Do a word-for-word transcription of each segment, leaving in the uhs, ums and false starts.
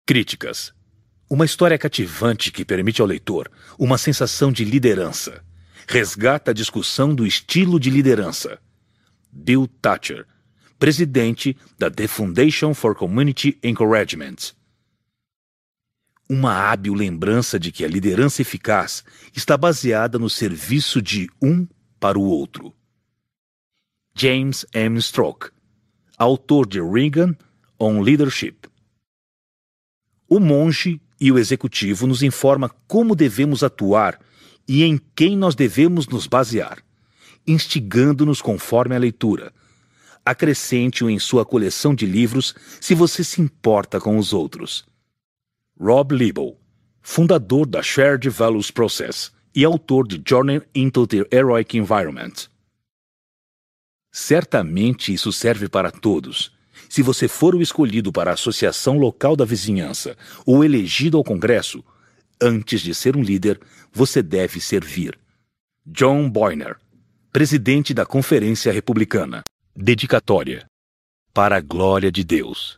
Críticas. Uma história cativante que permite ao leitor uma sensação de liderança. Resgata a discussão do estilo de liderança. Bill Thatcher, presidente da The Foundation for Community Encouragement. Uma hábil lembrança de que a liderança eficaz está baseada no serviço de um para o outro. James M. Stroke, autor de Reagan on Leadership. O monge e o executivo nos informa como devemos atuar e em quem nós devemos nos basear, instigando-nos conforme a leitura. Acrescente-o em sua coleção de livros se você se importa com os outros. Rob Liebel, fundador da Shared Values Process e autor de Journey into the Heroic Environment. Certamente isso serve para todos. Se você for o escolhido para a associação local da vizinhança ou elegido ao Congresso, antes de ser um líder, você deve servir. John Boehner, presidente da Conferência Republicana. Dedicatória. Para a glória de Deus.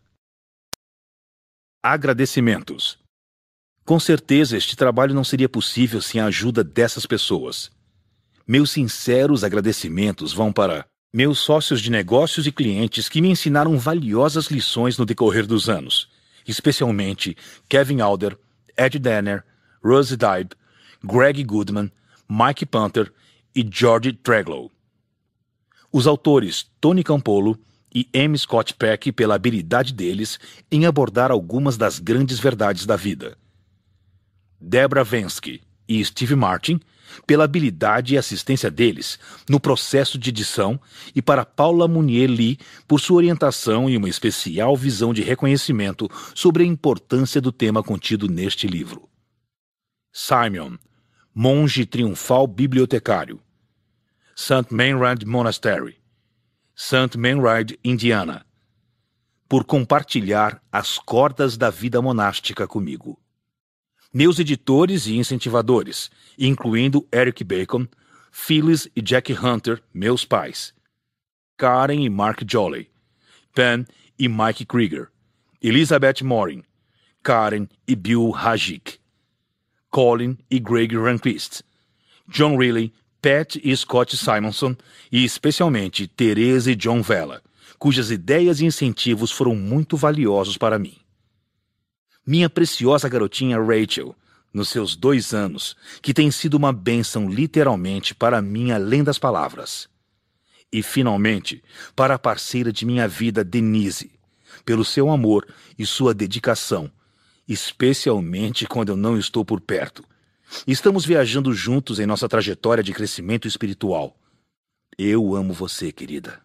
Agradecimentos. Com certeza este trabalho não seria possível sem a ajuda dessas pessoas. Meus sinceros agradecimentos vão para meus sócios de negócios e clientes que me ensinaram valiosas lições no decorrer dos anos, especialmente Kevin Alder, Ed Danner, Rose Dibe, Greg Goodman, Mike Panther e George Treglow. Os autores Tony Campolo e M. Scott Peck pela habilidade deles em abordar algumas das grandes verdades da vida. Deborah Vensky e Steve Martin pela habilidade e assistência deles no processo de edição e para Paula Munier Lee por sua orientação e uma especial visão de reconhecimento sobre a importância do tema contido neste livro. Simeon, monge triunfal bibliotecário. Saint Meinrad Monastery, Saint Meinrad, Indiana, por compartilhar as cordas da vida monástica comigo. Meus editores e incentivadores, incluindo Eric Bacon, Phyllis e Jack Hunter, meus pais. Karen e Mark Jolley, Pen e Mike Krieger, Elizabeth Morin, Karen e Bill Hajik, Colin e Greg Ranquist, John Riley, Pat e Scott Simonson e especialmente Teresa e John Vella, cujas ideias e incentivos foram muito valiosos para mim. Minha preciosa garotinha Rachel, nos seus dois anos, que tem sido uma bênção literalmente para mim além das palavras. E, finalmente, para a parceira de minha vida, Denise, pelo seu amor e sua dedicação, especialmente quando eu não estou por perto. Estamos viajando juntos em nossa trajetória de crescimento espiritual. Eu amo você, querida.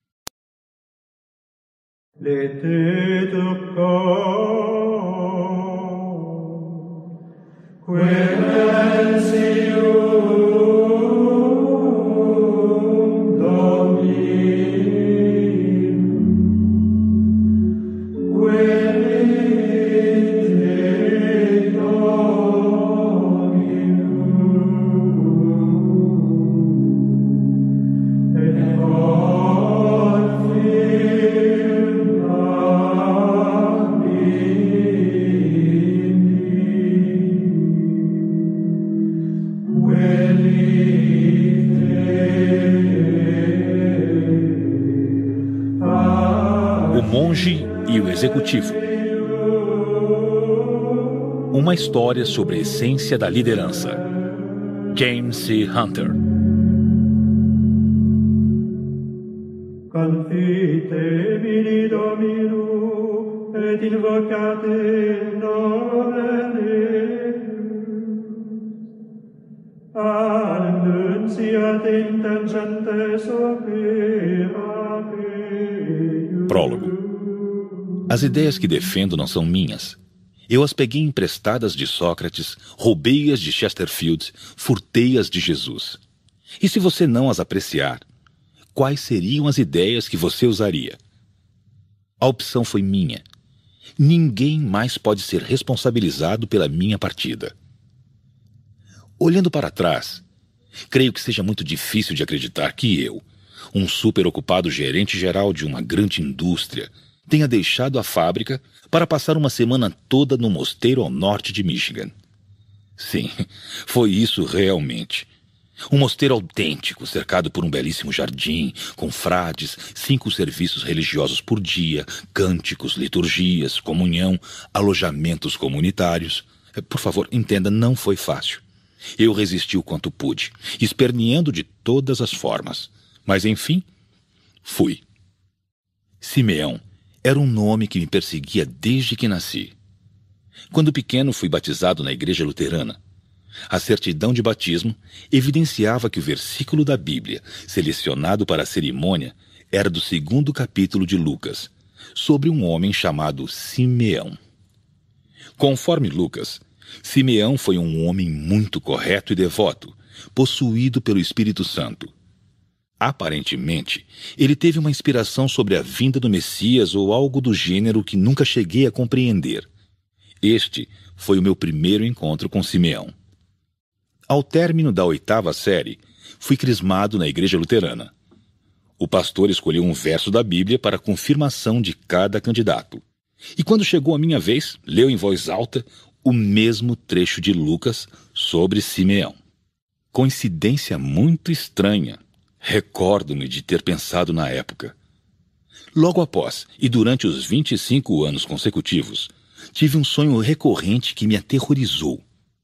E o Executivo. Uma história sobre a essência da liderança. James C. Hunter. Confite vini Domino et invocate nomen Deus. Annunciat in tangentes opera Deus. Prólogo. As ideias que defendo não são minhas. Eu as peguei emprestadas de Sócrates, roubei-as de Chesterfield, furtei-as de Jesus. E se você não as apreciar, quais seriam as ideias que você usaria? A opção foi minha. Ninguém mais pode ser responsabilizado pela minha partida. Olhando para trás, creio que seja muito difícil de acreditar que eu, um superocupado gerente geral de uma grande indústria, tenha deixado a fábrica para passar uma semana toda no mosteiro ao norte de Michigan. Sim, foi isso realmente. Um mosteiro autêntico, cercado por um belíssimo jardim, com frades, cinco serviços religiosos por dia, cânticos, liturgias, comunhão, alojamentos comunitários. Por favor, entenda, não foi fácil. Eu resisti o quanto pude, esperneando de todas as formas. Mas, enfim, fui. Simeão era um nome que me perseguia desde que nasci. Quando pequeno, fui batizado na igreja luterana. A certidão de batismo evidenciava que o versículo da Bíblia, selecionado para a cerimônia, era do segundo capítulo de Lucas, sobre um homem chamado Simeão. Conforme Lucas, Simeão foi um homem muito correto e devoto, possuído pelo Espírito Santo. Aparentemente, ele teve uma inspiração sobre a vinda do Messias ou algo do gênero que nunca cheguei a compreender. Este foi o meu primeiro encontro com Simeão. Ao término da oitava série, fui crismado na igreja luterana. O pastor escolheu um verso da Bíblia para a confirmação de cada candidato. E quando chegou a minha vez, leu em voz alta o mesmo trecho de Lucas sobre Simeão. Coincidência muito estranha. Recordo-me de ter pensado na época. Logo após, e durante os vinte e cinco anos consecutivos, tive um sonho recorrente que me aterrorizou.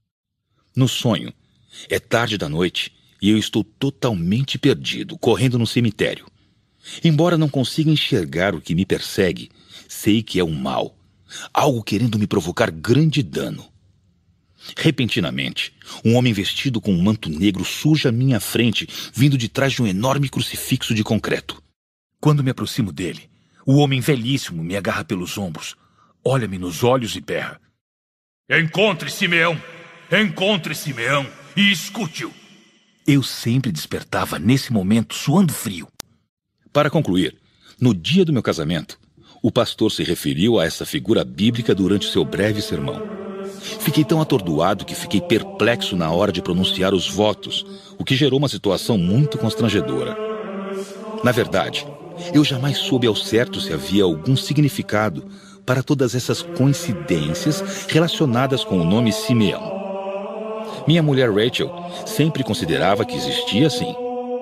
No sonho, é tarde da noite e eu estou totalmente perdido, correndo no cemitério. Embora não consiga enxergar o que me persegue, sei que é um mal, algo querendo me provocar grande dano. Repentinamente, um homem vestido com um manto negro surge à minha frente, vindo de trás de um enorme crucifixo de concreto. Quando me aproximo dele, o homem velhíssimo me agarra pelos ombros, olha-me nos olhos e berra: "Encontre Simeão! Encontre Simeão e escute-o!" Eu sempre despertava nesse momento suando frio. Para concluir, no dia do meu casamento, o pastor se referiu a essa figura bíblica durante seu breve sermão. Fiquei tão atordoado que fiquei perplexo na hora de pronunciar os votos, o que gerou uma situação muito constrangedora. Na verdade, eu jamais soube ao certo se havia algum significado para todas essas coincidências relacionadas com o nome Simeão. Minha mulher Rachel sempre considerava que existia sim.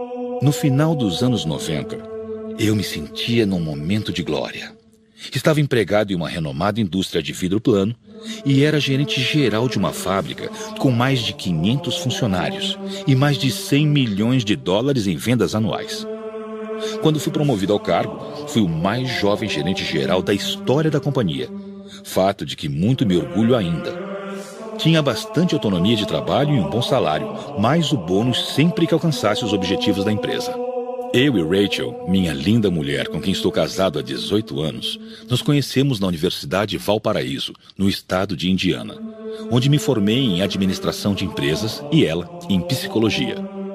No final dos anos noventa, eu me sentia num momento de glória. Estava empregado em uma renomada indústria de vidro plano e era gerente geral de uma fábrica com mais de quinhentos funcionários e mais de cem milhões de dólares em vendas anuais. Quando fui promovido ao cargo, fui o mais jovem gerente geral da história da companhia, fato de que muito me orgulho ainda. Tinha bastante autonomia de trabalho e um bom salário, mais o bônus sempre que alcançasse os objetivos da empresa. Eu e Rachel, minha linda mulher com quem estou casado há dezoito anos, nos conhecemos na Universidade Valparaíso, no estado de Indiana, onde me formei em administração de empresas e ela em psicologia.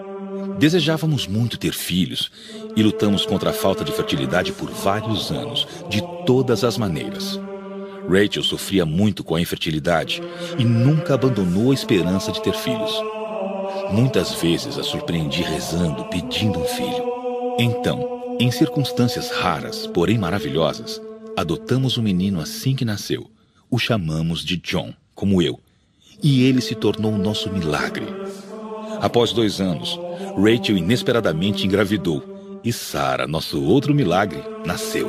Desejávamos muito ter filhos e lutamos contra a falta de fertilidade por vários anos, de todas as maneiras. Rachel sofria muito com a infertilidade e nunca abandonou a esperança de ter filhos. Muitas vezes a surpreendi rezando, pedindo um filho. Então, em circunstâncias raras, porém maravilhosas, adotamos um menino assim que nasceu. O chamamos de John, como eu, e ele se tornou o nosso milagre. Após dois anos, Rachel inesperadamente engravidou e Sarah, nosso outro milagre, nasceu.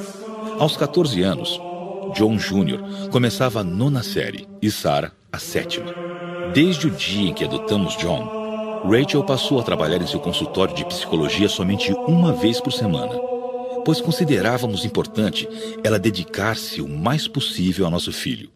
Aos quatorze anos, John Júnior começava a nona série e Sarah a sétima. Desde o dia em que adotamos John, Rachel passou a trabalhar em seu consultório de psicologia somente uma vez por semana, pois considerávamos importante ela dedicar-se o mais possível ao nosso filho.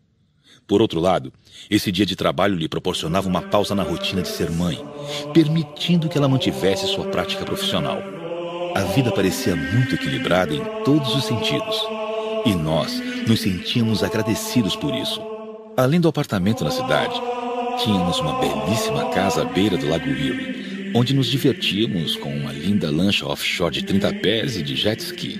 Por outro lado, esse dia de trabalho lhe proporcionava uma pausa na rotina de ser mãe, permitindo que ela mantivesse sua prática profissional. A vida parecia muito equilibrada em todos os sentidos, e nós nos sentíamos agradecidos por isso. Além do apartamento na cidade, tínhamos uma belíssima casa à beira do Lago Erie, onde nos divertíamos com uma linda lancha offshore de trinta pés e de jet ski.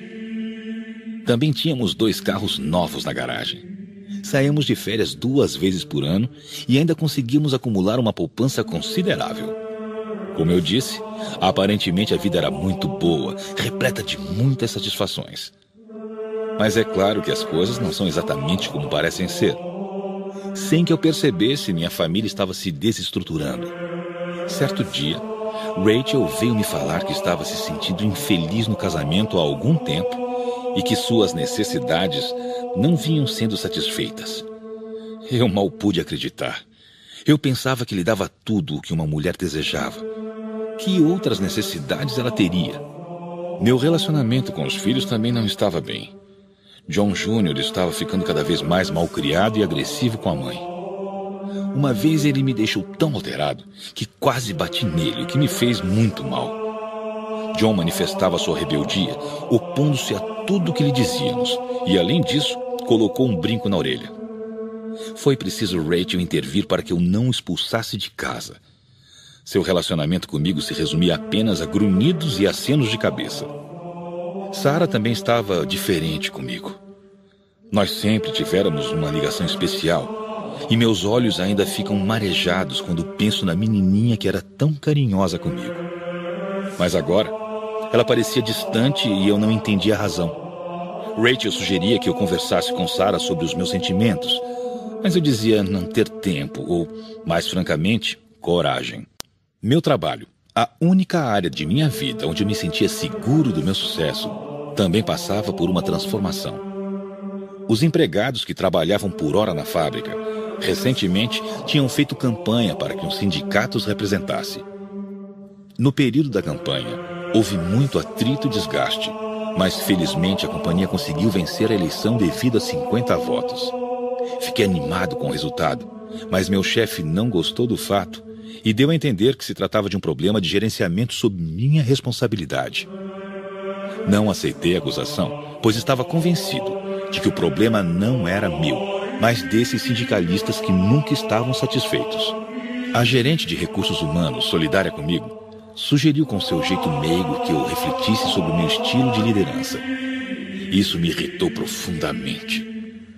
Também tínhamos dois carros novos na garagem. Saíamos de férias duas vezes por ano e ainda conseguimos acumular uma poupança considerável. Como eu disse, aparentemente a vida era muito boa, repleta de muitas satisfações. Mas é claro que as coisas não são exatamente como parecem ser. Sem que eu percebesse, minha família estava se desestruturando. Certo dia, Rachel veio me falar que estava se sentindo infeliz no casamento há algum tempo e que suas necessidades não vinham sendo satisfeitas. Eu mal pude acreditar. Eu pensava que lhe dava tudo o que uma mulher desejava. Que outras necessidades ela teria? Meu relacionamento com os filhos também não estava bem. John Júnior estava ficando cada vez mais malcriado e agressivo com a mãe. Uma vez ele me deixou tão alterado que quase bati nele, o que me fez muito mal. John manifestava sua rebeldia, opondo-se a tudo que lhe dizíamos, e além disso, colocou um brinco na orelha. Foi preciso Rachel intervir para que eu não o expulsasse de casa. Seu relacionamento comigo se resumia apenas a grunhidos e acenos de cabeça. Sarah também estava diferente comigo. Nós sempre tivéramos uma ligação especial, e meus olhos ainda ficam marejados quando penso na menininha que era tão carinhosa comigo. Mas agora, ela parecia distante e eu não entendia a razão. Rachel sugeria que eu conversasse com Sarah sobre os meus sentimentos, mas eu dizia não ter tempo, ou, mais francamente, coragem. Meu trabalho, a única área de minha vida onde eu me sentia seguro do meu sucesso, também passava por uma transformação. Os empregados que trabalhavam por hora na fábrica, recentemente tinham feito campanha para que um sindicato os representasse. No período da campanha, houve muito atrito e desgaste, mas felizmente a companhia conseguiu vencer a eleição devido a cinquenta votos. Fiquei animado com o resultado, mas meu chefe não gostou do fato e deu a entender que se tratava de um problema de gerenciamento sob minha responsabilidade. Não aceitei a acusação, pois estava convencido de que o problema não era meu, mas desses sindicalistas que nunca estavam satisfeitos. A gerente de recursos humanos, solidária comigo, sugeriu com seu jeito meigo que eu refletisse sobre o meu estilo de liderança. Isso me irritou profundamente.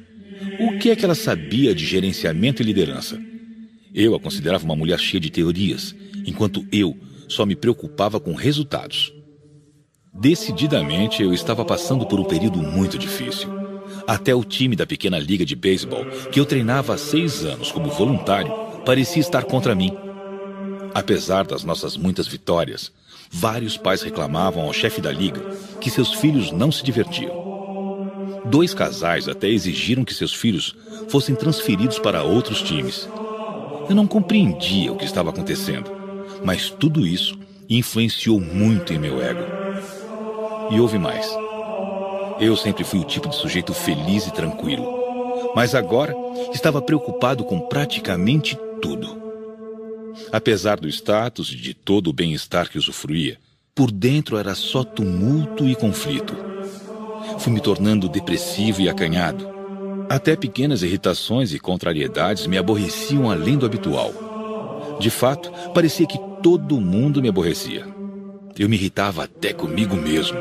O que é que ela sabia de gerenciamento e liderança? Eu a considerava uma mulher cheia de teorias, enquanto eu só me preocupava com resultados. Decididamente, eu estava passando por um período muito difícil. Até o time da pequena liga de beisebol, que eu treinava há seis anos como voluntário, parecia estar contra mim. Apesar das nossas muitas vitórias, vários pais reclamavam ao chefe da liga que seus filhos não se divertiam. Dois casais até exigiram que seus filhos fossem transferidos para outros times. Eu não compreendia o que estava acontecendo, mas tudo isso influenciou muito em meu ego. E houve mais. Eu sempre fui o tipo de sujeito feliz e tranquilo, mas agora estava preocupado com praticamente tudo. Apesar do status e de todo o bem-estar que usufruía, por dentro era só tumulto e conflito. Fui me tornando depressivo e acanhado. Até pequenas irritações e contrariedades me aborreciam além do habitual. De fato, parecia que todo mundo me aborrecia. Eu me irritava até comigo mesmo.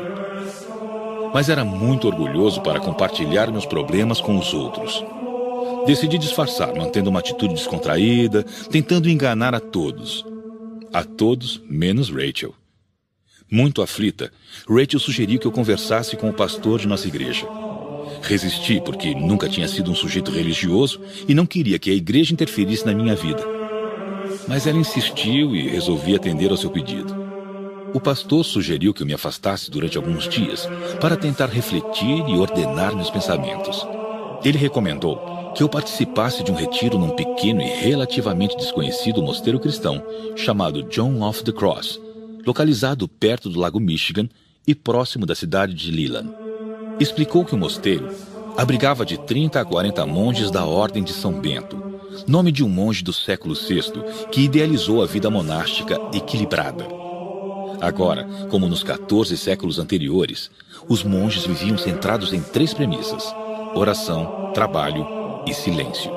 Mas era muito orgulhoso para compartilhar meus problemas com os outros. Decidi disfarçar, mantendo uma atitude descontraída, tentando enganar a todos. A todos, menos Rachel. Muito aflita, Rachel sugeriu que eu conversasse com o pastor de nossa igreja. Resisti porque nunca tinha sido um sujeito religioso e não queria que a igreja interferisse na minha vida. Mas ela insistiu e resolvi atender ao seu pedido. O pastor sugeriu que eu me afastasse durante alguns dias para tentar refletir e ordenar meus pensamentos. Ele recomendou que eu participasse de um retiro num pequeno e relativamente desconhecido mosteiro cristão chamado John of the Cross, localizado perto do Lago Michigan e próximo da cidade de Leland. Explicou que o mosteiro abrigava de trinta a quarenta monges da Ordem de São Bento, nome de um monge do século sexto que idealizou a vida monástica equilibrada. Agora, como nos quatorze séculos anteriores, os monges viviam centrados em três premissas: oração, trabalho e silêncio.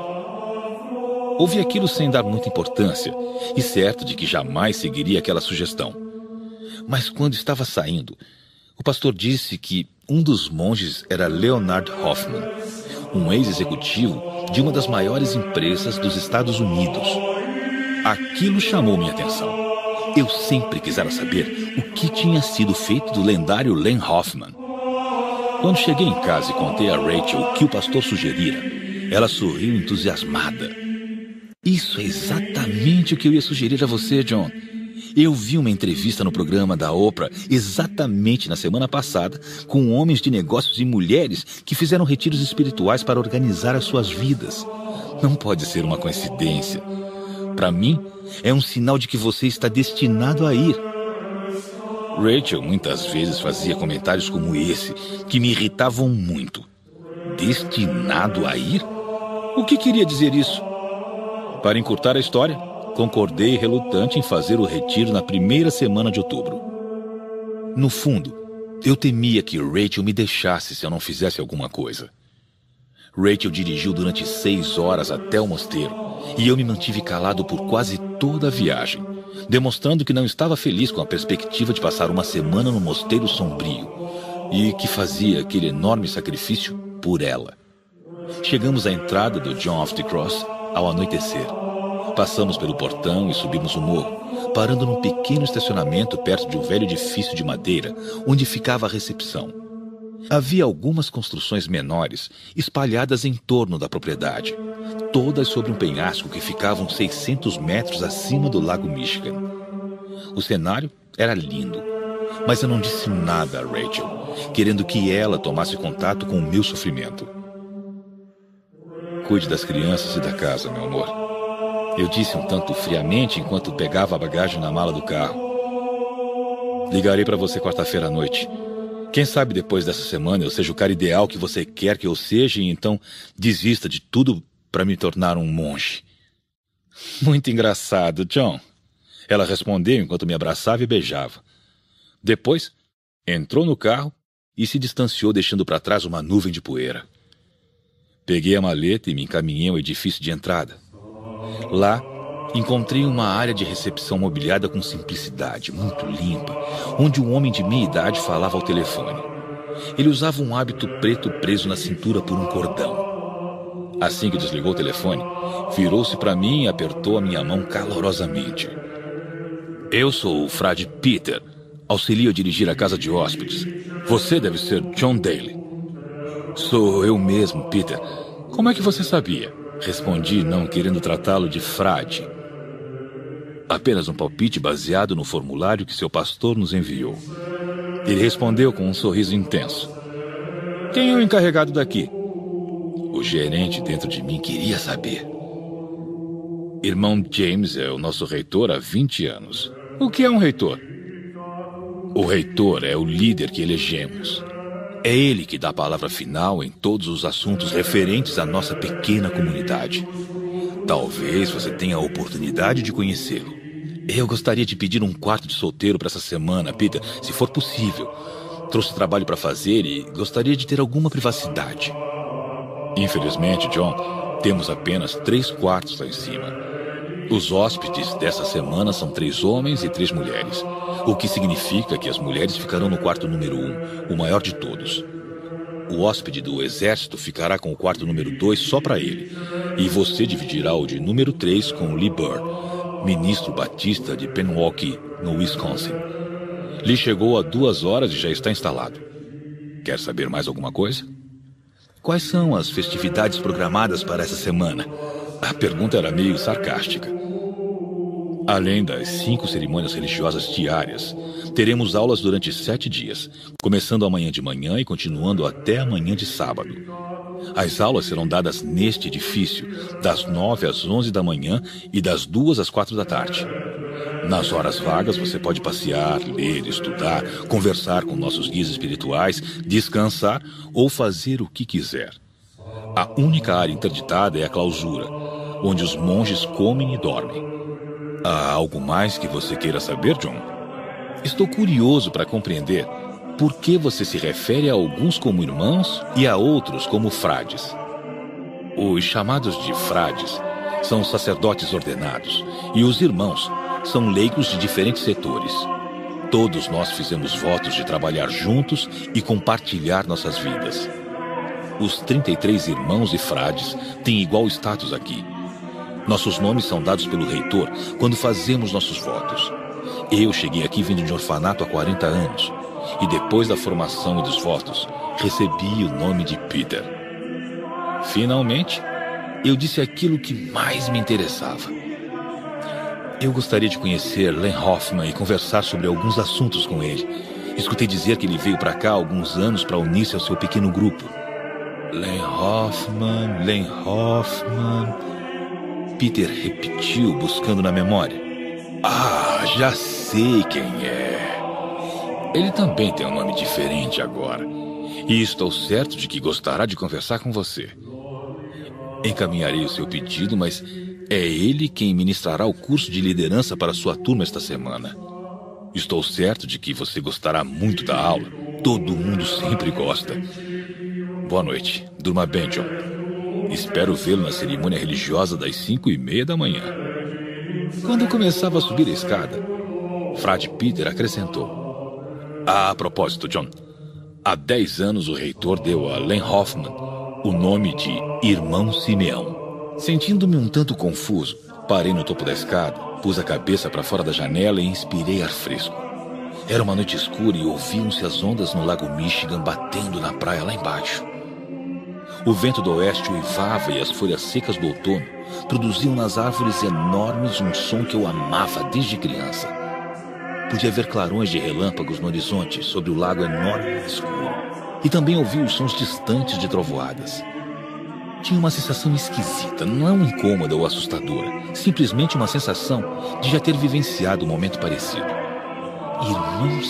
Ouvi aquilo sem dar muita importância e certo de que jamais seguiria aquela sugestão. Mas quando estava saindo, o pastor disse que um dos monges era Leonard Hoffman, um ex-executivo de uma das maiores empresas dos Estados Unidos. Aquilo chamou minha atenção. Eu sempre quisera saber o que tinha sido feito do lendário Len Hoffman. Quando cheguei em casa e contei a Rachel o que o pastor sugerira, ela sorriu entusiasmada. Isso é exatamente o que eu ia sugerir a você, John. Eu vi uma entrevista no programa da Oprah exatamente na semana passada com homens de negócios e mulheres que fizeram retiros espirituais para organizar as suas vidas. Não pode ser uma coincidência. Para mim, é um sinal de que você está destinado a ir. Rachel muitas vezes fazia comentários como esse, que me irritavam muito. Destinado a ir? O que queria dizer isso? Para encurtar a história, concordei relutante em fazer o retiro na primeira semana de outubro. No fundo, eu temia que Rachel me deixasse se eu não fizesse alguma coisa. Rachel dirigiu durante seis horas até o mosteiro e eu me mantive calado por quase toda a viagem, demonstrando que não estava feliz com a perspectiva de passar uma semana no mosteiro sombrio e que fazia aquele enorme sacrifício por ela. Chegamos à entrada do John of the Cross ao anoitecer. Passamos pelo portão e subimos o morro, parando num pequeno estacionamento perto de um velho edifício de madeira, onde ficava a recepção. Havia algumas construções menores espalhadas em torno da propriedade, todas sobre um penhasco que ficava uns seiscentos metros acima do lago Michigan. O cenário era lindo, mas eu não disse nada a Rachel, querendo que ela tomasse contato com o meu sofrimento. Cuide das crianças e da casa, meu amor. Eu disse um tanto friamente enquanto pegava a bagagem na mala do carro. Ligarei para você quarta-feira à noite. Quem sabe depois dessa semana eu seja o cara ideal que você quer que eu seja e então desista de tudo para me tornar um monge. Muito engraçado, John. Ela respondeu enquanto me abraçava e beijava. Depois, entrou no carro e se distanciou deixando para trás uma nuvem de poeira. Peguei a maleta e me encaminhei ao edifício de entrada. Lá, encontrei uma área de recepção mobiliada com simplicidade, muito limpa, onde um homem de meia idade falava ao telefone. Ele usava um hábito preto preso na cintura por um cordão. Assim que desligou o telefone, virou-se para mim e apertou a minha mão calorosamente. Eu sou o frade Peter, auxilio a dirigir a casa de hóspedes. Você deve ser John Daly. Sou eu mesmo, Peter. Como é que você sabia? Respondi, não querendo tratá-lo de frade. Apenas um palpite baseado no formulário que seu pastor nos enviou. Ele respondeu com um sorriso intenso. Quem é o encarregado daqui? O gerente dentro de mim queria saber. Irmão James é o nosso reitor há vinte anos. O que é um reitor? O reitor é o líder que elegemos. É ele que dá a palavra final em todos os assuntos referentes à nossa pequena comunidade. Talvez você tenha a oportunidade de conhecê-lo. Eu gostaria de pedir um quarto de solteiro para essa semana, Peter, se for possível. Trouxe trabalho para fazer e gostaria de ter alguma privacidade. Infelizmente, John, temos apenas três quartos lá em cima. Os hóspedes dessa semana são três homens e três mulheres, o que significa que as mulheres ficarão no quarto número um, o maior de todos. O hóspede do exército ficará com o quarto número dois só para ele, e você dividirá o de número três com Lee Burr, ministro batista de Pewaukee, no Wisconsin. Lee chegou há duas horas e já está instalado. Quer saber mais alguma coisa? Quais são as festividades programadas para essa semana? A pergunta era meio sarcástica. Além das cinco cerimônias religiosas diárias, teremos aulas durante sete dias, começando amanhã de manhã e continuando até amanhã de sábado. As aulas serão dadas neste edifício, das nove às onze da manhã e das duas às quatro da tarde. Nas horas vagas, você pode passear, ler, estudar, conversar com nossos guias espirituais, descansar ou fazer o que quiser. A única área interditada é a clausura, onde os monges comem e dormem. Há algo mais que você queira saber, John? Estou curioso para compreender por que você se refere a alguns como irmãos e a outros como frades. Os chamados de frades são sacerdotes ordenados e os irmãos são leigos de diferentes setores. Todos nós fizemos votos de trabalhar juntos e compartilhar nossas vidas. Os trinta e três irmãos e frades têm igual status aqui. Nossos nomes são dados pelo reitor quando fazemos nossos votos. Eu cheguei aqui vindo de um orfanato há quarenta anos. E depois da formação e dos votos, recebi o nome de Peter. Finalmente, eu disse aquilo que mais me interessava. Eu gostaria de conhecer Len Hoffman e conversar sobre alguns assuntos com ele. Escutei dizer que ele veio para cá há alguns anos para unir-se ao seu pequeno grupo. Len Hoffman, Len Hoffman... Peter repetiu, buscando na memória. Ah, já sei quem é. Ele também tem um nome diferente agora. E estou certo de que gostará de conversar com você. Encaminharei o seu pedido, mas é ele quem ministrará o curso de liderança para sua turma esta semana. Estou certo de que você gostará muito da aula. Todo mundo sempre gosta. Boa noite. Durma bem, John. Espero vê-lo na cerimônia religiosa das cinco e meia da manhã. Quando começava a subir a escada, Frade Peter acrescentou. Ah, a propósito, John. Há dez anos o reitor deu a Len Hoffman o nome de Irmão Simeão. Sentindo-me um tanto confuso, parei no topo da escada, pus a cabeça para fora da janela e inspirei ar fresco. Era uma noite escura e ouviam-se as ondas no lago Michigan batendo na praia lá embaixo. O vento do oeste uivava e as folhas secas do outono produziam nas árvores enormes um som que eu amava desde criança. Podia ver clarões de relâmpagos no horizonte sobre o lago enorme e escuro. E também ouvia os sons distantes de trovoadas. Tinha uma sensação esquisita, não incômoda ou assustadora. Simplesmente uma sensação de já ter vivenciado um momento parecido. Irmão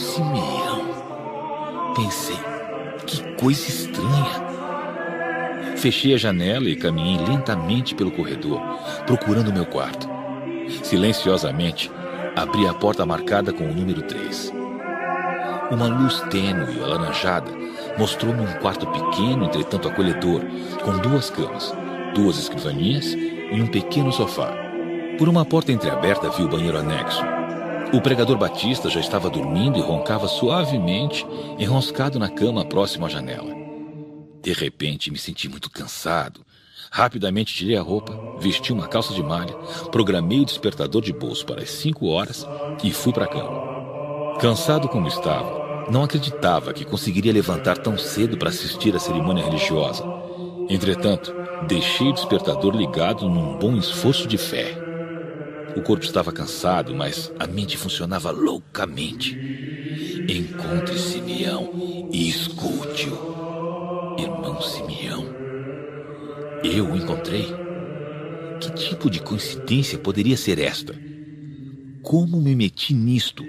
Simeão. Pensei, que coisa estranha. Fechei a janela e caminhei lentamente pelo corredor, procurando meu quarto. Silenciosamente, abri a porta marcada com o número três. Uma luz tênue e alaranjada mostrou-me um quarto pequeno, entretanto acolhedor, com duas camas, duas escrivaninhas e um pequeno sofá. Por uma porta entreaberta vi o banheiro anexo. O pregador Batista já estava dormindo e roncava suavemente, enroscado na cama próximo à janela. De repente, me senti muito cansado. Rapidamente tirei a roupa, vesti uma calça de malha, programei o despertador de bolso para as cinco horas e fui para a cama. Cansado como estava, não acreditava que conseguiria levantar tão cedo para assistir à cerimônia religiosa. Entretanto, deixei o despertador ligado num bom esforço de fé. O corpo estava cansado, mas a mente funcionava loucamente. Encontre Simeão e escute-o. Irmão Simeão. Eu o encontrei? Que tipo de coincidência poderia ser esta? Como me meti nisto?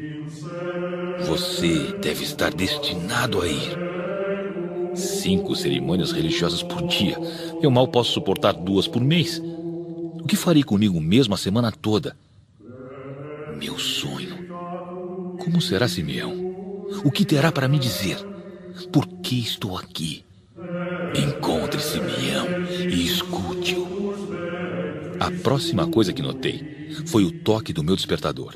Você deve estar destinado a ir. Cinco cerimônias religiosas por dia. Eu mal posso suportar duas por mês. O que farei comigo mesmo a semana toda? Meu sonho. Como será Simeão? O que terá para me dizer? Por que estou aqui? Encontre Simeão e escute-o. A próxima coisa que notei foi o toque do meu despertador.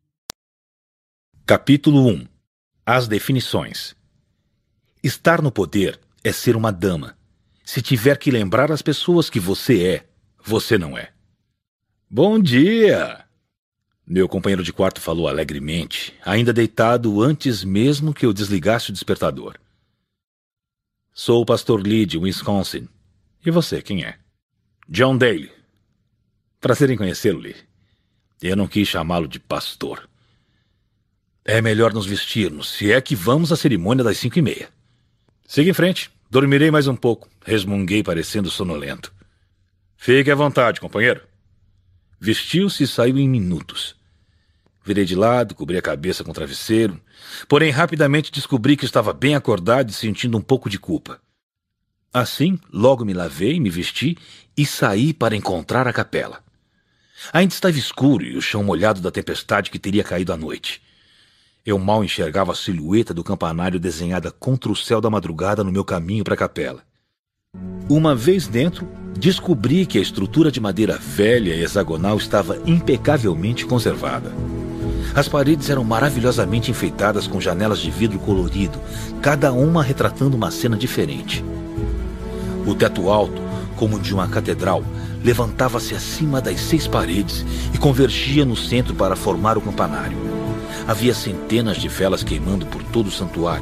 Capítulo um. As definições. Estar no poder é ser uma dama. Se tiver que lembrar as pessoas que você é, você não é. Bom dia! Meu companheiro de quarto falou alegremente, ainda deitado antes mesmo que eu desligasse o despertador. Sou o pastor Lee de Wisconsin. E você, quem é? John Daly. Prazer em conhecê-lo, Lee. Eu não quis chamá-lo de pastor. É melhor nos vestirmos, se é que vamos à cerimônia das cinco e meia. Siga em frente. Dormirei mais um pouco. Resmunguei, parecendo sonolento. Fique à vontade, companheiro. Vestiu-se e saiu em minutos. Virei de lado, cobri a cabeça com o travesseiro, porém rapidamente descobri que estava bem acordado e sentindo um pouco de culpa. Assim, logo me lavei, me vesti e saí para encontrar a capela. Ainda estava escuro e o chão molhado da tempestade que teria caído à noite. Eu mal enxergava a silhueta do campanário desenhada contra o céu da madrugada no meu caminho para a capela. Uma vez dentro, descobri que a estrutura de madeira velha e hexagonal estava impecavelmente conservada. As paredes eram maravilhosamente enfeitadas com janelas de vidro colorido, cada uma retratando uma cena diferente. O teto alto, como de uma catedral, levantava-se acima das seis paredes e convergia no centro para formar o campanário. Havia centenas de velas queimando por todo o santuário,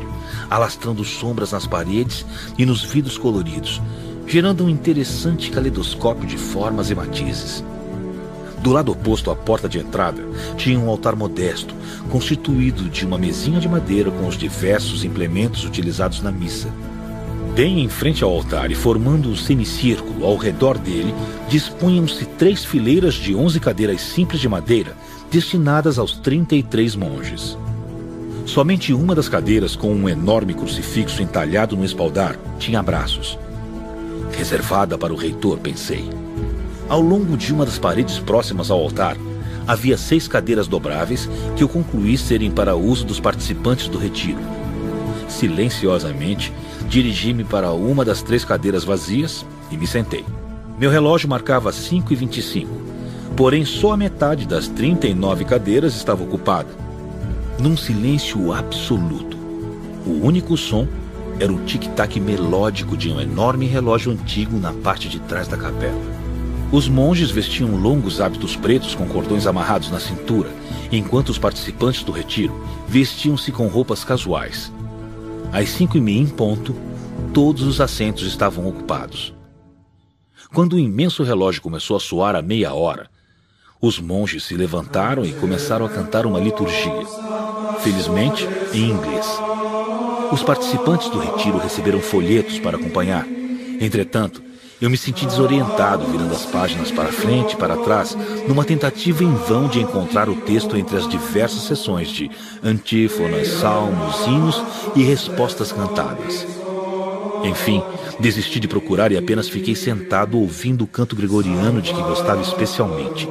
alastrando sombras nas paredes e nos vidros coloridos, gerando um interessante caleidoscópio de formas e matizes. Do lado oposto à porta de entrada, tinha um altar modesto, constituído de uma mesinha de madeira com os diversos implementos utilizados na missa. Bem em frente ao altar e formando um semicírculo ao redor dele, dispunham-se três fileiras de onze cadeiras simples de madeira, destinadas aos trinta e três monges. Somente uma das cadeiras, com um enorme crucifixo entalhado no espaldar, tinha braços. Reservada para o reitor, pensei. Ao longo de uma das paredes próximas ao altar, havia seis cadeiras dobráveis que eu concluí serem para uso dos participantes do retiro. Silenciosamente, dirigi-me para uma das três cadeiras vazias e me sentei. Meu relógio marcava cinco e vinte e cinco, porém só a metade das trinta e nove cadeiras estava ocupada. Num silêncio absoluto, o único som era o tic-tac melódico de um enorme relógio antigo na parte de trás da capela. Os monges vestiam longos hábitos pretos com cordões amarrados na cintura, enquanto os participantes do retiro vestiam-se com roupas casuais. Às cinco e meia em ponto, todos os assentos estavam ocupados. Quando o imenso relógio começou a soar a meia hora, os monges se levantaram e começaram a cantar uma liturgia, felizmente em inglês. Os participantes do retiro receberam folhetos para acompanhar. Entretanto, eu me senti desorientado, virando as páginas para frente e para trás, numa tentativa em vão de encontrar o texto entre as diversas seções de antífonas, salmos, hinos e respostas cantadas. Enfim, desisti de procurar e apenas fiquei sentado ouvindo o canto gregoriano de que gostava especialmente.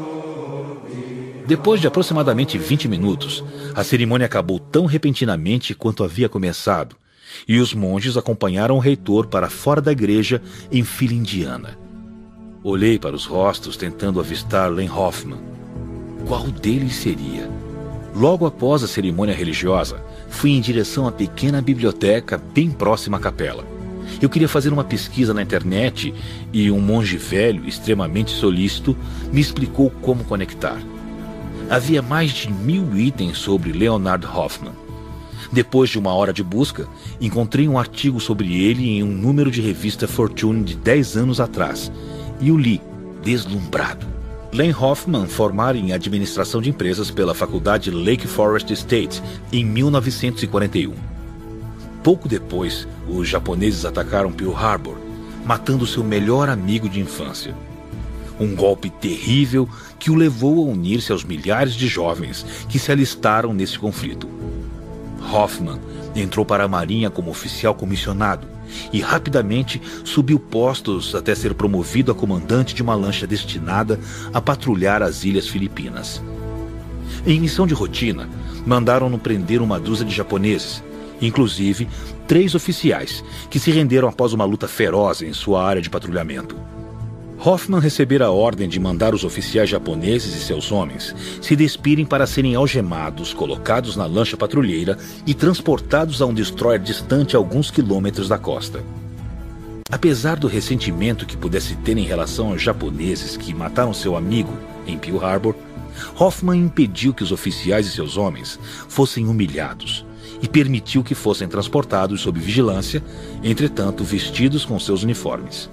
Depois de aproximadamente vinte minutos, a cerimônia acabou tão repentinamente quanto havia começado, e os monges acompanharam o reitor para fora da igreja em fila indiana. Olhei para os rostos tentando avistar Len Hoffman. Qual deles seria? Logo após a cerimônia religiosa, fui em direção à pequena biblioteca bem próxima à capela. Eu queria fazer uma pesquisa na internet e um monge velho, extremamente solícito, me explicou como conectar. Havia mais de mil itens sobre Leonard Hoffman. Depois de uma hora de busca, encontrei um artigo sobre ele em um número de revista Fortune de dez anos atrás, e o li, deslumbrado. Len Hoffman formara em administração de empresas pela faculdade Lake Forest State em mil novecentos e quarenta e um. Pouco depois, os japoneses atacaram Pearl Harbor, matando seu melhor amigo de infância. Um golpe terrível que o levou a unir-se aos milhares de jovens que se alistaram nesse conflito. Hoffman entrou para a Marinha como oficial comissionado e rapidamente subiu postos até ser promovido a comandante de uma lancha destinada a patrulhar as ilhas Filipinas. Em missão de rotina, mandaram-no prender uma dúzia de japoneses, inclusive três oficiais que se renderam após uma luta feroz em sua área de patrulhamento. Hoffman recebera a ordem de mandar os oficiais japoneses e seus homens se despirem para serem algemados, colocados na lancha patrulheira e transportados a um destroyer distante a alguns quilômetros da costa. Apesar do ressentimento que pudesse ter em relação aos japoneses que mataram seu amigo em Pearl Harbor, Hoffman impediu que os oficiais e seus homens fossem humilhados e permitiu que fossem transportados sob vigilância, entretanto vestidos com seus uniformes.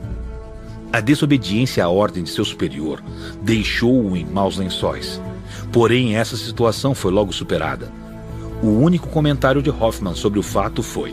A desobediência à ordem de seu superior deixou-o em maus lençóis. Porém, essa situação foi logo superada. O único comentário de Hoffman sobre o fato foi: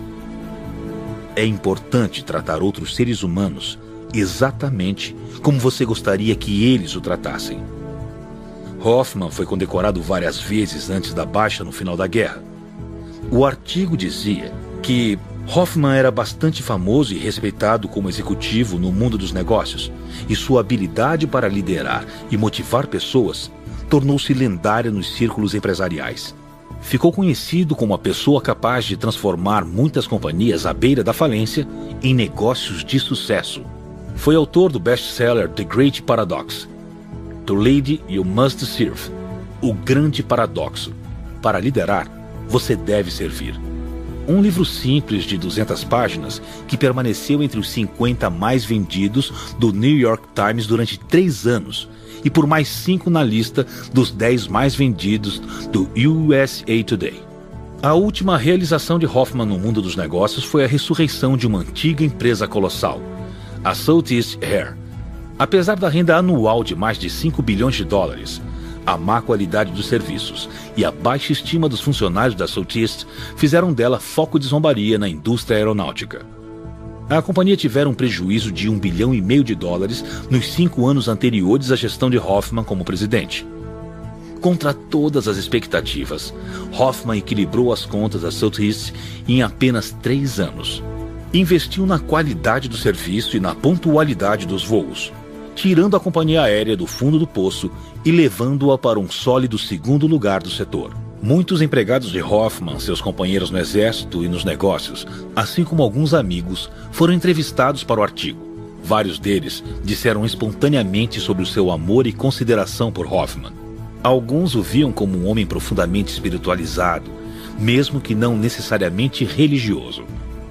é importante tratar outros seres humanos exatamente como você gostaria que eles o tratassem. Hoffman foi condecorado várias vezes antes da baixa no final da guerra. O artigo dizia que Hoffman era bastante famoso e respeitado como executivo no mundo dos negócios, e sua habilidade para liderar e motivar pessoas tornou-se lendária nos círculos empresariais. Ficou conhecido como a pessoa capaz de transformar muitas companhias à beira da falência em negócios de sucesso. Foi autor do best-seller The Great Paradox, To Lead You Must Serve, O Grande Paradoxo. Para liderar, você deve servir. Um livro simples de duzentas páginas que permaneceu entre os cinquenta mais vendidos do New York Times durante três anos e por mais cinco na lista dos dez mais vendidos do U S A Today. A última realização de Hoffman no mundo dos negócios foi a ressurreição de uma antiga empresa colossal, a Southeast Air. Apesar da renda anual de mais de cinco bilhões de dólares, a má qualidade dos serviços e a baixa estima dos funcionários da Southeast fizeram dela foco de zombaria na indústria aeronáutica. A companhia tivera um prejuízo de um bilhão e meio de dólares nos cinco anos anteriores à gestão de Hoffman como presidente. Contra todas as expectativas, Hoffman equilibrou as contas da Southeast em apenas três anos. Investiu na qualidade do serviço e na pontualidade dos voos, tirando a companhia aérea do fundo do poço e levando-a para um sólido segundo lugar do setor. Muitos empregados de Hoffman, seus companheiros no exército e nos negócios, assim como alguns amigos, foram entrevistados para o artigo. Vários deles disseram espontaneamente sobre o seu amor e consideração por Hoffman. Alguns o viam como um homem profundamente espiritualizado, mesmo que não necessariamente religioso.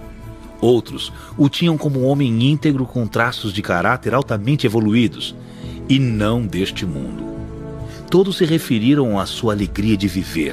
Outros o tinham como um homem íntegro com traços de caráter altamente evoluídos, e não deste mundo. Todos se referiram à sua alegria de viver.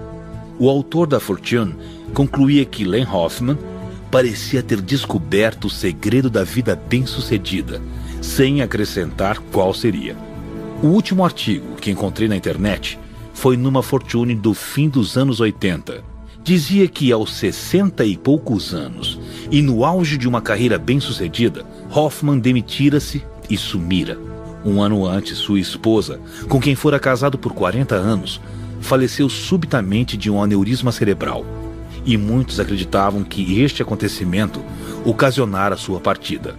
O autor da Fortune concluía que Len Hoffman parecia ter descoberto o segredo da vida bem-sucedida, sem acrescentar qual seria. O último artigo que encontrei na internet foi numa Fortune do fim dos anos oitenta. Dizia que aos sessenta e poucos anos, e no auge de uma carreira bem-sucedida, Hoffman demitira-se e sumira. Um ano antes, sua esposa, com quem fora casado por quarenta anos, faleceu subitamente de um aneurisma cerebral. E muitos acreditavam que este acontecimento ocasionara sua partida.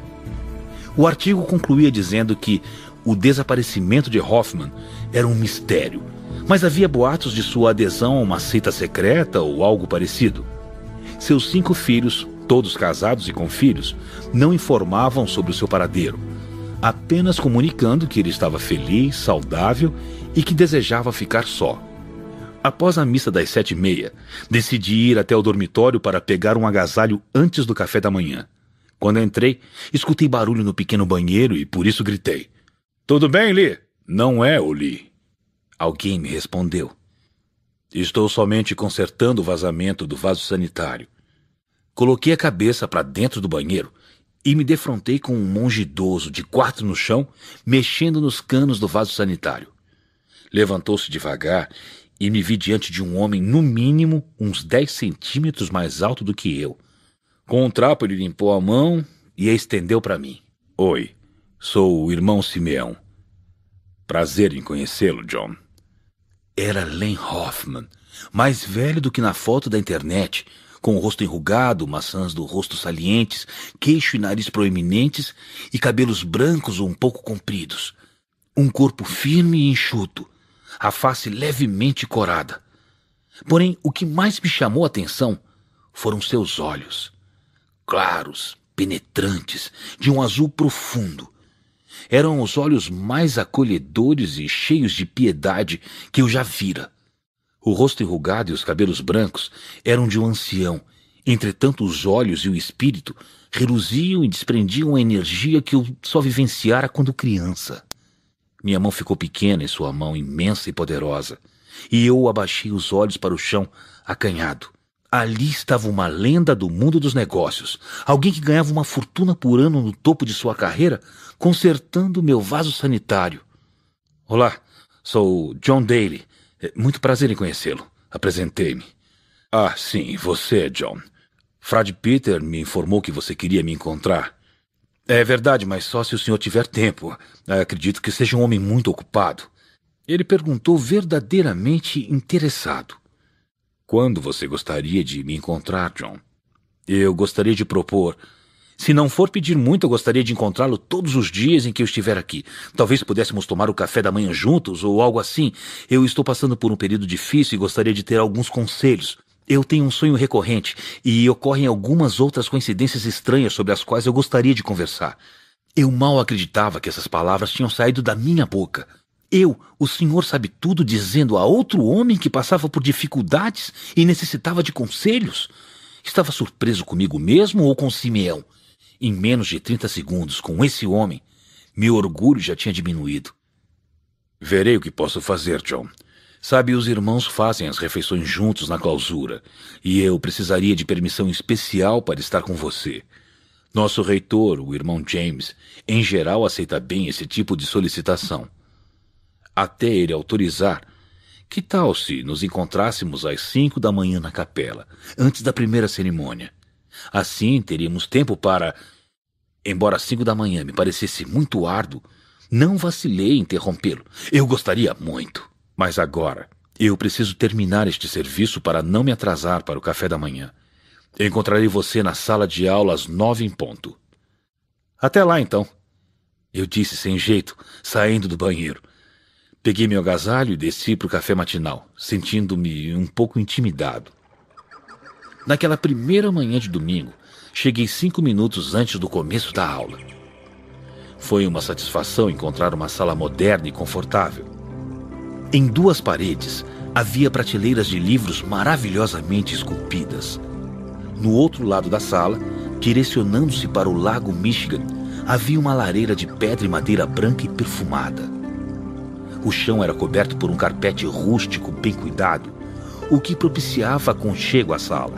O artigo concluía dizendo que o desaparecimento de Hoffman era um mistério, mas havia boatos de sua adesão a uma seita secreta ou algo parecido. Seus cinco filhos, todos casados e com filhos, não informavam sobre o seu paradeiro, apenas comunicando que ele estava feliz, saudável e que desejava ficar só. Após a missa das sete e meia, decidi ir até o dormitório para pegar um agasalho antes do café da manhã. Quando entrei, escutei barulho no pequeno banheiro e por isso gritei: "Tudo bem, Lee?" "Não é o Lee." Alguém me respondeu: "Estou somente consertando o vazamento do vaso sanitário." Coloquei a cabeça para dentro do banheiro e me defrontei com um monge idoso de quatro no chão, mexendo nos canos do vaso sanitário. Levantou-se devagar e me vi diante de um homem no mínimo uns dez centímetros mais alto do que eu. Com um trapo ele limpou a mão e a estendeu para mim. "Oi, sou o irmão Simeão. Prazer em conhecê-lo, John." Era Len Hoffman, mais velho do que na foto da internet, com o rosto enrugado, maçãs do rosto salientes, queixo e nariz proeminentes e cabelos brancos ou um pouco compridos. Um corpo firme e enxuto, a face levemente corada. Porém, o que mais me chamou a atenção foram seus olhos. Claros, penetrantes, de um azul profundo. Eram os olhos mais acolhedores e cheios de piedade que eu já vira. O rosto enrugado e os cabelos brancos eram de um ancião. Entretanto, os olhos e o espírito reluziam e desprendiam a energia que eu só vivenciara quando criança. Minha mão ficou pequena em sua mão imensa e poderosa, e eu abaixei os olhos para o chão, acanhado. Ali estava uma lenda do mundo dos negócios, alguém que ganhava uma fortuna por ano no topo de sua carreira, consertando meu vaso sanitário. "Olá, sou John Daly. Muito prazer em conhecê-lo." Apresentei-me. "Ah, sim, você, John. Frade Peter me informou que você queria me encontrar." "É verdade, mas só se o senhor tiver tempo. Acredito que seja um homem muito ocupado." Ele perguntou verdadeiramente interessado. "Quando você gostaria de me encontrar, John?" "Eu gostaria de propor. Se não for pedir muito, eu gostaria de encontrá-lo todos os dias em que eu estiver aqui. Talvez pudéssemos tomar o café da manhã juntos ou algo assim. Eu estou passando por um período difícil e gostaria de ter alguns conselhos. Eu tenho um sonho recorrente e ocorrem algumas outras coincidências estranhas sobre as quais eu gostaria de conversar." Eu mal acreditava que essas palavras tinham saído da minha boca. Eu, o senhor sabe tudo, dizendo a outro homem que passava por dificuldades e necessitava de conselhos? Estava surpreso comigo mesmo ou com Simeão? Em menos de trinta segundos, com esse homem, meu orgulho já tinha diminuído. "Verei o que posso fazer, John. Sabe, os irmãos fazem as refeições juntos na clausura, e eu precisaria de permissão especial para estar com você. Nosso reitor, o irmão James, em geral aceita bem esse tipo de solicitação. Até ele autorizar, que tal se nos encontrássemos às cinco da manhã na capela, antes da primeira cerimônia? Assim teríamos tempo para... Embora cinco da manhã me parecesse muito árduo, não vacilei em interrompê-lo. Eu gostaria muito. Mas agora, eu preciso terminar este serviço para não me atrasar para o café da manhã. Encontrarei você na sala de aula às nove em ponto. Até lá, então. Eu disse sem jeito, saindo do banheiro. Peguei meu agasalho e desci para o café matinal, sentindo-me um pouco intimidado. Naquela primeira manhã de domingo, cheguei cinco minutos antes do começo da aula. Foi uma satisfação encontrar uma sala moderna e confortável. Em duas paredes, havia prateleiras de livros maravilhosamente esculpidas. No outro lado da sala, direcionando-se para o lago Michigan, havia uma lareira de pedra e madeira branca e perfumada. O chão era coberto por um carpete rústico bem cuidado, o que propiciava aconchego à sala.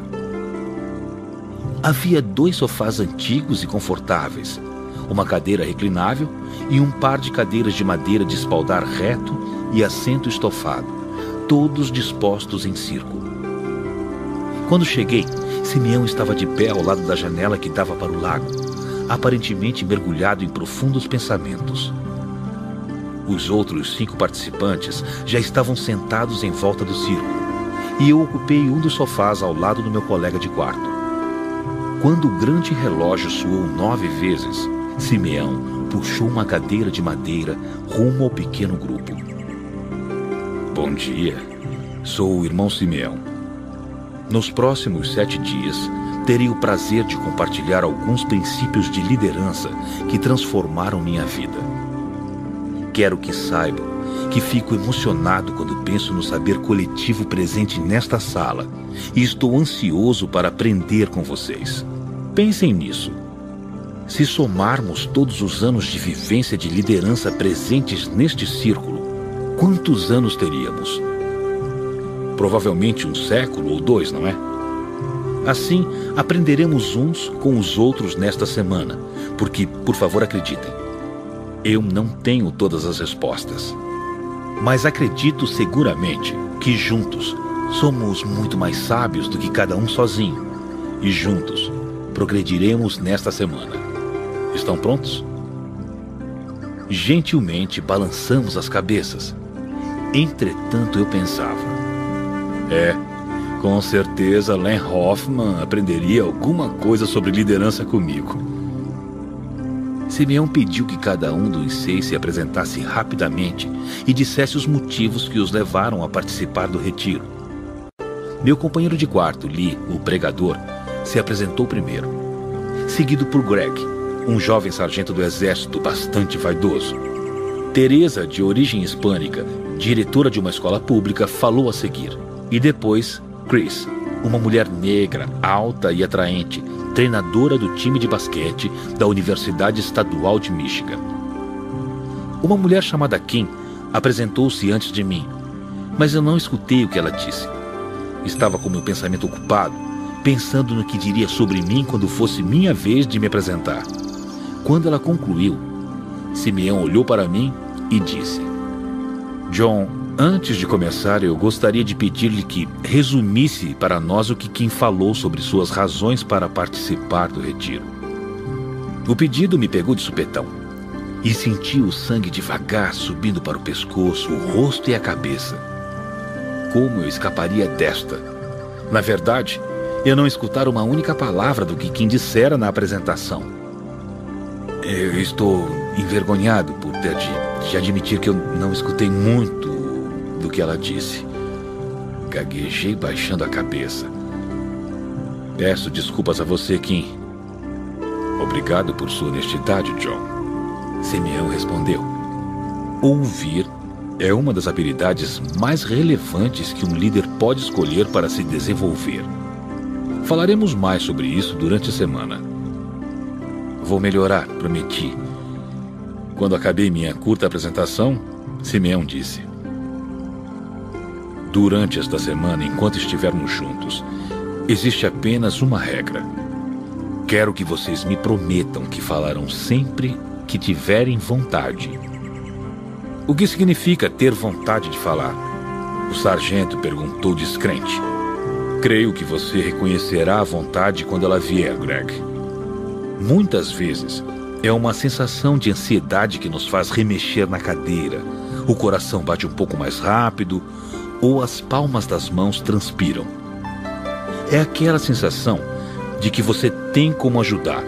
Havia dois sofás antigos e confortáveis, uma cadeira reclinável e um par de cadeiras de madeira de espaldar reto e assento estofado, todos dispostos em círculo. Quando cheguei, Simeão estava de pé ao lado da janela que dava para o lago, aparentemente mergulhado em profundos pensamentos. Os outros cinco participantes já estavam sentados em volta do círculo, e eu ocupei um dos sofás ao lado do meu colega de quarto. Quando o grande relógio soou nove vezes, Simeão puxou uma cadeira de madeira rumo ao pequeno grupo. Bom dia, sou o irmão Simeão. Nos próximos sete dias, terei o prazer de compartilhar alguns princípios de liderança que transformaram minha vida. Quero que saibam que fico emocionado quando penso no saber coletivo presente nesta sala e estou ansioso para aprender com vocês. Pensem nisso. Se somarmos todos os anos de vivência de liderança presentes neste círculo, quantos anos teríamos? Provavelmente um século ou dois, não é? Assim, aprenderemos uns com os outros nesta semana, porque, por favor, acreditem, eu não tenho todas as respostas. Mas acredito seguramente que juntos somos muito mais sábios do que cada um sozinho, e juntos progrediremos nesta semana. Estão prontos? Gentilmente balançamos as cabeças. Entretanto, eu pensava, é, com certeza Len Hoffman aprenderia alguma coisa sobre liderança comigo. Simeão pediu que cada um dos seis se apresentasse rapidamente e dissesse os motivos que os levaram a participar do retiro. Meu companheiro de quarto, Lee, o pregador, se apresentou primeiro, seguido por Greg, um jovem sargento do exército bastante vaidoso. Teresa, de origem hispânica, diretora de uma escola pública, falou a seguir. E depois, Chris, uma mulher negra, alta e atraente, treinadora do time de basquete da Universidade Estadual de Michigan. Uma mulher chamada Kim apresentou-se antes de mim, mas eu não escutei o que ela disse. Estava com meu pensamento ocupado, pensando no que diria sobre mim quando fosse minha vez de me apresentar. Quando ela concluiu, Simeão olhou para mim e disse: John, antes de começar, eu gostaria de pedir-lhe que resumisse para nós o que Kim falou sobre suas razões para participar do retiro. O pedido me pegou de supetão e senti o sangue devagar subindo para o pescoço, o rosto e a cabeça. Como eu escaparia desta? Na verdade, eu não escutara uma única palavra do que Kim dissera na apresentação. Eu estou envergonhado por ter de, de admitir que eu não escutei muito do que ela disse. Gaguejei baixando a cabeça. Peço desculpas a você, Kim. Obrigado por sua honestidade, John. Simeão respondeu. Ouvir é uma das habilidades mais relevantes que um líder pode escolher para se desenvolver. Falaremos mais sobre isso durante a semana. Vou melhorar, prometi. Quando acabei minha curta apresentação, Simeão disse: Durante esta semana, enquanto estivermos juntos, existe apenas uma regra. Quero que vocês me prometam que falarão sempre que tiverem vontade. O que significa ter vontade de falar? O sargento perguntou descrente. Creio que você reconhecerá a vontade quando ela vier, Greg. Muitas vezes, é uma sensação de ansiedade que nos faz remexer na cadeira. O coração bate um pouco mais rápido ou as palmas das mãos transpiram. É aquela sensação de que você tem como ajudar.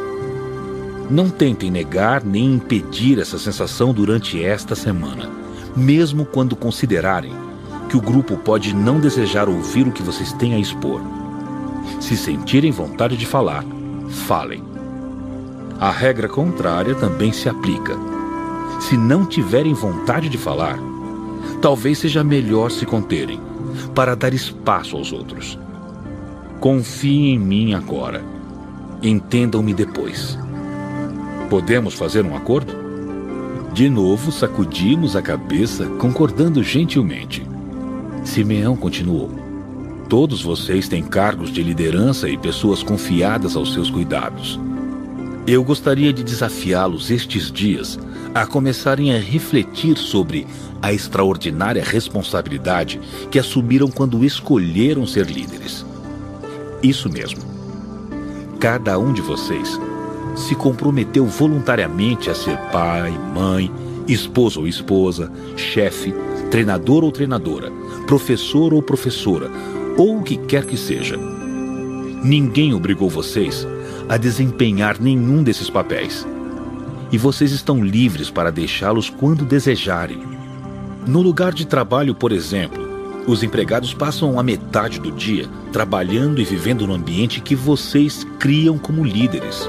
Não tentem negar nem impedir essa sensação durante esta semana, mesmo quando considerarem que o grupo pode não desejar ouvir o que vocês têm a expor. Se sentirem vontade de falar, falem. A regra contrária também se aplica. Se não tiverem vontade de falar, talvez seja melhor se conterem, para dar espaço aos outros. Confiem em mim agora. Entendam-me depois. Podemos fazer um acordo? De novo, sacudimos a cabeça, concordando gentilmente. Simeão continuou. Todos vocês têm cargos de liderança e pessoas confiadas aos seus cuidados. Eu gostaria de desafiá-los estes dias a começarem a refletir sobre a extraordinária responsabilidade que assumiram quando escolheram ser líderes. Isso mesmo. Cada um de vocês se comprometeu voluntariamente a ser pai, mãe, esposo ou esposa, chefe, treinador ou treinadora, professor ou professora, ou o que quer que seja. Ninguém obrigou vocês a desempenhar nenhum desses papéis. E vocês estão livres para deixá-los quando desejarem. No lugar de trabalho, por exemplo, os empregados passam a metade do dia trabalhando e vivendo no ambiente que vocês criam como líderes.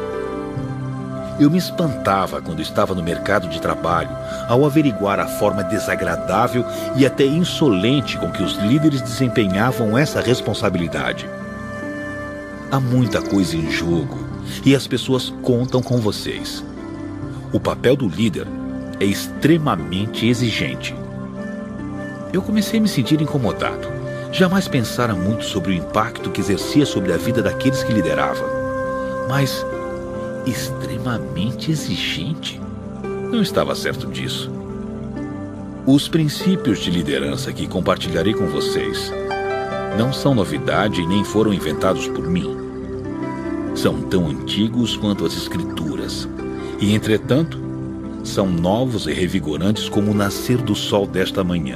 Eu me espantava quando estava no mercado de trabalho ao averiguar a forma desagradável e até insolente com que os líderes desempenhavam essa responsabilidade. Há muita coisa em jogo e as pessoas contam com vocês. O papel do líder é extremamente exigente. Eu comecei a me sentir incomodado. Jamais pensara muito sobre o impacto que exercia sobre a vida daqueles que liderava. Mas extremamente exigente? Não estava certo disso. Os princípios de liderança que compartilharei com vocês não são novidade e nem foram inventados por mim. São tão antigos quanto as escrituras. E, entretanto, são novos e revigorantes como o nascer do sol desta manhã.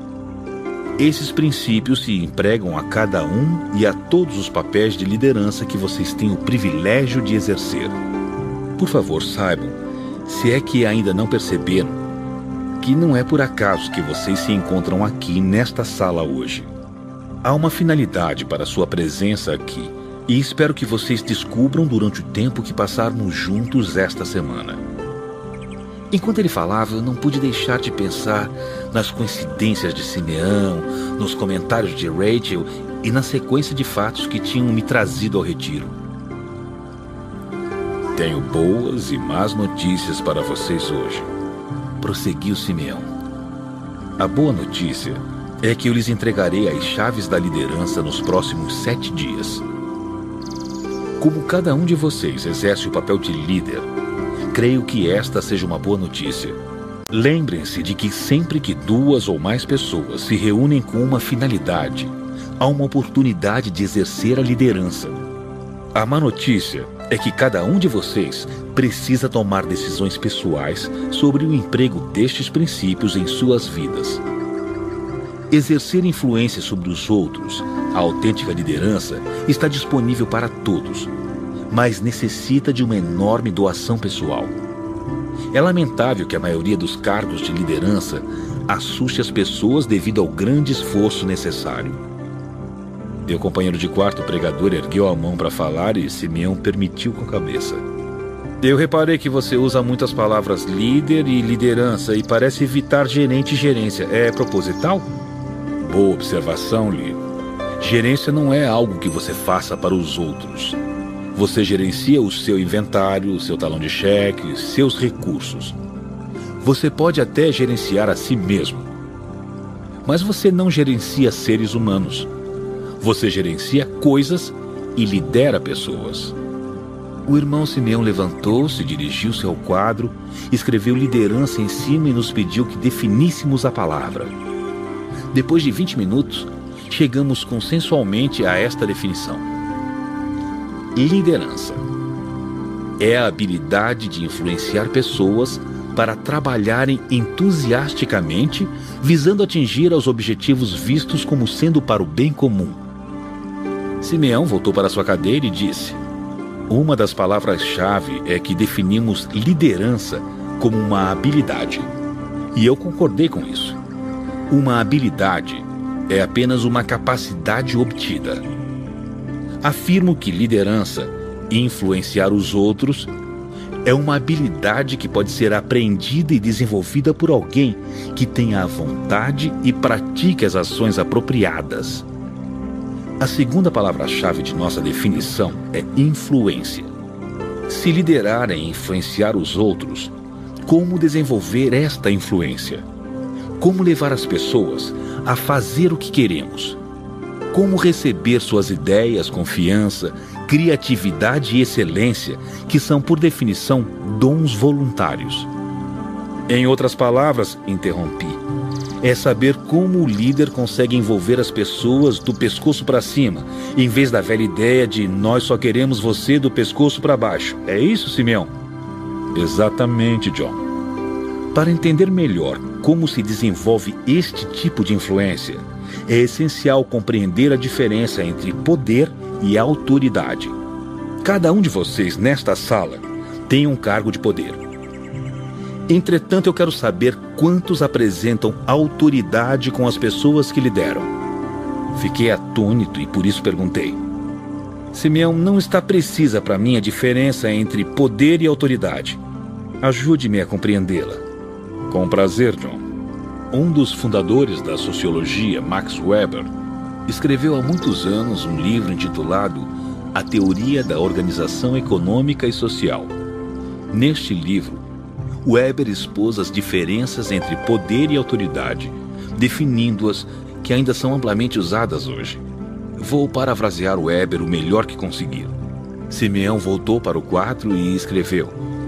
Esses princípios se empregam a cada um e a todos os papéis de liderança que vocês têm o privilégio de exercer. Por favor, saibam, se é que ainda não perceberam, que não é por acaso que vocês se encontram aqui nesta sala hoje. Há uma finalidade para sua presença aqui e espero que vocês descubram durante o tempo que passarmos juntos esta semana. Enquanto ele falava, eu não pude deixar de pensar nas coincidências de Simeão, nos comentários de Rachel e na sequência de fatos que tinham me trazido ao retiro. Tenho boas e más notícias para vocês hoje, prosseguiu Simeão. A boa notícia é que eu lhes entregarei as chaves da liderança nos próximos sete dias. Como cada um de vocês exerce o papel de líder, creio que esta seja uma boa notícia. Lembrem-se de que sempre que duas ou mais pessoas se reúnem com uma finalidade, há uma oportunidade de exercer a liderança. A má notícia é que cada um de vocês precisa tomar decisões pessoais sobre o emprego destes princípios em suas vidas. Exercer influência sobre os outros, a autêntica liderança, está disponível para todos, mas necessita de uma enorme doação pessoal. É lamentável que a maioria dos cargos de liderança assuste as pessoas devido ao grande esforço necessário. Meu companheiro de quarto, o pregador, ergueu a mão para falar e Simeão permitiu com a cabeça. Eu reparei que você usa muitas palavras líder e liderança e parece evitar gerente e gerência. É proposital? Boa observação, Lee. Gerência não é algo que você faça para os outros. Você gerencia o seu inventário, o seu talão de cheques, seus recursos. Você pode até gerenciar a si mesmo. Mas você não gerencia seres humanos. Você gerencia coisas e lidera pessoas. O irmão Simeão levantou-se, dirigiu-se ao quadro, escreveu liderança em cima e nos pediu que definíssemos a palavra. Depois de vinte minutos, chegamos consensualmente a esta definição. Liderança é a habilidade de influenciar pessoas para trabalharem entusiasticamente, visando atingir os objetivos vistos como sendo para o bem comum. Simeão voltou para sua cadeira e disse: uma das palavras-chave é que definimos liderança como uma habilidade. E eu concordei com isso. Uma habilidade é apenas uma capacidade obtida. Afirmo que liderança, influenciar os outros, é uma habilidade que pode ser aprendida e desenvolvida por alguém que tenha a vontade e pratique as ações apropriadas. A segunda palavra-chave de nossa definição é influência. Se liderar é influenciar os outros, como desenvolver esta influência? Como levar as pessoas a fazer o que queremos? Como receber suas ideias, confiança, criatividade e excelência, que são, por definição, dons voluntários? Em outras palavras, interrompi, é saber como o líder consegue envolver as pessoas do pescoço para cima, em vez da velha ideia de nós só queremos você do pescoço para baixo. É isso, Simeão? Exatamente, John. Para entender melhor como se desenvolve este tipo de influência, é essencial compreender a diferença entre poder e autoridade. Cada um de vocês nesta sala tem um cargo de poder. Entretanto, eu quero saber quantos apresentam autoridade com as pessoas que lideram. Fiquei atônito e por isso perguntei. Simeão, não está precisa para mim a diferença entre poder e autoridade. Ajude-me a compreendê-la. Com prazer, John. Um dos fundadores da sociologia, Max Weber, escreveu há muitos anos um livro intitulado A Teoria da Organização Econômica e Social. Neste livro, Weber expôs as diferenças entre poder e autoridade, definindo-as que ainda são amplamente usadas hoje. Vou parafrasear Weber o melhor que conseguir. Simeão voltou para o quadro e escreveu: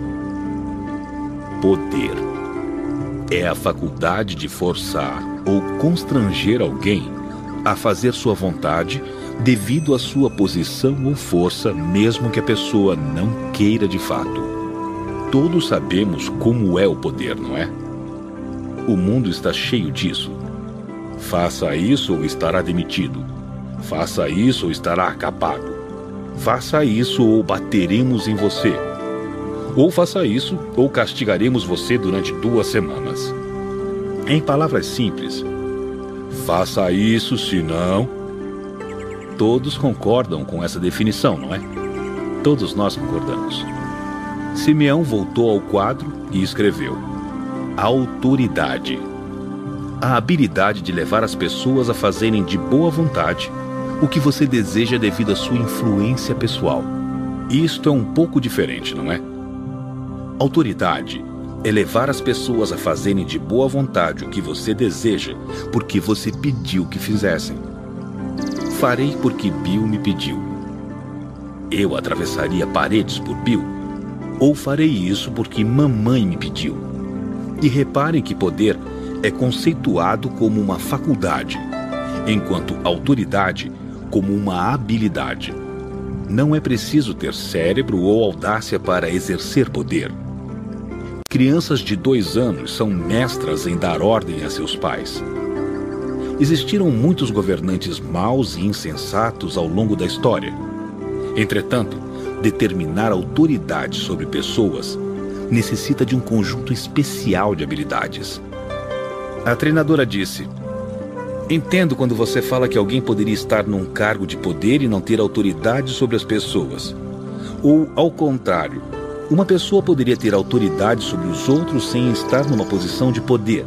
poder é a faculdade de forçar ou constranger alguém a fazer sua vontade devido à sua posição ou força, mesmo que a pessoa não queira de fato. Todos sabemos como é o poder, não é? O mundo está cheio disso. Faça isso ou estará demitido. Faça isso ou estará acabado. Faça isso ou bateremos em você. Ou faça isso ou castigaremos você durante duas semanas. Em palavras simples, faça isso, senão... Todos concordam com essa definição, não é? Todos nós concordamos. Simeão voltou ao quadro e escreveu: autoridade. A habilidade de levar as pessoas a fazerem de boa vontade o que você deseja devido à sua influência pessoal. Isto é um pouco diferente, não é? Autoridade é levar as pessoas a fazerem de boa vontade o que você deseja porque você pediu que fizessem. Farei porque Bill me pediu. Eu atravessaria paredes por Bill? Ou farei isso porque mamãe me pediu? E reparem que poder é conceituado como uma faculdade, enquanto autoridade como uma habilidade. Não é preciso ter cérebro ou audácia para exercer poder. Crianças de dois anos são mestras em dar ordem a seus pais. Existiram muitos governantes maus e insensatos ao longo da história. Entretanto, determinar autoridade sobre pessoas necessita de um conjunto especial de habilidades. A treinadora disse: entendo quando você fala que alguém poderia estar num cargo de poder e não ter autoridade sobre as pessoas. Ou, ao contrário, uma pessoa poderia ter autoridade sobre os outros sem estar numa posição de poder.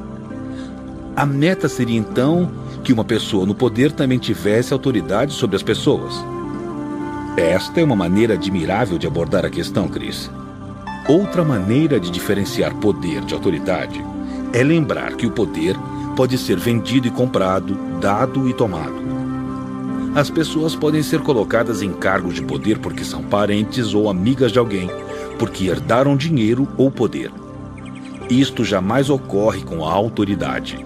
A meta seria, então, que uma pessoa no poder também tivesse autoridade sobre as pessoas. Esta é uma maneira admirável de abordar a questão, Chris. Outra maneira de diferenciar poder de autoridade é lembrar que o poder pode ser vendido e comprado, dado e tomado. As pessoas podem ser colocadas em cargos de poder porque são parentes ou amigas de alguém, porque herdaram dinheiro ou poder. Isto jamais ocorre com a autoridade.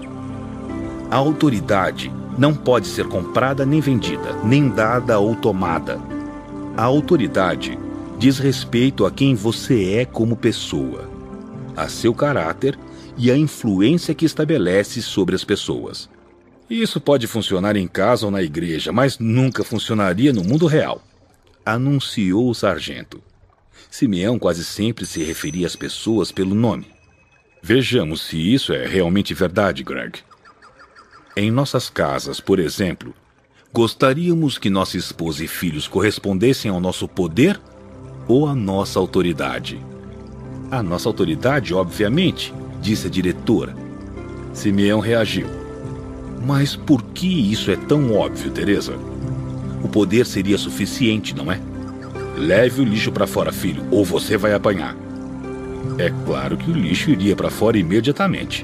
A autoridade não pode ser comprada nem vendida, nem dada ou tomada. A autoridade diz respeito a quem você é como pessoa, a seu caráter e a influência que estabelece sobre as pessoas. Isso pode funcionar em casa ou na igreja, mas nunca funcionaria no mundo real, anunciou o sargento. Simeão quase sempre se referia às pessoas pelo nome. Vejamos se isso é realmente verdade, Greg. Em nossas casas, por exemplo, gostaríamos que nossa esposa e filhos correspondessem ao nosso poder ou à nossa autoridade? A nossa autoridade, obviamente, disse a diretora. Simeão reagiu. Mas por que isso é tão óbvio, Teresa? O poder seria suficiente, não é? Leve o lixo para fora, filho, ou você vai apanhar. É claro que o lixo iria para fora imediatamente.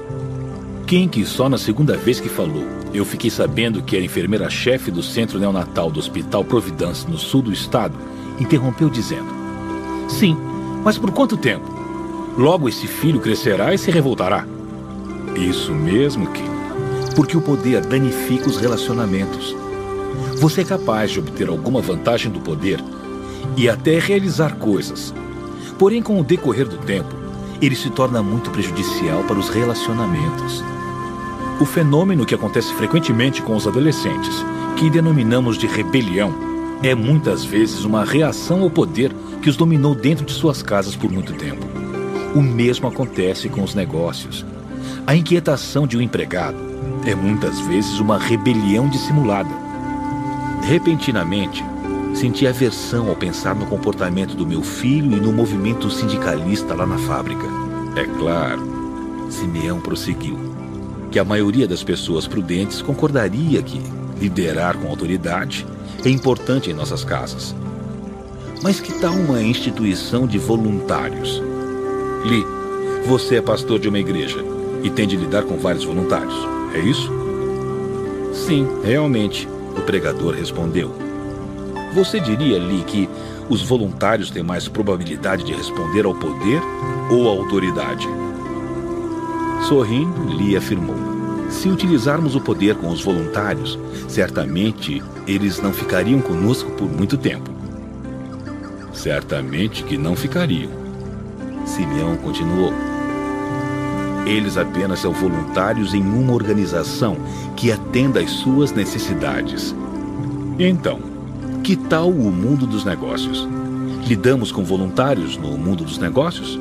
Quem que só na segunda vez que falou, eu fiquei sabendo que era enfermeira-chefe do centro neonatal do Hospital Providence, no sul do estado, interrompeu dizendo: sim, mas por quanto tempo? Logo esse filho crescerá e se revoltará. Isso mesmo, Kim. Porque o poder danifica os relacionamentos. Você é capaz de obter alguma vantagem do poder e até realizar coisas. Porém, com o decorrer do tempo, ele se torna muito prejudicial para os relacionamentos. O fenômeno que acontece frequentemente com os adolescentes, que denominamos de rebelião, é muitas vezes uma reação ao poder que os dominou dentro de suas casas por muito tempo. O mesmo acontece com os negócios. A inquietação de um empregado é muitas vezes uma rebelião dissimulada. Repentinamente, senti aversão ao pensar no comportamento do meu filho e no movimento sindicalista lá na fábrica. É claro, Simeão prosseguiu, que a maioria das pessoas prudentes concordaria que liderar com autoridade é importante em nossas casas. Mas que tal uma instituição de voluntários? Lee, você é pastor de uma igreja e tem de lidar com vários voluntários, é isso? Sim, realmente, o pregador respondeu. Você diria, Lee, que os voluntários têm mais probabilidade de responder ao poder ou à autoridade? Sorrindo, Lee afirmou: se utilizarmos o poder com os voluntários, certamente eles não ficariam conosco por muito tempo. Certamente que não ficariam. Simeão continuou. Eles apenas são voluntários em uma organização que atenda às suas necessidades. Então, que tal o mundo dos negócios? Lidamos com voluntários no mundo dos negócios?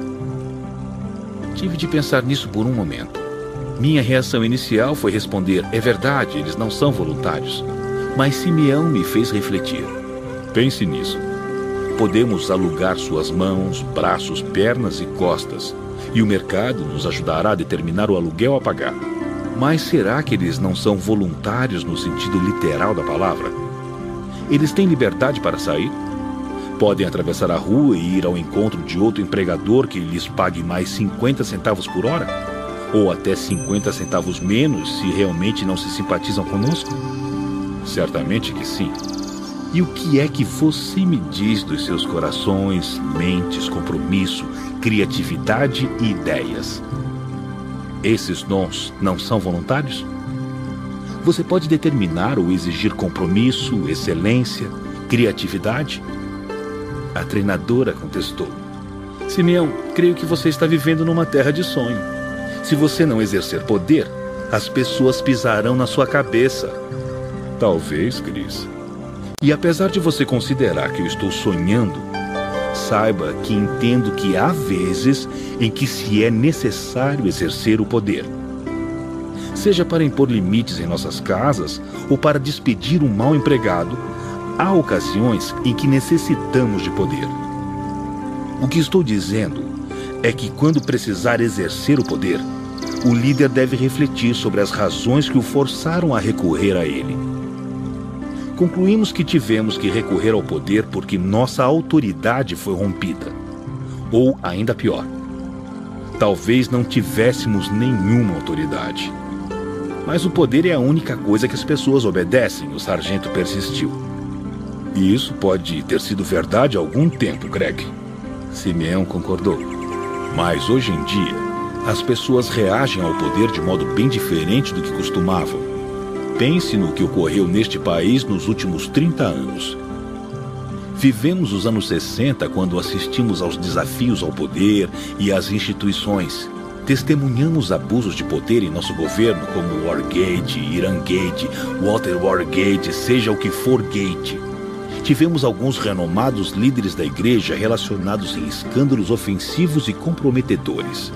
Tive de pensar nisso por um momento. Minha reação inicial foi responder: é verdade, eles não são voluntários. Mas Simeão me fez refletir. Pense nisso. Podemos alugar suas mãos, braços, pernas e costas, e o mercado nos ajudará a determinar o aluguel a pagar. Mas será que eles não são voluntários no sentido literal da palavra? Eles têm liberdade para sair? Podem atravessar a rua e ir ao encontro de outro empregador que lhes pague mais cinquenta centavos por hora? Ou até cinquenta centavos menos se realmente não se simpatizam conosco? Certamente que sim. E o que é que você me diz dos seus corações, mentes, compromisso, criatividade e ideias? Esses dons não são voluntários? Você pode determinar ou exigir compromisso, excelência, criatividade? A treinadora contestou. Simeão, creio que você está vivendo numa terra de sonho. Se você não exercer poder, as pessoas pisarão na sua cabeça. Talvez, Chris. E apesar de você considerar que eu estou sonhando, saiba que entendo que há vezes em que se é necessário exercer o poder. Seja para impor limites em nossas casas ou para despedir um mau empregado, há ocasiões em que necessitamos de poder. O que estou dizendo é que quando precisar exercer o poder, o líder deve refletir sobre as razões que o forçaram a recorrer a ele. Concluímos que tivemos que recorrer ao poder porque nossa autoridade foi rompida. Ou, ainda pior, talvez não tivéssemos nenhuma autoridade. Mas o poder é a única coisa que as pessoas obedecem, o sargento persistiu. E isso pode ter sido verdade há algum tempo, Greg. Simeão concordou. Mas hoje em dia, as pessoas reagem ao poder de modo bem diferente do que costumavam. Pense no que ocorreu neste país nos últimos trinta anos. Vivemos os anos sessenta quando assistimos aos desafios ao poder e às instituições. Testemunhamos abusos de poder em nosso governo, como Watergate, Irangate, Water Watergate, seja o que for Gate. Tivemos alguns renomados líderes da igreja relacionados em escândalos ofensivos e comprometedores.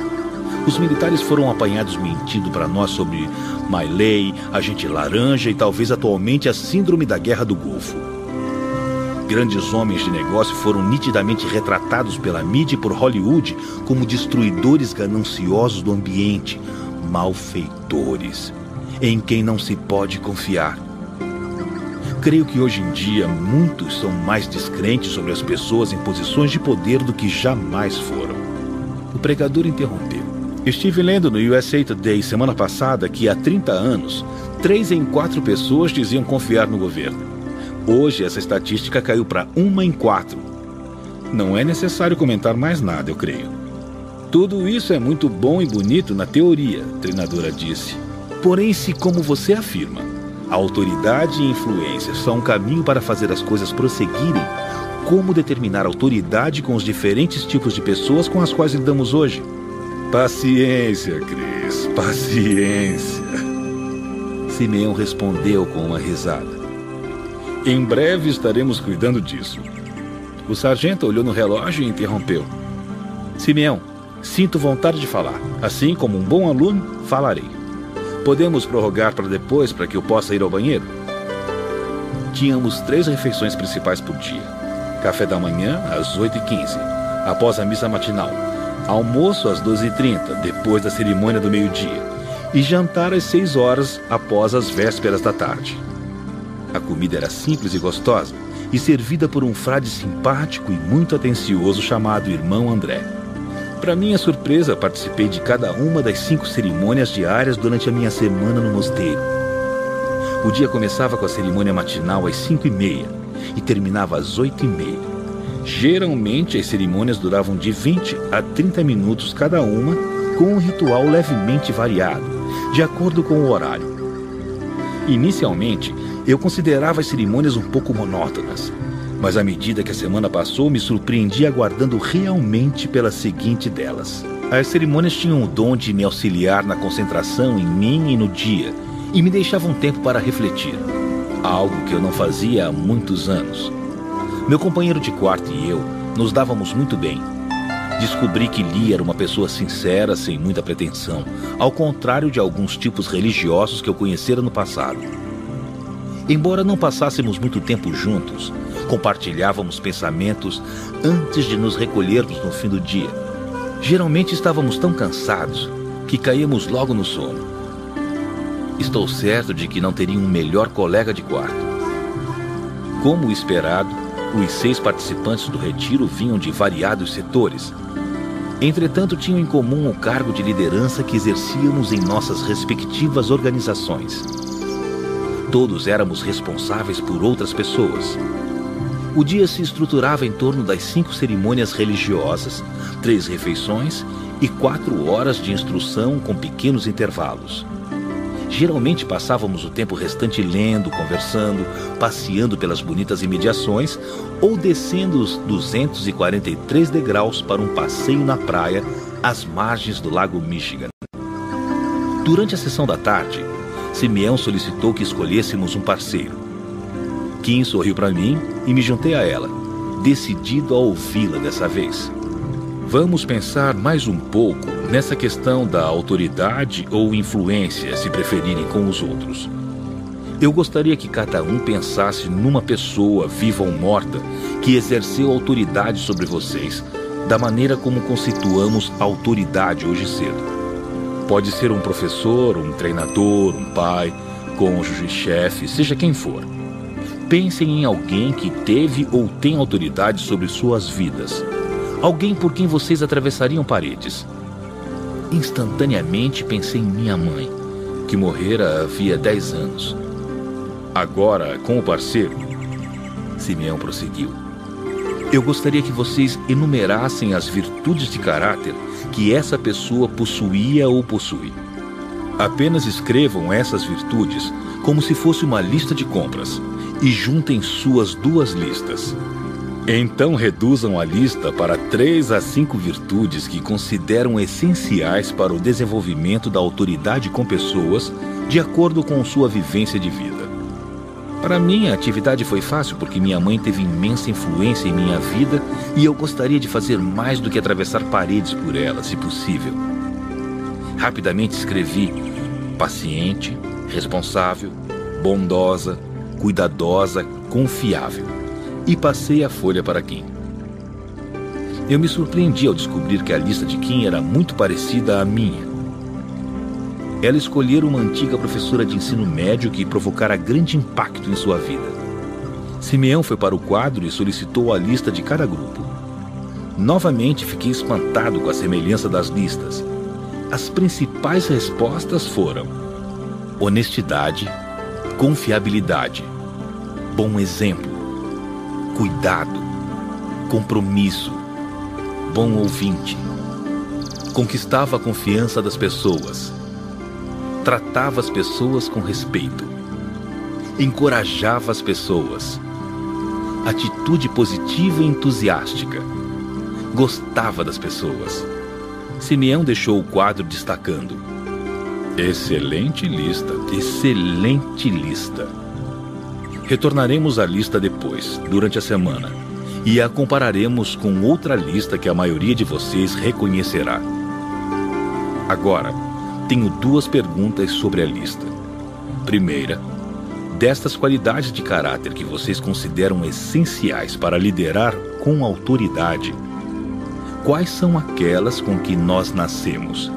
Os militares foram apanhados mentindo para nós sobre Milei, Agente Laranja e talvez atualmente a síndrome da Guerra do Golfo. Grandes homens de negócio foram nitidamente retratados pela mídia e por Hollywood como destruidores gananciosos do ambiente, malfeitores, em quem não se pode confiar. Creio que hoje em dia muitos são mais descrentes sobre as pessoas em posições de poder do que jamais foram. O pregador interrompeu. Estive lendo no U S A Today semana passada que há trinta anos, três em quatro pessoas diziam confiar no governo. Hoje, essa estatística caiu para uma em quatro. Não é necessário comentar mais nada, eu creio. Tudo isso é muito bom e bonito na teoria, a treinadora disse. Porém, se, como você afirma, a autoridade e influência são um caminho para fazer as coisas prosseguirem, como determinar autoridade com os diferentes tipos de pessoas com as quais lidamos hoje? Paciência, Chris, paciência. Simeão respondeu com uma risada. Em breve estaremos cuidando disso. O sargento olhou no relógio e interrompeu. Simeão, sinto vontade de falar. Assim como um bom aluno, falarei. Podemos prorrogar para depois para que eu possa ir ao banheiro? Tínhamos três refeições principais por dia. Café da manhã às oito e quinze, após a missa matinal. Almoço às doze e trinta, depois da cerimônia do meio-dia. E jantar às seis horas, após as vésperas da tarde. A comida era simples e gostosa, e servida por um frade simpático e muito atencioso chamado Irmão André. Para minha surpresa, participei de cada uma das cinco cerimônias diárias durante a minha semana no mosteiro. O dia começava com a cerimônia matinal às cinco e meia e terminava às oito e meia. Geralmente, as cerimônias duravam de vinte a trinta minutos cada uma, com um ritual levemente variado, de acordo com o horário. Inicialmente, eu considerava as cerimônias um pouco monótonas, mas à medida que a semana passou, me surpreendi aguardando realmente pela seguinte delas. As cerimônias tinham o dom de me auxiliar na concentração em mim e no dia, e me deixavam tempo para refletir, algo que eu não fazia há muitos anos. Meu companheiro de quarto e eu nos dávamos muito bem. Descobri que Lee era uma pessoa sincera, sem muita pretensão, ao contrário de alguns tipos religiosos que eu conhecera no passado. Embora não passássemos muito tempo juntos, compartilhávamos pensamentos antes de nos recolhermos no fim do dia. Geralmente estávamos tão cansados que caíamos logo no sono. Estou certo de que não teria um melhor colega de quarto. Como esperado, os seis participantes do retiro vinham de variados setores. Entretanto, tinham em comum o cargo de liderança que exercíamos em nossas respectivas organizações. Todos éramos responsáveis por outras pessoas. O dia se estruturava em torno das cinco cerimônias religiosas, três refeições e quatro horas de instrução com pequenos intervalos. Geralmente passávamos o tempo restante lendo, conversando, passeando pelas bonitas imediações ou descendo os duzentos e quarenta e três degraus para um passeio na praia às margens do Lago Michigan. Durante a sessão da tarde, Simeão solicitou que escolhêssemos um parceiro. Kim sorriu para mim e me juntei a ela, decidido a ouvi-la dessa vez. Vamos pensar mais um pouco nessa questão da autoridade ou influência, se preferirem, com os outros. Eu gostaria que cada um pensasse numa pessoa, viva ou morta, que exerceu autoridade sobre vocês, da maneira como conceituamos a autoridade hoje cedo. Pode ser um professor, um treinador, um pai, cônjuge, chefe, seja quem for. Pensem em alguém que teve ou tem autoridade sobre suas vidas. Alguém por quem vocês atravessariam paredes. Instantaneamente pensei em minha mãe, que morrera havia dez anos. Agora, com o parceiro, Simeão prosseguiu, eu gostaria que vocês enumerassem as virtudes de caráter que essa pessoa possuía ou possui. Apenas escrevam essas virtudes como se fosse uma lista de compras e juntem suas duas listas. Então reduzam a lista para três a cinco virtudes que consideram essenciais para o desenvolvimento da autoridade com pessoas de acordo com sua vivência de vida. Para mim, a atividade foi fácil porque minha mãe teve imensa influência em minha vida e eu gostaria de fazer mais do que atravessar paredes por ela, se possível. Rapidamente escrevi paciente, responsável, bondosa, cuidadosa, confiável e passei a folha para Kim. Eu me surpreendi ao descobrir que a lista de Kim era muito parecida à minha. Ela escolhera uma antiga professora de ensino médio que provocara grande impacto em sua vida. Simeão foi para o quadro e solicitou a lista de cada grupo. Novamente fiquei espantado com a semelhança das listas. As principais respostas foram honestidade, confiabilidade, bom exemplo, cuidado, compromisso, bom ouvinte, conquistava a confiança das pessoas, tratava as pessoas com respeito, encorajava as pessoas, atitude positiva e entusiástica, gostava das pessoas. Simeão deixou o quadro destacando: excelente lista, excelente lista. Retornaremos à lista depois, durante a semana, e a compararemos com outra lista que a maioria de vocês reconhecerá. Agora, tenho duas perguntas sobre a lista. Primeira, destas qualidades de caráter que vocês consideram essenciais para liderar com autoridade, quais são aquelas com que nós nascemos?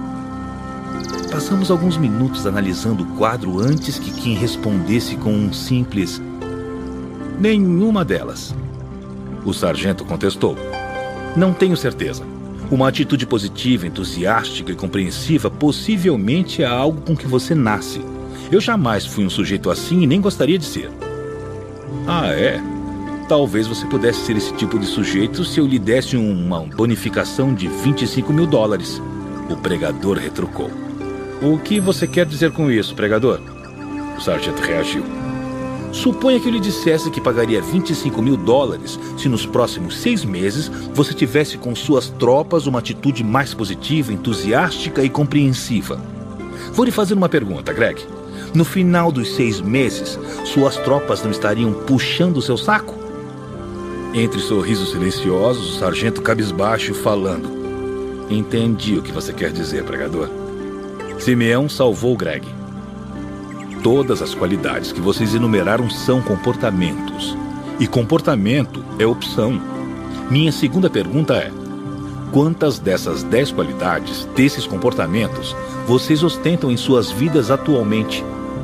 Passamos alguns minutos analisando o quadro antes que Kim respondesse com um simples nenhuma delas. O sargento contestou: não tenho certeza. Uma atitude positiva, entusiástica e compreensiva possivelmente é algo com que você nasce. Eu jamais fui um sujeito assim e nem gostaria de ser. Ah, é? Talvez você pudesse ser esse tipo de sujeito se eu lhe desse uma bonificação de vinte e cinco mil dólares. O pregador retrucou. O que você quer dizer com isso, pregador? O sargento reagiu. Suponha que eu lhe dissesse que pagaria vinte e cinco mil dólares se nos próximos seis meses você tivesse com suas tropas uma atitude mais positiva, entusiástica e compreensiva. Vou lhe fazer uma pergunta, Greg. No final dos seis meses, suas tropas não estariam puxando o seu saco? Entre sorrisos silenciosos, o sargento cabisbaixo falando: entendi o que você quer dizer, pregador. Simeão salvou Greg. Todas as qualidades que vocês enumeraram são comportamentos. E comportamento é opção. Minha segunda pergunta é: quantas dessas dez qualidades, desses comportamentos, vocês ostentam em suas vidas atualmente?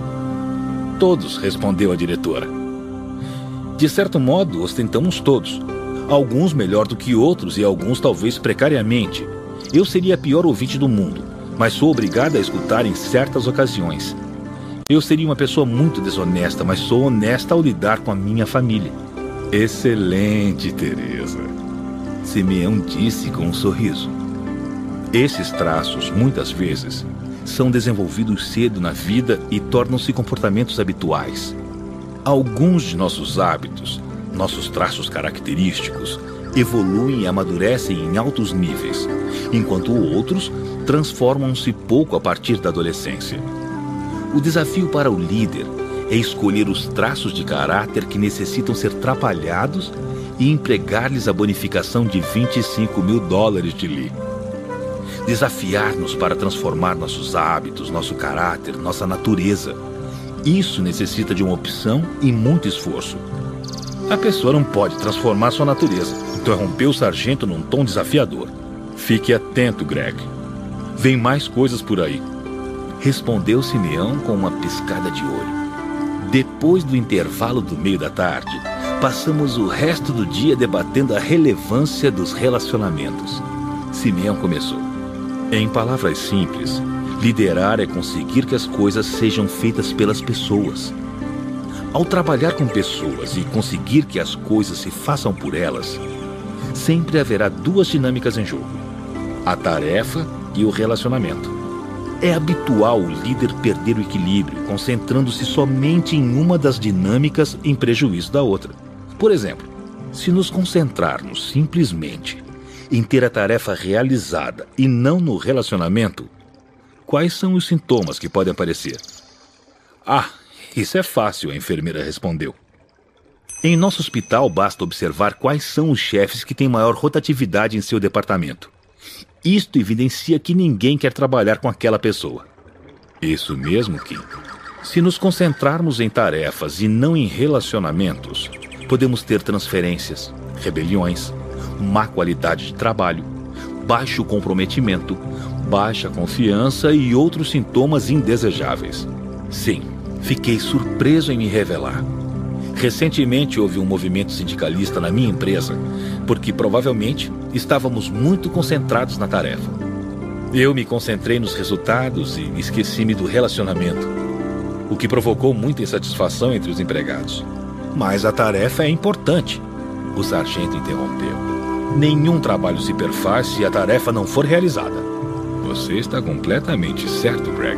Todos, respondeu a diretora. De certo modo, ostentamos todos. Alguns melhor do que outros e alguns talvez precariamente. Eu seria a pior ouvinte do mundo, mas sou obrigada a escutar em certas ocasiões. Eu seria uma pessoa muito desonesta, mas sou honesta ao lidar com a minha família. Excelente, Teresa. Simeão disse com um sorriso. Esses traços, muitas vezes, são desenvolvidos cedo na vida e tornam-se comportamentos habituais. Alguns de nossos hábitos, nossos traços característicos, evoluem e amadurecem em altos níveis, enquanto outros transformam-se pouco a partir da adolescência. O desafio para o líder é escolher os traços de caráter que necessitam ser trabalhados e empregar-lhes a bonificação de vinte e cinco mil dólares de Lee. Desafiar-nos para transformar nossos hábitos, nosso caráter, nossa natureza. Isso necessita de uma opção e muito esforço. A pessoa não pode transformar sua natureza, interrompeu o sargento num tom desafiador. Fique atento, Greg. Vem mais coisas por aí. Respondeu Simeão com uma piscada de olho. Depois do intervalo do meio da tarde, passamos o resto do dia debatendo a relevância dos relacionamentos. Simeão começou. Em palavras simples, Liderar é conseguir que as coisas sejam feitas pelas pessoas. Ao trabalhar com pessoas e conseguir que as coisas se façam por elas, sempre haverá duas dinâmicas em jogo: a tarefa e o relacionamento. É habitual o líder perder o equilíbrio, concentrando-se somente em uma das dinâmicas em prejuízo da outra. Por exemplo, se nos concentrarmos simplesmente em ter a tarefa realizada e não no relacionamento, quais são os sintomas que podem aparecer? Ah, isso é fácil, a enfermeira respondeu. Em nosso hospital, basta observar quais são os chefes que têm maior rotatividade em seu departamento. Isto evidencia que ninguém quer trabalhar com aquela pessoa. Isso mesmo, Kim. Se nos concentrarmos em tarefas e não em relacionamentos, podemos ter transferências, rebeliões, má qualidade de trabalho, baixo comprometimento, baixa confiança e outros sintomas indesejáveis. Sim, fiquei surpreso em me revelar. Recentemente houve um movimento sindicalista na minha empresa, porque provavelmente estávamos muito concentrados na tarefa. Eu me concentrei nos resultados e esqueci-me do relacionamento, o que provocou muita insatisfação entre os empregados. Mas a tarefa é importante, o sargento interrompeu. Nenhum trabalho se perfaz se a tarefa não for realizada. Você está completamente certo, Greg.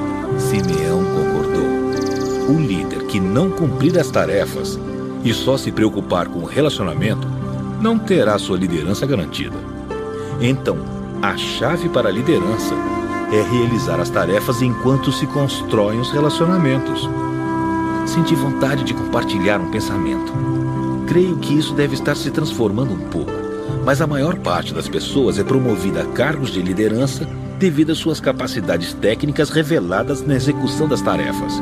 Simeão concordou. O líder que não cumprir as tarefas e só se preocupar com o relacionamento não terá sua liderança garantida. Então, a chave para a liderança é realizar as tarefas enquanto se constroem os relacionamentos. Senti vontade de compartilhar um pensamento. Creio que isso deve estar se transformando um pouco, mas a maior parte das pessoas é promovida a cargos de liderança devido às suas capacidades técnicas reveladas na execução das tarefas.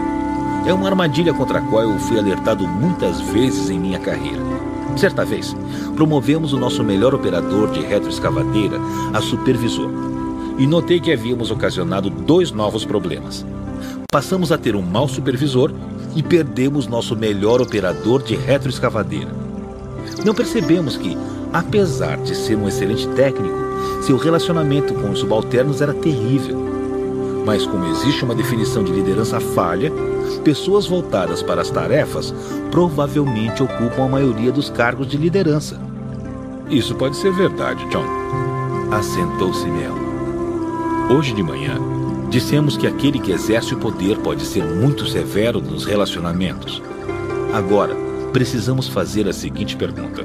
É uma armadilha contra a qual eu fui alertado muitas vezes em minha carreira. Certa vez, promovemos o nosso melhor operador de retroescavadeira a supervisor. E notei que havíamos ocasionado dois novos problemas. Passamos a ter um mau supervisor e perdemos nosso melhor operador de retroescavadeira. Não percebemos que, apesar de ser um excelente técnico, seu relacionamento com os subalternos era terrível. Mas como existe uma definição de liderança falha, pessoas voltadas para as tarefas provavelmente ocupam a maioria dos cargos de liderança. Isso pode ser verdade, John. Assentou Simeão. Hoje de manhã, dissemos que aquele que exerce o poder pode ser muito severo nos relacionamentos. Agora, precisamos fazer a seguinte pergunta: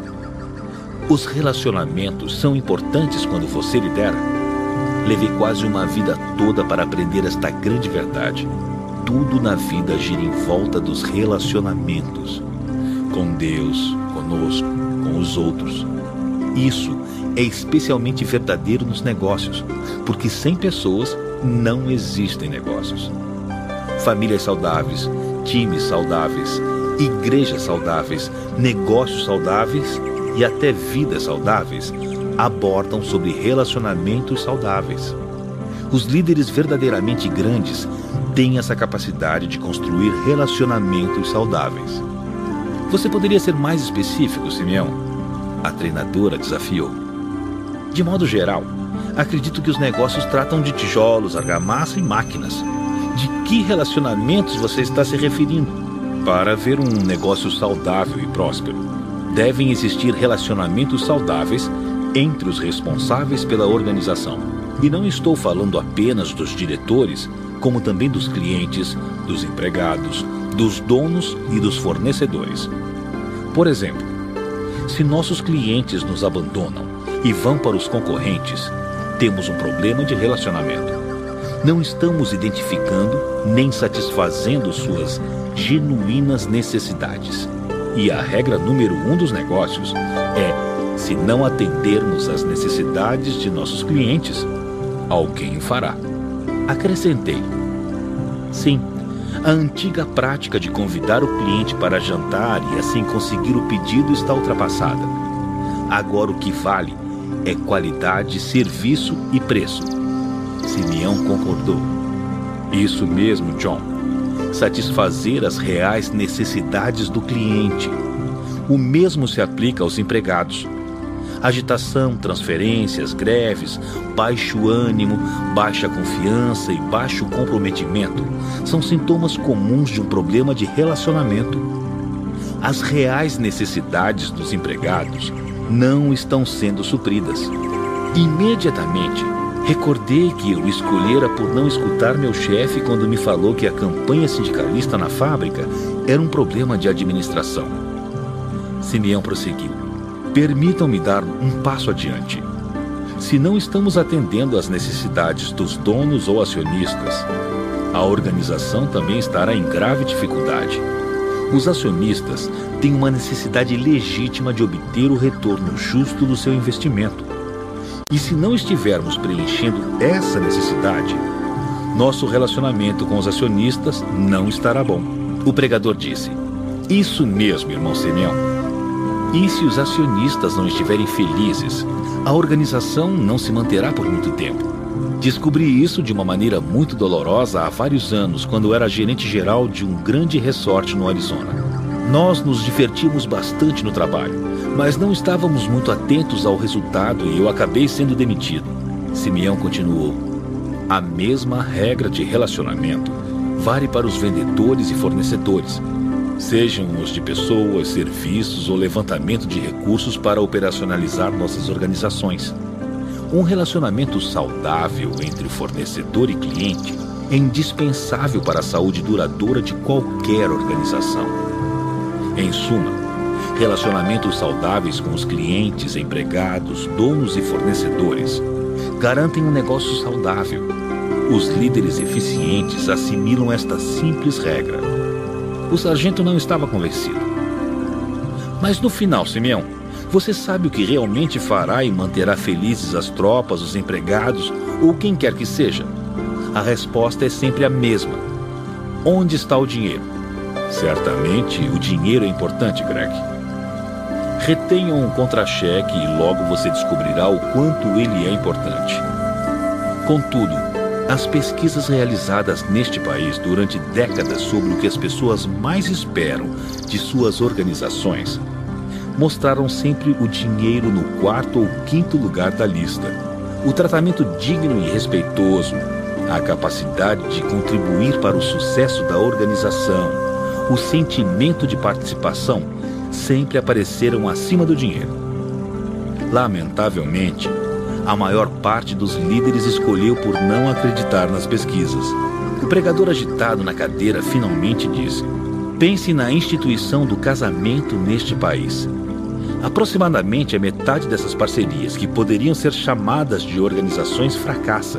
os relacionamentos são importantes quando você lidera? Levei quase uma vida toda para aprender esta grande verdade. Tudo na vida gira em volta dos relacionamentos. Com Deus, conosco, com os outros. Isso é especialmente verdadeiro nos negócios, porque sem pessoas não existem negócios. Famílias saudáveis, times saudáveis, igrejas saudáveis, negócios saudáveis e até vidas saudáveis abordam sobre relacionamentos saudáveis. Os líderes verdadeiramente grandes têm essa capacidade de construir relacionamentos saudáveis. Você poderia ser mais específico, Simeão? A treinadora desafiou. De modo geral, acredito que os negócios tratam de tijolos, argamassa e máquinas. De que relacionamentos você está se referindo? Para haver um negócio saudável e próspero, devem existir relacionamentos saudáveis entre os responsáveis pela organização. E não estou falando apenas dos diretores, como também dos clientes, dos empregados, dos donos e dos fornecedores. Por exemplo, se nossos clientes nos abandonam e vão para os concorrentes, temos um problema de relacionamento. Não estamos identificando nem satisfazendo suas genuínas necessidades. E a regra número um dos negócios é: se não atendermos às necessidades de nossos clientes, alguém o fará. Acrescentei: sim, a antiga prática de convidar o cliente para jantar e assim conseguir o pedido está ultrapassada. Agora o que vale é qualidade, serviço e preço. Simeão concordou. Isso mesmo, John. Satisfazer as reais necessidades do cliente. O mesmo se aplica aos empregados. Agitação, transferências, greves, baixo ânimo, baixa confiança e baixo comprometimento são sintomas comuns de um problema de relacionamento. As reais necessidades dos empregados não estão sendo supridas. Imediatamente, recordei que eu escolhera por não escutar meu chefe quando me falou que a campanha sindicalista na fábrica era um problema de administração. Simeão prosseguiu. Permitam-me dar um passo adiante. Se não estamos atendendo às necessidades dos donos ou acionistas, a organização também estará em grave dificuldade. Os acionistas têm uma necessidade legítima de obter o retorno justo do seu investimento. E se não estivermos preenchendo essa necessidade, nosso relacionamento com os acionistas não estará bom. O pregador disse: isso mesmo, irmão Simeão. E se os acionistas não estiverem felizes, a organização não se manterá por muito tempo. Descobri isso de uma maneira muito dolorosa há vários anos, quando era gerente geral de um grande resort no Arizona. Nós nos divertimos bastante no trabalho, mas não estávamos muito atentos ao resultado e eu acabei sendo demitido. Simeão continuou. A mesma regra de relacionamento vale para os vendedores e fornecedores, sejam os de pessoas, serviços ou levantamento de recursos para operacionalizar nossas organizações. Um relacionamento saudável entre fornecedor e cliente é indispensável para a saúde duradoura de qualquer organização. Em suma, relacionamentos saudáveis com os clientes, empregados, donos e fornecedores garantem um negócio saudável. Os líderes eficientes assimilam esta simples regra. O sargento não estava convencido. Mas no final, Simeão, você sabe o que realmente fará e manterá felizes as tropas, os empregados ou quem quer que seja? A resposta é sempre a mesma. Onde está o dinheiro? Certamente o dinheiro é importante, Greg. Retenham um contra-cheque e logo você descobrirá o quanto ele é importante. Contudo, as pesquisas realizadas neste país durante décadas sobre o que as pessoas mais esperam de suas organizações mostraram sempre o dinheiro no quarto ou quinto lugar da lista. O tratamento digno e respeitoso, a capacidade de contribuir para o sucesso da organização, o sentimento de participação sempre apareceram acima do dinheiro. Lamentavelmente, a maior parte dos líderes escolheu por não acreditar nas pesquisas. O pregador agitado na cadeira finalmente disse: pense na instituição do casamento neste país. Aproximadamente a metade dessas parcerias, que poderiam ser chamadas de organizações, fracassa.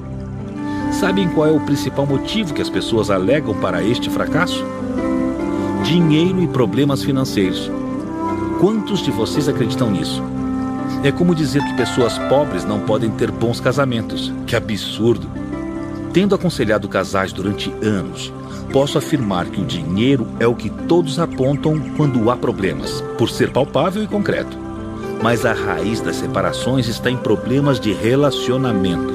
Sabem qual é o principal motivo que as pessoas alegam para este fracasso? Dinheiro e problemas financeiros. Quantos de vocês acreditam nisso? É como dizer que pessoas pobres não podem ter bons casamentos. Que absurdo! Tendo aconselhado casais durante anos, posso afirmar que o dinheiro é o que todos apontam quando há problemas, por ser palpável e concreto. Mas a raiz das separações está em problemas de relacionamento.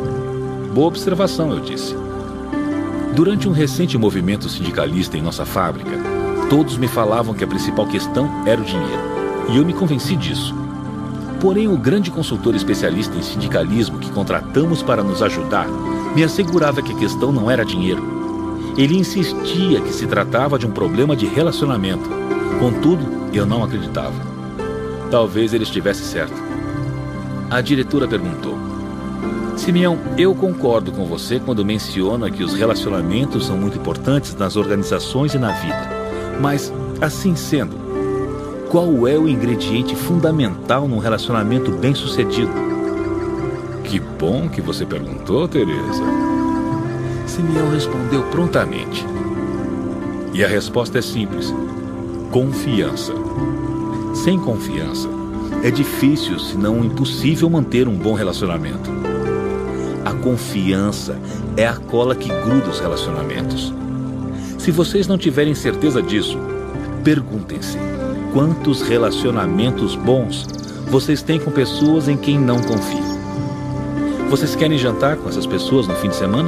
Boa observação, eu disse. Durante um recente movimento sindicalista em nossa fábrica, todos me falavam que a principal questão era o dinheiro, e eu me convenci disso. Porém, o grande consultor especialista em sindicalismo que contratamos para nos ajudar me assegurava que a questão não era dinheiro. Ele insistia que se tratava de um problema de relacionamento. Contudo, eu não acreditava. Talvez ele estivesse certo. A diretora perguntou: Simeão, eu concordo com você quando menciona que os relacionamentos são muito importantes nas organizações e na vida. Mas, assim sendo, qual é o ingrediente fundamental num relacionamento bem-sucedido? Que bom que você perguntou, Teresa. Simeão respondeu prontamente. E a resposta é simples: confiança. Sem confiança, é difícil, se não impossível, manter um bom relacionamento. A confiança é a cola que gruda os relacionamentos. Se vocês não tiverem certeza disso, perguntem-se: quantos relacionamentos bons vocês têm com pessoas em quem não confiam? Vocês querem jantar com essas pessoas no fim de semana?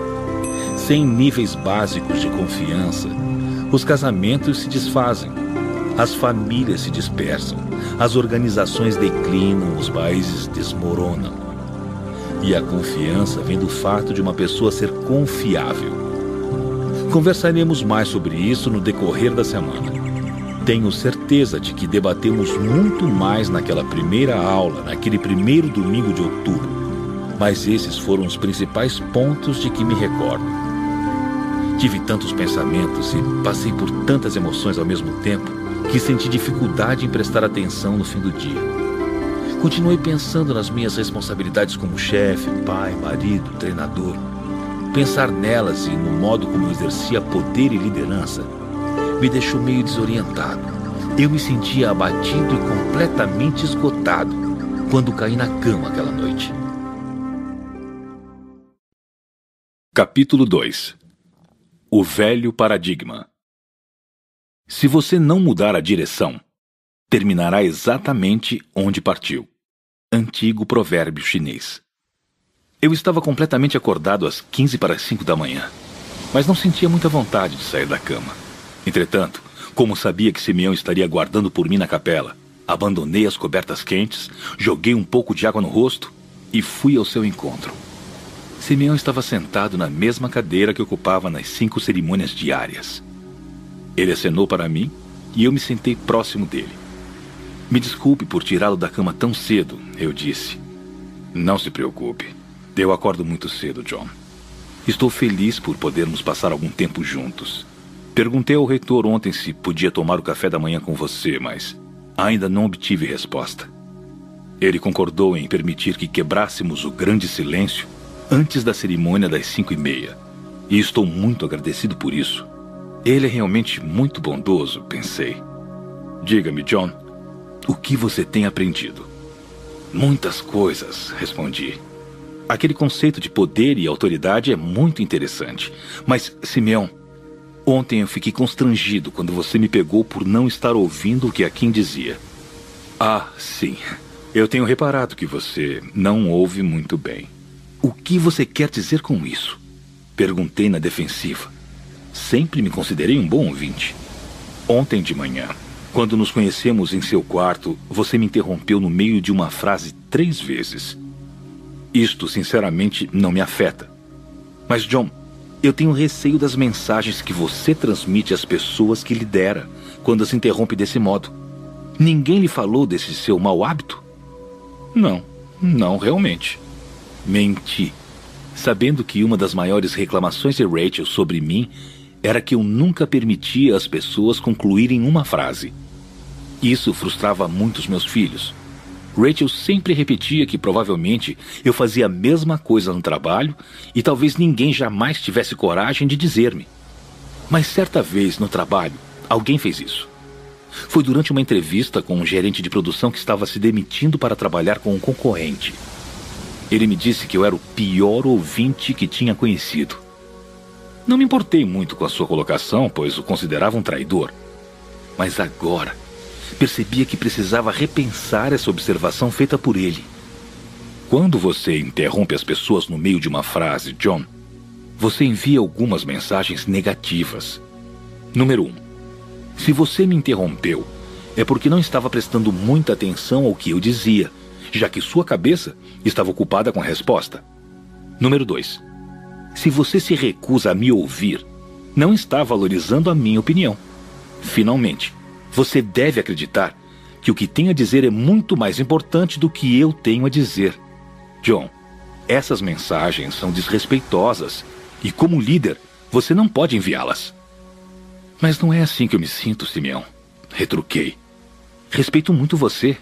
Sem níveis básicos de confiança, os casamentos se desfazem, as famílias se dispersam, as organizações declinam, os países desmoronam. E a confiança vem do fato de uma pessoa ser confiável. Conversaremos mais sobre isso no decorrer da semana. Tenho certeza de que debatemos muito mais naquela primeira aula, naquele primeiro domingo de outubro. Mas esses foram os principais pontos de que me recordo. Tive tantos pensamentos e passei por tantas emoções ao mesmo tempo que senti dificuldade em prestar atenção no fim do dia. Continuei pensando nas minhas responsabilidades como chefe, pai, marido, treinador. Pensar nelas e no modo como eu exercia poder e liderança me deixou meio desorientado. Eu me sentia abatido e completamente esgotado quando caí na cama aquela noite. Capítulo dois. O velho paradigma. Se você não mudar a direção, terminará exatamente onde partiu. Antigo provérbio chinês. Eu estava completamente acordado às quinze para as cinco da manhã, mas não sentia muita vontade de sair da cama. Entretanto, como sabia que Simeão estaria aguardando por mim na capela, abandonei as cobertas quentes, joguei um pouco de água no rosto e fui ao seu encontro. Simeão estava sentado na mesma cadeira que ocupava nas cinco cerimônias diárias. Ele acenou para mim e eu me sentei próximo dele. Me desculpe por tirá-lo da cama tão cedo, eu disse. Não se preocupe. Eu acordo muito cedo, John. Estou feliz por podermos passar algum tempo juntos. Perguntei ao reitor ontem se podia tomar o café da manhã com você, mas ainda não obtive resposta. Ele concordou em permitir que quebrássemos o grande silêncio antes da cerimônia das cinco e meia. E estou muito agradecido por isso. Ele é realmente muito bondoso, pensei. Diga-me, John, o que você tem aprendido? Muitas coisas, respondi. Aquele conceito de poder e autoridade é muito interessante. Mas, Simeão, ontem eu fiquei constrangido quando você me pegou por não estar ouvindo o que a Kim dizia. Ah, sim. Eu tenho reparado que você não ouve muito bem. O que você quer dizer com isso? Perguntei na defensiva. Sempre me considerei um bom ouvinte. Ontem de manhã, quando nos conhecemos em seu quarto, você me interrompeu no meio de uma frase três vezes. Isto, sinceramente, não me afeta. Mas, John, eu tenho receio das mensagens que você transmite às pessoas que lidera quando as interrompe desse modo. Ninguém lhe falou desse seu mau hábito? Não, não realmente. Menti, sabendo que uma das maiores reclamações de Rachel sobre mim era que eu nunca permitia às pessoas concluírem uma frase. Isso frustrava muito os meus filhos. Rachel sempre repetia que provavelmente eu fazia a mesma coisa no trabalho e talvez ninguém jamais tivesse coragem de dizer-me. Mas certa vez no trabalho, alguém fez isso. Foi durante uma entrevista com um gerente de produção que estava se demitindo para trabalhar com um concorrente. Ele me disse que eu era o pior ouvinte que tinha conhecido. Não me importei muito com a sua colocação, pois o considerava um traidor. Mas agora percebia que precisava repensar essa observação feita por ele. Quando você interrompe as pessoas no meio de uma frase, John, você envia algumas mensagens negativas. Número um. Se você me interrompeu, é porque não estava prestando muita atenção ao que eu dizia, já que sua cabeça estava ocupada com a resposta. Número dois. Se você se recusa a me ouvir, não está valorizando a minha opinião. Finalmente, você deve acreditar que o que tem a dizer é muito mais importante do que eu tenho a dizer. John, essas mensagens são desrespeitosas e, como líder, você não pode enviá-las. Mas não é assim que eu me sinto, Simeão. Retruquei. Respeito muito você.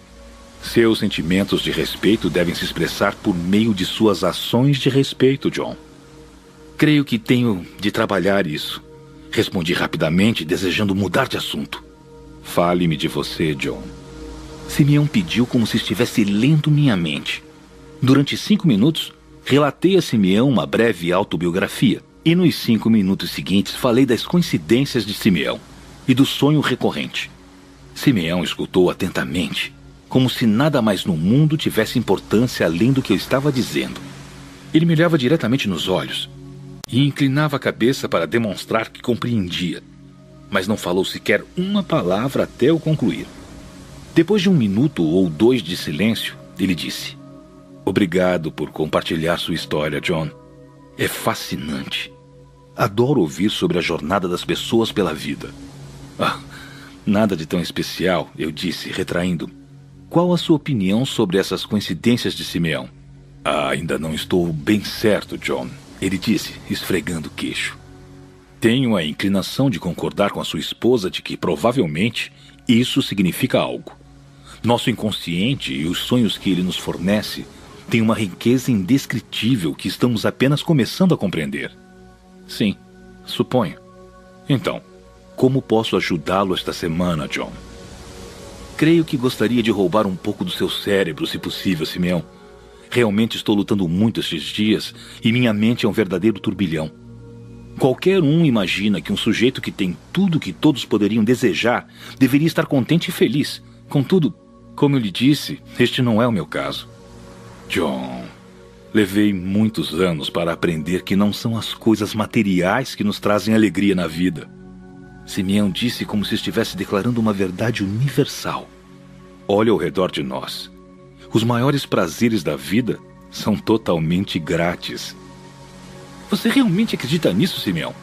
Seus sentimentos de respeito devem se expressar por meio de suas ações de respeito, John. Creio que tenho de trabalhar isso. Respondi rapidamente, desejando mudar de assunto. Fale-me de você, John. Simeão pediu como se estivesse lendo minha mente. Durante cinco minutos, relatei a Simeão uma breve autobiografia. E nos cinco minutos seguintes, falei das coincidências de Simeão e do sonho recorrente. Simeão escutou atentamente, como se nada mais no mundo tivesse importância além do que eu estava dizendo. Ele me olhava diretamente nos olhos e inclinava a cabeça para demonstrar que compreendia, mas não falou sequer uma palavra até eu concluir. Depois de um minuto ou dois de silêncio, ele disse: "Obrigado por compartilhar sua história, John. É fascinante. Adoro ouvir sobre a jornada das pessoas pela vida." "Ah, nada de tão especial", eu disse, retraindo. "Qual a sua opinião sobre essas coincidências de Simeão?" "Ah, ainda não estou bem certo, John", ele disse, esfregando o queixo. "Tenho a inclinação de concordar com a sua esposa de que, provavelmente, isso significa algo. Nosso inconsciente e os sonhos que ele nos fornece têm uma riqueza indescritível que estamos apenas começando a compreender." "Sim, suponho." "Então, como posso ajudá-lo esta semana, John?" "Creio que gostaria de roubar um pouco do seu cérebro, se possível, Simeão. Realmente estou lutando muito estes dias e minha mente é um verdadeiro turbilhão. Qualquer um imagina que um sujeito que tem tudo que todos poderiam desejar deveria estar contente e feliz. Contudo, como eu lhe disse, este não é o meu caso." "John, levei muitos anos para aprender que não são as coisas materiais que nos trazem alegria na vida." Simeão disse como se estivesse declarando uma verdade universal. "Olhe ao redor de nós. Os maiores prazeres da vida são totalmente grátis." "Você realmente acredita nisso, Simeão?"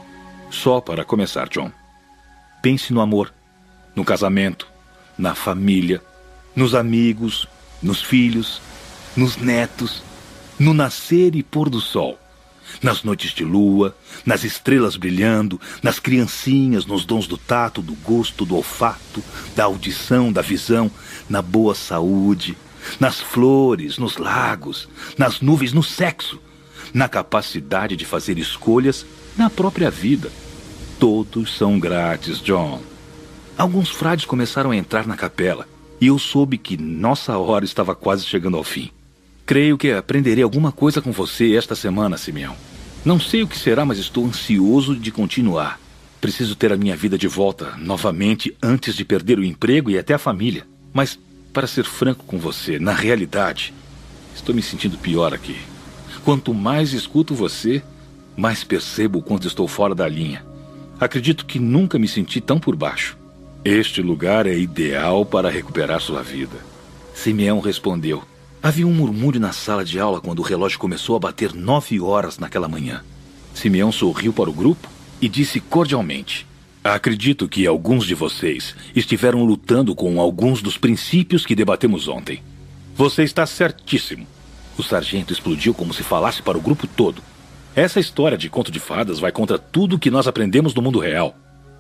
"Só para começar, John. Pense no amor, no casamento, na família, nos amigos, nos filhos, nos netos, no nascer e pôr do sol, nas noites de lua, nas estrelas brilhando, nas criancinhas, nos dons do tato, do gosto, do olfato, da audição, da visão, na boa saúde, nas flores, nos lagos, nas nuvens, no sexo, na capacidade de fazer escolhas na própria vida. Todos são grátis, John." Alguns frades começaram a entrar na capela e eu soube que nossa hora estava quase chegando ao fim. "Creio que aprenderei alguma coisa com você esta semana, Simeão. Não sei o que será, mas estou ansioso de continuar. Preciso ter a minha vida de volta novamente antes de perder o emprego e até a família. Mas, para ser franco com você, na realidade, estou me sentindo pior aqui. Quanto mais escuto você, mais percebo o quanto estou fora da linha. Acredito que nunca me senti tão por baixo. Este lugar é ideal para recuperar sua vida." Simeão respondeu. Havia um murmúrio na sala de aula quando o relógio começou a bater nove horas naquela manhã. Simeão sorriu para o grupo e disse cordialmente: "Acredito que alguns de vocês estiveram lutando com alguns dos princípios que debatemos ontem." "Você está certíssimo." O sargento explodiu como se falasse para o grupo todo. "Essa história de conto de fadas vai contra tudo que nós aprendemos no mundo real."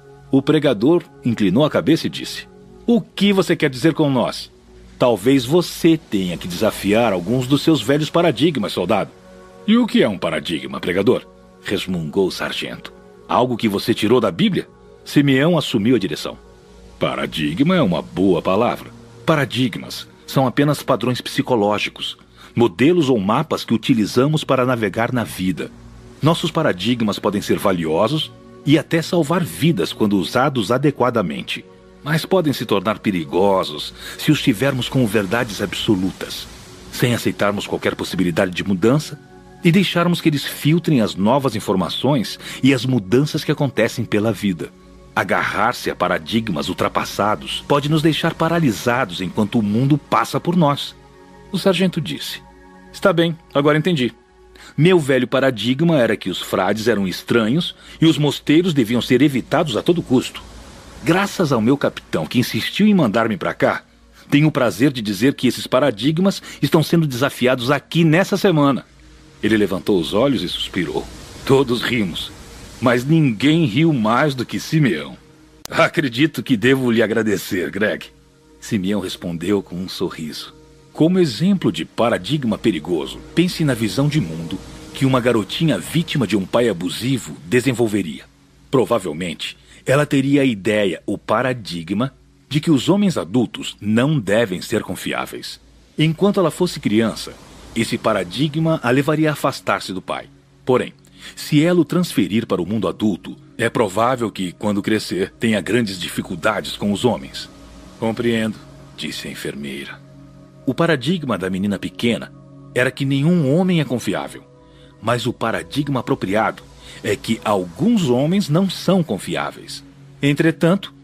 O pregador inclinou a cabeça e disse: "O que você quer dizer com nós? Talvez você tenha que desafiar alguns dos seus velhos paradigmas, soldado." "E o que é um paradigma, pregador?" resmungou o sargento. "Algo que você tirou da Bíblia?" Simeão assumiu a direção. "Paradigma é uma boa palavra. Paradigmas são apenas padrões psicológicos, modelos ou mapas que utilizamos para navegar na vida. Nossos paradigmas podem ser valiosos e até salvar vidas quando usados adequadamente, mas podem se tornar perigosos se os tivermos como verdades absolutas, sem aceitarmos qualquer possibilidade de mudança e deixarmos que eles filtrem as novas informações e as mudanças que acontecem pela vida. Agarrar-se a paradigmas ultrapassados pode nos deixar paralisados enquanto o mundo passa por nós." O sargento disse: "Está bem, agora entendi. Meu velho paradigma era que os frades eram estranhos e os mosteiros deviam ser evitados a todo custo. Graças ao meu capitão, que insistiu em mandar-me para cá, tenho o prazer de dizer que esses paradigmas estão sendo desafiados aqui nessa semana." Ele levantou os olhos e suspirou. Todos rimos, mas ninguém riu mais do que Simeão. "Acredito que devo lhe agradecer, Greg." Simeão respondeu com um sorriso. "Como exemplo de paradigma perigoso, pense na visão de mundo que uma garotinha vítima de um pai abusivo desenvolveria. Provavelmente, ela teria a ideia, o paradigma, de que os homens adultos não devem ser confiáveis. Enquanto ela fosse criança, esse paradigma a levaria a afastar-se do pai. Porém, se ela o transferir para o mundo adulto, é provável que, quando crescer, tenha grandes dificuldades com os homens." "Compreendo", disse a enfermeira. O paradigma da menina pequena era que nenhum homem é confiável, mas o paradigma apropriado é que alguns homens não são confiáveis. Entretanto,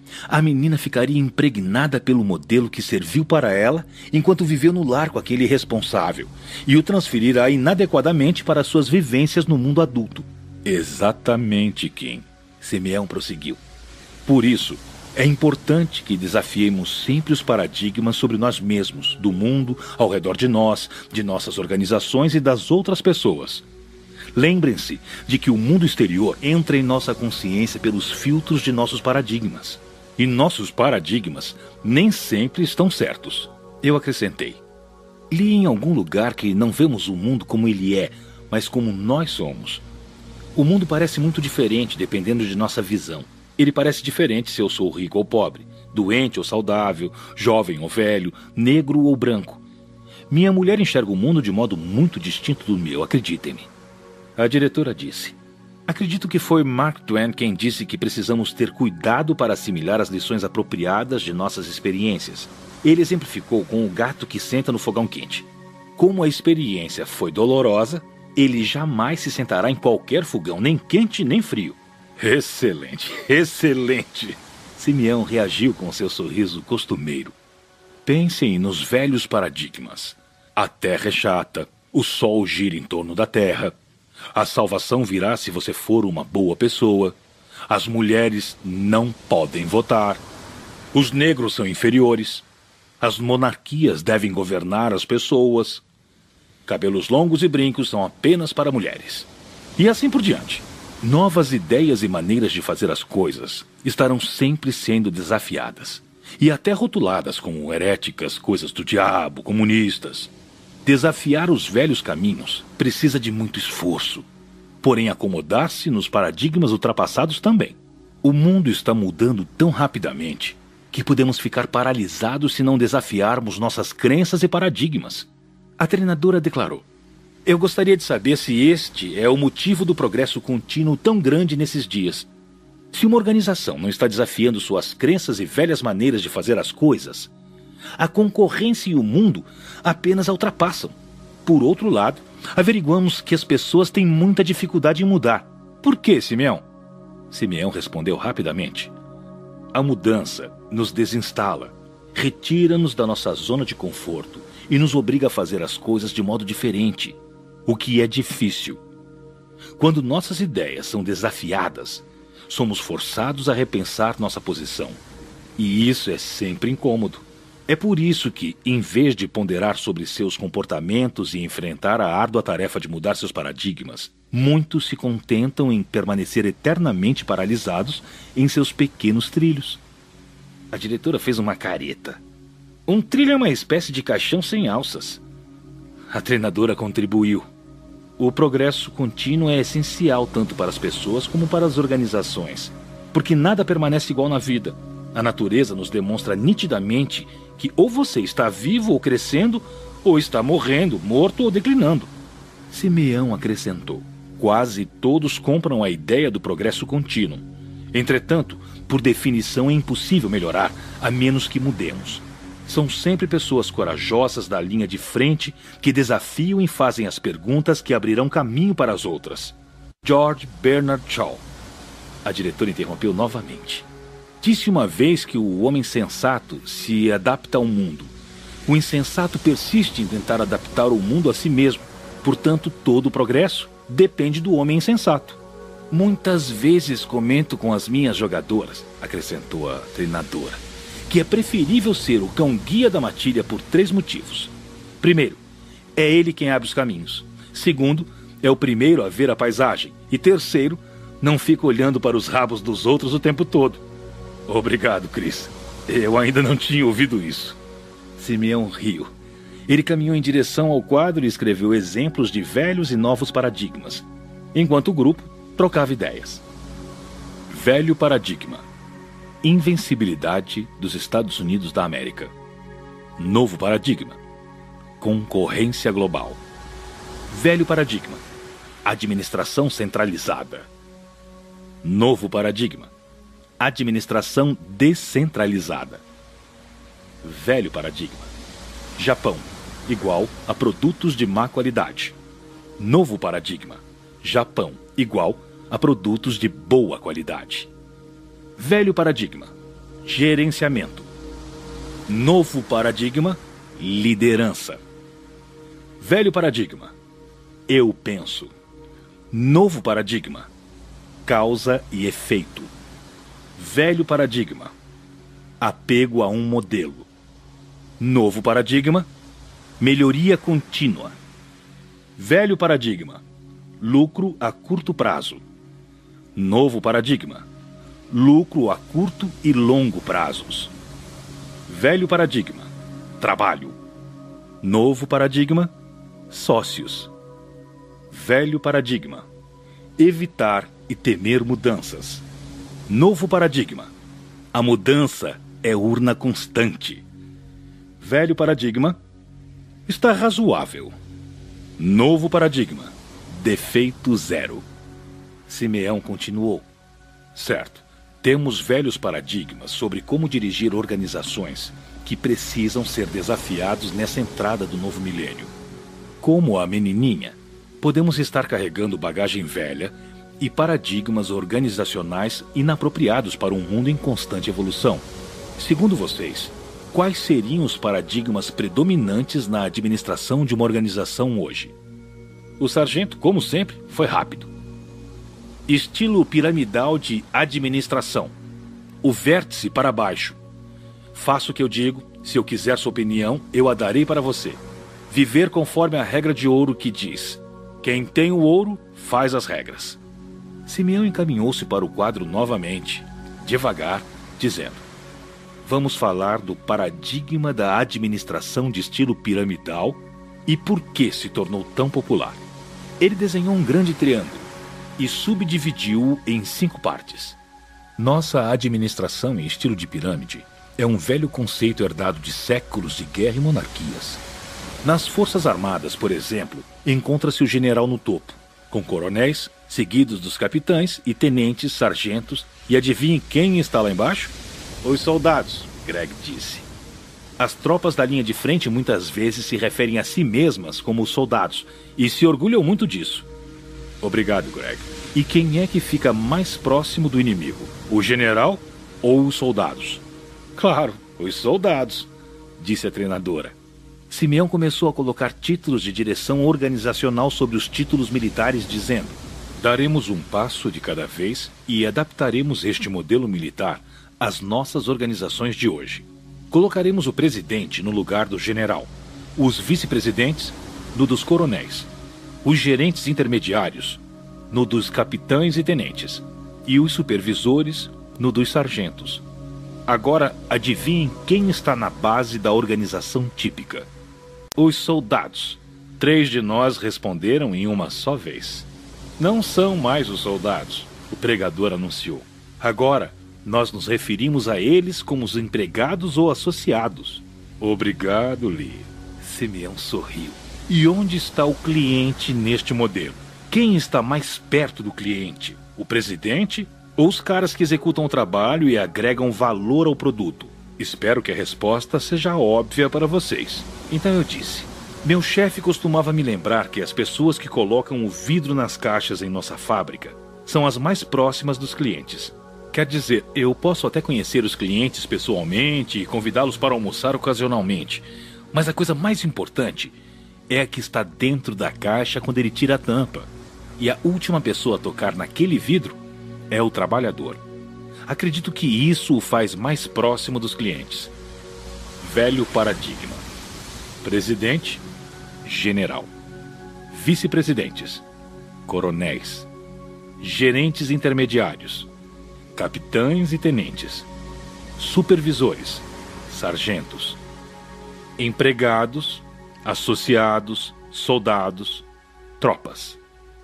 A menina ficaria impregnada pelo modelo que serviu para ela enquanto viveu no lar com aquele irresponsável e o transferirá inadequadamente para suas vivências no mundo adulto. Exatamente, Kim. Simeão prosseguiu. Por isso, é importante que desafiemos sempre os paradigmas sobre nós mesmos, do mundo, ao redor de nós, de nossas organizações e das outras pessoas. Lembrem-se de que o mundo exterior entra em nossa consciência pelos filtros de nossos paradigmas. E nossos paradigmas nem sempre estão certos. Eu acrescentei. Li em algum lugar que não vemos o mundo como ele é, mas como nós somos. O mundo parece muito diferente dependendo de nossa visão. Ele parece diferente se eu sou rico ou pobre, doente ou saudável, jovem ou velho, negro ou branco. Minha mulher enxerga o mundo de modo muito distinto do meu, acreditem-me. A diretora disse. Acredito que foi Mark Twain quem disse que precisamos ter cuidado para assimilar as lições apropriadas de nossas experiências. Ele exemplificou com o gato que senta no fogão quente. Como a experiência foi dolorosa, ele jamais se sentará em qualquer fogão, nem quente nem frio. Excelente, excelente! Simeão reagiu com seu sorriso costumeiro. Pensem nos velhos paradigmas. A terra é chata, o sol gira em torno da terra. A salvação virá se você for uma boa pessoa. As mulheres não podem votar. Os negros são inferiores. As monarquias devem governar as pessoas. Cabelos longos e brincos são apenas para mulheres. E assim por diante. Novas ideias e maneiras de fazer as coisas estarão sempre sendo desafiadas. E até rotuladas como heréticas, coisas do diabo, comunistas. Desafiar os velhos caminhos precisa de muito esforço. Porém, acomodar-se nos paradigmas ultrapassados também. O mundo está mudando tão rapidamente que podemos ficar paralisados se não desafiarmos nossas crenças e paradigmas. A treinadora declarou. Eu gostaria de saber se este é o motivo do progresso contínuo tão grande nesses dias. Se uma organização não está desafiando suas crenças e velhas maneiras de fazer as coisas, a concorrência e o mundo apenas a ultrapassam. Por outro lado, averiguamos que as pessoas têm muita dificuldade em mudar. Por quê, Simeão? Simeão respondeu rapidamente. A mudança nos desinstala, retira-nos da nossa zona de conforto e nos obriga a fazer as coisas de modo diferente, o que é difícil. Quando nossas ideias são desafiadas, somos forçados a repensar nossa posição. E isso é sempre incômodo. É por isso que, em vez de ponderar sobre seus comportamentos e enfrentar a árdua tarefa de mudar seus paradigmas, muitos se contentam em permanecer eternamente paralisados em seus pequenos trilhos. A diretora fez uma careta. Um trilho é uma espécie de caixão sem alças. A treinadora contribuiu. O progresso contínuo é essencial tanto para as pessoas como para as organizações, porque nada permanece igual na vida. A natureza nos demonstra nitidamente que ou você está vivo ou crescendo, ou está morrendo, morto ou declinando. Simeão acrescentou. Quase todos compram a ideia do progresso contínuo. Entretanto, por definição é impossível melhorar, a menos que mudemos. São sempre pessoas corajosas da linha de frente que desafiam e fazem as perguntas que abrirão caminho para as outras. George Bernard Shaw. A diretora interrompeu novamente. Disse uma vez que o homem sensato se adapta ao mundo. O insensato persiste em tentar adaptar o mundo a si mesmo. Portanto, todo o progresso depende do homem insensato. Muitas vezes comento com as minhas jogadoras, acrescentou a treinadora, que é preferível ser o cão-guia da matilha por três motivos. Primeiro, é ele quem abre os caminhos. Segundo, é o primeiro a ver a paisagem. E terceiro, não fica olhando para os rabos dos outros o tempo todo. Obrigado, Chris. Eu ainda não tinha ouvido isso. Simeão riu. Ele caminhou em direção ao quadro e escreveu exemplos de velhos e novos paradigmas, enquanto o grupo trocava ideias. Velho paradigma. Invencibilidade dos Estados Unidos da América. Novo paradigma. Concorrência global. Velho paradigma. Administração centralizada. Novo paradigma. Administração descentralizada. Velho paradigma. Japão, igual a produtos de má qualidade. Novo paradigma. Japão, igual a produtos de boa qualidade. Velho paradigma. gerenciamento. Novo paradigma, liderança. Velho paradigma, eu penso. Novo paradigma, causa e efeito. Velho paradigma, apego a um modelo. Novo paradigma, melhoria contínua. Velho paradigma, lucro a curto prazo. Novo paradigma, lucro a curto e longo prazos. Velho paradigma, trabalho. Novo paradigma, sócios. Velho paradigma, evitar e temer mudanças. Novo paradigma, a mudança é urna constante. Velho paradigma, está razoável. Novo paradigma, defeito zero. Simeão continuou. Certo, temos velhos paradigmas sobre como dirigir organizações que precisam ser desafiados nessa entrada do novo milênio. Como a menininha, podemos estar carregando bagagem velha e paradigmas organizacionais inapropriados para um mundo em constante evolução. Segundo vocês, quais seriam os paradigmas predominantes na administração de uma organização hoje? O sargento, como sempre, foi rápido. Estilo piramidal de administração. O vértice para baixo. Faça o que eu digo, se eu quiser sua opinião, eu a darei para você. Viver conforme a regra de ouro que diz: quem tem o ouro, faz as regras. Simeão encaminhou-se para o quadro novamente, devagar, dizendo: vamos falar do paradigma da administração de estilo piramidal e por que se tornou tão popular. Ele desenhou um grande triângulo e subdividiu-o em cinco partes. Nossa administração em estilo de pirâmide é um velho conceito herdado de séculos de guerra e monarquias. Nas Forças Armadas, por exemplo, encontra-se o general no topo, com coronéis, seguidos dos capitães e tenentes, sargentos, e adivinhe quem está lá embaixo? Os soldados, Greg disse. As tropas da linha de frente muitas vezes se referem a si mesmas como os soldados e se orgulham muito disso. Obrigado, Greg. E quem é que fica mais próximo do inimigo? O general ou os soldados? Claro, os soldados, disse a treinadora. Simeão começou a colocar títulos de direção organizacional sobre os títulos militares, dizendo: daremos um passo de cada vez e adaptaremos este modelo militar às nossas organizações de hoje. Colocaremos o presidente no lugar do general, os vice-presidentes no dos coronéis, os gerentes intermediários no dos capitães e tenentes, e os supervisores no dos sargentos. Agora, adivinhem quem está na base da organização típica. Os soldados. Três de nós responderam em uma só vez. Não são mais os soldados, o pregador anunciou. Agora, nós nos referimos a eles como os empregados ou associados. Obrigado, Lee. Simeão sorriu. E onde está o cliente neste modelo? Quem está mais perto do cliente? O presidente ou os caras que executam o trabalho e agregam valor ao produto? Espero que a resposta seja óbvia para vocês. Então eu disse: meu chefe costumava me lembrar que as pessoas que colocam o vidro nas caixas em nossa fábrica são as mais próximas dos clientes. Quer dizer, eu posso até conhecer os clientes pessoalmente e convidá-los para almoçar ocasionalmente, mas a coisa mais importante é a que está dentro da caixa quando ele tira a tampa. E a última pessoa a tocar naquele vidro é o trabalhador. Acredito que isso o faz mais próximo dos clientes. Velho paradigma. Presidente, general. Vice-presidentes, coronéis. Gerentes intermediários, capitães e tenentes. Supervisores, sargentos. Empregados, associados, soldados, tropas.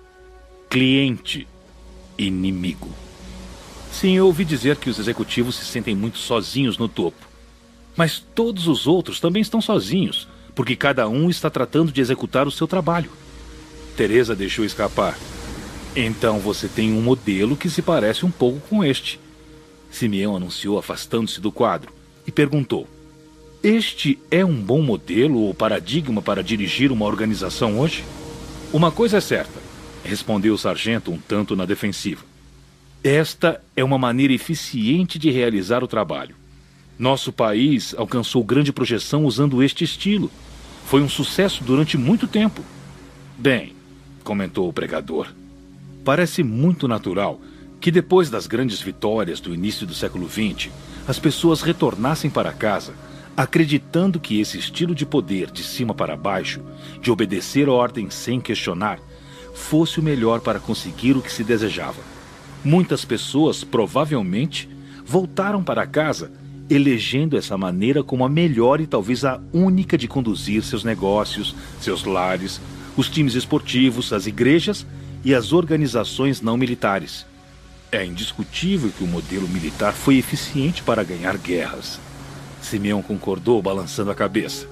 Cliente, inimigo. Sim, eu ouvi dizer que os executivos se sentem muito sozinhos no topo. Mas todos os outros também estão sozinhos, porque cada um está tratando de executar o seu trabalho. Teresa deixou escapar. Então você tem um modelo que se parece um pouco com este. Simeão anunciou, afastando-se do quadro, e perguntou: este é um bom modelo ou paradigma para dirigir uma organização hoje? Uma coisa é certa, respondeu o sargento um tanto na defensiva. Esta é uma maneira eficiente de realizar o trabalho. Nosso país alcançou grande projeção usando este estilo. Foi um sucesso durante muito tempo. Bem, comentou o pregador, parece muito natural que depois das grandes vitórias do início do século vinte, as pessoas retornassem para casa, acreditando que esse estilo de poder de cima para baixo, de obedecer ordens sem questionar, fosse o melhor para conseguir o que se desejava. Muitas pessoas, provavelmente, voltaram para casa elegendo essa maneira como a melhor e talvez a única de conduzir seus negócios, seus lares, os times esportivos, as igrejas e as organizações não militares. É indiscutível que o modelo militar foi eficiente para ganhar guerras. Simeão concordou, balançando a cabeça.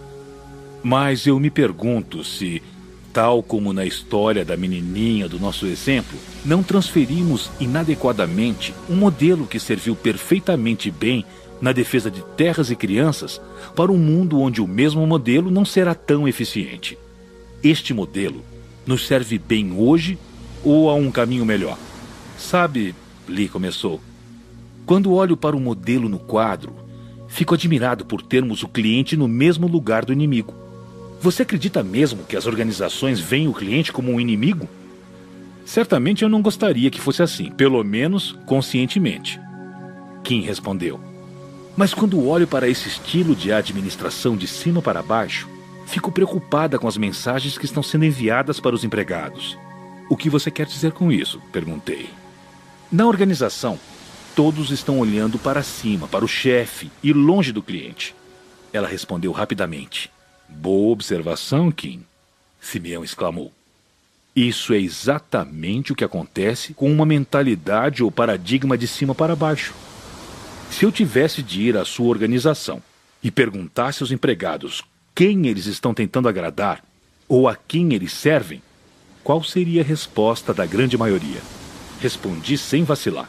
Mas eu me pergunto se, tal como na história da menininha do nosso exemplo, não transferimos inadequadamente um modelo que serviu perfeitamente bem na defesa de terras e crianças para um mundo onde o mesmo modelo não será tão eficiente. Este modelo nos serve bem hoje ou há um caminho melhor? Sabe, Lee começou, quando olho para o modelo no quadro, fico admirado por termos o cliente no mesmo lugar do inimigo. Você acredita mesmo que as organizações veem o cliente como um inimigo? Certamente eu não gostaria que fosse assim, pelo menos conscientemente. Kim respondeu. Mas quando olho para esse estilo de administração de cima para baixo, fico preocupada com as mensagens que estão sendo enviadas para os empregados. O que você quer dizer com isso? Perguntei. Na organização, todos estão olhando para cima, para o chefe e longe do cliente. Ela respondeu rapidamente. Boa observação, Kim. Simeão exclamou. Isso é exatamente o que acontece com uma mentalidade ou paradigma de cima para baixo. Se eu tivesse de ir à sua organização e perguntasse aos empregados quem eles estão tentando agradar ou a quem eles servem, qual seria a resposta da grande maioria? Respondi sem vacilar.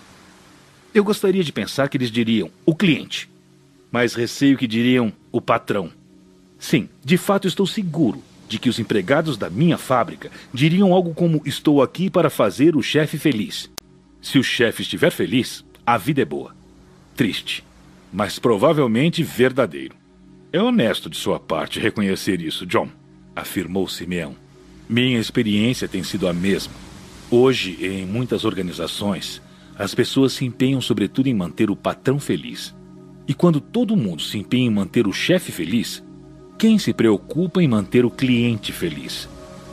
Eu gostaria de pensar que eles diriam o cliente, mas receio que diriam o patrão. Sim, de fato estou seguro de que os empregados da minha fábrica diriam algo como estou aqui para fazer o chefe feliz. Se o chefe estiver feliz, a vida é boa. Triste, mas provavelmente verdadeiro. É honesto de sua parte reconhecer isso, John, afirmou Simeão. Minha experiência tem sido a mesma. Hoje, em muitas organizações, as pessoas se empenham sobretudo em manter o patrão feliz. E quando todo mundo se empenha em manter o chefe feliz, quem se preocupa em manter o cliente feliz?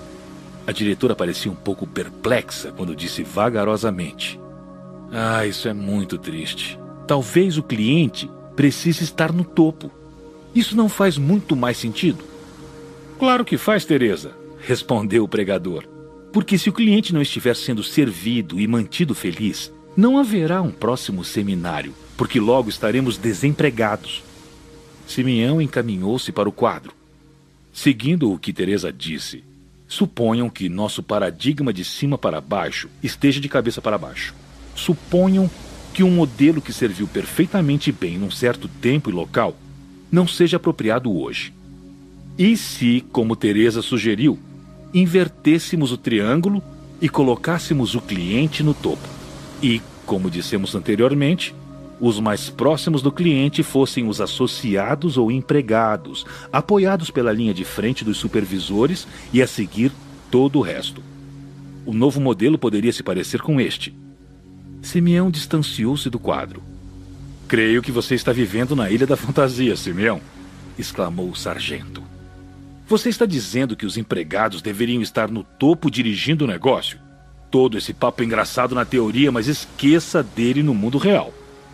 A diretora parecia um pouco perplexa quando disse vagarosamente. Ah, isso é muito triste. Talvez o cliente precise estar no topo. Isso não faz muito mais sentido? Claro que faz, Teresa, respondeu o pregador. Porque se o cliente não estiver sendo servido e mantido feliz, não haverá um próximo seminário, porque logo estaremos desempregados. Simeão encaminhou-se para o quadro. Seguindo o que Teresa disse, suponham que nosso paradigma de cima para baixo esteja de cabeça para baixo. Suponham que um modelo que serviu perfeitamente bem num certo tempo e local não seja apropriado hoje. E se, como Teresa sugeriu, invertêssemos o triângulo e colocássemos o cliente no topo? E, como dissemos anteriormente, os mais próximos do cliente fossem os associados ou empregados, apoiados pela linha de frente dos supervisores e a seguir todo o resto. O novo modelo poderia se parecer com este. Simeão distanciou-se do quadro. Creio que você está vivendo na Ilha da Fantasia, Simeão, exclamou o sargento. Você está dizendo que os empregados deveriam estar no topo dirigindo o negócio? Todo esse papo engraçado na teoria, mas esqueça dele no mundo real.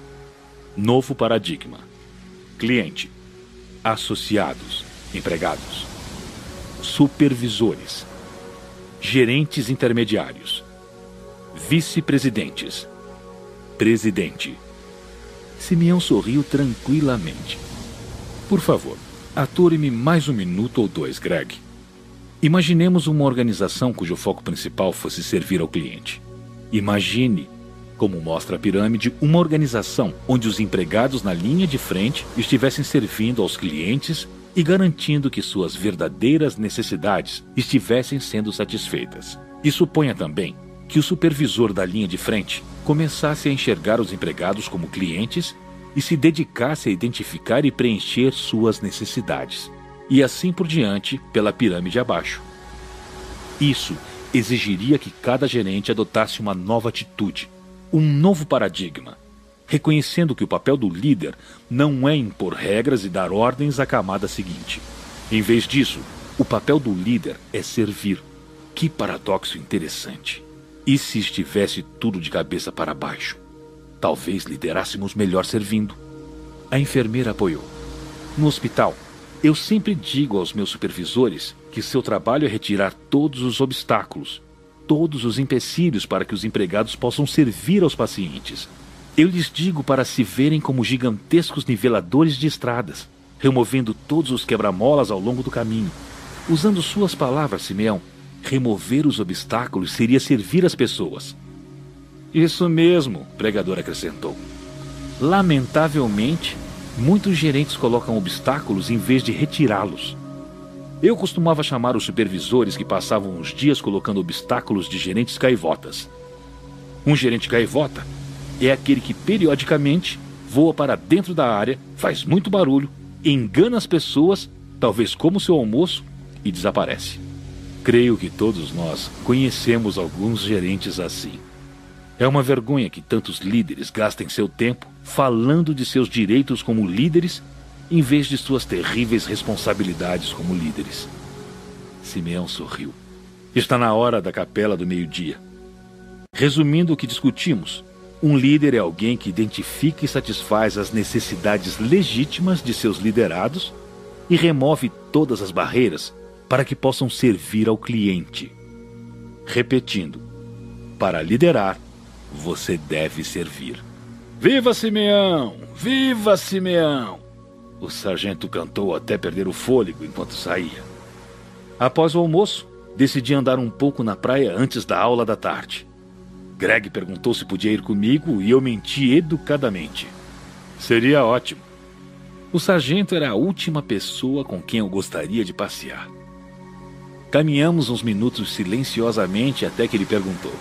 Novo paradigma. Cliente. Associados. Empregados. Supervisores. Gerentes intermediários. Vice-presidentes. Presidente. Simeão sorriu tranquilamente. Por favor, atore-me mais um minuto ou dois, Greg. Imaginemos uma organização cujo foco principal fosse servir ao cliente. Imagine, como mostra a pirâmide, uma organização onde os empregados na linha de frente estivessem servindo aos clientes e garantindo que suas verdadeiras necessidades estivessem sendo satisfeitas. E suponha também que o supervisor da linha de frente começasse a enxergar os empregados como clientes e se dedicasse a identificar e preencher suas necessidades. E assim por diante, pela pirâmide abaixo. Isso exigiria que cada gerente adotasse uma nova atitude, um novo paradigma, reconhecendo que o papel do líder não é impor regras e dar ordens à camada seguinte. Em vez disso, o papel do líder é servir. Que paradoxo interessante. E se estivesse tudo de cabeça para baixo? Talvez liderássemos melhor servindo. A enfermeira apoiou. No hospital, eu sempre digo aos meus supervisores que seu trabalho é retirar todos os obstáculos, todos os empecilhos para que os empregados possam servir aos pacientes. Eu lhes digo para se verem como gigantescos niveladores de estradas, removendo todos os quebra-molas ao longo do caminho. Usando suas palavras, Simeão, remover os obstáculos seria servir as pessoas. Isso mesmo, o pregador acrescentou. Lamentavelmente, muitos gerentes colocam obstáculos em vez de retirá-los. Eu costumava chamar os supervisores que passavam os dias colocando obstáculos de gerentes gaivotas. Um gerente gaivota é aquele que periodicamente voa para dentro da área, faz muito barulho, engana as pessoas, talvez coma o seu almoço e desaparece. Creio que todos nós conhecemos alguns gerentes assim. É uma vergonha que tantos líderes gastem seu tempo falando de seus direitos como líderes em vez de suas terríveis responsabilidades como líderes. Simeão sorriu. Está na hora da capela do meio-dia. Resumindo o que discutimos, um líder é alguém que identifica e satisfaz as necessidades legítimas de seus liderados e remove todas as barreiras para que possam servir ao cliente. Repetindo, para liderar, você deve servir. Viva Simeão! Viva Simeão! O sargento cantou até perder o fôlego enquanto saía. Após o almoço, decidi andar um pouco na praia antes da aula da tarde. Greg perguntou se podia ir comigo e eu menti educadamente. Seria ótimo. O sargento era a última pessoa com quem eu gostaria de passear. Caminhamos uns minutos silenciosamente até que ele perguntou: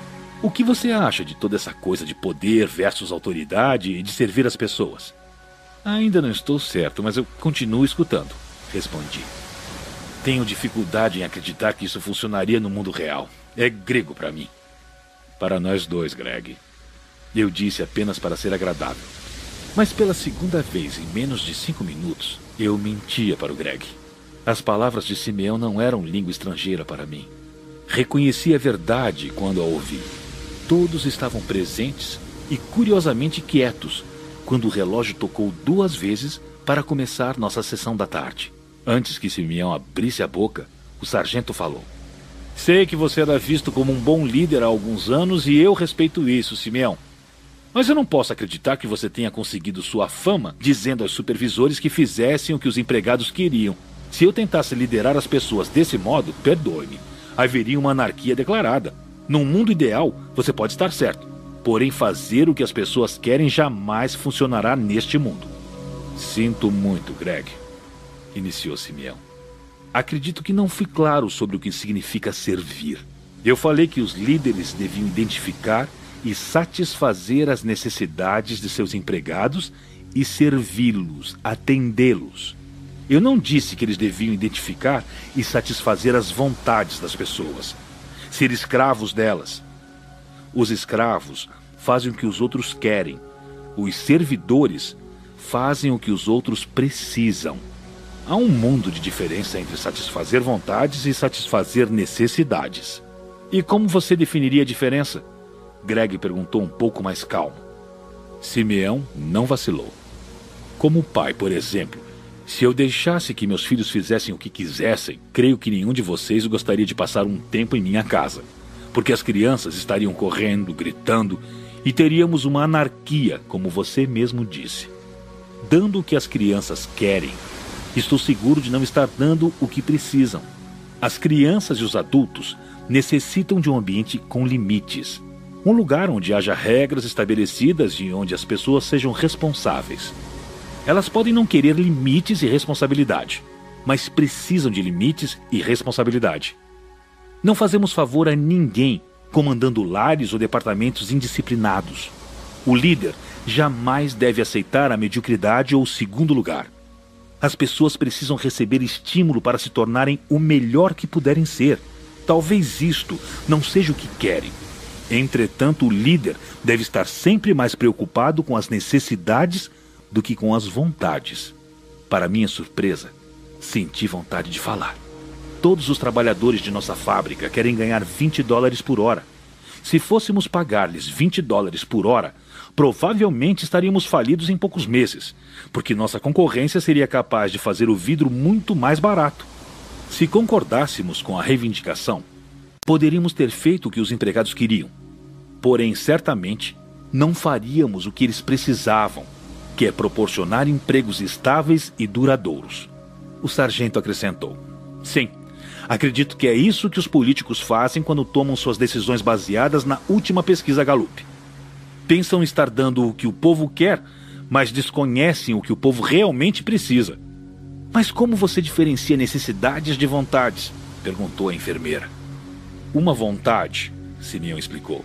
o que você acha de toda essa coisa de poder versus autoridade e de servir as pessoas? Ainda não estou certo, mas eu continuo escutando, respondi. Tenho dificuldade em acreditar que isso funcionaria no mundo real. É grego para mim. Para nós dois, Greg. Eu disse apenas para ser agradável. Mas pela segunda vez em menos de cinco minutos, eu mentia para o Greg. As palavras de Simeão não eram língua estrangeira para mim. Reconheci a verdade quando a ouvi. Todos estavam presentes e curiosamente quietos quando o relógio tocou duas vezes para começar nossa sessão da tarde. Antes que Simeão abrisse a boca, o sargento falou: sei que você era visto como um bom líder há alguns anos e eu respeito isso, Simeão. Mas eu não posso acreditar que você tenha conseguido sua fama dizendo aos supervisores que fizessem o que os empregados queriam. Se eu tentasse liderar as pessoas desse modo, perdoe-me, haveria uma anarquia declarada. Num mundo ideal, você pode estar certo. Porém, fazer o que as pessoas querem jamais funcionará neste mundo. Sinto muito, Greg, iniciou Simeão. Acredito que não fui claro sobre o que significa servir. Eu falei que os líderes deviam identificar e satisfazer as necessidades de seus empregados e servi-los, atendê-los. Eu não disse que eles deviam identificar e satisfazer as vontades das pessoas, ser escravos delas. Os escravos fazem o que os outros querem. Os servidores fazem o que os outros precisam. Há um mundo de diferença entre satisfazer vontades e satisfazer necessidades. E como você definiria a diferença? Greg perguntou um pouco mais calmo. Simeão não vacilou. Como pai, por exemplo, se eu deixasse que meus filhos fizessem o que quisessem, creio que nenhum de vocês gostaria de passar um tempo em minha casa, porque as crianças estariam correndo, gritando, e teríamos uma anarquia, como você mesmo disse. Dando o que as crianças querem, estou seguro de não estar dando o que precisam. As crianças e os adultos necessitam de um ambiente com limites. Um lugar onde haja regras estabelecidas e onde as pessoas sejam responsáveis. Elas podem não querer limites e responsabilidade, mas precisam de limites e responsabilidade. Não fazemos favor a ninguém comandando lares ou departamentos indisciplinados. O líder jamais deve aceitar a mediocridade ou o segundo lugar. As pessoas precisam receber estímulo para se tornarem o melhor que puderem ser. Talvez isto não seja o que querem. Entretanto, o líder deve estar sempre mais preocupado com as necessidades do que com as vontades. Para minha surpresa, senti vontade de falar. Todos os trabalhadores de nossa fábrica querem ganhar vinte dólares por hora. Se fôssemos pagar-lhes vinte dólares por hora, provavelmente estaríamos falidos em poucos meses, porque nossa concorrência seria capaz de fazer o vidro muito mais barato. Se concordássemos com a reivindicação, poderíamos ter feito o que os empregados queriam. Porém, certamente, não faríamos o que eles precisavam, que é proporcionar empregos estáveis e duradouros. O sargento acrescentou: sim, acredito que é isso que os políticos fazem quando tomam suas decisões baseadas na última pesquisa Gallup. Pensam estar dando o que o povo quer, mas desconhecem o que o povo realmente precisa. Mas como você diferencia necessidades de vontades? Perguntou a enfermeira. Uma vontade, Simeão explicou,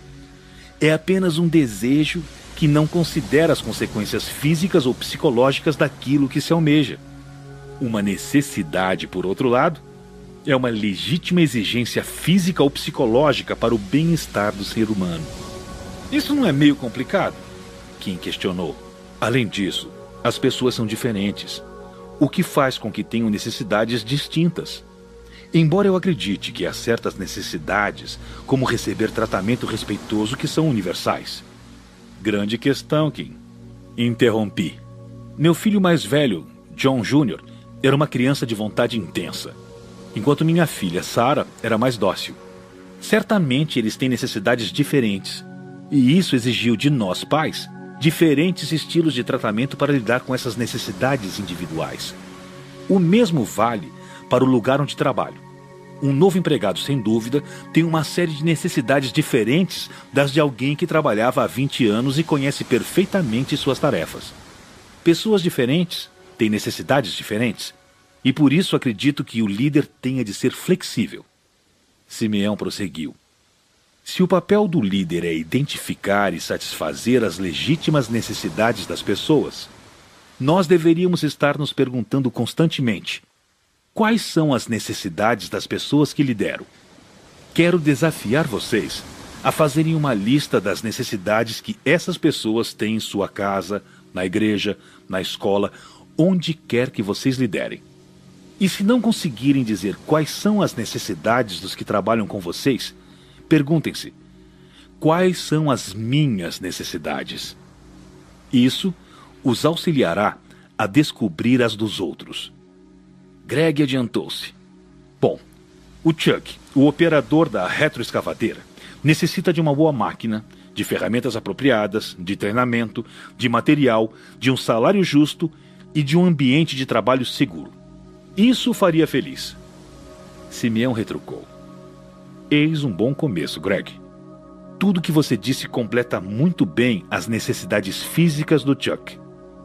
é apenas um desejo que não considera as consequências físicas ou psicológicas daquilo que se almeja. Uma necessidade, por outro lado, é uma legítima exigência física ou psicológica para o bem-estar do ser humano. Isso não é meio complicado? Kim questionou. Além disso, as pessoas são diferentes, o que faz com que tenham necessidades distintas. Embora eu acredite que há certas necessidades, como receber tratamento respeitoso, que são universais. Grande questão, Kim. Interrompi. Meu filho mais velho, John Júnior, era uma criança de vontade intensa, enquanto minha filha, Sarah, era mais dócil. Certamente eles têm necessidades diferentes, e isso exigiu de nós, pais, diferentes estilos de tratamento para lidar com essas necessidades individuais. O mesmo vale para o lugar onde trabalho. Um novo empregado, sem dúvida, tem uma série de necessidades diferentes das de alguém que trabalhava há vinte anos e conhece perfeitamente suas tarefas. Pessoas diferentes têm necessidades diferentes, e por isso acredito que o líder tenha de ser flexível. Simeão prosseguiu. Se o papel do líder é identificar e satisfazer as legítimas necessidades das pessoas, nós deveríamos estar nos perguntando constantemente: quais são as necessidades das pessoas que lideram? Quero desafiar vocês a fazerem uma lista das necessidades que essas pessoas têm em sua casa, na igreja, na escola, onde quer que vocês liderem. E se não conseguirem dizer quais são as necessidades dos que trabalham com vocês, perguntem-se: quais são as minhas necessidades? Isso os auxiliará a descobrir as dos outros. Greg adiantou-se. Bom, o Chuck, o operador da retroescavadeira, necessita de uma boa máquina, de ferramentas apropriadas, de treinamento, de material, de um salário justo e de um ambiente de trabalho seguro. Isso o faria feliz. Simeão retrucou. Eis um bom começo, Greg. Tudo que você disse completa muito bem as necessidades físicas do Chuck.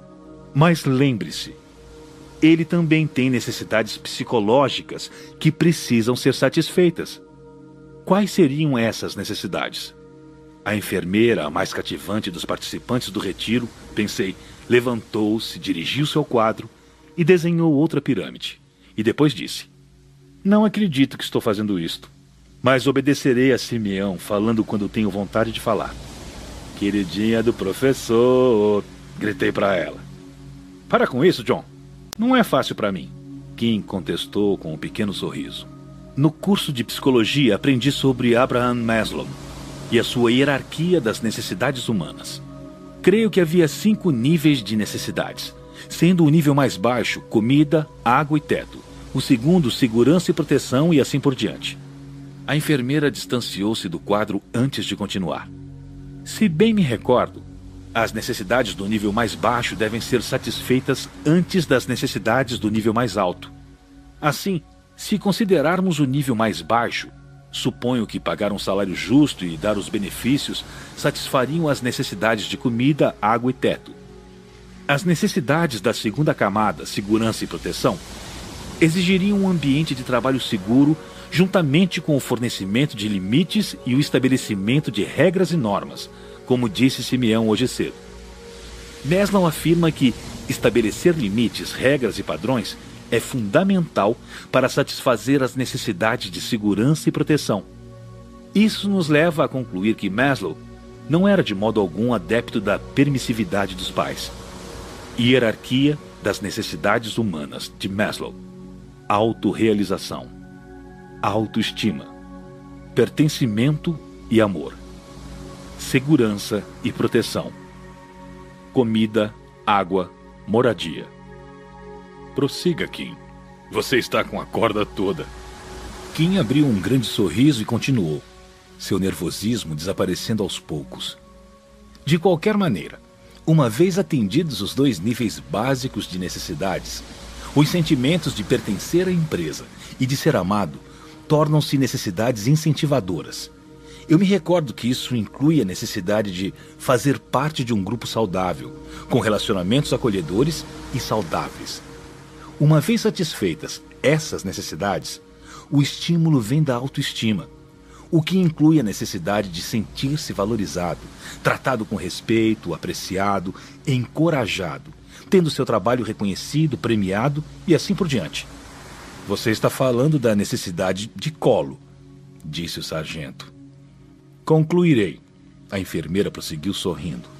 Mas lembre-se, ele também tem necessidades psicológicas que precisam ser satisfeitas. Quais seriam essas necessidades? A enfermeira, a mais cativante dos participantes do retiro, pensei, levantou-se, dirigiu seu quadro e desenhou outra pirâmide. E depois disse: não acredito que estou fazendo isto, mas obedecerei a Simeão falando quando tenho vontade de falar. Queridinha do professor, gritei para ela. Para com isso, John. Não é fácil para mim, Kim contestou com um pequeno sorriso. No curso de psicologia aprendi sobre Abraham Maslow e a sua hierarquia das necessidades humanas. Creio que havia cinco níveis de necessidades, sendo o nível mais baixo comida, água e teto, o segundo segurança e proteção e assim por diante. A enfermeira distanciou-se do quadro antes de continuar. Se bem me recordo, as necessidades do nível mais baixo devem ser satisfeitas antes das necessidades do nível mais alto. Assim, se considerarmos o nível mais baixo, suponho que pagar um salário justo e dar os benefícios satisfariam as necessidades de comida, água e teto. As necessidades da segunda camada, segurança e proteção, exigiriam um ambiente de trabalho seguro juntamente com o fornecimento de limites e o estabelecimento de regras e normas, como disse Simeão hoje cedo. Maslow afirma que estabelecer limites, regras e padrões é fundamental para satisfazer as necessidades de segurança e proteção. Isso nos leva a concluir que Maslow não era de modo algum adepto da permissividade dos pais. Hierarquia das necessidades humanas de Maslow: autorrealização, autoestima, pertencimento e amor, segurança e proteção, comida, água, moradia. Prossiga, Kim. Você está com a corda toda. Kim abriu um grande sorriso e continuou, seu nervosismo desaparecendo aos poucos. De qualquer maneira, uma vez atendidos os dois níveis básicos de necessidades, os sentimentos de pertencer à empresa e de ser amado tornam-se necessidades incentivadoras. Eu me recordo que isso inclui a necessidade de fazer parte de um grupo saudável, com relacionamentos acolhedores e saudáveis. Uma vez satisfeitas essas necessidades, o estímulo vem da autoestima, o que inclui a necessidade de sentir-se valorizado, tratado com respeito, apreciado, encorajado, tendo seu trabalho reconhecido, premiado e assim por diante. Você está falando da necessidade de colo, disse o sargento. Concluirei. A enfermeira prosseguiu sorrindo.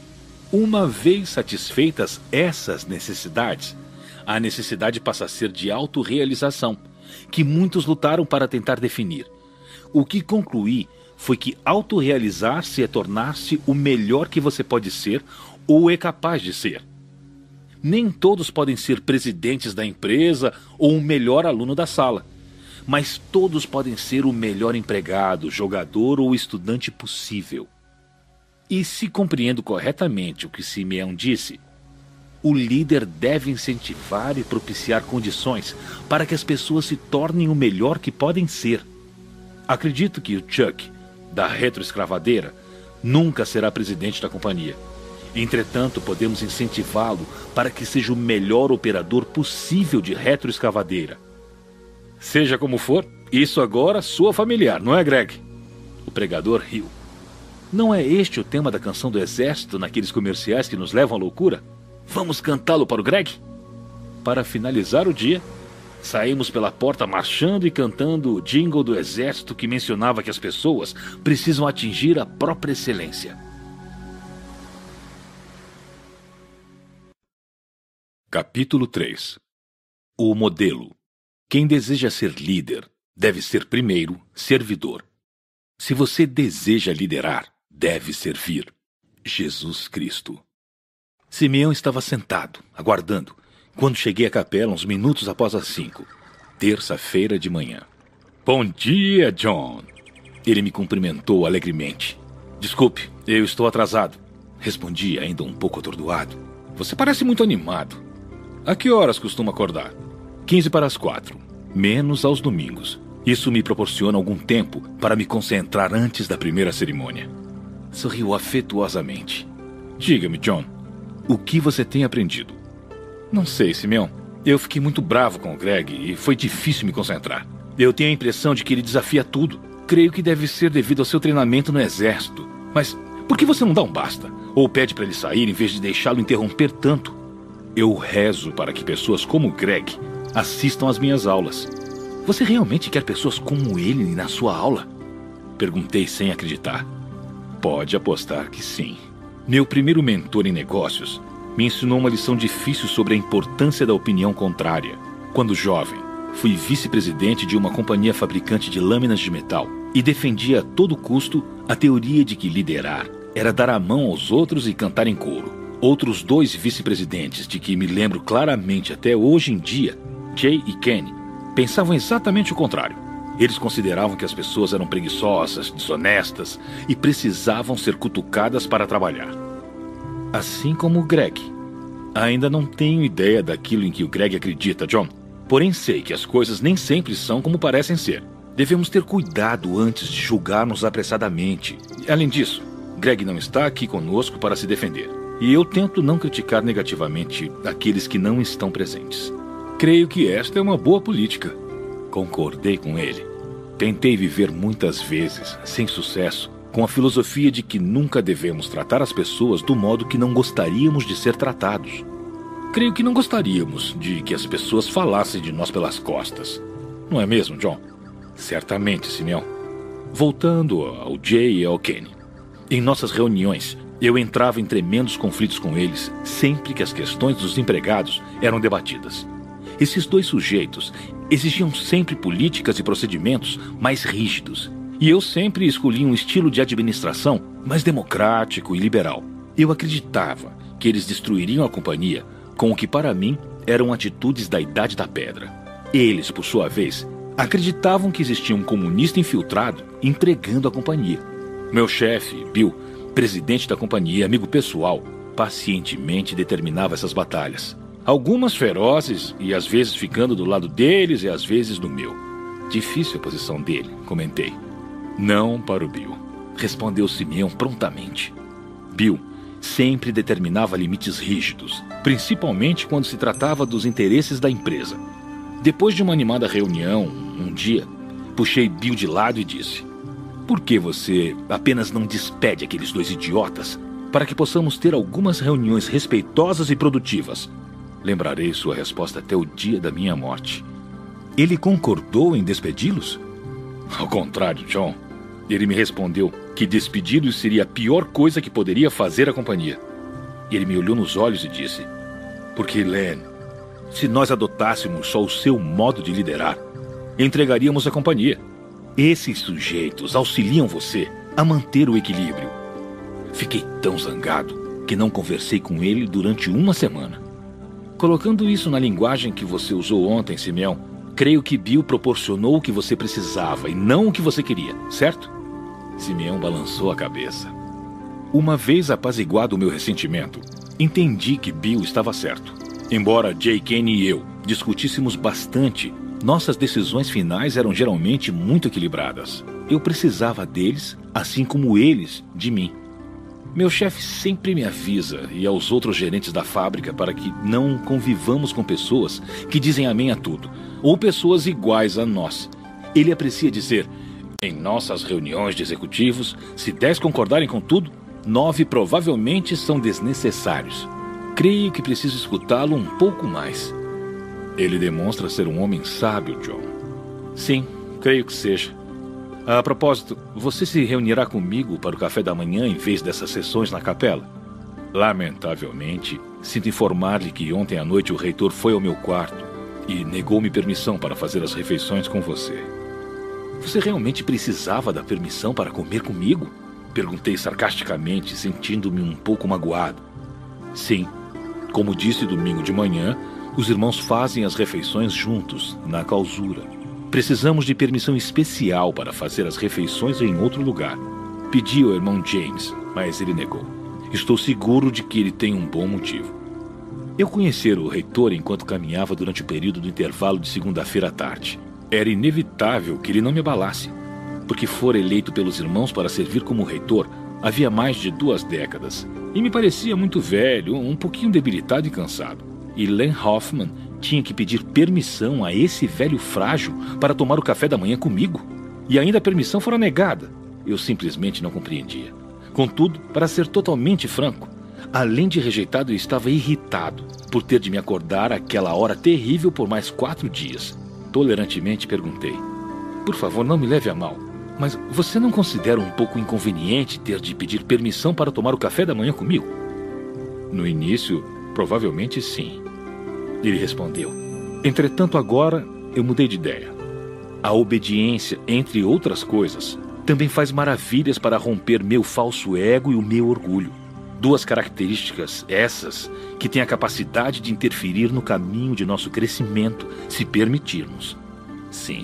Uma vez satisfeitas essas necessidades, a necessidade passa a ser de autorrealização, que muitos lutaram para tentar definir. O que concluí foi que autorrealizar-se é tornar-se o melhor que você pode ser ou é capaz de ser. Nem todos podem ser presidentes da empresa ou o melhor aluno da sala, mas todos podem ser o melhor empregado, jogador ou estudante possível. E se compreendo corretamente o que Simeão disse, o líder deve incentivar e propiciar condições para que as pessoas se tornem o melhor que podem ser. Acredito que o Chuck, da retroescravadeira, nunca será presidente da companhia. Entretanto, podemos incentivá-lo para que seja o melhor operador possível de retroescavadeira. Seja como for, isso agora soa familiar, não é, Greg? O pregador riu. Não é este o tema da canção do exército naqueles comerciais que nos levam à loucura? Vamos cantá-lo para o Greg? Para finalizar o dia, saímos pela porta marchando e cantando o jingle do exército que mencionava que as pessoas precisam atingir a própria excelência. Capítulo três. O modelo. Quem deseja ser líder deve ser primeiro servidor. Se você deseja liderar, deve servir. Jesus Cristo. Simeão estava sentado, aguardando, quando cheguei à capela uns minutos após as cinco, terça-feira de manhã. Bom dia, John. Ele me cumprimentou alegremente. Desculpe, eu estou atrasado. Respondi, ainda um pouco atordoado. Você parece muito animado. A que horas costuma acordar? Quinze para as quatro, menos aos domingos. Isso me proporciona algum tempo para me concentrar antes da primeira cerimônia. Sorriu afetuosamente. Diga-me, John, o que você tem aprendido? Não sei, Simeão. Eu fiquei muito bravo com o Greg e foi difícil me concentrar. Eu tenho a impressão de que ele desafia tudo. Creio que deve ser devido ao seu treinamento no exército. Mas por que você não dá um basta? Ou pede para ele sair em vez de deixá-lo interromper tanto? Eu rezo para que pessoas como o Greg assistam às minhas aulas. Você realmente quer pessoas como ele na sua aula? Perguntei sem acreditar. Pode apostar que sim. Meu primeiro mentor em negócios me ensinou uma lição difícil sobre a importância da opinião contrária. Quando jovem, fui vice-presidente de uma companhia fabricante de lâminas de metal e defendia a todo custo a teoria de que liderar era dar a mão aos outros e cantar em coro. Outros dois vice-presidentes, de que me lembro claramente até hoje em dia, Jay e Kenny, pensavam exatamente o contrário. Eles consideravam que as pessoas eram preguiçosas, desonestas e precisavam ser cutucadas para trabalhar. Assim como o Greg. Ainda não tenho ideia daquilo em que o Greg acredita, John. Porém sei que as coisas nem sempre são como parecem ser. Devemos ter cuidado antes de julgarmos apressadamente. Além disso, Greg não está aqui conosco para se defender. E eu tento não criticar negativamente aqueles que não estão presentes. Creio que esta é uma boa política. Concordei com ele. Tentei viver muitas vezes, sem sucesso, com a filosofia de que nunca devemos tratar as pessoas do modo que não gostaríamos de ser tratados. Creio que não gostaríamos de que as pessoas falassem de nós pelas costas. Não é mesmo, John? Certamente, Simeão. Voltando ao Jay e ao Kenny. Em nossas reuniões, eu entrava em tremendos conflitos com eles sempre que as questões dos empregados eram debatidas. Esses dois sujeitos exigiam sempre políticas e procedimentos mais rígidos. E eu sempre escolhi um estilo de administração mais democrático e liberal. Eu acreditava que eles destruiriam a companhia com o que para mim eram atitudes da Idade da Pedra. Eles, por sua vez, acreditavam que existia um comunista infiltrado entregando a companhia. Meu chefe, Bill, presidente da companhia, amigo pessoal, pacientemente determinava essas batalhas. Algumas ferozes e às vezes ficando do lado deles e às vezes do meu. Difícil a posição dele, comentei. Não para o Bill, respondeu Simeão prontamente. Bill sempre determinava limites rígidos, principalmente quando se tratava dos interesses da empresa. Depois de uma animada reunião, um dia, puxei Bill de lado e disse: por que você apenas não despede aqueles dois idiotas para que possamos ter algumas reuniões respeitosas e produtivas? Lembrarei sua resposta até o dia da minha morte. Ele concordou em despedi-los? Ao contrário, John. Ele me respondeu que despedi-los seria a pior coisa que poderia fazer à companhia. Ele me olhou nos olhos e disse: porque, Len, se nós adotássemos só o seu modo de liderar, entregaríamos a companhia. Esses sujeitos auxiliam você a manter o equilíbrio. Fiquei tão zangado que não conversei com ele durante uma semana. Colocando isso na linguagem que você usou ontem, Simeão, creio que Bill proporcionou o que você precisava e não o que você queria, certo? Simeão balançou a cabeça. Uma vez apaziguado o meu ressentimento, entendi que Bill estava certo. Embora Jay, Kenny e eu discutíssemos bastante, nossas decisões finais eram geralmente muito equilibradas. Eu precisava deles, assim como eles de mim. Meu chefe sempre me avisa, e aos outros gerentes da fábrica, para que não convivamos com pessoas que dizem amém a tudo, ou pessoas iguais a nós. Ele aprecia dizer: em nossas reuniões de executivos, se dez concordarem com tudo, nove provavelmente são desnecessários. Creio que preciso escutá-lo um pouco mais. Ele demonstra ser um homem sábio, John. Sim, creio que seja. A propósito, você se reunirá comigo para o café da manhã em vez dessas sessões na capela? Lamentavelmente, sinto informar-lhe que ontem à noite o reitor foi ao meu quarto e negou-me permissão para fazer as refeições com você. Você realmente precisava da permissão para comer comigo? Perguntei sarcasticamente, sentindo-me um pouco magoado. Sim, como disse domingo de manhã, os irmãos fazem as refeições juntos, na clausura. Precisamos de permissão especial para fazer as refeições em outro lugar. Pedi ao irmão James, mas ele negou. Estou seguro de que ele tem um bom motivo. Eu conhecera o reitor enquanto caminhava durante o período do intervalo de segunda-feira à tarde. Era inevitável que ele não me abalasse, porque fora eleito pelos irmãos para servir como reitor havia mais de duas décadas, e me parecia muito velho, um pouquinho debilitado e cansado. E Len Hoffman tinha que pedir permissão a esse velho frágil para tomar o café da manhã comigo, e ainda a permissão fora negada. Eu simplesmente não compreendia. Contudo, para ser totalmente franco, além de rejeitado, eu estava irritado por ter de me acordar àquela hora terrível por mais quatro dias. Tolerantemente perguntei: por favor, não me leve a mal, mas você não considera um pouco inconveniente ter de pedir permissão para tomar o café da manhã comigo? No início, provavelmente sim. Ele respondeu. Entretanto, agora eu mudei de ideia. A obediência, entre outras coisas, também faz maravilhas para romper meu falso ego e o meu orgulho. Duas características essas que têm a capacidade de interferir no caminho de nosso crescimento, se permitirmos. Sim.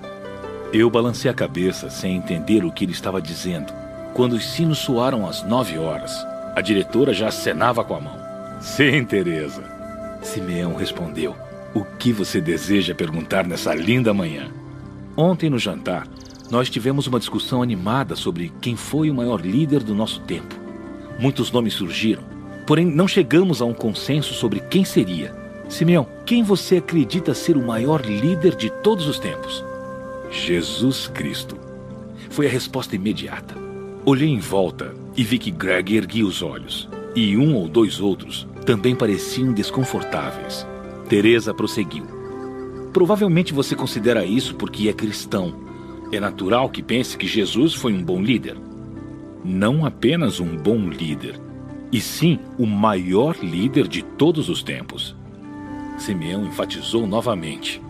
Eu balancei a cabeça sem entender o que ele estava dizendo. Quando os sinos soaram às nove horas, a diretora já acenava com a mão. Sim, Teresa. Simeão respondeu. O que você deseja perguntar nessa linda manhã? Ontem no jantar, nós tivemos uma discussão animada sobre quem foi o maior líder do nosso tempo. Muitos nomes surgiram, porém não chegamos a um consenso sobre quem seria. Simeão, quem você acredita ser o maior líder de todos os tempos? Jesus Cristo. Foi a resposta imediata. Olhei em volta e vi que Greg erguia os olhos, e um ou dois outros também pareciam desconfortáveis. Teresa prosseguiu. Provavelmente você considera isso porque é cristão. É natural que pense que Jesus foi um bom líder. Não apenas um bom líder, e sim o maior líder de todos os tempos. Simeão enfatizou novamente.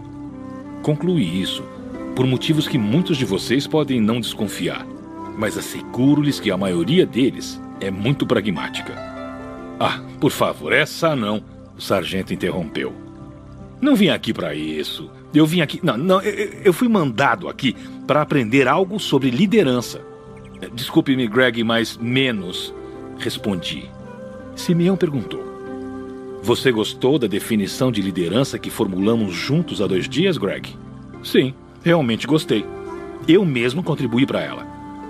Concluí isso por motivos que muitos de vocês podem não desconfiar, mas asseguro-lhes que a maioria deles é muito pragmática. Ah, por favor, essa não, o sargento interrompeu. Não vim aqui para isso. Eu vim aqui... Não, não, eu, eu fui mandado aqui para aprender algo sobre liderança. Desculpe-me, Greg, mas menos, respondi. Simeão perguntou. Você gostou da definição de liderança que formulamos juntos há dois dias, Greg? Sim, realmente gostei. Eu mesmo contribuí para ela.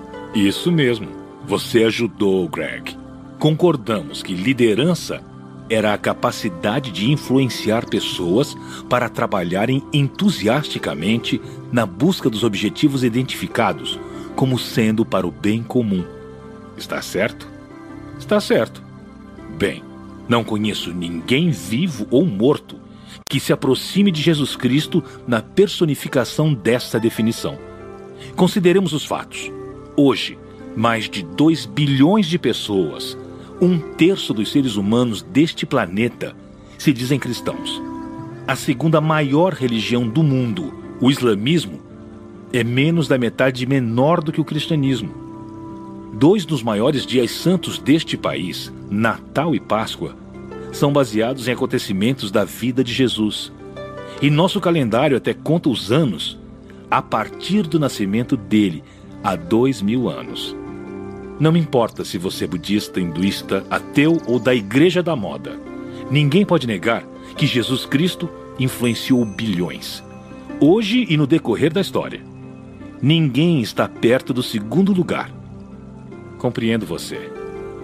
Isso mesmo. Você ajudou, Greg. Concordamos que liderança era a capacidade de influenciar pessoas para trabalharem entusiasticamente na busca dos objetivos identificados como sendo para o bem comum. Está certo? Está certo. Bem, não conheço ninguém vivo ou morto que se aproxime de Jesus Cristo na personificação dessa definição. Consideremos os fatos. Hoje, mais de dois bilhões de pessoas, um terço dos seres humanos deste planeta, se dizem cristãos. A segunda maior religião do mundo, o islamismo, é menos da metade menor do que o cristianismo. Dois dos maiores dias santos deste país, Natal e Páscoa, são baseados em acontecimentos da vida de Jesus. E nosso calendário até conta os anos a partir do nascimento dele, há dois mil anos. Não me importa se você é budista, hinduísta, ateu ou da Igreja da Moda. Ninguém pode negar que Jesus Cristo influenciou bilhões, hoje e no decorrer da história. Ninguém está perto do segundo lugar. Compreendo você.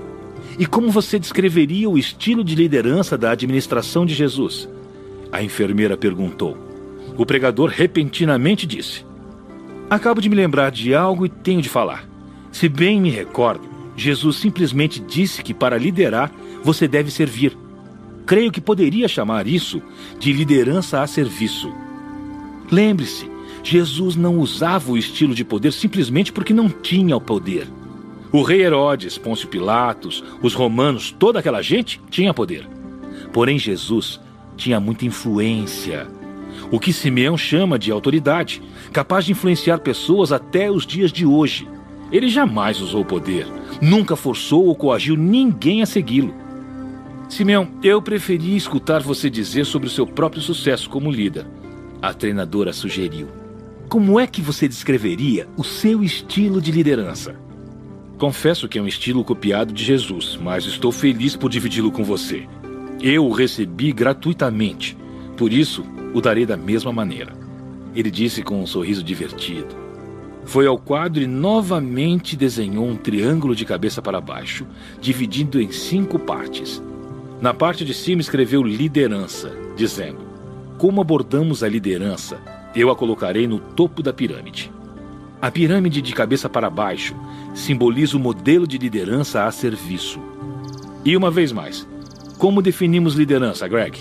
E como você descreveria o estilo de liderança da administração de Jesus? A enfermeira perguntou. O pregador repentinamente disse. Acabo de me lembrar de algo e tenho de falar. Se bem me recordo, Jesus simplesmente disse que para liderar, você deve servir. Creio que poderia chamar isso de liderança a serviço. Lembre-se, Jesus não usava o estilo de poder simplesmente porque não tinha o poder. O rei Herodes, Pôncio Pilatos, os romanos, toda aquela gente tinha poder. Porém, Jesus tinha muita influência. O que Simeão chama de autoridade, capaz de influenciar pessoas até os dias de hoje. Ele jamais usou o poder, nunca forçou ou coagiu ninguém a segui-lo. Simeão, eu preferi escutar você dizer sobre o seu próprio sucesso como líder. A treinadora sugeriu. Como é que você descreveria o seu estilo de liderança? Confesso que é um estilo copiado de Jesus, mas estou feliz por dividi-lo com você. Eu o recebi gratuitamente, por isso o darei da mesma maneira. Ele disse com um sorriso divertido. Foi ao quadro e novamente desenhou um triângulo de cabeça para baixo, dividido em cinco partes. Na parte de cima escreveu liderança, dizendo: como abordamos a liderança, eu a colocarei no topo da pirâmide. A pirâmide de cabeça para baixo simboliza o modelo de liderança a serviço. E uma vez mais, como definimos liderança, Greg?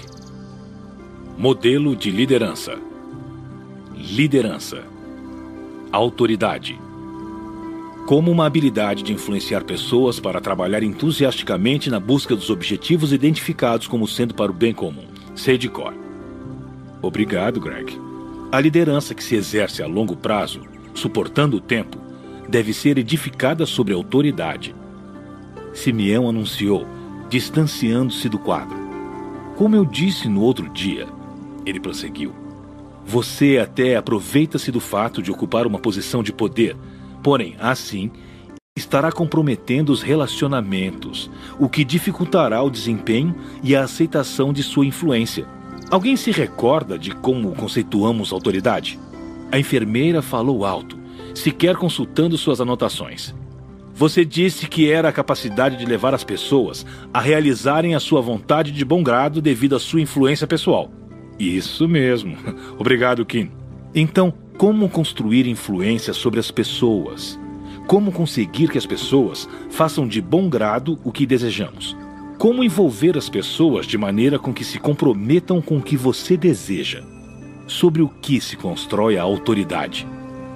Modelo de liderança. Liderança. Autoridade. Como uma habilidade de influenciar pessoas para trabalhar entusiasticamente na busca dos objetivos identificados como sendo para o bem comum. Sei de cor. Obrigado, Greg. A liderança que se exerce a longo prazo, suportando o tempo, deve ser edificada sobre autoridade. Simeão anunciou, distanciando-se do quadro. Como eu disse no outro dia, ele prosseguiu. Você até aproveita-se do fato de ocupar uma posição de poder, porém, assim, estará comprometendo os relacionamentos, o que dificultará o desempenho e a aceitação de sua influência. Alguém se recorda de como conceituamos autoridade? A enfermeira falou alto, sequer consultando suas anotações. Você disse que era a capacidade de levar as pessoas a realizarem a sua vontade de bom grado devido à sua influência pessoal. Isso mesmo. Obrigado, Kim. Então, como construir influência sobre as pessoas? Como conseguir que as pessoas façam de bom grado o que desejamos? Como envolver as pessoas de maneira com que se comprometam com o que você deseja? Sobre o que se constrói a autoridade?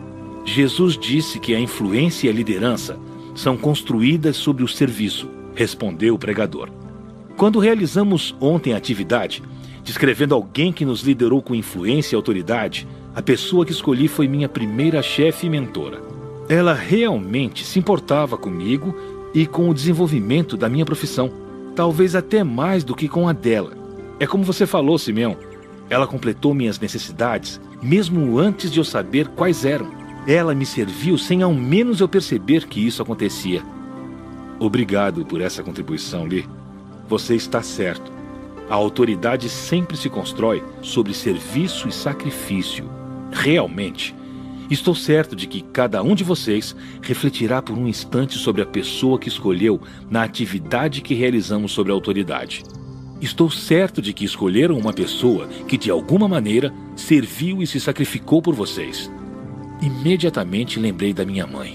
Jesus disse que a influência e a liderança são construídas sobre o serviço, respondeu o pregador. Quando realizamos ontem a atividade, descrevendo alguém que nos liderou com influência e autoridade, a pessoa que escolhi foi minha primeira chefe e mentora. Ela realmente se importava comigo e com o desenvolvimento da minha profissão, talvez até mais do que com a dela. É como você falou, Simeão, ela completou minhas necessidades, mesmo antes de eu saber quais eram. Ela me serviu sem ao menos eu perceber que isso acontecia. Obrigado por essa contribuição, Lee. Você está certo. A autoridade sempre se constrói sobre serviço e sacrifício. Realmente, estou certo de que cada um de vocês refletirá por um instante sobre a pessoa que escolheu na atividade que realizamos sobre a autoridade. Estou certo de que escolheram uma pessoa que, de alguma maneira, serviu e se sacrificou por vocês. Imediatamente lembrei da minha mãe.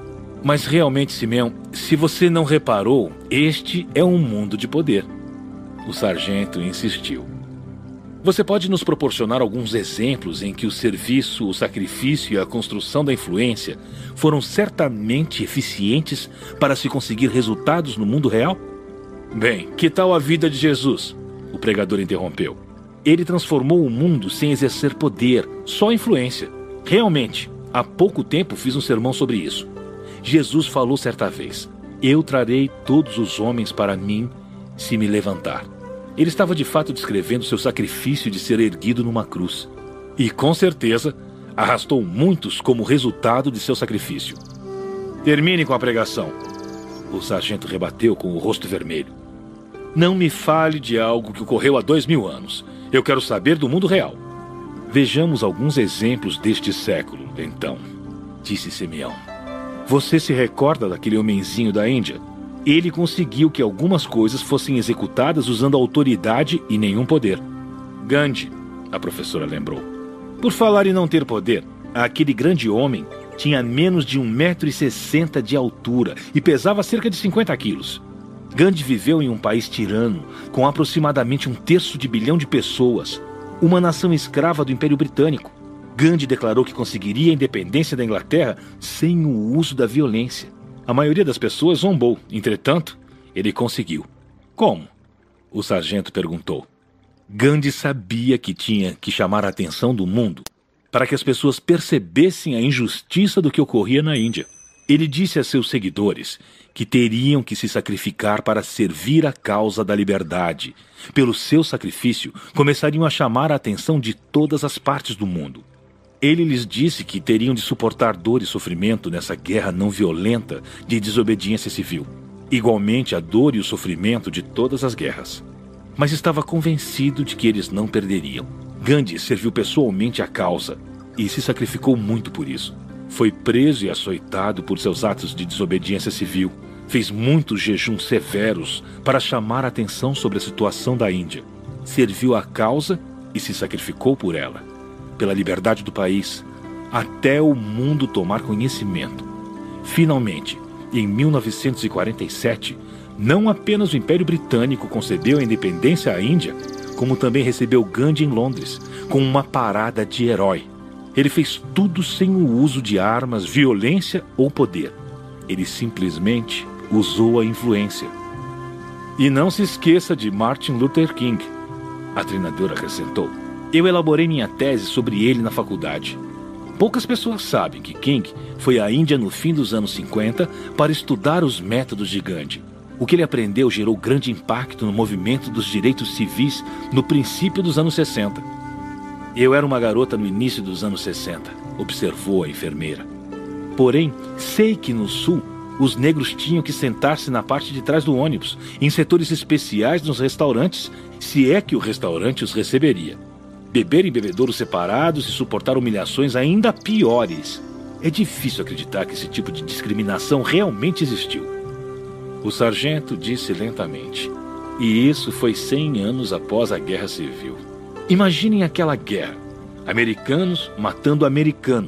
Mas realmente, Simeão, se você não reparou, este é um mundo de poder. O sargento insistiu. Você pode nos proporcionar alguns exemplos em que o serviço, o sacrifício e a construção da influência foram certamente eficientes para se conseguir resultados no mundo real? Bem, que tal a vida de Jesus? O pregador interrompeu. Ele transformou o mundo sem exercer poder, só influência. Realmente, há pouco tempo fiz um sermão sobre isso. Jesus falou certa vez: eu trarei todos os homens para mim se me levantar. Ele estava de fato descrevendo seu sacrifício de ser erguido numa cruz. E, com certeza, arrastou muitos como resultado de seu sacrifício. Termine com a pregação. O sargento rebateu com o rosto vermelho. Não me fale de algo que ocorreu há dois mil anos. Eu quero saber do mundo real. Vejamos alguns exemplos deste século, então, disse Simeão. Você se recorda daquele homenzinho da Índia? Ele conseguiu que algumas coisas fossem executadas usando autoridade e nenhum poder. Gandhi, a professora lembrou. Por falar em não ter poder, aquele grande homem tinha menos de um metro e sessenta de altura e pesava cerca de cinquenta quilos. Gandhi viveu em um país tirano, com aproximadamente um terço de bilhão de pessoas, uma nação escrava do Império Britânico. Gandhi declarou que conseguiria a independência da Inglaterra sem o uso da violência. A maioria das pessoas zombou, entretanto, ele conseguiu. Como? O sargento perguntou. Gandhi sabia que tinha que chamar a atenção do mundo para que as pessoas percebessem a injustiça do que ocorria na Índia. Ele disse a seus seguidores que teriam que se sacrificar para servir a causa da liberdade. Pelo seu sacrifício, começariam a chamar a atenção de todas as partes do mundo. Ele lhes disse que teriam de suportar dor e sofrimento nessa guerra não violenta de desobediência civil. Igualmente a dor e o sofrimento de todas as guerras. Mas estava convencido de que eles não perderiam. Gandhi serviu pessoalmente à causa e se sacrificou muito por isso. Foi preso e açoitado por seus atos de desobediência civil. Fez muitos jejuns severos para chamar a atenção sobre a situação da Índia. Serviu à causa e se sacrificou por ela. Pela liberdade do país, até o mundo tomar conhecimento. Finalmente, em mil novecentos e quarenta e sete, não apenas o Império Britânico concedeu a independência à Índia, como também recebeu Gandhi em Londres, com uma parada de herói. Ele fez tudo sem o uso de armas, violência ou poder. Ele simplesmente usou a influência. E não se esqueça de Martin Luther King, a treinadora acrescentou. Eu elaborei minha tese sobre ele na faculdade. Poucas pessoas sabem que King foi à Índia no fim dos anos cinquenta para estudar os métodos de Gandhi. O que ele aprendeu gerou grande impacto no movimento dos direitos civis no princípio dos anos sessenta. Eu era uma garota no início dos anos sessenta, observou a enfermeira. Porém, sei que no sul, os negros tinham que sentar-se na parte de trás do ônibus, em setores especiais nos restaurantes, se é que o restaurante os receberia. Beber em bebedouros separados e suportar humilhações ainda piores. É difícil acreditar que esse tipo de discriminação realmente existiu. O sargento disse lentamente. E isso foi cem anos após a Guerra Civil. Imaginem aquela guerra. Americanos matando americanos.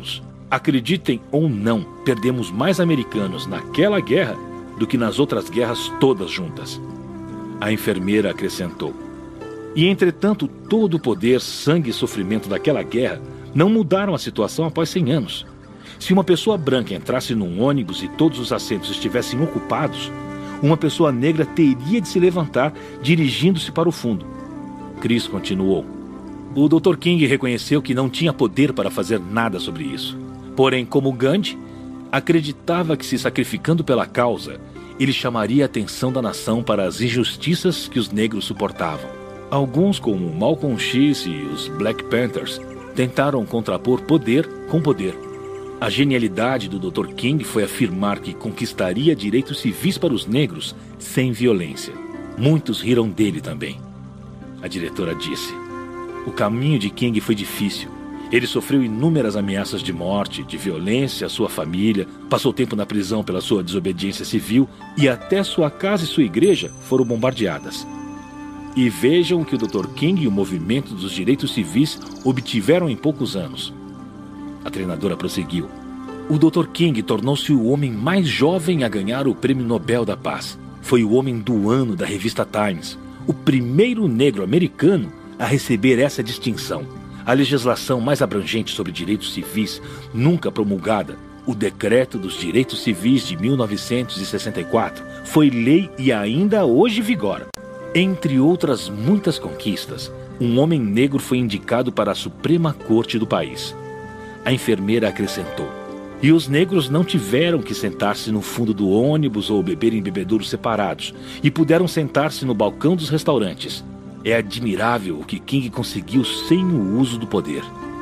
Acreditem ou não, perdemos mais americanos naquela guerra do que nas outras guerras todas juntas. A enfermeira acrescentou. E, entretanto, todo o poder, sangue e sofrimento daquela guerra não mudaram a situação após cem anos. Se uma pessoa branca entrasse num ônibus e todos os assentos estivessem ocupados, uma pessoa negra teria de se levantar, dirigindo-se para o fundo. Chris continuou. O doutor King reconheceu que não tinha poder para fazer nada sobre isso. Porém, como Gandhi, acreditava que, se sacrificando pela causa, ele chamaria a atenção da nação para as injustiças que os negros suportavam. Alguns, como Malcolm X e os Black Panthers, tentaram contrapor poder com poder. A genialidade do doutor King foi afirmar que conquistaria direitos civis para os negros sem violência. Muitos riram dele também. A diretora disse. O caminho de King foi difícil. Ele sofreu inúmeras ameaças de morte, de violência à sua família, passou tempo na prisão pela sua desobediência civil e até sua casa e sua igreja foram bombardeadas. E vejam o que o doutor King e o movimento dos direitos civis obtiveram em poucos anos. A treinadora prosseguiu. O doutor King tornou-se o homem mais jovem a ganhar o Prêmio Nobel da Paz. Foi o homem do ano da revista Times, o primeiro negro americano a receber essa distinção. A legislação mais abrangente sobre direitos civis, nunca promulgada, o Decreto dos Direitos Civis de mil novecentos e sessenta e quatro, foi lei e ainda hoje vigora. Entre outras muitas conquistas, um homem negro foi indicado para a Suprema Corte do país. A enfermeira acrescentou. E os negros não tiveram que sentar-se no fundo do ônibus ou beber em bebedouros separados, e puderam sentar-se no balcão dos restaurantes. É admirável o que King conseguiu sem o uso do poder.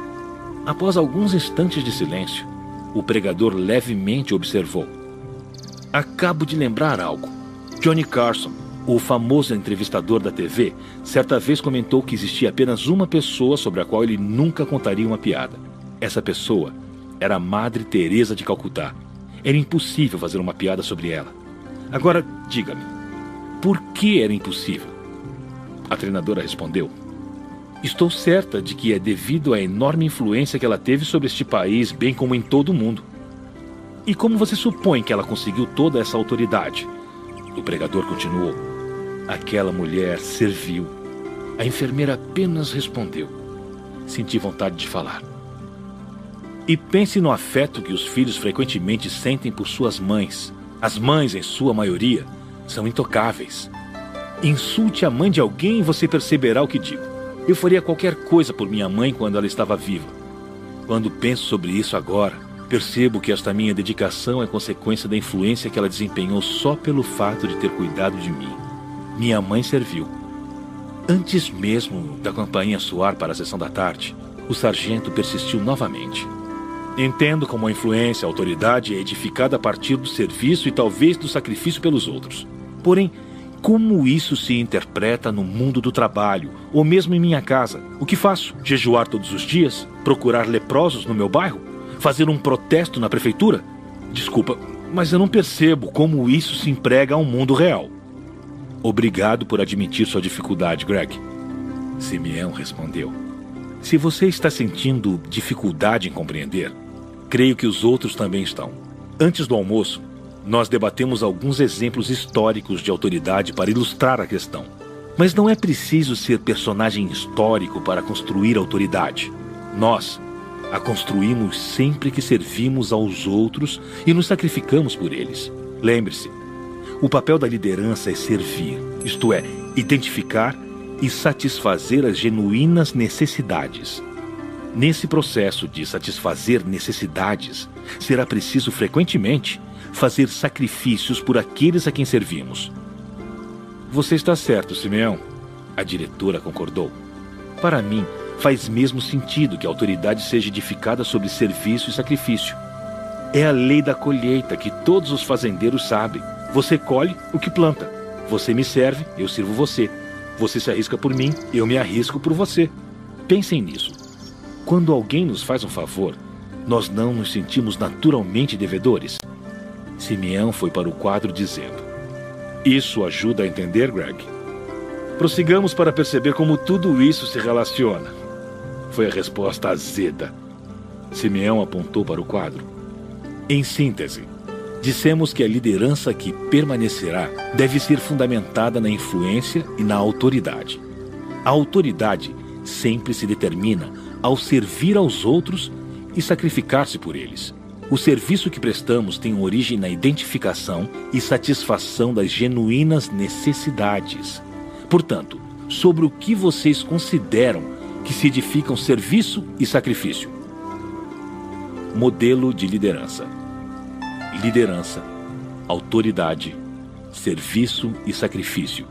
Após alguns instantes de silêncio, o pregador levemente observou. Acabo de lembrar algo. Johnny Carson, o famoso entrevistador da T V, certa vez comentou que existia apenas uma pessoa sobre a qual ele nunca contaria uma piada. Essa pessoa era a Madre Teresa de Calcutá. Era impossível fazer uma piada sobre ela. Agora, diga-me, por que era impossível? A treinadora respondeu. Estou certa de que é devido à enorme influência que ela teve sobre este país, bem como em todo o mundo. E como você supõe que ela conseguiu toda essa autoridade? O pregador continuou. Aquela mulher serviu. A enfermeira apenas respondeu. Senti vontade de falar. E pense no afeto que os filhos frequentemente sentem por suas mães. As mães, em sua maioria, são intocáveis. Insulte a mãe de alguém e você perceberá o que digo. Eu faria qualquer coisa por minha mãe quando ela estava viva. Quando penso sobre isso agora, percebo que esta minha dedicação é consequência da influência que ela desempenhou só pelo fato de ter cuidado de mim. Minha mãe serviu. Antes mesmo da campainha soar para a sessão da tarde, o sargento persistiu novamente. Entendo como a influência, a autoridade é edificada a partir do serviço e talvez do sacrifício pelos outros. Porém, como isso se interpreta no mundo do trabalho, ou mesmo em minha casa? O que faço? Jejuar todos os dias? Procurar leprosos no meu bairro? Fazer um protesto na prefeitura? Desculpa, mas eu não percebo como isso se emprega ao mundo real. Obrigado por admitir sua dificuldade, Greg. Simeão respondeu. Se você está sentindo dificuldade em compreender, creio que os outros também estão. Antes do almoço, nós debatemos alguns exemplos históricos de autoridade para ilustrar a questão. Mas não é preciso ser personagem histórico para construir autoridade. Nós a construímos sempre que servimos aos outros e nos sacrificamos por eles. Lembre-se, o papel da liderança é servir, isto é, identificar e satisfazer as genuínas necessidades. Nesse processo de satisfazer necessidades, será preciso frequentemente fazer sacrifícios por aqueles a quem servimos. Você está certo, Simeão. A diretora concordou. Para mim, faz mesmo sentido que a autoridade seja edificada sobre serviço e sacrifício. É a lei da colheita que todos os fazendeiros sabem. Você colhe o que planta. Você me serve, eu sirvo você. Você se arrisca por mim, eu me arrisco por você. Pensem nisso. Quando alguém nos faz um favor, nós não nos sentimos naturalmente devedores? Simeão foi para o quadro dizendo. Isso ajuda a entender, Greg? Prossigamos para perceber como tudo isso se relaciona. Foi a resposta azeda. Simeão apontou para o quadro. Em síntese, dissemos que a liderança que permanecerá deve ser fundamentada na influência e na autoridade. A autoridade sempre se determina ao servir aos outros e sacrificar-se por eles. O serviço que prestamos tem origem na identificação e satisfação das genuínas necessidades. Portanto, sobre o que vocês consideram que se edificam serviço e sacrifício? Modelo de liderança. Liderança, autoridade, serviço e sacrifício.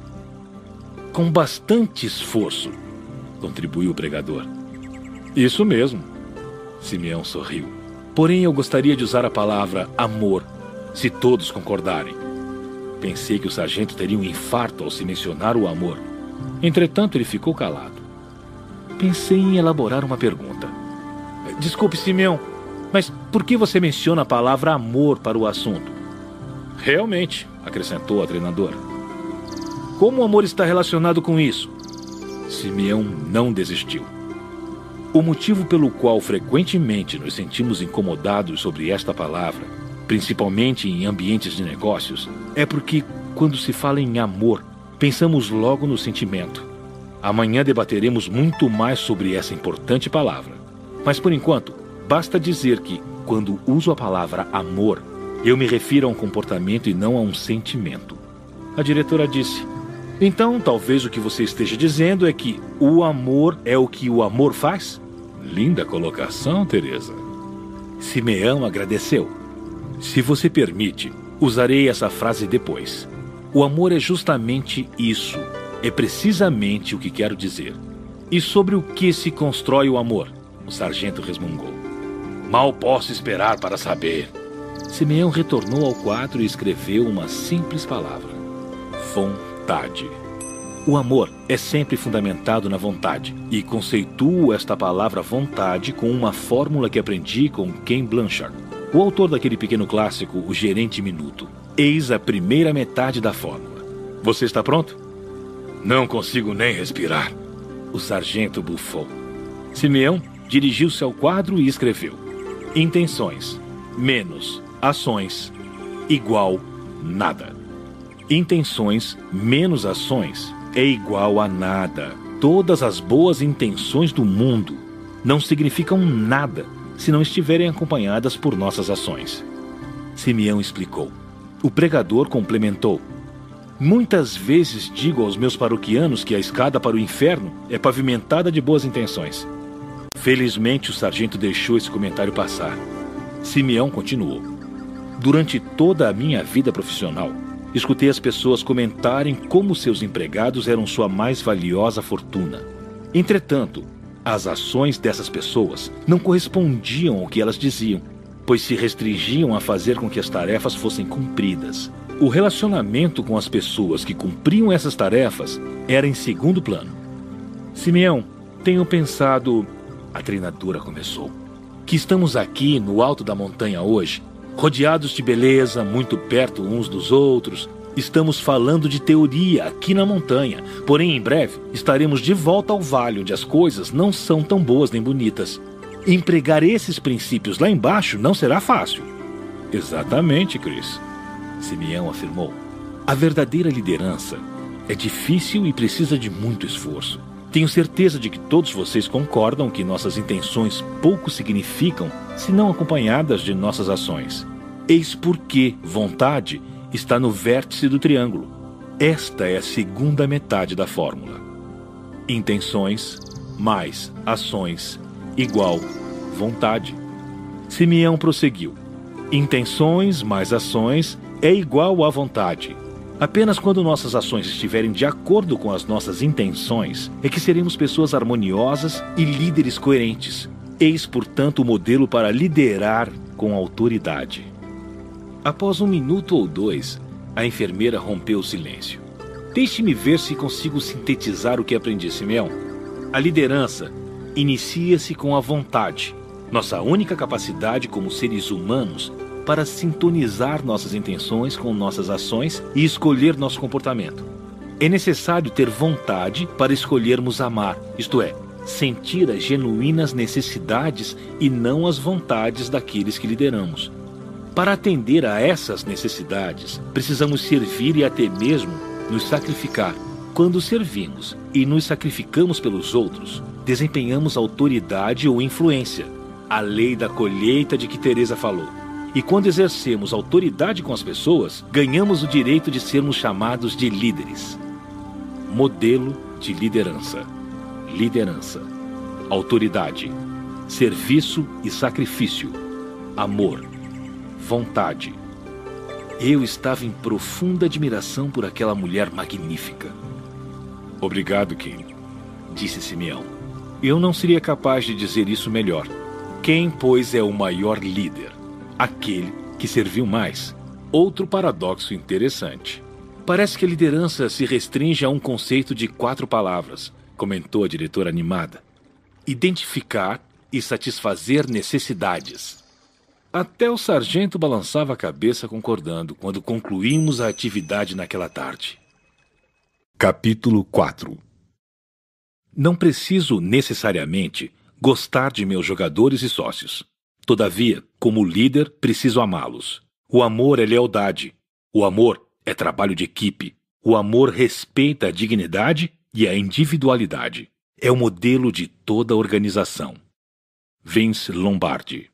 Com bastante esforço, contribuiu o pregador. Isso mesmo. Simeão sorriu. Porém, eu gostaria de usar a palavra amor, se todos concordarem. Pensei que o sargento teria um infarto ao se mencionar o amor. Entretanto, ele ficou calado. Pensei em elaborar uma pergunta. Desculpe, Simeão, mas por que você menciona a palavra amor para o assunto? Realmente, acrescentou a treinadora. Como o amor está relacionado com isso? Simeão não desistiu. O motivo pelo qual frequentemente nos sentimos incomodados sobre esta palavra, principalmente em ambientes de negócios, é porque, quando se fala em amor, pensamos logo no sentimento. Amanhã debateremos muito mais sobre essa importante palavra. Mas, por enquanto, basta dizer que, quando uso a palavra amor, eu me refiro a um comportamento e não a um sentimento. A diretora disse: então, talvez o que você esteja dizendo é que o amor é o que o amor faz? Linda colocação, Teresa. Simeão agradeceu. Se você permite, usarei essa frase depois. O amor é justamente isso. É precisamente o que quero dizer. E sobre o que se constrói o amor? O sargento resmungou. Mal posso esperar para saber. Simeão retornou ao quadro e escreveu uma simples palavra: vontade. O amor é sempre fundamentado na vontade, e conceituo esta palavra vontade com uma fórmula que aprendi com Ken Blanchard, o autor daquele pequeno clássico, O Gerente Minuto. Eis a primeira metade da fórmula. Você está pronto? Não consigo nem respirar. O sargento bufou. Simeão dirigiu-se ao quadro e escreveu: intenções menos ações igual nada. Intenções menos ações é igual a nada. Todas as boas intenções do mundo não significam nada se não estiverem acompanhadas por nossas ações. Simeão explicou. O pregador complementou: muitas vezes digo aos meus paroquianos que a escada para o inferno é pavimentada de boas intenções. Felizmente, o sargento deixou esse comentário passar. Simeão continuou. Durante toda a minha vida profissional, escutei as pessoas comentarem como seus empregados eram sua mais valiosa fortuna. Entretanto, as ações dessas pessoas não correspondiam ao que elas diziam, pois se restringiam a fazer com que as tarefas fossem cumpridas. O relacionamento com as pessoas que cumpriam essas tarefas era em segundo plano. Simeão, tenho pensado... A treinadora começou. Que estamos aqui no alto da montanha hoje, rodeados de beleza, muito perto uns dos outros. Estamos falando de teoria aqui na montanha, porém em breve estaremos de volta ao vale, onde as coisas não são tão boas nem bonitas. Empregar esses princípios lá embaixo não será fácil. Exatamente, Chris. Simeão afirmou. A verdadeira liderança é difícil e precisa de muito esforço. Tenho certeza de que todos vocês concordam que nossas intenções pouco significam se não acompanhadas de nossas ações. Eis porque vontade está no vértice do triângulo. Esta é a segunda metade da fórmula. Intenções mais ações igual vontade. Simeão prosseguiu. Intenções mais ações é igual a vontade. Apenas quando nossas ações estiverem de acordo com as nossas intenções é que seremos pessoas harmoniosas e líderes coerentes. Eis, portanto, o modelo para liderar com autoridade. Após um minuto ou dois, a enfermeira rompeu o silêncio. Deixe-me ver se consigo sintetizar o que aprendi, Simeão. A liderança inicia-se com a vontade, nossa única capacidade como seres humanos para sintonizar nossas intenções com nossas ações e escolher nosso comportamento. É necessário ter vontade para escolhermos amar, isto é, sentir as genuínas necessidades e não as vontades daqueles que lideramos. Para atender a essas necessidades, precisamos servir e até mesmo nos sacrificar. Quando servimos e nos sacrificamos pelos outros, desempenhamos autoridade ou influência, a lei da colheita de que Teresa falou. E quando exercemos autoridade com as pessoas, ganhamos o direito de sermos chamados de líderes. Modelo de liderança. Liderança. Autoridade. Serviço e sacrifício. Amor. Vontade. Eu estava em profunda admiração por aquela mulher magnífica. Obrigado, Kim, disse Simeão. Eu não seria capaz de dizer isso melhor. Quem, pois, é o maior líder? Aquele que serviu mais. Outro paradoxo interessante. Parece que a liderança se restringe a um conceito de quatro palavras, comentou a diretora animada. Identificar e satisfazer necessidades. Até o sargento balançava a cabeça concordando quando concluímos a atividade naquela tarde. Capítulo quatro. Não preciso necessariamente gostar de meus jogadores e sócios. Todavia, como líder, preciso amá-los. O amor é lealdade. O amor é trabalho de equipe. O amor respeita a dignidade e a individualidade. É o modelo de toda organização. Vince Lombardi.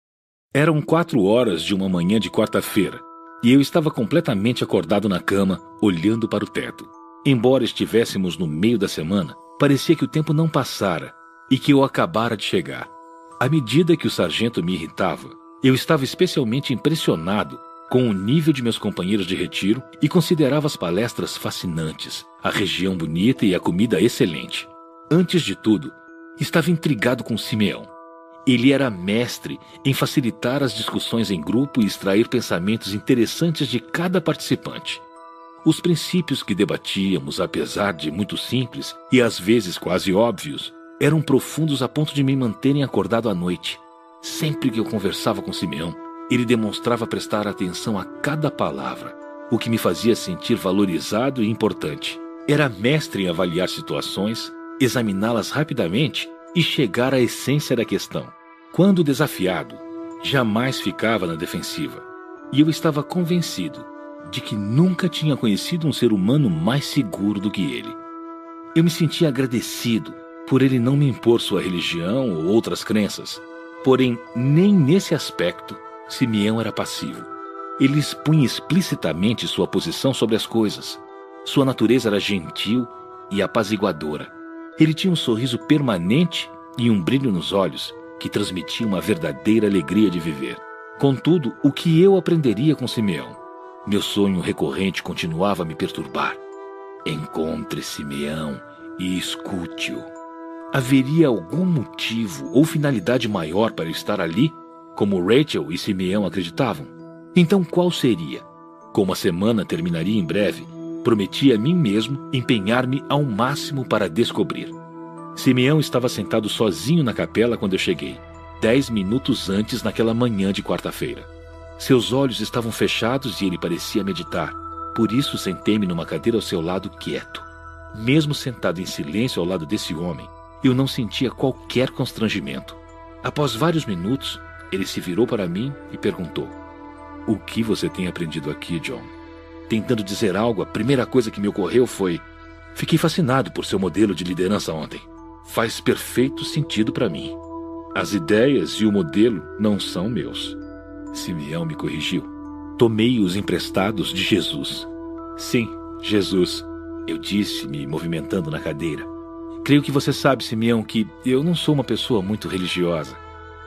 Eram quatro horas de uma manhã de quarta-feira e eu estava completamente acordado na cama, olhando para o teto. Embora estivéssemos no meio da semana, parecia que o tempo não passara e que eu acabara de chegar. À medida que o sargento me irritava, eu estava especialmente impressionado com o nível de meus companheiros de retiro e considerava as palestras fascinantes, a região bonita e a comida excelente. Antes de tudo, estava intrigado com Simeão. Ele era mestre em facilitar as discussões em grupo e extrair pensamentos interessantes de cada participante. Os princípios que debatíamos, apesar de muito simples e às vezes quase óbvios, eram profundos a ponto de me manterem acordado à noite. Sempre que eu conversava com Simeão, ele demonstrava prestar atenção a cada palavra, o que me fazia sentir valorizado e importante. Era mestre em avaliar situações, examiná-las rapidamente e chegar à essência da questão. Quando desafiado, jamais ficava na defensiva. E eu estava convencido de que nunca tinha conhecido um ser humano mais seguro do que ele. Eu me sentia agradecido por ele não me impor sua religião ou outras crenças. Porém, nem nesse aspecto, Simeão era passivo. Ele expunha explicitamente sua posição sobre as coisas. Sua natureza era gentil e apaziguadora. Ele tinha um sorriso permanente e um brilho nos olhos que transmitia uma verdadeira alegria de viver. Contudo, o que eu aprenderia com Simeão? Meu sonho recorrente continuava a me perturbar. Encontre Simeão e escute-o. Haveria algum motivo ou finalidade maior para eu estar ali, como Rachel e Simeão acreditavam? Então qual seria? Como a semana terminaria em breve, prometi a mim mesmo empenhar-me ao máximo para descobrir. Simeão estava sentado sozinho na capela quando eu cheguei, dez minutos antes naquela manhã de quarta-feira. Seus olhos estavam fechados e ele parecia meditar. Por isso sentei-me numa cadeira ao seu lado quieto. Mesmo sentado em silêncio ao lado desse homem, eu não sentia qualquer constrangimento. Após vários minutos, ele se virou para mim e perguntou: "O que você tem aprendido aqui, John?" Tentando dizer algo, a primeira coisa que me ocorreu foi: "Fiquei fascinado por seu modelo de liderança ontem. Faz perfeito sentido para mim. As ideias e o modelo não são meus." Simeão me corrigiu. "Tomei-os emprestados de Jesus." "Sim, Jesus," eu disse, me movimentando na cadeira. "Creio que você sabe, Simeão, que eu não sou uma pessoa muito religiosa."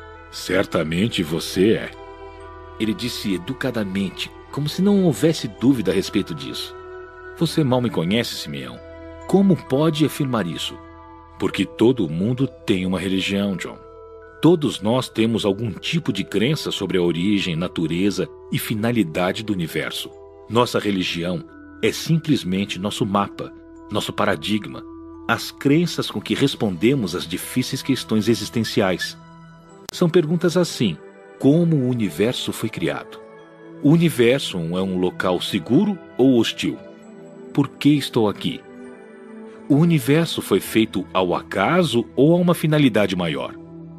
"Certamente você é." Ele disse educadamente, como se não houvesse dúvida a respeito disso. "Você mal me conhece, Simeão. Como pode afirmar isso?" "Porque todo mundo tem uma religião, John. Todos nós temos algum tipo de crença sobre a origem, natureza e finalidade do universo. Nossa religião é simplesmente nosso mapa, nosso paradigma, as crenças com que respondemos às difíceis questões existenciais. São perguntas assim: como o universo foi criado? O universo é um local seguro ou hostil? Por que estou aqui? O universo foi feito ao acaso ou a uma finalidade maior?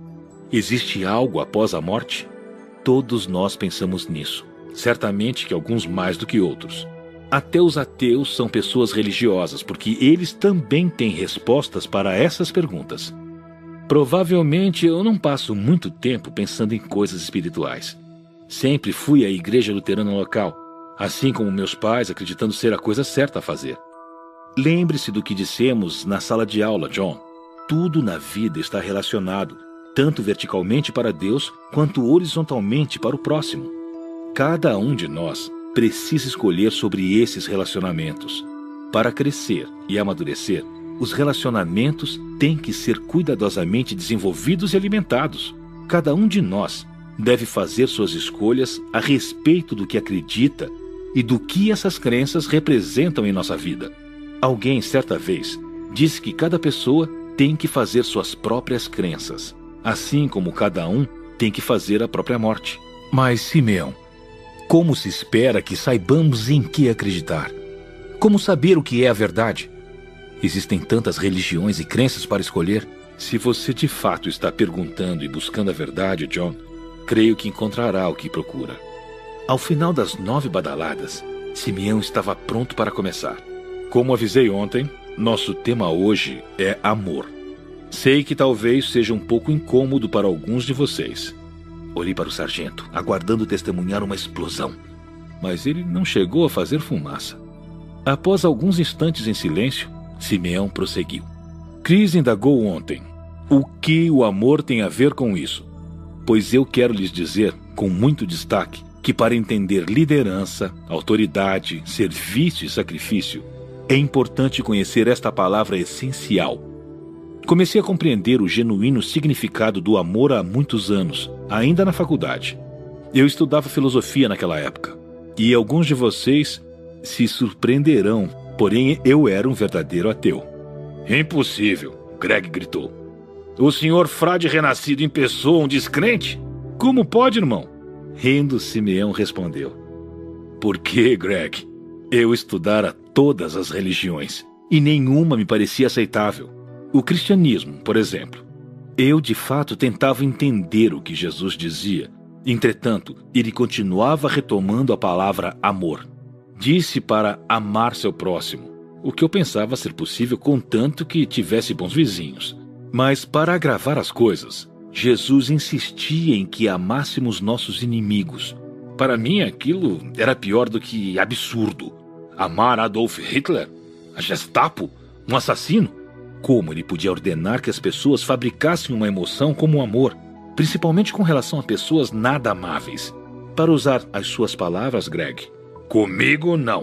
Existe algo após a morte? Todos nós pensamos nisso. Certamente que alguns mais do que outros. Até os ateus são pessoas religiosas, porque eles também têm respostas para essas perguntas. Provavelmente eu não passo muito tempo pensando em coisas espirituais. Sempre fui à igreja luterana local, assim como meus pais, acreditando ser a coisa certa a fazer. Lembre-se do que dissemos na sala de aula, John. Tudo na vida está relacionado, tanto verticalmente para Deus, quanto horizontalmente para o próximo. Cada um de nós precisa escolher sobre esses relacionamentos. Para crescer e amadurecer, os relacionamentos têm que ser cuidadosamente desenvolvidos e alimentados. Cada um de nós deve fazer suas escolhas a respeito do que acredita e do que essas crenças representam em nossa vida. Alguém, certa vez, disse que cada pessoa tem que fazer suas próprias crenças, assim como cada um tem que fazer a própria morte. Mas, Simeão, como se espera que saibamos em que acreditar? Como saber o que é a verdade? Existem tantas religiões e crenças para escolher. Se você de fato está perguntando e buscando a verdade, John, creio que encontrará o que procura. Ao final das nove badaladas, Simeão estava pronto para começar. Como avisei ontem, nosso tema hoje é amor. Sei que talvez seja um pouco incômodo para alguns de vocês. Olhei para o sargento, aguardando testemunhar uma explosão. Mas ele não chegou a fazer fumaça. Após alguns instantes em silêncio, Simeão prosseguiu. Chris indagou ontem. O que o amor tem a ver com isso? Pois eu quero lhes dizer, com muito destaque, que para entender liderança, autoridade, serviço e sacrifício, é importante conhecer esta palavra essencial. Comecei a compreender o genuíno significado do amor há muitos anos, ainda na faculdade. Eu estudava filosofia naquela época, e alguns de vocês se surpreenderão, porém eu era um verdadeiro ateu. Impossível, Greg gritou. O senhor frade renascido em pessoa, um descrente? Como pode, irmão? Rindo, Simeão respondeu. Por que, Greg? Eu estudara todas as religiões, e nenhuma me parecia aceitável. O cristianismo, por exemplo. Eu, de fato, tentava entender o que Jesus dizia. Entretanto, ele continuava retomando a palavra amor. Disse para amar seu próximo, o que eu pensava ser possível contanto que tivesse bons vizinhos. Mas, para agravar as coisas, Jesus insistia em que amássemos nossos inimigos. Para mim, aquilo era pior do que absurdo. Amar Adolf Hitler? A Gestapo? Um assassino? Como ele podia ordenar que as pessoas fabricassem uma emoção como o amor, principalmente com relação a pessoas nada amáveis? Para usar as suas palavras, Greg, comigo não.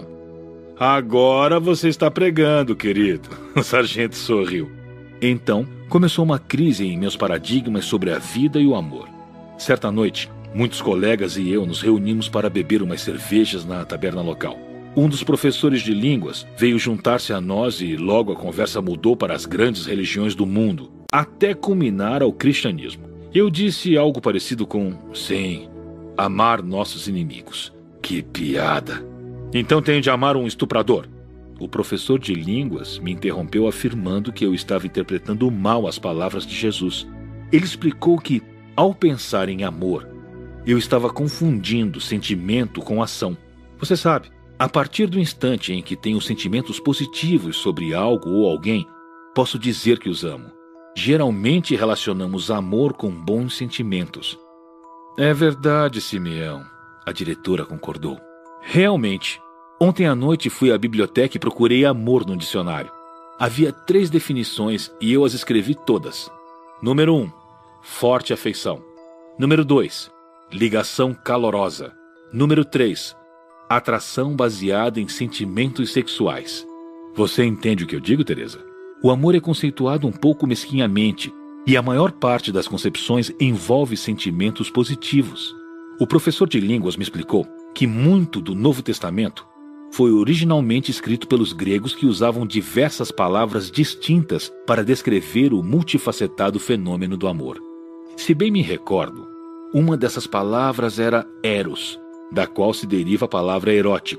Agora você está pregando, querido. O sargento sorriu. Então, começou uma crise em meus paradigmas sobre a vida e o amor. Certa noite, muitos colegas e eu nos reunimos para beber umas cervejas na taberna local. Um dos professores de línguas veio juntar-se a nós e logo a conversa mudou para as grandes religiões do mundo, até culminar ao cristianismo. Eu disse algo parecido com, sim, amar nossos inimigos. Que piada! Então tenho de amar um estuprador? O professor de línguas me interrompeu afirmando que eu estava interpretando mal as palavras de Jesus. Ele explicou que, ao pensar em amor, eu estava confundindo sentimento com ação. Você sabe, a partir do instante em que tenho sentimentos positivos sobre algo ou alguém, posso dizer que os amo. Geralmente relacionamos amor com bons sentimentos. É verdade, Simeão, a diretora concordou. Realmente, ontem à noite fui à biblioteca e procurei amor no dicionário. Havia três definições e eu as escrevi todas. Número um, forte afeição. Número dois, ligação calorosa. Número três, atração baseada em sentimentos sexuais. Você entende o que eu digo, Teresa? O amor é conceituado um pouco mesquinhamente, e a maior parte das concepções envolve sentimentos positivos. O professor de línguas me explicou que muito do Novo Testamento foi originalmente escrito pelos gregos que usavam diversas palavras distintas para descrever o multifacetado fenômeno do amor. Se bem me recordo, uma dessas palavras era eros, da qual se deriva a palavra erótico,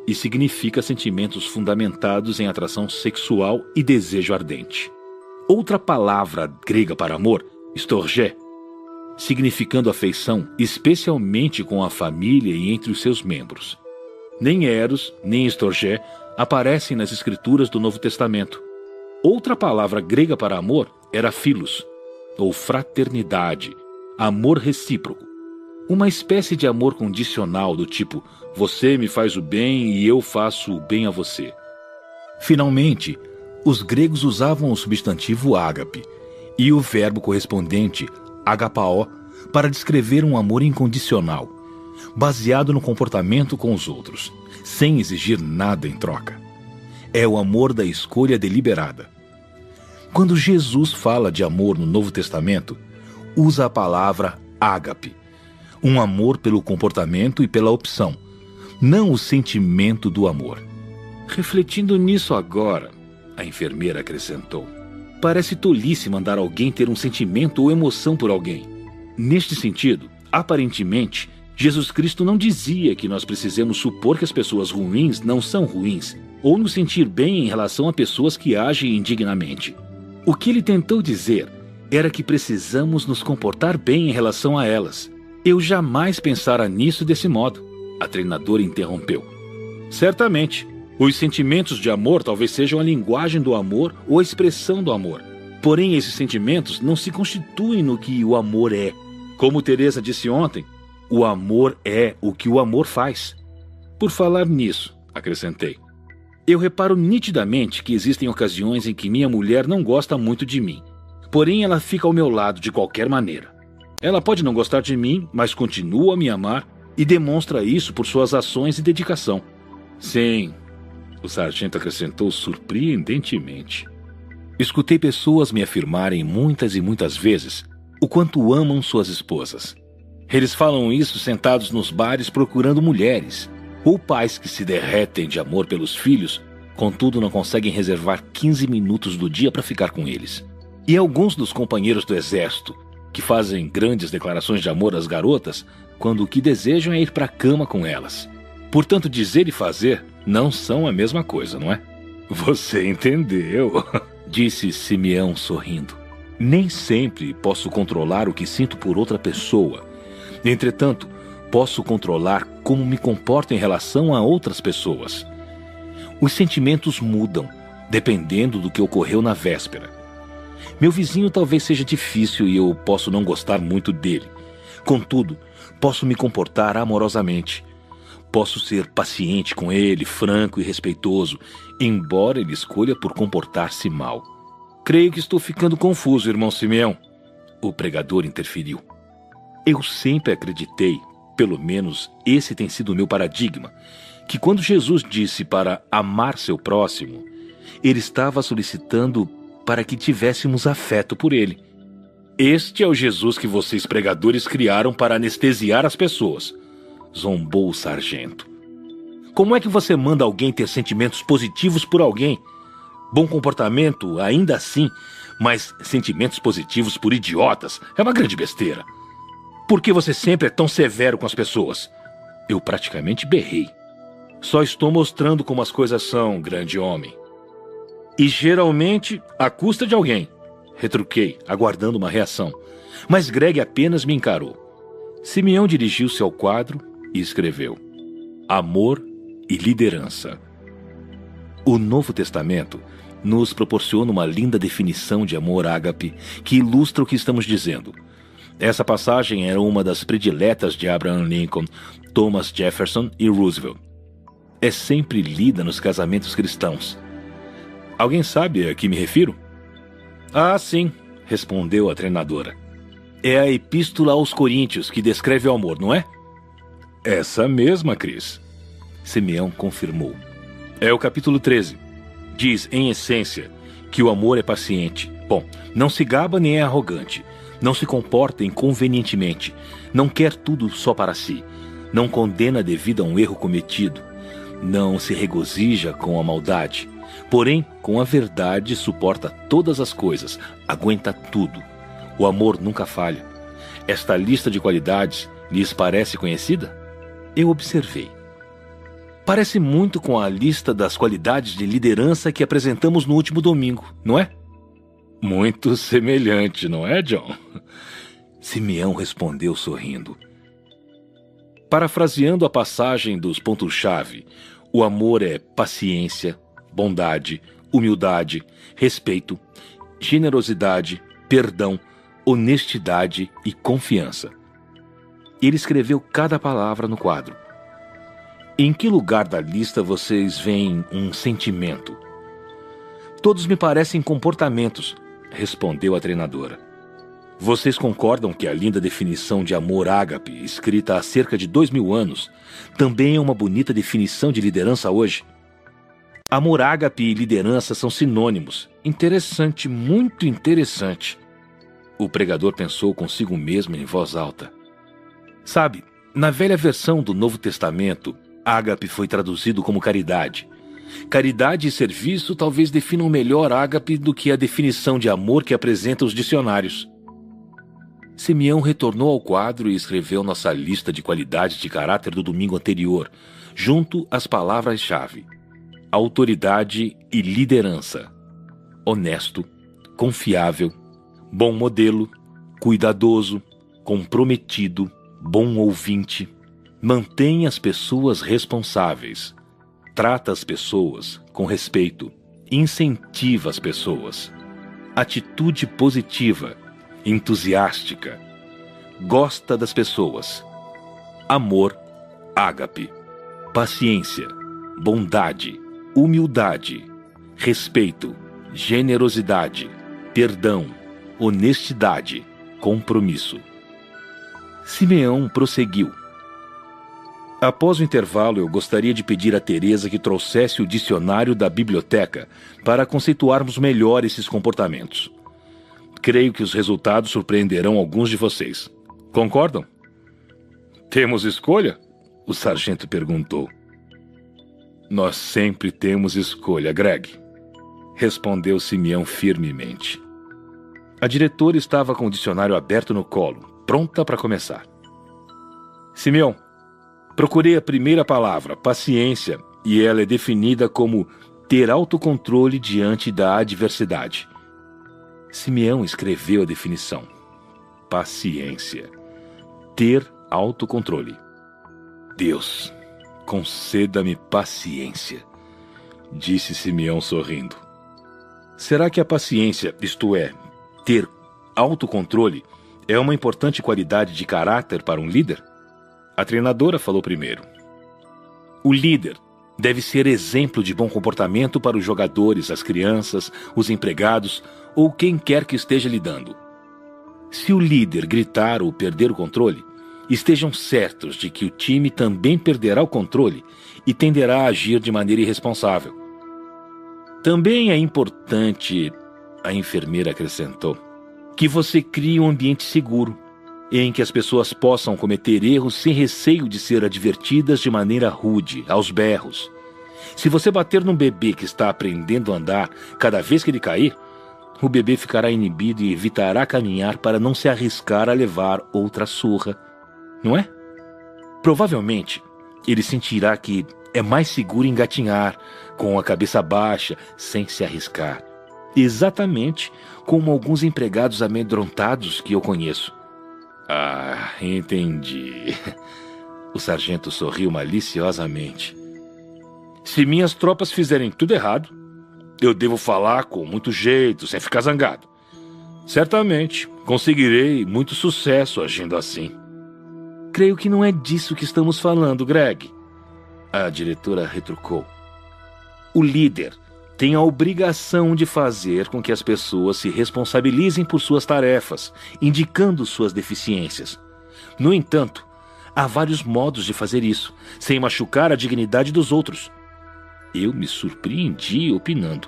e significa sentimentos fundamentados em atração sexual e desejo ardente. Outra palavra grega para amor, storgé, significando afeição, especialmente com a família e entre os seus membros. Nem eros, nem storgé aparecem nas escrituras do Novo Testamento. Outra palavra grega para amor era philos, ou fraternidade, amor recíproco. Uma espécie de amor condicional do tipo, você me faz o bem e eu faço o bem a você. Finalmente, os gregos usavam o substantivo ágape e o verbo correspondente, agapao, para descrever um amor incondicional, baseado no comportamento com os outros, sem exigir nada em troca. É o amor da escolha deliberada. Quando Jesus fala de amor no Novo Testamento, usa a palavra ágape, um amor pelo comportamento e pela opção, não o sentimento do amor. Refletindo nisso agora, a enfermeira acrescentou, parece tolice mandar alguém ter um sentimento ou emoção por alguém. Neste sentido, aparentemente, Jesus Cristo não dizia que nós precisamos supor que as pessoas ruins não são ruins, ou nos sentir bem em relação a pessoas que agem indignamente. O que ele tentou dizer era que precisamos nos comportar bem em relação a elas. Eu jamais pensara nisso desse modo, a treinadora interrompeu. Certamente, os sentimentos de amor talvez sejam a linguagem do amor ou a expressão do amor. Porém, esses sentimentos não se constituem no que o amor é. Como Teresa disse ontem, o amor é o que o amor faz. Por falar nisso, acrescentei, eu reparo nitidamente que existem ocasiões em que minha mulher não gosta muito de mim. Porém, ela fica ao meu lado de qualquer maneira. Ela pode não gostar de mim, mas continua a me amar e demonstra isso por suas ações e dedicação. Sim, o sargento acrescentou surpreendentemente. Escutei pessoas me afirmarem muitas e muitas vezes o quanto amam suas esposas. Eles falam isso sentados nos bares procurando mulheres, ou pais que se derretem de amor pelos filhos, contudo não conseguem reservar quinze minutos do dia para ficar com eles. E alguns dos companheiros do exército, que fazem grandes declarações de amor às garotas, quando o que desejam é ir para a cama com elas. Portanto, dizer e fazer não são a mesma coisa, não é? Você entendeu, disse Simeão sorrindo. Nem sempre posso controlar o que sinto por outra pessoa. Entretanto, posso controlar como me comporto em relação a outras pessoas. Os sentimentos mudam, dependendo do que ocorreu na véspera. Meu vizinho talvez seja difícil e eu posso não gostar muito dele. Contudo, posso me comportar amorosamente. Posso ser paciente com ele, franco e respeitoso, embora ele escolha por comportar-se mal. Creio que estou ficando confuso, irmão Simeão. O pregador interferiu. Eu sempre acreditei, pelo menos esse tem sido o meu paradigma, que quando Jesus disse para amar seu próximo, ele estava solicitando para que tivéssemos afeto por ele. Este é o Jesus que vocês pregadores criaram para anestesiar as pessoas, zombou o sargento. Como é que você manda alguém ter sentimentos positivos por alguém? Bom comportamento, ainda assim, mas sentimentos positivos por idiotas é uma grande besteira. Por que você sempre é tão severo com as pessoas? Eu praticamente berrei. Só estou mostrando como as coisas são, grande homem. E geralmente, à custa de alguém. Retruquei, aguardando uma reação. Mas Greg apenas me encarou. Simeão dirigiu-se ao quadro e escreveu: Amor e liderança. O Novo Testamento nos proporciona uma linda definição de amor ágape que ilustra o que estamos dizendo. Essa passagem era uma das prediletas de Abraham Lincoln, Thomas Jefferson e Roosevelt. É sempre lida nos casamentos cristãos. Alguém sabe a que me refiro? Ah, sim, respondeu a treinadora. É a Epístola aos Coríntios que descreve o amor, não é? Essa mesma, Cris. Simeão confirmou. É o capítulo treze. Diz, em essência, que o amor é paciente. Bom, não se gaba nem é arrogante. Não se comporta inconvenientemente. Não quer tudo só para si. Não condena devido a um erro cometido. Não se regozija com a maldade. Porém, com a verdade suporta todas as coisas. Aguenta tudo. O amor nunca falha. Esta lista de qualidades lhes parece conhecida? Eu observei. Parece muito com a lista das qualidades de liderança que apresentamos no último domingo, não é? Muito semelhante, não é, John? Simeão respondeu sorrindo. Parafraseando a passagem dos pontos-chave, o amor é paciência, bondade, humildade, respeito, generosidade, perdão, honestidade e confiança. Ele escreveu cada palavra no quadro. Em que lugar da lista vocês veem um sentimento? Todos me parecem comportamentos, respondeu a treinadora. Vocês concordam que a linda definição de amor ágape, escrita há cerca de dois mil anos, também é uma bonita definição de liderança hoje? Amor ágape e liderança são sinônimos. Interessante, muito interessante. O pregador pensou consigo mesmo em voz alta. Sabe, na velha versão do Novo Testamento, ágape foi traduzido como caridade. Caridade e serviço talvez definam melhor ágape do que a definição de amor que apresenta os dicionários. Simeão retornou ao quadro e escreveu nossa lista de qualidades de caráter do domingo anterior, junto às palavras-chave: autoridade e liderança, honesto, confiável, bom modelo, cuidadoso, comprometido, bom ouvinte, mantém as pessoas responsáveis, trata as pessoas com respeito, incentiva as pessoas, atitude positiva, entusiástica, gosta das pessoas, amor, ágape, paciência, bondade, humildade, respeito, generosidade, perdão, honestidade, compromisso. Simeão prosseguiu. Após o intervalo, eu gostaria de pedir a Teresa que trouxesse o dicionário da biblioteca para conceituarmos melhor esses comportamentos. Creio que os resultados surpreenderão alguns de vocês. Concordam? Temos escolha? O sargento perguntou. Nós sempre temos escolha, Greg, respondeu Simeão firmemente. A diretora estava com o dicionário aberto no colo, pronta para começar. Simeão, procurei a primeira palavra, paciência, e ela é definida como ter autocontrole diante da adversidade. Simeão escreveu a definição. Paciência. Ter autocontrole. Deus, conceda-me paciência, disse Simeão sorrindo. Será que a paciência, isto é, ter autocontrole, é uma importante qualidade de caráter para um líder? A treinadora falou primeiro. O líder deve ser exemplo de bom comportamento para os jogadores, as crianças, os empregados ou quem quer que esteja lidando. Se o líder gritar ou perder o controle, estejam certos de que o time também perderá o controle e tenderá a agir de maneira irresponsável. Também é importante, a enfermeira acrescentou, que você crie um ambiente seguro, em que as pessoas possam cometer erros sem receio de ser advertidas de maneira rude, aos berros. Se você bater num bebê que está aprendendo a andar cada vez que ele cair, o bebê ficará inibido e evitará caminhar para não se arriscar a levar outra surra, não é? Provavelmente, ele sentirá que é mais seguro engatinhar, com a cabeça baixa, sem se arriscar. Exatamente como alguns empregados amedrontados que eu conheço. Ah, entendi. O sargento sorriu maliciosamente. Se minhas tropas fizerem tudo errado, eu devo falar com muito jeito, sem ficar zangado. Certamente conseguirei muito sucesso agindo assim. Creio que não é disso que estamos falando, Greg. A diretora retrucou. O líder tem a obrigação de fazer com que as pessoas se responsabilizem por suas tarefas, indicando suas deficiências. No entanto, há vários modos de fazer isso, sem machucar a dignidade dos outros. Eu me surpreendi opinando.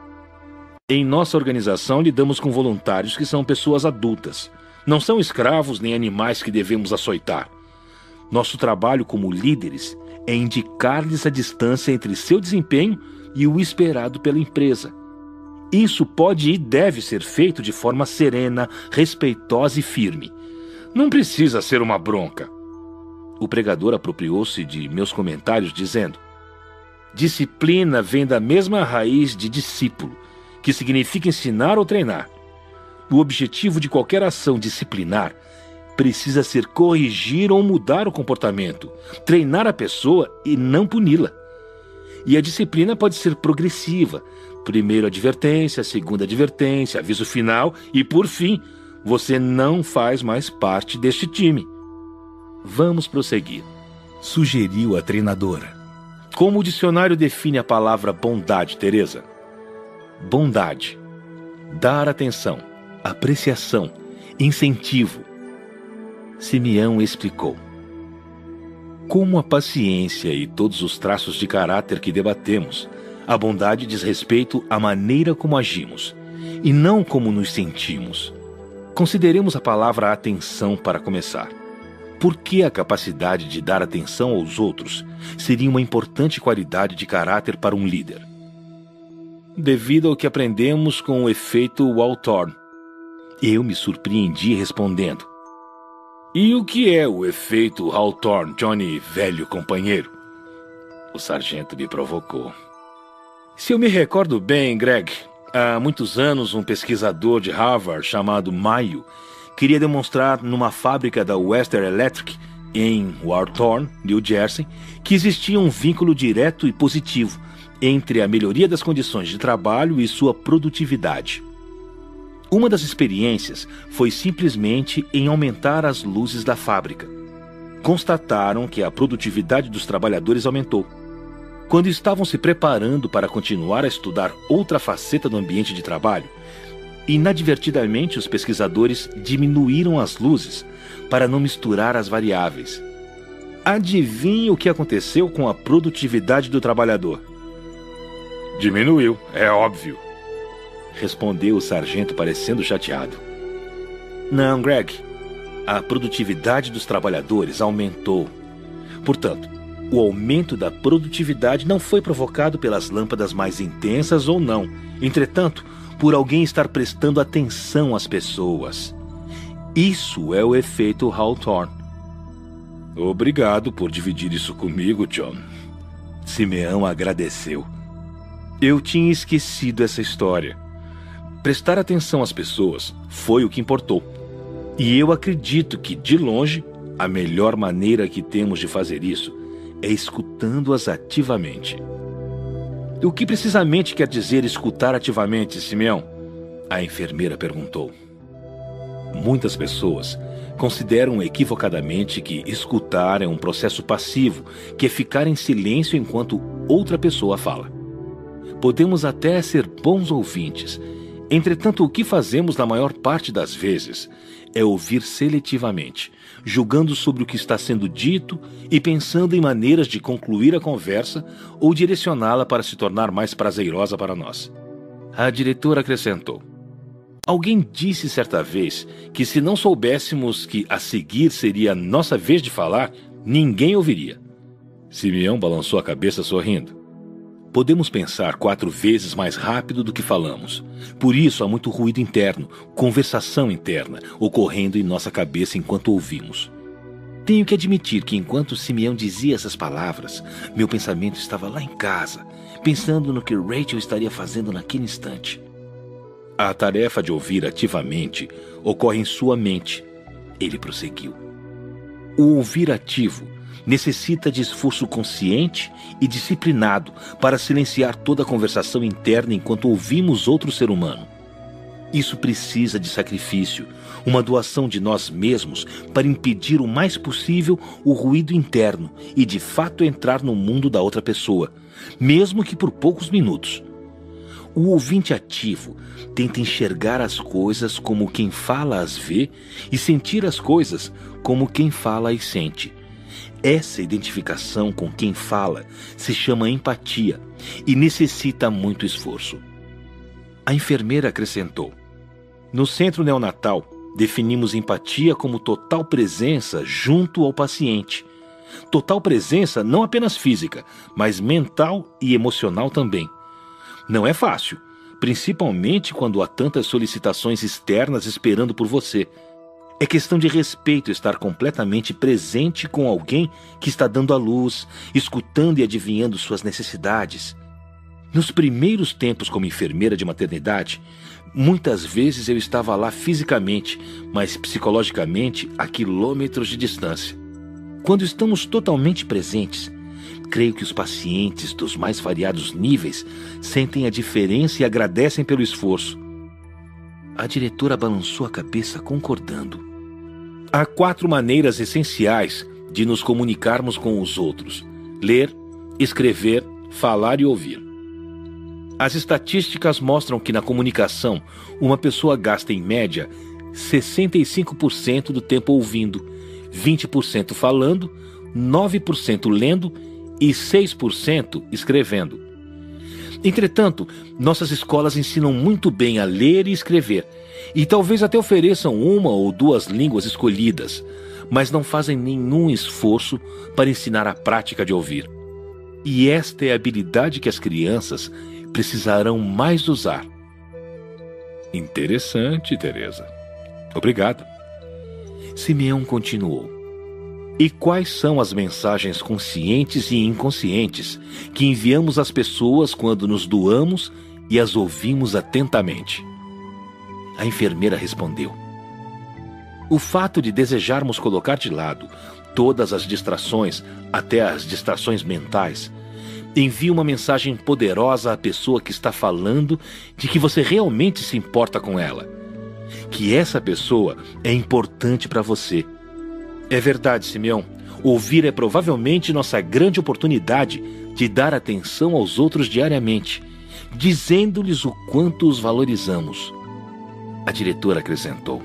Em nossa organização, lidamos com voluntários que são pessoas adultas. Não são escravos nem animais que devemos açoitar. Nosso trabalho como líderes é indicar-lhes a distância entre seu desempenho e o esperado pela empresa. Isso pode e deve ser feito de forma serena, respeitosa e firme. Não precisa ser uma bronca. O pregador apropriou-se de meus comentários dizendo: Disciplina vem da mesma raiz de discípulo, que significa ensinar ou treinar. O objetivo de qualquer ação disciplinar precisa ser corrigir ou mudar o comportamento, treinar a pessoa e não puni-la. E a disciplina pode ser progressiva. Primeiro advertência, segunda advertência, aviso final e, por fim, você não faz mais parte deste time. Vamos prosseguir, sugeriu a treinadora. Como o dicionário define a palavra bondade, Teresa? Bondade. Dar atenção, apreciação, incentivo. Simeão explicou. Como a paciência e todos os traços de caráter que debatemos, a bondade diz respeito à maneira como agimos, e não como nos sentimos. Consideremos a palavra atenção para começar. Por que a capacidade de dar atenção aos outros seria uma importante qualidade de caráter para um líder? Devido ao que aprendemos com o efeito Hawthorne. Eu me surpreendi respondendo. E o que é o efeito Hawthorne, Johnny, velho companheiro? O sargento me provocou. Se eu me recordo bem, Greg, há muitos anos um pesquisador de Harvard chamado Mayo queria demonstrar numa fábrica da Western Electric, em Hawthorne, New Jersey, que existia um vínculo direto e positivo entre a melhoria das condições de trabalho e sua produtividade. Uma das experiências foi simplesmente em aumentar as luzes da fábrica. Constataram que a produtividade dos trabalhadores aumentou. Quando estavam se preparando para continuar a estudar outra faceta do ambiente de trabalho, inadvertidamente os pesquisadores diminuíram as luzes para não misturar as variáveis. Adivinhe o que aconteceu com a produtividade do trabalhador? Diminuiu, é óbvio. Respondeu o sargento parecendo chateado. Não, Greg. A produtividade dos trabalhadores aumentou. Portanto, o aumento da produtividade não foi provocado pelas lâmpadas mais intensas ou não. Entretanto, por alguém estar prestando atenção às pessoas. Isso é o efeito Hawthorne. Obrigado por dividir isso comigo, John. Simeão agradeceu. Eu tinha esquecido essa história. Prestar atenção às pessoas foi o que importou. E eu acredito que, de longe, a melhor maneira que temos de fazer isso é escutando-as ativamente. O que precisamente quer dizer escutar ativamente, Simeão? A enfermeira perguntou. Muitas pessoas consideram equivocadamente que escutar é um processo passivo, que é ficar em silêncio enquanto outra pessoa fala. Podemos até ser bons ouvintes. Entretanto, o que fazemos na maior parte das vezes é ouvir seletivamente, julgando sobre o que está sendo dito e pensando em maneiras de concluir a conversa ou direcioná-la para se tornar mais prazerosa para nós. A diretora acrescentou. Alguém disse certa vez que se não soubéssemos que a seguir seria nossa vez de falar, ninguém ouviria. Simeão balançou a cabeça sorrindo. Podemos pensar quatro vezes mais rápido do que falamos. Por isso há muito ruído interno, conversação interna, ocorrendo em nossa cabeça enquanto ouvimos. Tenho que admitir que enquanto Simeão dizia essas palavras, meu pensamento estava lá em casa, pensando no que Rachel estaria fazendo naquele instante. A tarefa de ouvir ativamente ocorre em sua mente. Ele prosseguiu. O ouvir ativo necessita de esforço consciente e disciplinado para silenciar toda a conversação interna enquanto ouvimos outro ser humano. Isso precisa de sacrifício, uma doação de nós mesmos para impedir o mais possível o ruído interno e de fato entrar no mundo da outra pessoa, mesmo que por poucos minutos. O ouvinte ativo tenta enxergar as coisas como quem fala as vê e sentir as coisas como quem fala as sente. Essa identificação com quem fala se chama empatia e necessita muito esforço. A enfermeira acrescentou. No centro neonatal, definimos empatia como total presença junto ao paciente. Total presença não apenas física, mas mental e emocional também. Não é fácil, principalmente quando há tantas solicitações externas esperando por você. É questão de respeito estar completamente presente com alguém que está dando à luz, escutando e adivinhando suas necessidades. Nos primeiros tempos como enfermeira de maternidade, muitas vezes eu estava lá fisicamente, mas psicologicamente a quilômetros de distância. Quando estamos totalmente presentes, creio que os pacientes dos mais variados níveis sentem a diferença e agradecem pelo esforço. A diretora balançou a cabeça concordando. Há quatro maneiras essenciais de nos comunicarmos com os outros: ler, escrever, falar e ouvir. As estatísticas mostram que na comunicação, uma pessoa gasta em média sessenta e cinco por cento do tempo ouvindo, vinte por cento falando, nove por cento lendo e seis por cento escrevendo. Entretanto, nossas escolas ensinam muito bem a ler e escrever, e talvez até ofereçam uma ou duas línguas escolhidas, mas não fazem nenhum esforço para ensinar a prática de ouvir. E esta é a habilidade que as crianças precisarão mais usar. Interessante, Teresa. Obrigado. Simeão continuou. E quais são as mensagens conscientes e inconscientes que enviamos às pessoas quando nos doamos e as ouvimos atentamente? A enfermeira respondeu. O fato de desejarmos colocar de lado todas as distrações, até as distrações mentais, envia uma mensagem poderosa à pessoa que está falando de que você realmente se importa com ela, que essa pessoa é importante para você. É verdade, Simeão. Ouvir é provavelmente nossa grande oportunidade de dar atenção aos outros diariamente, dizendo-lhes o quanto os valorizamos. A diretora acrescentou.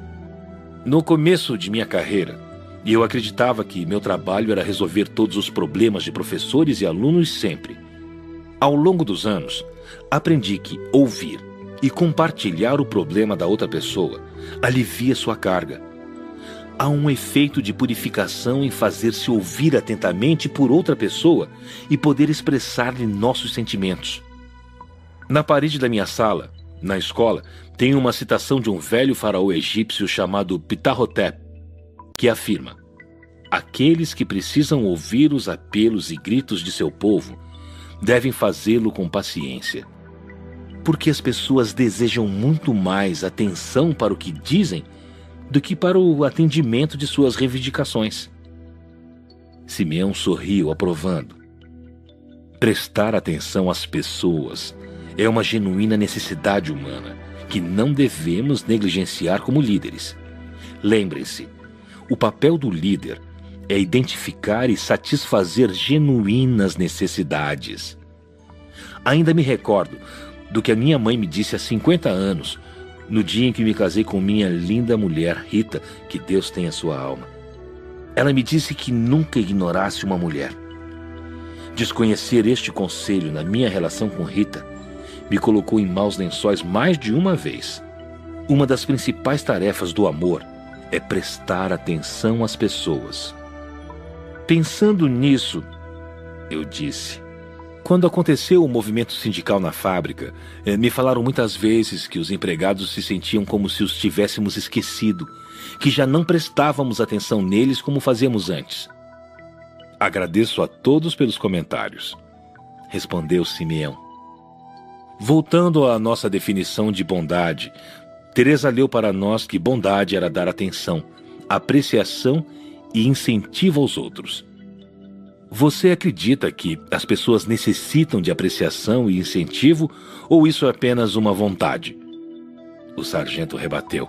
No começo de minha carreira, eu acreditava que meu trabalho era resolver todos os problemas de professores e alunos sempre. Ao longo dos anos, aprendi que ouvir e compartilhar o problema da outra pessoa alivia sua carga. Há um efeito de purificação em fazer-se ouvir atentamente por outra pessoa e poder expressar-lhe nossos sentimentos. Na parede da minha sala, na escola, tem uma citação de um velho faraó egípcio chamado Ptahhotep, que afirma: aqueles que precisam ouvir os apelos e gritos de seu povo devem fazê-lo com paciência. Porque as pessoas desejam muito mais atenção para o que dizem do que para o atendimento de suas reivindicações. Simeão sorriu, aprovando. Prestar atenção às pessoas é uma genuína necessidade humana que não devemos negligenciar como líderes. Lembrem-se, o papel do líder é identificar e satisfazer genuínas necessidades. Ainda me recordo do que a minha mãe me disse há cinquenta anos, no dia em que me casei com minha linda mulher, Rita, que Deus tenha sua alma. Ela me disse que nunca ignorasse uma mulher. Desconhecer este conselho na minha relação com Rita me colocou em maus lençóis mais de uma vez. Uma das principais tarefas do amor é prestar atenção às pessoas. Pensando nisso, eu disse... Quando aconteceu o movimento sindical na fábrica, eh, me falaram muitas vezes que os empregados se sentiam como se os tivéssemos esquecido, que já não prestávamos atenção neles como fazíamos antes. Agradeço a todos pelos comentários, respondeu Simeão. Voltando à nossa definição de bondade, Teresa leu para nós que bondade era dar atenção, apreciação e incentivo aos outros. Você acredita que as pessoas necessitam de apreciação e incentivo, ou isso é apenas uma vontade? O sargento rebateu.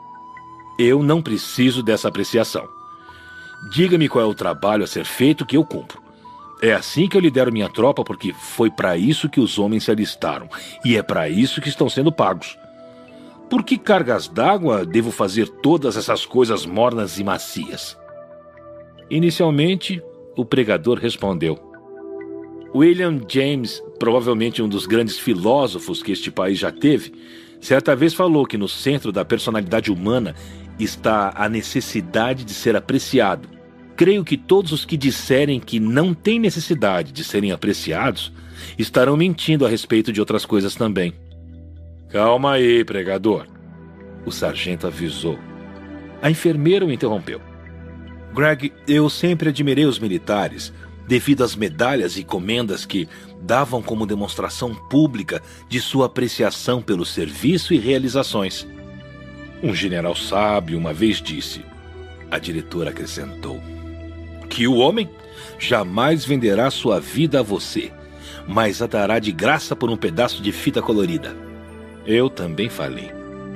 Eu não preciso dessa apreciação. Diga-me qual é o trabalho a ser feito que eu cumpro. É assim que eu lidero minha tropa, porque foi para isso que os homens se alistaram, e é para isso que estão sendo pagos. Por que cargas d'água devo fazer todas essas coisas mornas e macias? Inicialmente, o pregador respondeu. William James, provavelmente um dos grandes filósofos que este país já teve, certa vez falou que no centro da personalidade humana está a necessidade de ser apreciado. Creio que todos os que disserem que não têm necessidade de serem apreciados estarão mentindo a respeito de outras coisas também. Calma aí, pregador, o sargento avisou. A enfermeira o interrompeu. Greg, eu sempre admirei os militares, devido às medalhas e comendas que davam como demonstração pública de sua apreciação pelo serviço e realizações. Um general sábio uma vez disse, a diretora acrescentou, que o homem jamais venderá sua vida a você, mas a dará de graça por um pedaço de fita colorida. Eu também falei.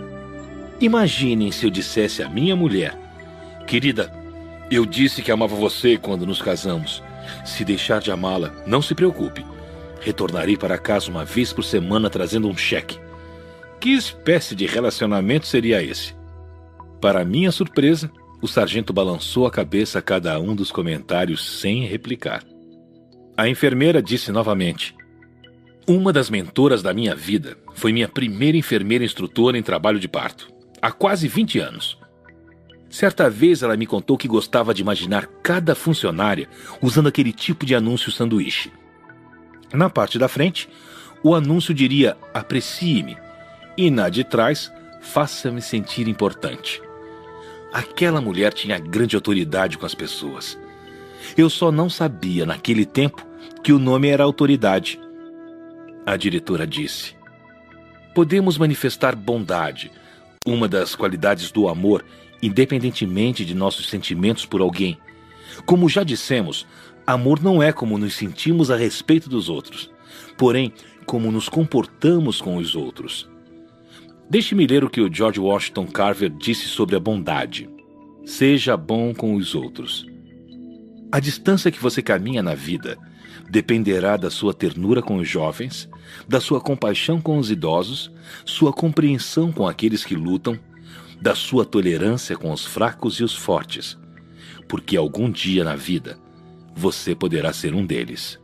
Imaginem se eu dissesse à minha mulher, querida, eu disse que amava você quando nos casamos. Se deixar de amá-la, não se preocupe. Retornarei para casa uma vez por semana trazendo um cheque. Que espécie de relacionamento seria esse? Para minha surpresa, o sargento balançou a cabeça a cada um dos comentários sem replicar. A enfermeira disse novamente, uma das mentoras da minha vida foi minha primeira enfermeira instrutora em trabalho de parto, há quase vinte anos. Certa vez ela me contou que gostava de imaginar cada funcionária usando aquele tipo de anúncio sanduíche. Na parte da frente, o anúncio diria aprecie-me e na de trás, faça-me sentir importante. Aquela mulher tinha grande autoridade com as pessoas. Eu só não sabia naquele tempo que o nome era autoridade. A diretora disse, podemos manifestar bondade, uma das qualidades do amor, independentemente de nossos sentimentos por alguém. Como já dissemos, amor não é como nos sentimos a respeito dos outros, porém, como nos comportamos com os outros. Deixe-me ler o que o George Washington Carver disse sobre a bondade. Seja bom com os outros. A distância que você caminha na vida dependerá da sua ternura com os jovens, da sua compaixão com os idosos, sua compreensão com aqueles que lutam, da sua tolerância com os fracos e os fortes, porque algum dia na vida você poderá ser um deles.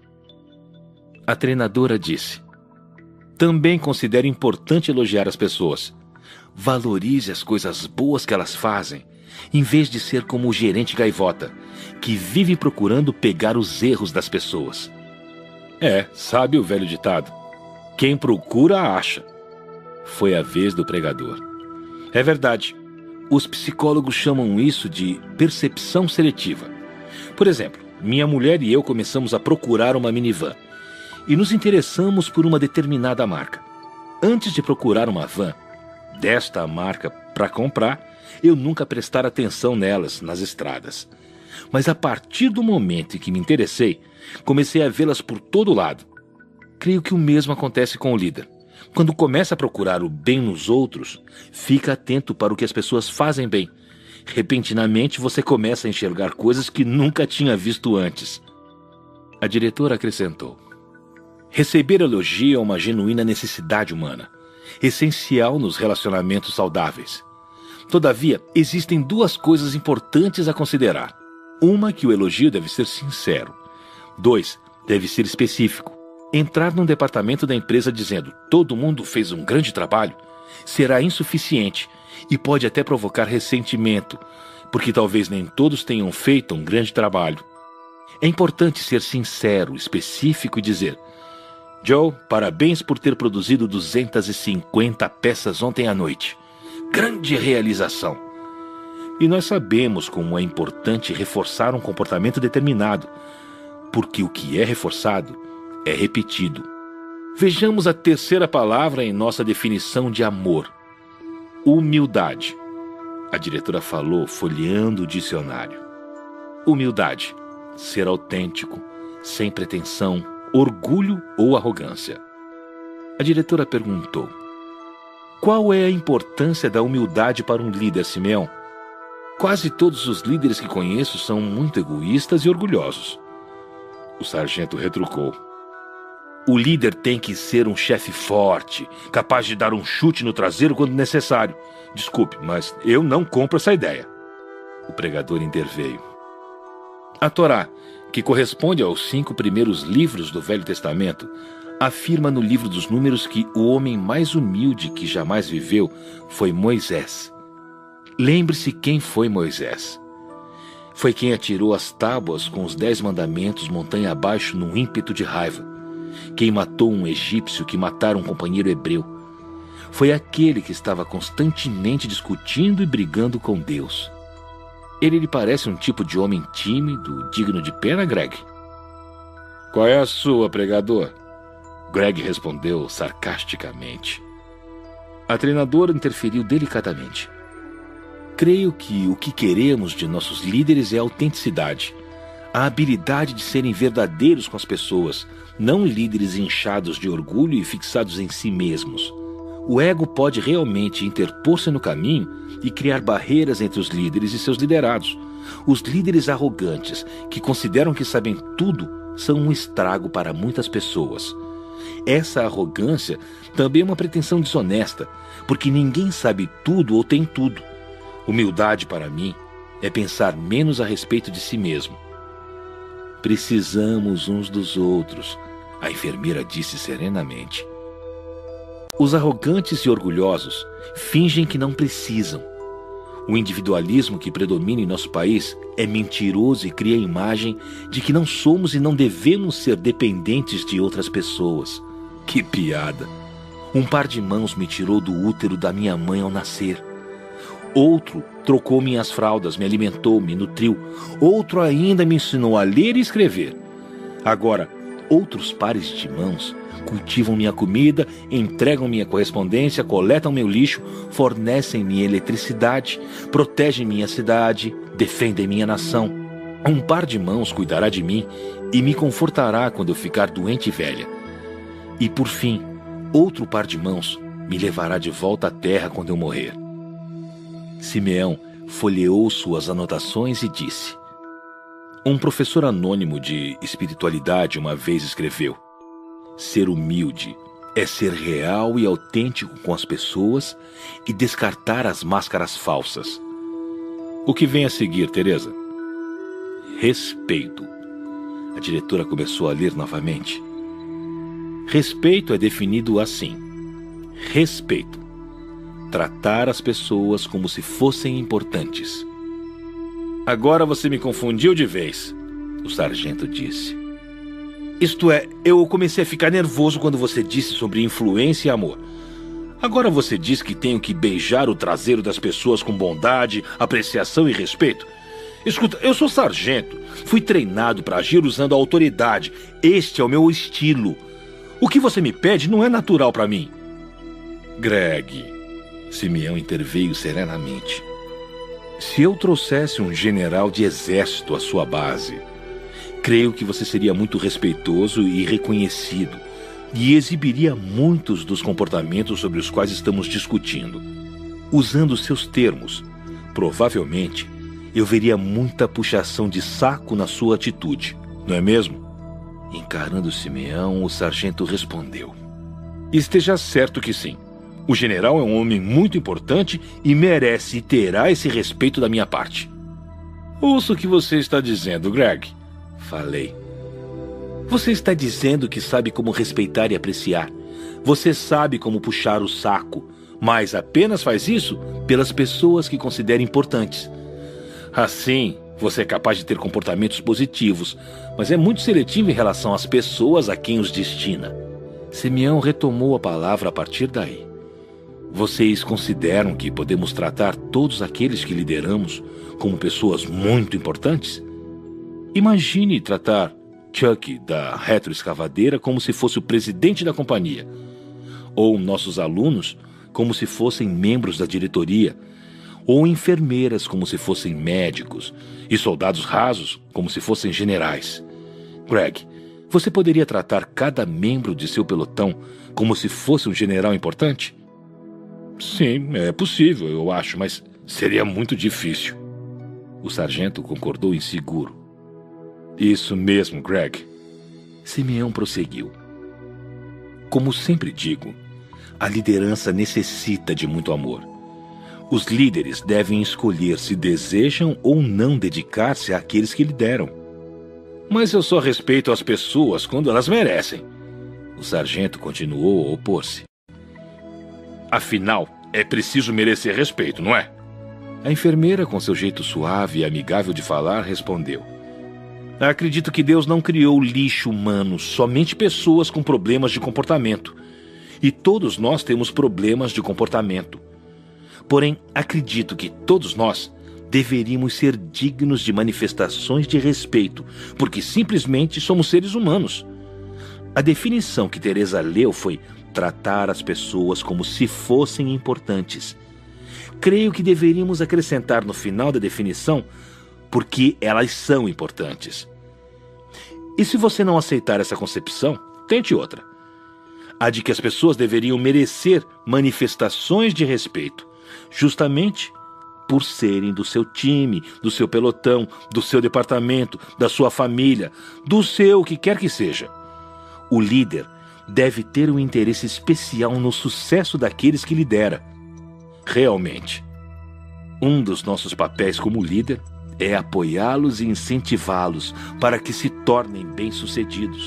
A treinadora disse, também considere importante elogiar as pessoas. Valorize as coisas boas que elas fazem, em vez de ser como o gerente gaivota, que vive procurando pegar os erros das pessoas. É, sabe o velho ditado? Quem procura, acha. Foi a vez do pregador. É verdade. Os psicólogos chamam isso de percepção seletiva. Por exemplo, minha mulher e eu começamos a procurar uma minivan e nos interessamos por uma determinada marca. Antes de procurar uma van desta marca para comprar, eu nunca prestara atenção nelas nas estradas. Mas a partir do momento em que me interessei, comecei a vê-las por todo lado. Creio que o mesmo acontece com o líder. Quando começa a procurar o bem nos outros, fica atento para o que as pessoas fazem bem. Repentinamente você começa a enxergar coisas que nunca tinha visto antes. A diretora acrescentou, receber elogio é uma genuína necessidade humana, essencial nos relacionamentos saudáveis. Todavia, existem duas coisas importantes a considerar. Uma, que o elogio deve ser sincero. Dois, deve ser específico. Entrar num departamento da empresa dizendo todo mundo fez um grande trabalho será insuficiente e pode até provocar ressentimento, porque talvez nem todos tenham feito um grande trabalho. É importante ser sincero, específico e dizer: Joe, parabéns por ter produzido duzentas e cinquenta peças ontem à noite. Grande realização! E nós sabemos como é importante reforçar um comportamento determinado, porque o que é reforçado é repetido. Vejamos a terceira palavra em nossa definição de amor: humildade. A diretora falou, folheando o dicionário. Humildade, ser autêntico, sem pretensão, orgulho ou arrogância. A diretora perguntou: qual é a importância da humildade para um líder, Simeão? Quase todos os líderes que conheço são muito egoístas e orgulhosos. O sargento retrucou: o líder tem que ser um chefe forte, capaz de dar um chute no traseiro quando necessário. Desculpe, mas eu não compro essa ideia. O pregador interveio. A Torá, que corresponde aos cinco primeiros livros do Velho Testamento, afirma no livro dos Números que o homem mais humilde que jamais viveu foi Moisés. Lembre-se quem foi Moisés. Foi quem atirou as tábuas com os dez mandamentos montanha abaixo num ímpeto de raiva. Quem matou um egípcio que matara um companheiro hebreu. Foi aquele que estava constantemente discutindo e brigando com Deus. Ele lhe parece um tipo de homem tímido, digno de pena, Greg? Qual é a sua, pregador? Greg respondeu sarcasticamente. A treinadora interferiu delicadamente. Creio que o que queremos de nossos líderes é a autenticidade, a habilidade de serem verdadeiros com as pessoas, não líderes inchados de orgulho e fixados em si mesmos. O ego pode realmente interpor-se no caminho e criar barreiras entre os líderes e seus liderados. Os líderes arrogantes, que consideram que sabem tudo, são um estrago para muitas pessoas. Essa arrogância também é uma pretensão desonesta, porque ninguém sabe tudo ou tem tudo. Humildade, para mim, é pensar menos a respeito de si mesmo. Precisamos uns dos outros, a enfermeira disse serenamente. Os arrogantes e orgulhosos fingem que não precisam. O individualismo que predomina em nosso país é mentiroso e cria a imagem de que não somos e não devemos ser dependentes de outras pessoas. Que piada! Um par de mãos me tirou do útero da minha mãe ao nascer. Outro trocou minhas fraldas, me alimentou, me nutriu. Outro ainda me ensinou a ler e escrever. Agora, outros pares de mãos cultivam minha comida, entregam minha correspondência, coletam meu lixo, fornecem minha eletricidade, protegem minha cidade, defendem minha nação. Um par de mãos cuidará de mim e me confortará quando eu ficar doente e velha. E por fim, outro par de mãos me levará de volta à terra quando eu morrer. Simeão folheou suas anotações e disse: Um professor anônimo de espiritualidade uma vez escreveu: ser humilde é ser real e autêntico com as pessoas e descartar as máscaras falsas. O que vem a seguir, Teresa? Respeito. A diretora começou a ler novamente. Respeito é definido assim: respeito. Tratar as pessoas como se fossem importantes. Agora você me confundiu de vez, o sargento disse. Isto é, eu comecei a ficar nervoso quando você disse sobre influência e amor. Agora você diz que tenho que beijar o traseiro das pessoas com bondade, apreciação e respeito? Escuta, eu sou sargento. Fui treinado para agir usando a autoridade. Este é o meu estilo. O que você me pede não é natural para mim. Greg, Simeão interveio serenamente. Se eu trouxesse um general de exército à sua base, creio que você seria muito respeitoso e reconhecido e exibiria muitos dos comportamentos sobre os quais estamos discutindo. Usando seus termos, provavelmente eu veria muita puxação de saco na sua atitude, não é mesmo? Encarando Simeão, o sargento respondeu: Esteja certo que sim. O general é um homem muito importante e merece e terá esse respeito da minha parte. Ouça o que você está dizendo, Greg. Falei. Você está dizendo que sabe como respeitar e apreciar. Você sabe como puxar o saco, mas apenas faz isso pelas pessoas que considera importantes. Assim, você é capaz de ter comportamentos positivos, mas é muito seletivo em relação às pessoas a quem os destina. Simeão retomou a palavra a partir daí. Vocês consideram que podemos tratar todos aqueles que lideramos como pessoas muito importantes? Imagine tratar Chuck da retroescavadeira como se fosse o presidente da companhia, ou nossos alunos como se fossem membros da diretoria, ou enfermeiras como se fossem médicos, e soldados rasos como se fossem generais. Greg, você poderia tratar cada membro de seu pelotão como se fosse um general importante? Sim, é possível, eu acho, mas seria muito difícil. O sargento concordou inseguro. Isso mesmo, Greg. Simeão prosseguiu. Como sempre digo, a liderança necessita de muito amor. Os líderes devem escolher se desejam ou não dedicar-se àqueles que lideram. Mas eu só respeito as pessoas quando elas merecem. O sargento continuou a opor-se. Afinal, é preciso merecer respeito, não é? A enfermeira, com seu jeito suave e amigável de falar, respondeu. Acredito que Deus não criou lixo humano, somente pessoas com problemas de comportamento. E todos nós temos problemas de comportamento. Porém, acredito que todos nós deveríamos ser dignos de manifestações de respeito, porque simplesmente somos seres humanos. A definição que Teresa leu foi tratar as pessoas como se fossem importantes. Creio que deveríamos acrescentar no final da definição porque elas são importantes. E se você não aceitar essa concepção, tente outra. A de que as pessoas deveriam merecer manifestações de respeito, justamente por serem do seu time, do seu pelotão, do seu departamento, da sua família, do seu o que quer que seja. O líder deve ter um interesse especial no sucesso daqueles que lidera. Realmente, um dos nossos papéis como líder é apoiá-los e incentivá-los para que se tornem bem-sucedidos.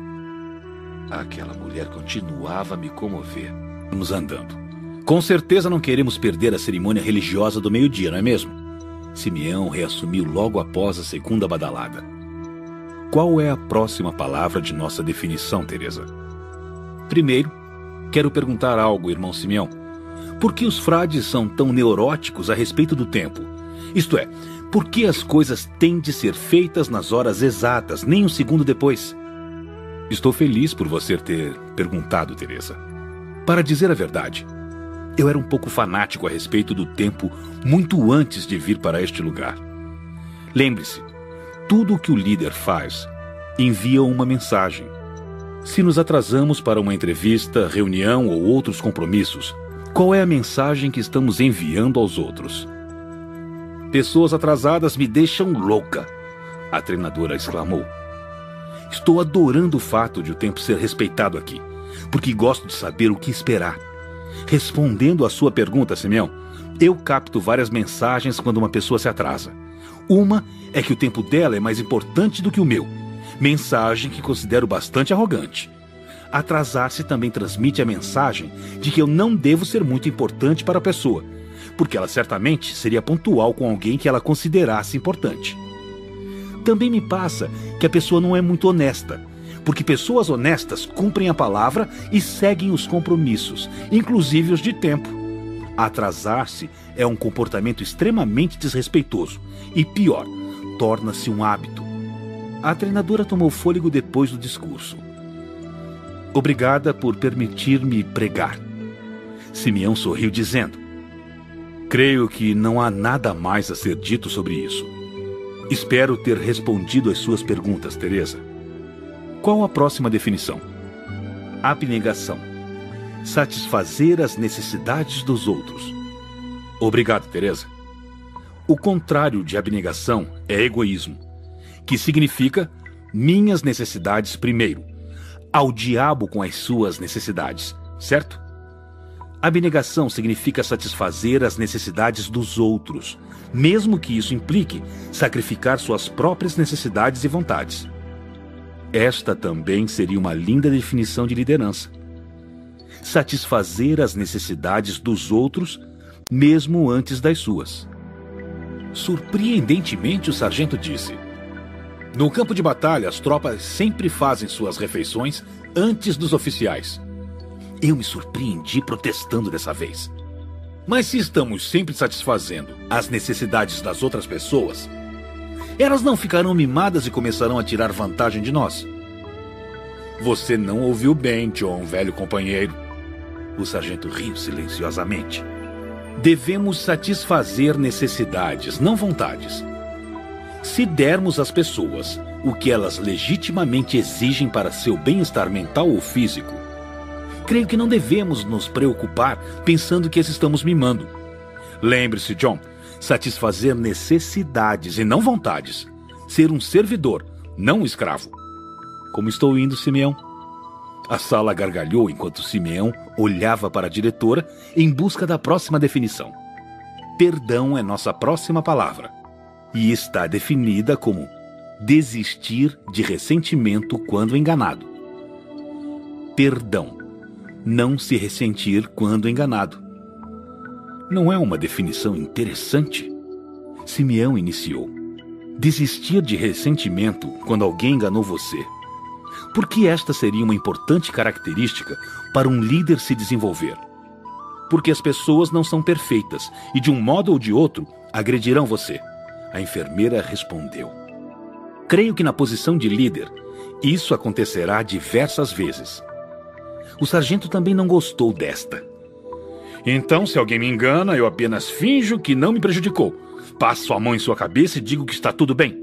Aquela mulher continuava a me comover. Vamos andando. Com certeza não queremos perder a cerimônia religiosa do meio-dia, não é mesmo? Simeão reassumiu logo após a segunda badalada. Qual é a próxima palavra de nossa definição, Teresa? Primeiro, quero perguntar algo, irmão Simeão. Por que os frades são tão neuróticos a respeito do tempo? Isto é, por que as coisas têm de ser feitas nas horas exatas, nem um segundo depois? Estou feliz por você ter perguntado, Teresa. Para dizer a verdade, eu era um pouco fanático a respeito do tempo muito antes de vir para este lugar. Lembre-se, tudo o que o líder faz envia uma mensagem. Se nos atrasamos para uma entrevista, reunião ou outros compromissos, qual é a mensagem que estamos enviando aos outros? Pessoas atrasadas me deixam louca, a treinadora exclamou. Estou adorando o fato de o tempo ser respeitado aqui, porque gosto de saber o que esperar. Respondendo à sua pergunta, Simeão, eu capto várias mensagens quando uma pessoa se atrasa. Uma é que o tempo dela é mais importante do que o meu. Mensagem que considero bastante arrogante. Atrasar-se também transmite a mensagem de que eu não devo ser muito importante para a pessoa, porque ela certamente seria pontual com alguém que ela considerasse importante. Também me passa que a pessoa não é muito honesta, porque pessoas honestas cumprem a palavra e seguem os compromissos, inclusive os de tempo. Atrasar-se é um comportamento extremamente desrespeitoso e, pior, torna-se um hábito. A treinadora tomou fôlego depois do discurso. Obrigada por permitir-me pregar. Simeão sorriu dizendo: creio que não há nada mais a ser dito sobre isso. Espero ter respondido às suas perguntas, Teresa. Qual a próxima definição? Abnegação. Satisfazer as necessidades dos outros. Obrigado, Teresa. O contrário de abnegação é egoísmo, que significa minhas necessidades primeiro, ao diabo com as suas necessidades, certo? Abnegação significa satisfazer as necessidades dos outros, mesmo que isso implique sacrificar suas próprias necessidades e vontades. Esta também seria uma linda definição de liderança. Satisfazer as necessidades dos outros, mesmo antes das suas. Surpreendentemente, o sargento disse: no campo de batalha, as tropas sempre fazem suas refeições antes dos oficiais. Eu me surpreendi protestando dessa vez. Mas se estamos sempre satisfazendo as necessidades das outras pessoas, elas não ficarão mimadas e começarão a tirar vantagem de nós. Você não ouviu bem, John, velho companheiro. O sargento riu silenciosamente. Devemos satisfazer necessidades, não vontades. Se dermos às pessoas o que elas legitimamente exigem para seu bem-estar mental ou físico, creio que não devemos nos preocupar pensando que as estamos mimando. Lembre-se, John, satisfazer necessidades e não vontades. Ser um servidor, não um escravo. Como estou indo, Simeão? A sala gargalhou enquanto Simeão olhava para a diretora em busca da próxima definição. Perdão é nossa próxima palavra. E está definida como desistir de ressentimento quando enganado. Perdão. Não se ressentir quando enganado. Não é uma definição interessante? Simeão iniciou. Desistir de ressentimento quando alguém enganou você. Por que esta seria uma importante característica para um líder se desenvolver? Porque as pessoas não são perfeitas e, de um modo ou de outro, agredirão você. A enfermeira respondeu. Creio que na posição de líder, isso acontecerá diversas vezes. O sargento também não gostou desta. Então, se alguém me engana, eu apenas finjo que não me prejudicou. Passo a mão em sua cabeça e digo que está tudo bem.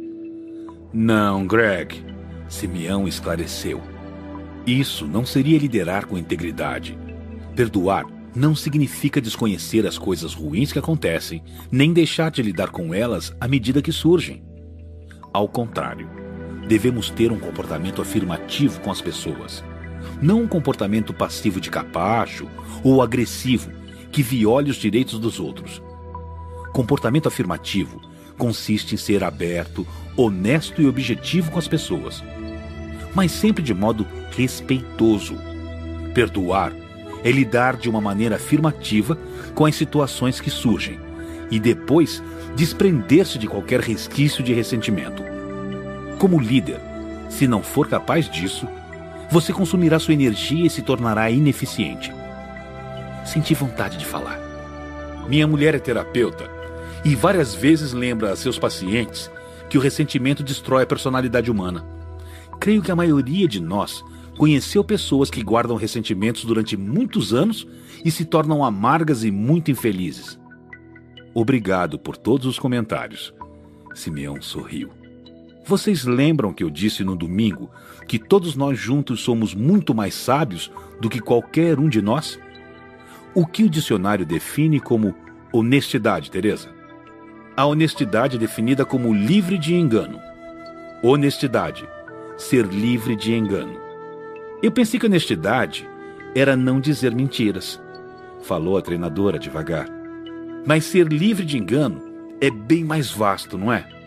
Não, Greg, Simeão esclareceu. Isso não seria liderar com integridade. Perdoar não significa desconhecer as coisas ruins que acontecem, nem deixar de lidar com elas à medida que surgem. Ao contrário, devemos ter um comportamento afirmativo com as pessoas. Não um comportamento passivo de capacho ou agressivo que viole os direitos dos outros. Comportamento afirmativo consiste em ser aberto, honesto e objetivo com as pessoas, mas sempre de modo respeitoso. Perdoar é lidar de uma maneira afirmativa com as situações que surgem e depois desprender-se de qualquer resquício de ressentimento. Como líder, se não for capaz disso, você consumirá sua energia e se tornará ineficiente. Senti vontade de falar. Minha mulher é terapeuta e várias vezes lembra a seus pacientes que o ressentimento destrói a personalidade humana. Creio que a maioria de nós conheceu pessoas que guardam ressentimentos durante muitos anos e se tornam amargas e muito infelizes. Obrigado por todos os comentários. Simeão sorriu. Vocês lembram que eu disse no domingo que todos nós juntos somos muito mais sábios do que qualquer um de nós? O que o dicionário define como honestidade, Teresa? A honestidade é definida como livre de engano. Honestidade, ser livre de engano. Eu pensei que honestidade era não dizer mentiras, falou a treinadora devagar. Mas ser livre de engano é bem mais vasto, não é?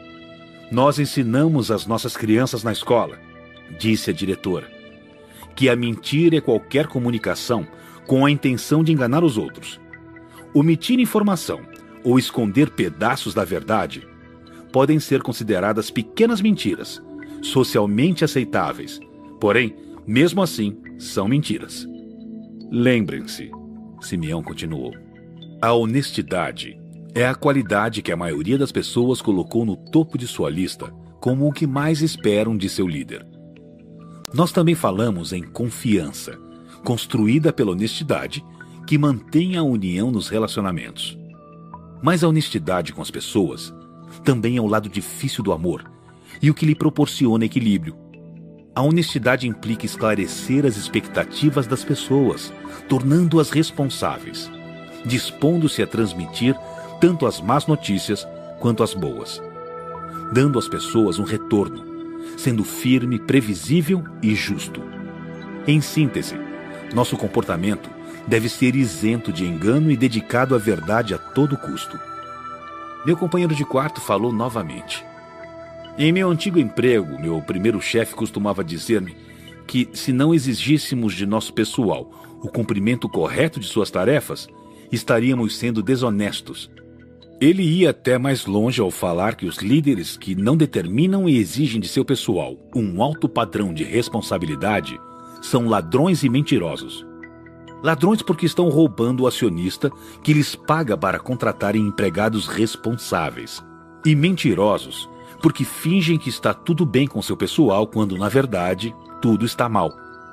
Nós ensinamos às nossas crianças na escola, disse a diretora, que a mentira é qualquer comunicação com a intenção de enganar os outros. Omitir informação ou esconder pedaços da verdade podem ser consideradas pequenas mentiras, socialmente aceitáveis, porém, mesmo assim, são mentiras. Lembrem-se, Simeão continuou, a honestidade é a qualidade que a maioria das pessoas colocou no topo de sua lista como o que mais esperam de seu líder. Nós também falamos em confiança, construída pela honestidade, que mantém a união nos relacionamentos. Mas a honestidade com as pessoas também é o lado difícil do amor e o que lhe proporciona equilíbrio. A honestidade implica esclarecer as expectativas das pessoas, tornando-as responsáveis, dispondo-se a transmitir tanto as más notícias quanto as boas, dando às pessoas um retorno, sendo firme, previsível e justo. Em síntese, nosso comportamento deve ser isento de engano e dedicado à verdade a todo custo. Meu companheiro de quarto falou novamente. Em meu antigo emprego, meu primeiro chefe costumava dizer-me que, se não exigíssemos de nosso pessoal o cumprimento correto de suas tarefas, estaríamos sendo desonestos. Ele ia até mais longe ao falar que os líderes que não determinam e exigem de seu pessoal um alto padrão de responsabilidade são ladrões e mentirosos. Ladrões porque estão roubando o acionista que lhes paga para contratarem empregados responsáveis. E mentirosos porque fingem que está tudo bem com seu pessoal quando, na verdade, tudo está mal.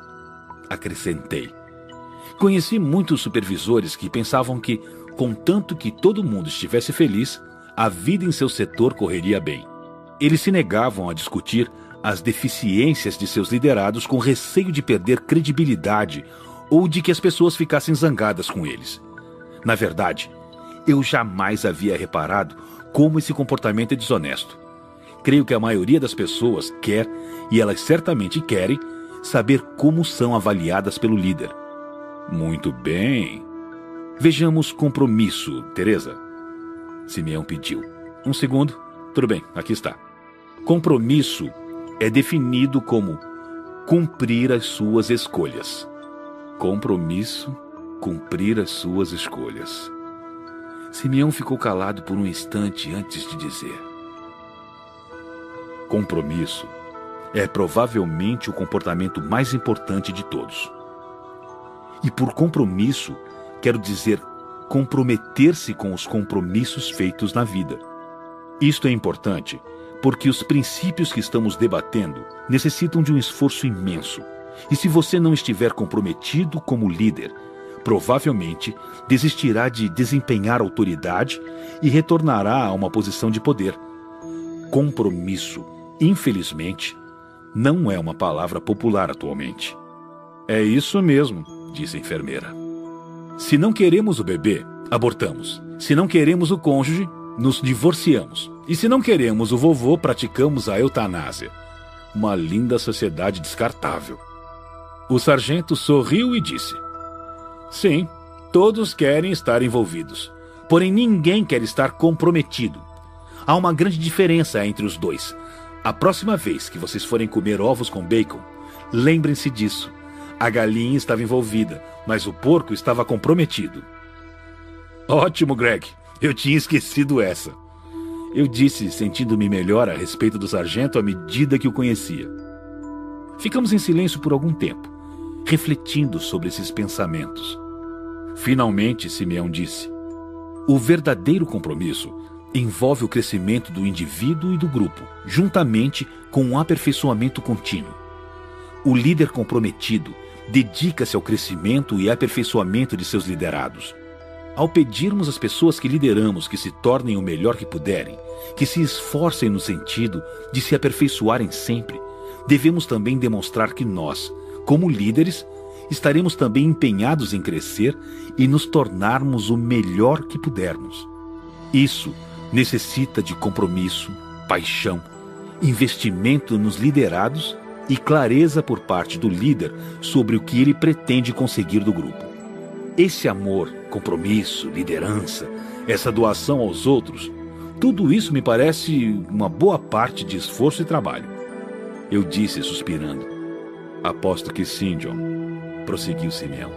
Acrescentei. Conheci muitos supervisores que pensavam que, contanto que todo mundo estivesse feliz, a vida em seu setor correria bem. Eles se negavam a discutir as deficiências de seus liderados com receio de perder credibilidade ou de que as pessoas ficassem zangadas com eles. Na verdade, eu jamais havia reparado como esse comportamento é desonesto. Creio que a maioria das pessoas quer, e elas certamente querem, saber como são avaliadas pelo líder. Muito bem. Vejamos compromisso, Teresa. Simeão pediu. Um segundo. Tudo bem, aqui está. Compromisso é definido como cumprir as suas escolhas. Compromisso, cumprir as suas escolhas. Simeão ficou calado por um instante antes de dizer. Compromisso é provavelmente o comportamento mais importante de todos. E por compromisso, quero dizer comprometer-se com os compromissos feitos na vida. Isto é importante porque os princípios que estamos debatendo necessitam de um esforço imenso. E se você não estiver comprometido como líder, provavelmente desistirá de desempenhar autoridade e retornará a uma posição de poder. Compromisso, infelizmente, não é uma palavra popular atualmente. É isso mesmo, disse a enfermeira. Se não queremos o bebê, abortamos. Se não queremos o cônjuge, nos divorciamos. E se não queremos o vovô, praticamos a eutanásia. Uma linda sociedade descartável. O sargento sorriu e disse: sim, todos querem estar envolvidos. Porém, ninguém quer estar comprometido. Há uma grande diferença entre os dois. A próxima vez que vocês forem comer ovos com bacon, lembrem-se disso. A galinha estava envolvida, mas o porco estava comprometido. Ótimo, Greg. Eu tinha esquecido essa. Eu disse, sentindo-me melhor a respeito do sargento à medida que o conhecia. Ficamos em silêncio por algum tempo, refletindo sobre esses pensamentos. Finalmente, Simeão disse: o verdadeiro compromisso envolve o crescimento do indivíduo e do grupo, juntamente com um aperfeiçoamento contínuo. O líder comprometido dedica-se ao crescimento e aperfeiçoamento de seus liderados. Ao pedirmos às pessoas que lideramos que se tornem o melhor que puderem, que se esforcem no sentido de se aperfeiçoarem sempre, devemos também demonstrar que nós, como líderes, estaremos também empenhados em crescer e nos tornarmos o melhor que pudermos. Isso necessita de compromisso, paixão, investimento nos liderados e clareza por parte do líder sobre o que ele pretende conseguir do grupo. Esse amor, compromisso, liderança, essa doação aos outros, tudo isso me parece uma boa parte de esforço e trabalho. Eu disse, suspirando: aposto que sim, John, prosseguiu Simeão.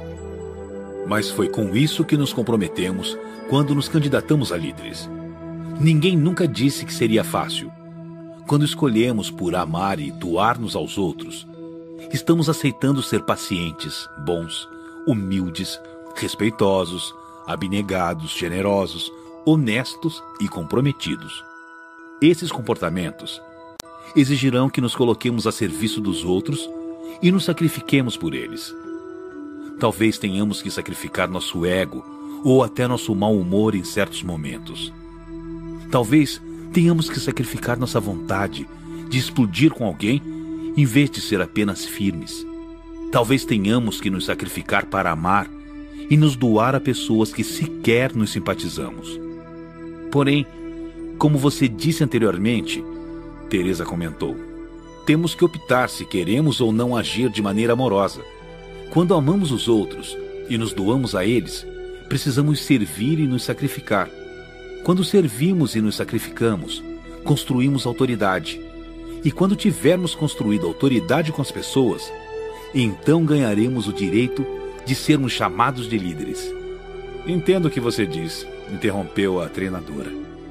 Mas foi com isso que nos comprometemos quando nos candidatamos a líderes. Ninguém nunca disse que seria fácil. Quando escolhemos por amar e doar-nos aos outros, estamos aceitando ser pacientes, bons, humildes, respeitosos, abnegados, generosos, honestos e comprometidos. Esses comportamentos exigirão que nos coloquemos a serviço dos outros e nos sacrifiquemos por eles. Talvez tenhamos que sacrificar nosso ego ou até nosso mau humor em certos momentos. Talvez tenhamos que sacrificar nossa vontade de explodir com alguém em vez de ser apenas firmes. Talvez tenhamos que nos sacrificar para amar e nos doar a pessoas que sequer nos simpatizamos. Porém, como você disse anteriormente, Teresa comentou, temos que optar se queremos ou não agir de maneira amorosa. Quando amamos os outros e nos doamos a eles, precisamos servir e nos sacrificar. Quando servimos e nos sacrificamos, construímos autoridade. E quando tivermos construído autoridade com as pessoas, então ganharemos o direito de sermos chamados de líderes. Entendo o que você diz, interrompeu a treinadora.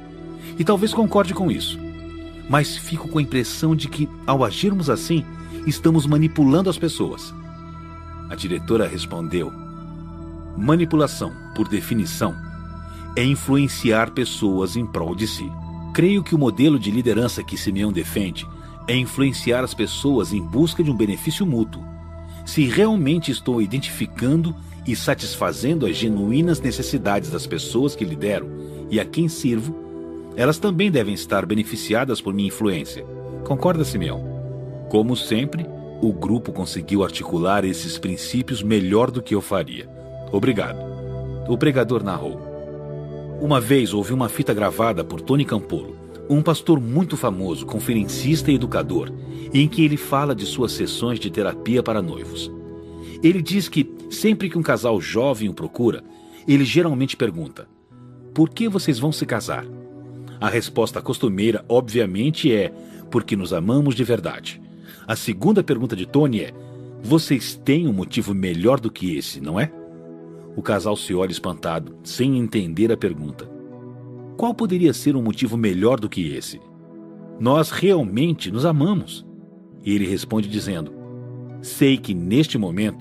E talvez concorde com isso. Mas fico com a impressão de que, ao agirmos assim, estamos manipulando as pessoas. A diretora respondeu: manipulação, por definição, é influenciar pessoas em prol de si. Creio que o modelo de liderança que Simeão defende é influenciar as pessoas em busca de um benefício mútuo. Se realmente estou identificando e satisfazendo as genuínas necessidades das pessoas que lidero e a quem sirvo, elas também devem estar beneficiadas por minha influência. Concorda, Simeão? Como sempre, o grupo conseguiu articular esses princípios melhor do que eu faria. Obrigado. O pregador narrou. Uma vez houve uma fita gravada por Tony Campolo, um pastor muito famoso, conferencista e educador, em que ele fala de suas sessões de terapia para noivos. Ele diz que, sempre que um casal jovem o procura, ele geralmente pergunta: por que vocês vão se casar? A resposta costumeira, obviamente, é: porque nos amamos de verdade. A segunda pergunta de Tony é: vocês têm um motivo melhor do que esse, não é? O casal se olha espantado, sem entender a pergunta. Qual poderia ser um motivo melhor do que esse? Nós realmente nos amamos. E ele responde dizendo: sei que neste momento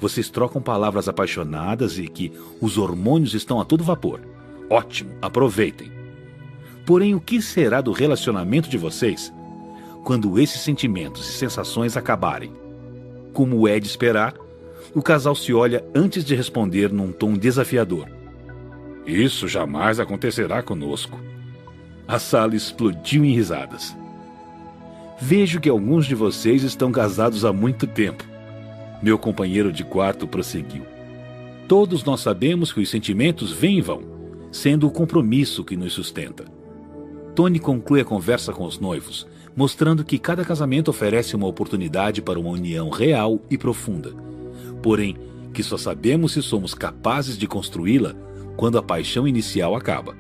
Vocês trocam palavras apaixonadas e que os hormônios estão a todo vapor. Ótimo, aproveitem. Porém, o que será do relacionamento de vocês quando esses sentimentos e sensações acabarem? Como é de esperar, o casal se olha antes de responder num tom desafiador. Isso jamais acontecerá conosco. A sala explodiu em risadas. Vejo que alguns de vocês estão casados há muito tempo. Meu companheiro de quarto prosseguiu. Todos nós sabemos que os sentimentos vêm e vão, sendo o compromisso que nos sustenta. Tony conclui a conversa com os noivos, mostrando que cada casamento oferece uma oportunidade para uma união real e profunda, porém que só sabemos se somos capazes de construí-la quando a paixão inicial acaba.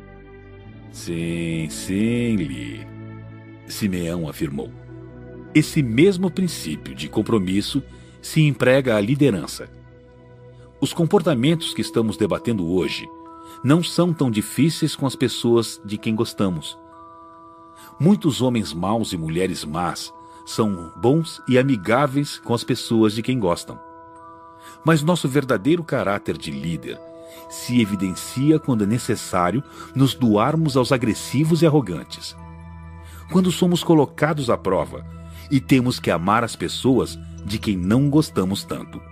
Sim, sim, Lee, Simeão afirmou. Esse mesmo princípio de compromisso se emprega à liderança. Os comportamentos que estamos debatendo hoje não são tão difíceis com as pessoas de quem gostamos. Muitos homens maus e mulheres más são bons e amigáveis com as pessoas de quem gostam. Mas nosso verdadeiro caráter de líder se evidencia quando é necessário nos doarmos aos agressivos e arrogantes. Quando somos colocados à prova e temos que amar as pessoas de quem não gostamos tanto.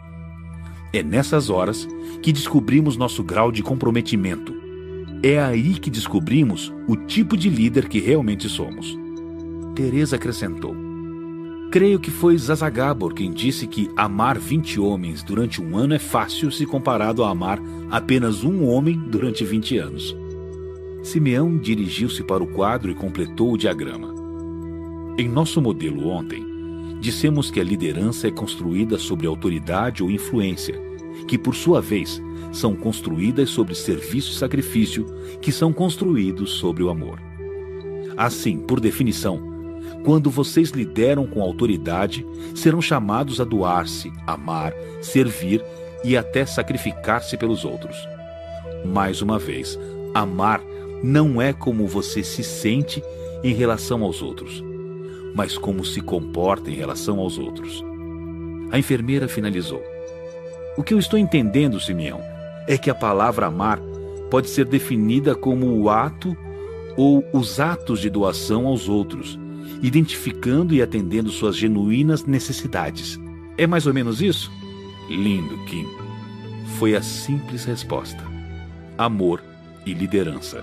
É nessas horas que descobrimos nosso grau de comprometimento. É aí que descobrimos o tipo de líder que realmente somos. Teresa acrescentou. Creio que foi Zsa Gabor quem disse que amar vinte homens durante um ano é fácil se comparado a amar apenas um homem durante vinte anos. Simeão dirigiu-se para o quadro e completou o diagrama. Em nosso modelo ontem, dissemos que a liderança é construída sobre autoridade ou influência, que por sua vez são construídas sobre serviço e sacrifício, que são construídos sobre o amor. Assim, por definição, quando vocês lideram com autoridade, serão chamados a doar-se, amar, servir e até sacrificar-se pelos outros. Mais uma vez, amar não é como você se sente em relação aos outros, mas como se comporta em relação aos outros. A enfermeira finalizou. O que eu estou entendendo, Simeão, é que a palavra amar pode ser definida como o ato ou os atos de doação aos outros, identificando e atendendo suas genuínas necessidades. É mais ou menos isso? Lindo, Kim. Foi a simples resposta. Amor e liderança.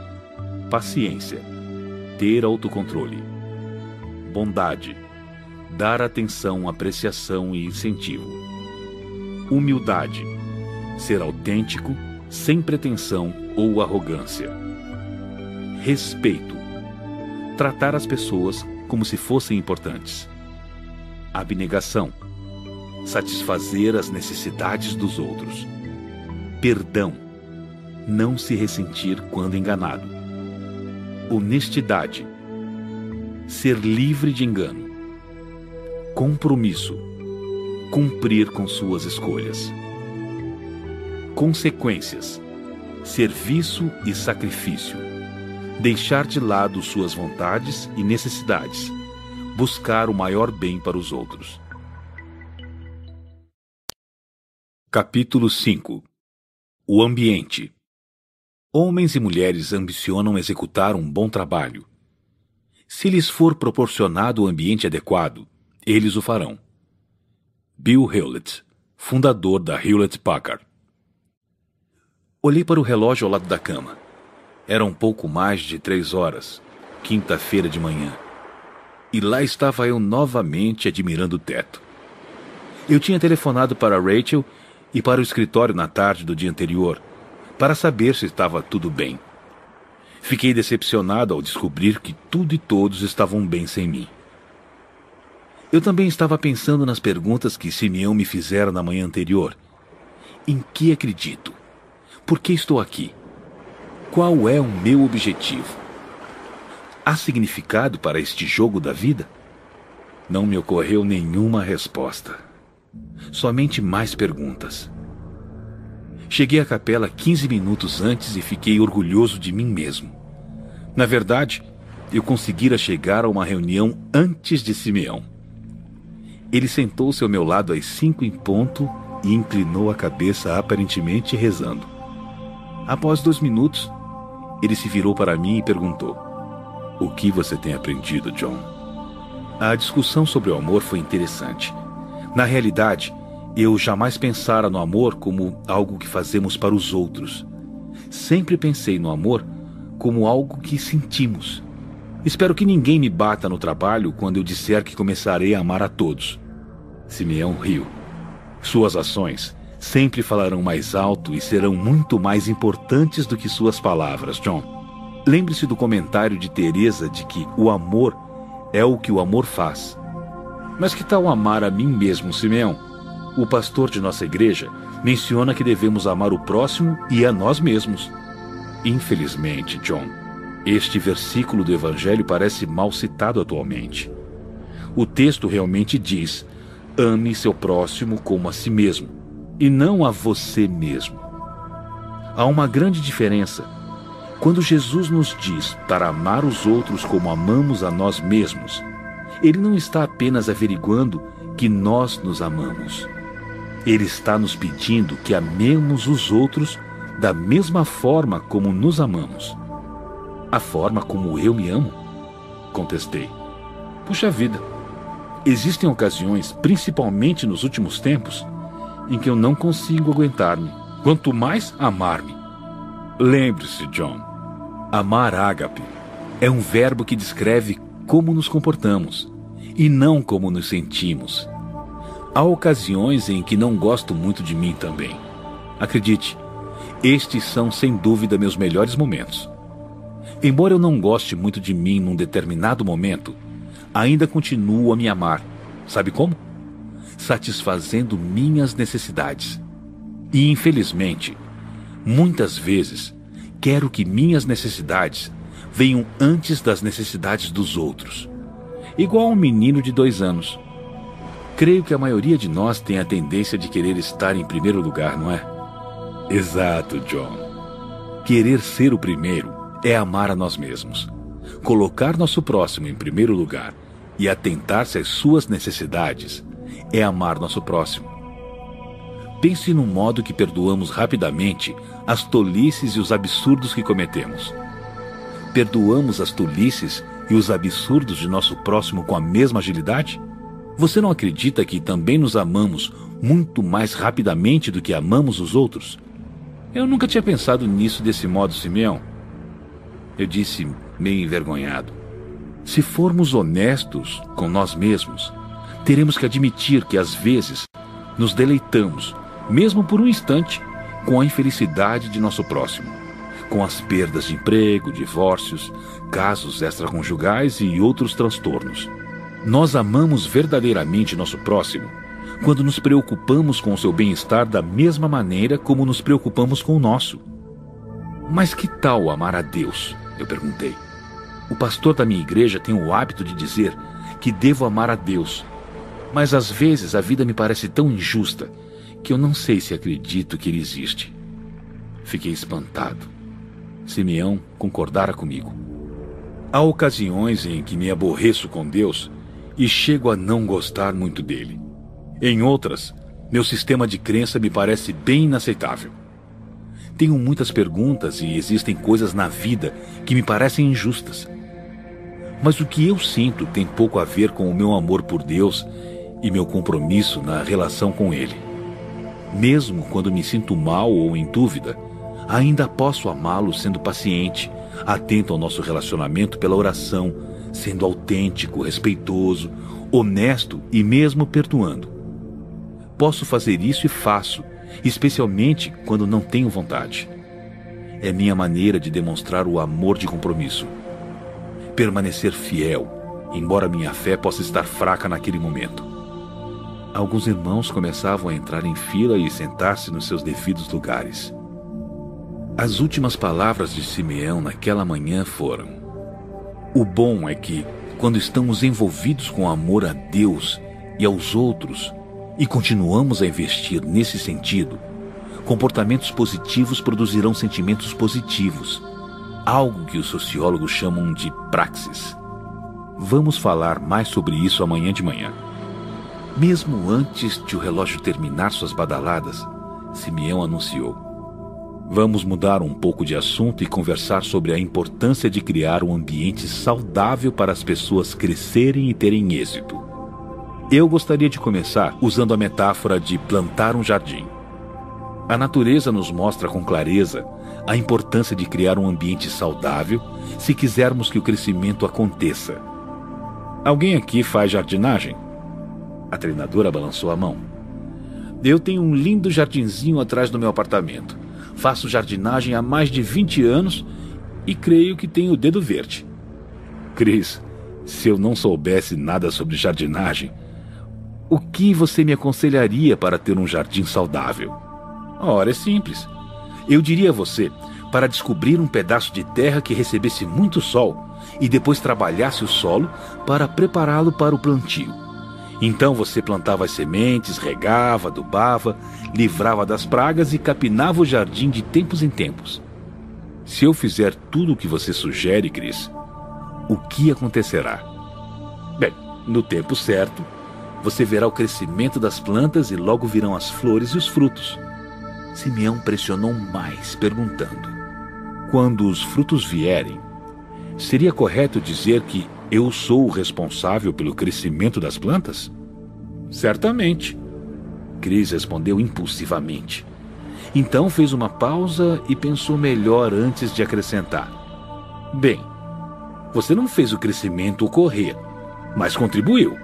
Paciência. Ter autocontrole. Bondade, dar atenção, apreciação e incentivo. Humildade, ser autêntico, sem pretensão ou arrogância. Respeito, tratar as pessoas como se fossem importantes. Abnegação, satisfazer as necessidades dos outros. Perdão, não se ressentir quando enganado. Honestidade, ser livre de engano. Compromisso, cumprir com suas escolhas. Consequências, serviço e sacrifício. Deixar de lado suas vontades e necessidades. Buscar o maior bem para os outros. Capítulo cinco. O ambiente. Homens e mulheres ambicionam executar um bom trabalho. Se lhes for proporcionado o ambiente adequado, eles o farão. Bill Hewlett, fundador da Hewlett-Packard. Olhei para o relógio ao lado da cama. Era um pouco mais de três horas, quinta-feira de manhã. E lá estava eu novamente admirando o teto. Eu tinha telefonado para Rachel e para o escritório na tarde do dia anterior, para saber se estava tudo bem. Fiquei decepcionado ao descobrir que tudo e todos estavam bem sem mim. Eu também estava pensando nas perguntas que Simeão me fizera na manhã anterior. Em que acredito? Por que estou aqui? Qual é o meu objetivo? Há significado para este jogo da vida? Não me ocorreu nenhuma resposta. Somente mais perguntas. Cheguei à capela quinze minutos antes e fiquei orgulhoso de mim mesmo. Na verdade, eu conseguira chegar a uma reunião antes de Simeão. Ele sentou-se ao meu lado às cinco em ponto e inclinou a cabeça, aparentemente rezando. Após dois minutos, ele se virou para mim e perguntou: "O que você tem aprendido, John?" A discussão sobre o amor foi interessante. Na realidade, eu jamais pensara no amor como algo que fazemos para os outros. Sempre pensei no amor como algo que sentimos. Espero que ninguém me bata no trabalho quando eu disser que começarei a amar a todos. Simeão riu. Suas ações sempre falarão mais alto e serão muito mais importantes do que suas palavras, John. Lembre-se do comentário de Teresa de que o amor é o que o amor faz. Mas que tal amar a mim mesmo, Simeão? O pastor de nossa igreja menciona que devemos amar o próximo e a nós mesmos. Infelizmente, John, este versículo do Evangelho parece mal citado atualmente. O texto realmente diz: ame seu próximo como a si mesmo, e não a você mesmo. Há uma grande diferença. Quando Jesus nos diz para amar os outros como amamos a nós mesmos, Ele não está apenas averiguando que nós nos amamos. Ele está nos pedindo que amemos os outros da mesma forma como nos amamos. A forma como eu me amo? Contestei. Puxa vida, existem ocasiões, principalmente nos últimos tempos, em que eu não consigo aguentar-me, quanto mais amar-me. Lembre-se, John, amar ágape é um verbo que descreve como nos comportamos e não como nos sentimos. Há ocasiões em que não gosto muito de mim também. Acredite, estes são sem dúvida meus melhores momentos. Embora eu não goste muito de mim num determinado momento, ainda continuo a me amar. Sabe como? Satisfazendo minhas necessidades. E, infelizmente, muitas vezes, quero que minhas necessidades venham antes das necessidades dos outros. Igual um menino de dois anos. Creio que a maioria de nós tem a tendência de querer estar em primeiro lugar, não é? Exato, John. Querer ser o primeiro é amar a nós mesmos. Colocar nosso próximo em primeiro lugar e atentar-se às suas necessidades é amar nosso próximo. Pense no modo que perdoamos rapidamente as tolices e os absurdos que cometemos. Perdoamos as tolices e os absurdos de nosso próximo com a mesma agilidade? Você não acredita que também nos amamos muito mais rapidamente do que amamos os outros? Eu nunca tinha pensado nisso desse modo, Simeão. Eu disse, meio envergonhado. Se formos honestos com nós mesmos, teremos que admitir que às vezes nos deleitamos, mesmo por um instante, com a infelicidade de nosso próximo, com as perdas de emprego, divórcios, casos extraconjugais e outros transtornos. Nós amamos verdadeiramente nosso próximo quando nos preocupamos com o seu bem-estar da mesma maneira como nos preocupamos com o nosso. Mas que tal amar a Deus? Eu perguntei. O pastor da minha igreja tem o hábito de dizer que devo amar a Deus, mas às vezes a vida me parece tão injusta que eu não sei se acredito que Ele existe. Fiquei espantado. Simeão concordara comigo. Há ocasiões em que me aborreço com Deus e chego a não gostar muito dele. Em outras, meu sistema de crença me parece bem inaceitável. Tenho muitas perguntas e existem coisas na vida que me parecem injustas. Mas o que eu sinto tem pouco a ver com o meu amor por Deus e meu compromisso na relação com Ele. Mesmo quando me sinto mal ou em dúvida, ainda posso amá-lo sendo paciente, atento ao nosso relacionamento pela oração, sendo autêntico, respeitoso, honesto e mesmo perdoando. Posso fazer isso e faço, especialmente quando não tenho vontade. É minha maneira de demonstrar o amor de compromisso. Permanecer fiel, embora minha fé possa estar fraca naquele momento. Alguns irmãos começavam a entrar em fila e sentar-se nos seus devidos lugares. As últimas palavras de Simeão naquela manhã foram: o bom é que, quando estamos envolvidos com amor a Deus e aos outros, e continuamos a investir nesse sentido, comportamentos positivos produzirão sentimentos positivos, algo que os sociólogos chamam de praxis. Vamos falar mais sobre isso amanhã de manhã. Mesmo antes de o relógio terminar suas badaladas, Simeão anunciou: vamos mudar um pouco de assunto e conversar sobre a importância de criar um ambiente saudável para as pessoas crescerem e terem êxito. Eu gostaria de começar usando a metáfora de plantar um jardim. A natureza nos mostra com clareza a importância de criar um ambiente saudável se quisermos que o crescimento aconteça. Alguém aqui faz jardinagem? A treinadora balançou a mão. Eu tenho um lindo jardinzinho atrás do meu apartamento. Faço jardinagem há mais de vinte anos e creio que tenho o dedo verde. Chris, se eu não soubesse nada sobre jardinagem, o que você me aconselharia para ter um jardim saudável? Ora, é simples. Eu diria a você para descobrir um pedaço de terra que recebesse muito sol e depois trabalhasse o solo para prepará-lo para o plantio. Então você plantava as sementes, regava, adubava, livrava das pragas e capinava o jardim de tempos em tempos. Se eu fizer tudo o que você sugere, Chris, o que acontecerá? Bem, no tempo certo, você verá o crescimento das plantas e logo virão as flores e os frutos. Simeão pressionou mais, perguntando: quando os frutos vierem, seria correto dizer que eu sou o responsável pelo crescimento das plantas? Certamente. Chris respondeu impulsivamente. Então fez uma pausa e pensou melhor antes de acrescentar: bem, você não fez o crescimento ocorrer, mas contribuiu.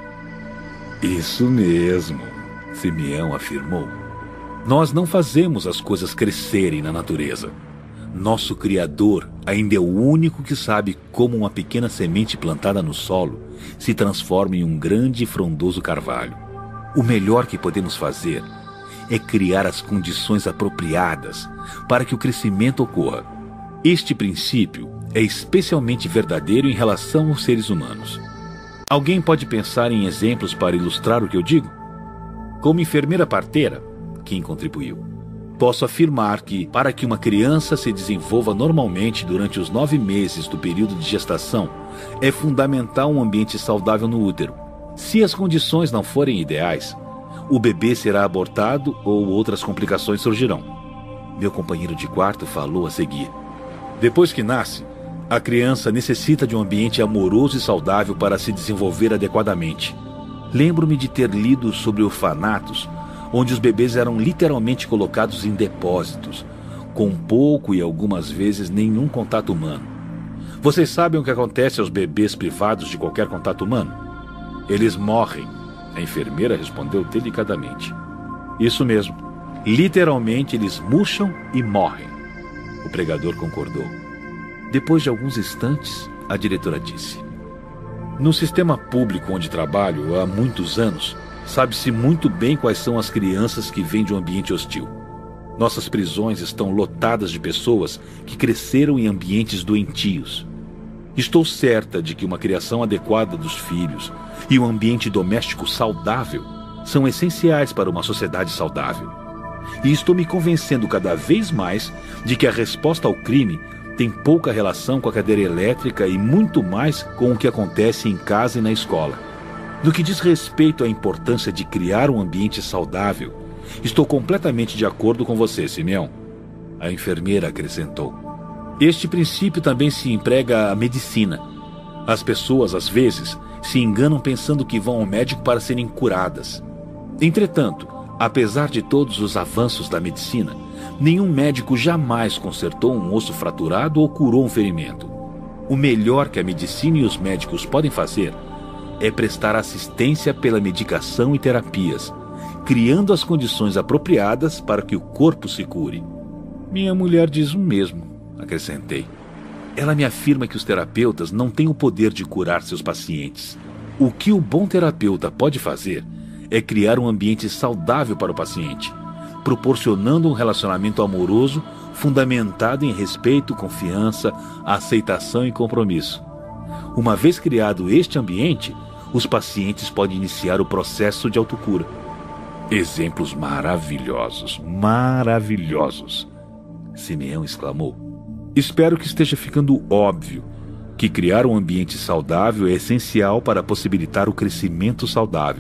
Isso mesmo, Simeão afirmou. Nós não fazemos as coisas crescerem na natureza. Nosso Criador ainda é o único que sabe como uma pequena semente plantada no solo se transforma em um grande e frondoso carvalho. O melhor que podemos fazer é criar as condições apropriadas para que o crescimento ocorra. Este princípio é especialmente verdadeiro em relação aos seres humanos. Alguém pode pensar em exemplos para ilustrar o que eu digo? Como enfermeira parteira, Kim contribuiu. Posso afirmar que, para que uma criança se desenvolva normalmente durante os nove meses do período de gestação, é fundamental um ambiente saudável no útero. Se as condições não forem ideais, o bebê será abortado ou outras complicações surgirão. Meu companheiro de quarto falou a seguir. Depois que nasce, a criança necessita de um ambiente amoroso e saudável para se desenvolver adequadamente. Lembro-me de ter lido sobre orfanatos, onde os bebês eram literalmente colocados em depósitos, com pouco e algumas vezes nenhum contato humano. Vocês sabem o que acontece aos bebês privados de qualquer contato humano? Eles morrem, a enfermeira respondeu delicadamente. Isso mesmo, literalmente eles murcham e morrem. O pregador concordou. Depois de alguns instantes, a diretora disse: no sistema público onde trabalho há muitos anos, sabe-se muito bem quais são as crianças que vêm de um ambiente hostil. Nossas prisões estão lotadas de pessoas que cresceram em ambientes doentios. Estou certa de que uma criação adequada dos filhos e um ambiente doméstico saudável são essenciais para uma sociedade saudável. E estou me convencendo cada vez mais de que a resposta ao crime tem pouca relação com a cadeira elétrica e muito mais com o que acontece em casa e na escola. No que diz respeito à importância de criar um ambiente saudável, estou completamente de acordo com você, Simeão. A enfermeira acrescentou. Este princípio também se emprega à medicina. As pessoas, às vezes, se enganam pensando que vão ao médico para serem curadas. Entretanto, apesar de todos os avanços da medicina, nenhum médico jamais consertou um osso fraturado ou curou um ferimento. O melhor que a medicina e os médicos podem fazer é prestar assistência pela medicação e terapias, criando as condições apropriadas para que o corpo se cure. Minha mulher diz o mesmo, acrescentei. Ela me afirma que os terapeutas não têm o poder de curar seus pacientes. O que o bom terapeuta pode fazer é criar um ambiente saudável para o paciente, proporcionando um relacionamento amoroso fundamentado em respeito, confiança, aceitação e compromisso. Uma vez criado este ambiente, os pacientes podem iniciar o processo de autocura. Exemplos maravilhosos, maravilhosos, Simeão exclamou. Espero que esteja ficando óbvio que criar um ambiente saudável é essencial para possibilitar o crescimento saudável.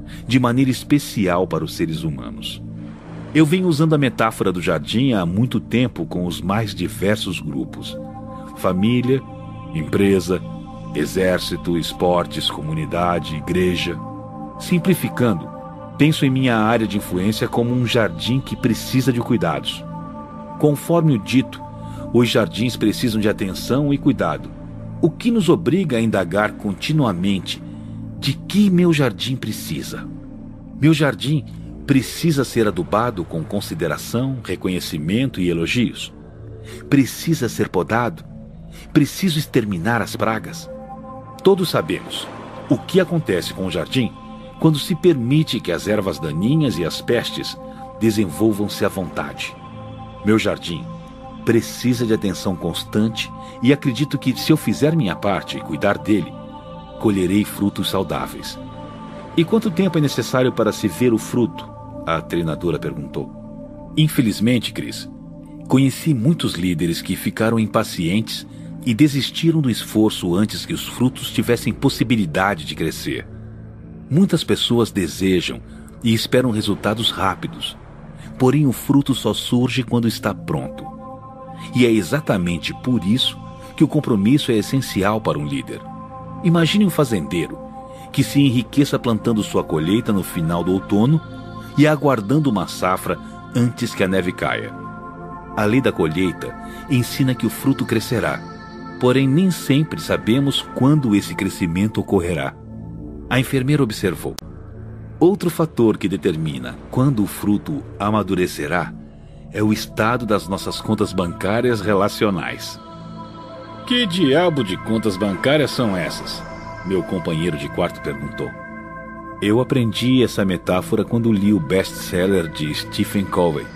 de maneira especial para os seres humanos. Eu venho usando a metáfora do jardim há muito tempo com os mais diversos grupos: família, empresa, exército, esportes, comunidade, igreja. Simplificando, penso em minha área de influência como um jardim que precisa de cuidados. Conforme o dito, os jardins precisam de atenção e cuidado, o que nos obriga a indagar continuamente: de que meu jardim precisa? Meu jardim precisa ser adubado com consideração, reconhecimento e elogios? Precisa ser podado? Preciso exterminar as pragas? Todos sabemos o que acontece com o jardim quando se permite que as ervas daninhas e as pestes desenvolvam-se à vontade. Meu jardim precisa de atenção constante e acredito que, se eu fizer minha parte e cuidar dele, colherei frutos saudáveis. E quanto tempo é necessário para se ver o fruto? A treinadora perguntou. Infelizmente, Chris, conheci muitos líderes que ficaram impacientes e desistiram do esforço antes que os frutos tivessem possibilidade de crescer. Muitas pessoas desejam e esperam resultados rápidos, porém o fruto só surge quando está pronto. E é exatamente por isso que o compromisso é essencial para um líder. Imagine um fazendeiro que se enriqueça plantando sua colheita no final do outono e aguardando uma safra antes que a neve caia. A lei da colheita ensina que o fruto crescerá, porém nem sempre sabemos quando esse crescimento ocorrerá. A enfermeira observou: outro fator que determina quando o fruto amadurecerá é o estado das nossas contas bancárias relacionais. Que diabo de contas bancárias são essas? Meu companheiro de quarto perguntou. Eu aprendi essa metáfora quando li o best-seller de Stephen Covey,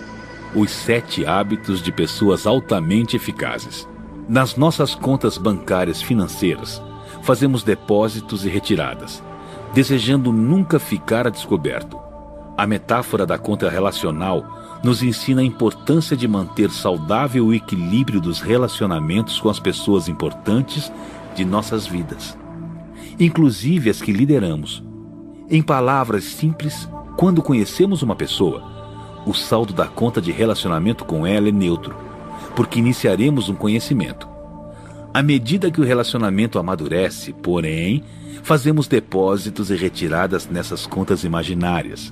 Os Sete Hábitos de Pessoas Altamente Eficazes. Nas nossas contas bancárias financeiras, fazemos depósitos e retiradas, desejando nunca ficar a descoberto. A metáfora da conta relacional nos ensina a importância de manter saudável o equilíbrio dos relacionamentos com as pessoas importantes de nossas vidas, inclusive as que lideramos. Em palavras simples, quando conhecemos uma pessoa, o saldo da conta de relacionamento com ela é neutro, porque iniciaremos um conhecimento. À medida que o relacionamento amadurece, porém, fazemos depósitos e retiradas nessas contas imaginárias,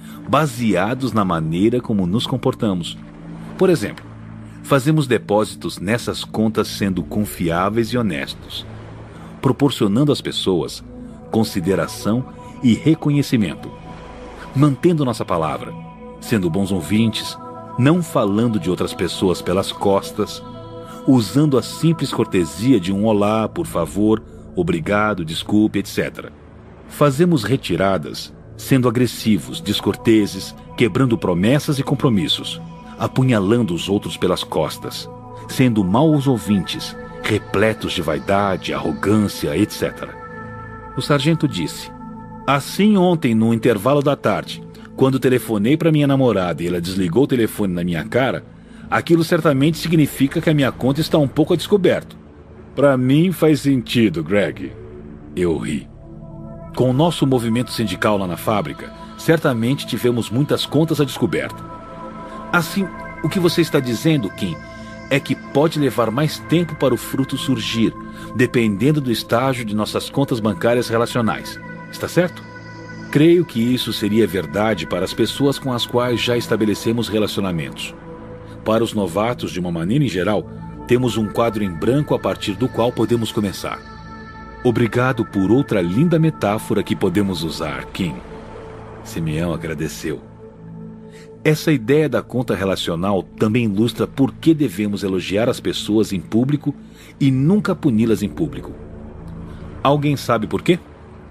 baseados na maneira como nos comportamos. Por exemplo, fazemos depósitos nessas contas sendo confiáveis e honestos, proporcionando às pessoas consideração e reconhecimento, mantendo nossa palavra, sendo bons ouvintes, não falando de outras pessoas pelas costas, usando a simples cortesia de um olá, por favor, obrigado, desculpe, etcétera. Fazemos retiradas sendo agressivos, descorteses, quebrando promessas e compromissos, apunhalando os outros pelas costas, sendo maus ouvintes, repletos de vaidade, arrogância, etcétera. O sargento disse: assim, ontem, no intervalo da tarde, quando telefonei para minha namorada e ela desligou o telefone na minha cara, aquilo certamente significa que a minha conta está um pouco a descoberto. Para mim faz sentido, Greg. Eu ri. Com o nosso movimento sindical lá na fábrica, certamente tivemos muitas contas a descoberto. Assim, o que você está dizendo, Kim, é que pode levar mais tempo para o fruto surgir, dependendo do estágio de nossas contas bancárias relacionais. Está certo? Creio que isso seria verdade para as pessoas com as quais já estabelecemos relacionamentos. Para os novatos, de uma maneira em geral, temos um quadro em branco a partir do qual podemos começar. Obrigado por outra linda metáfora que podemos usar, Kim. Simeão agradeceu. Essa ideia da conta relacional também ilustra por que devemos elogiar as pessoas em público e nunca puni-las em público. Alguém sabe por quê?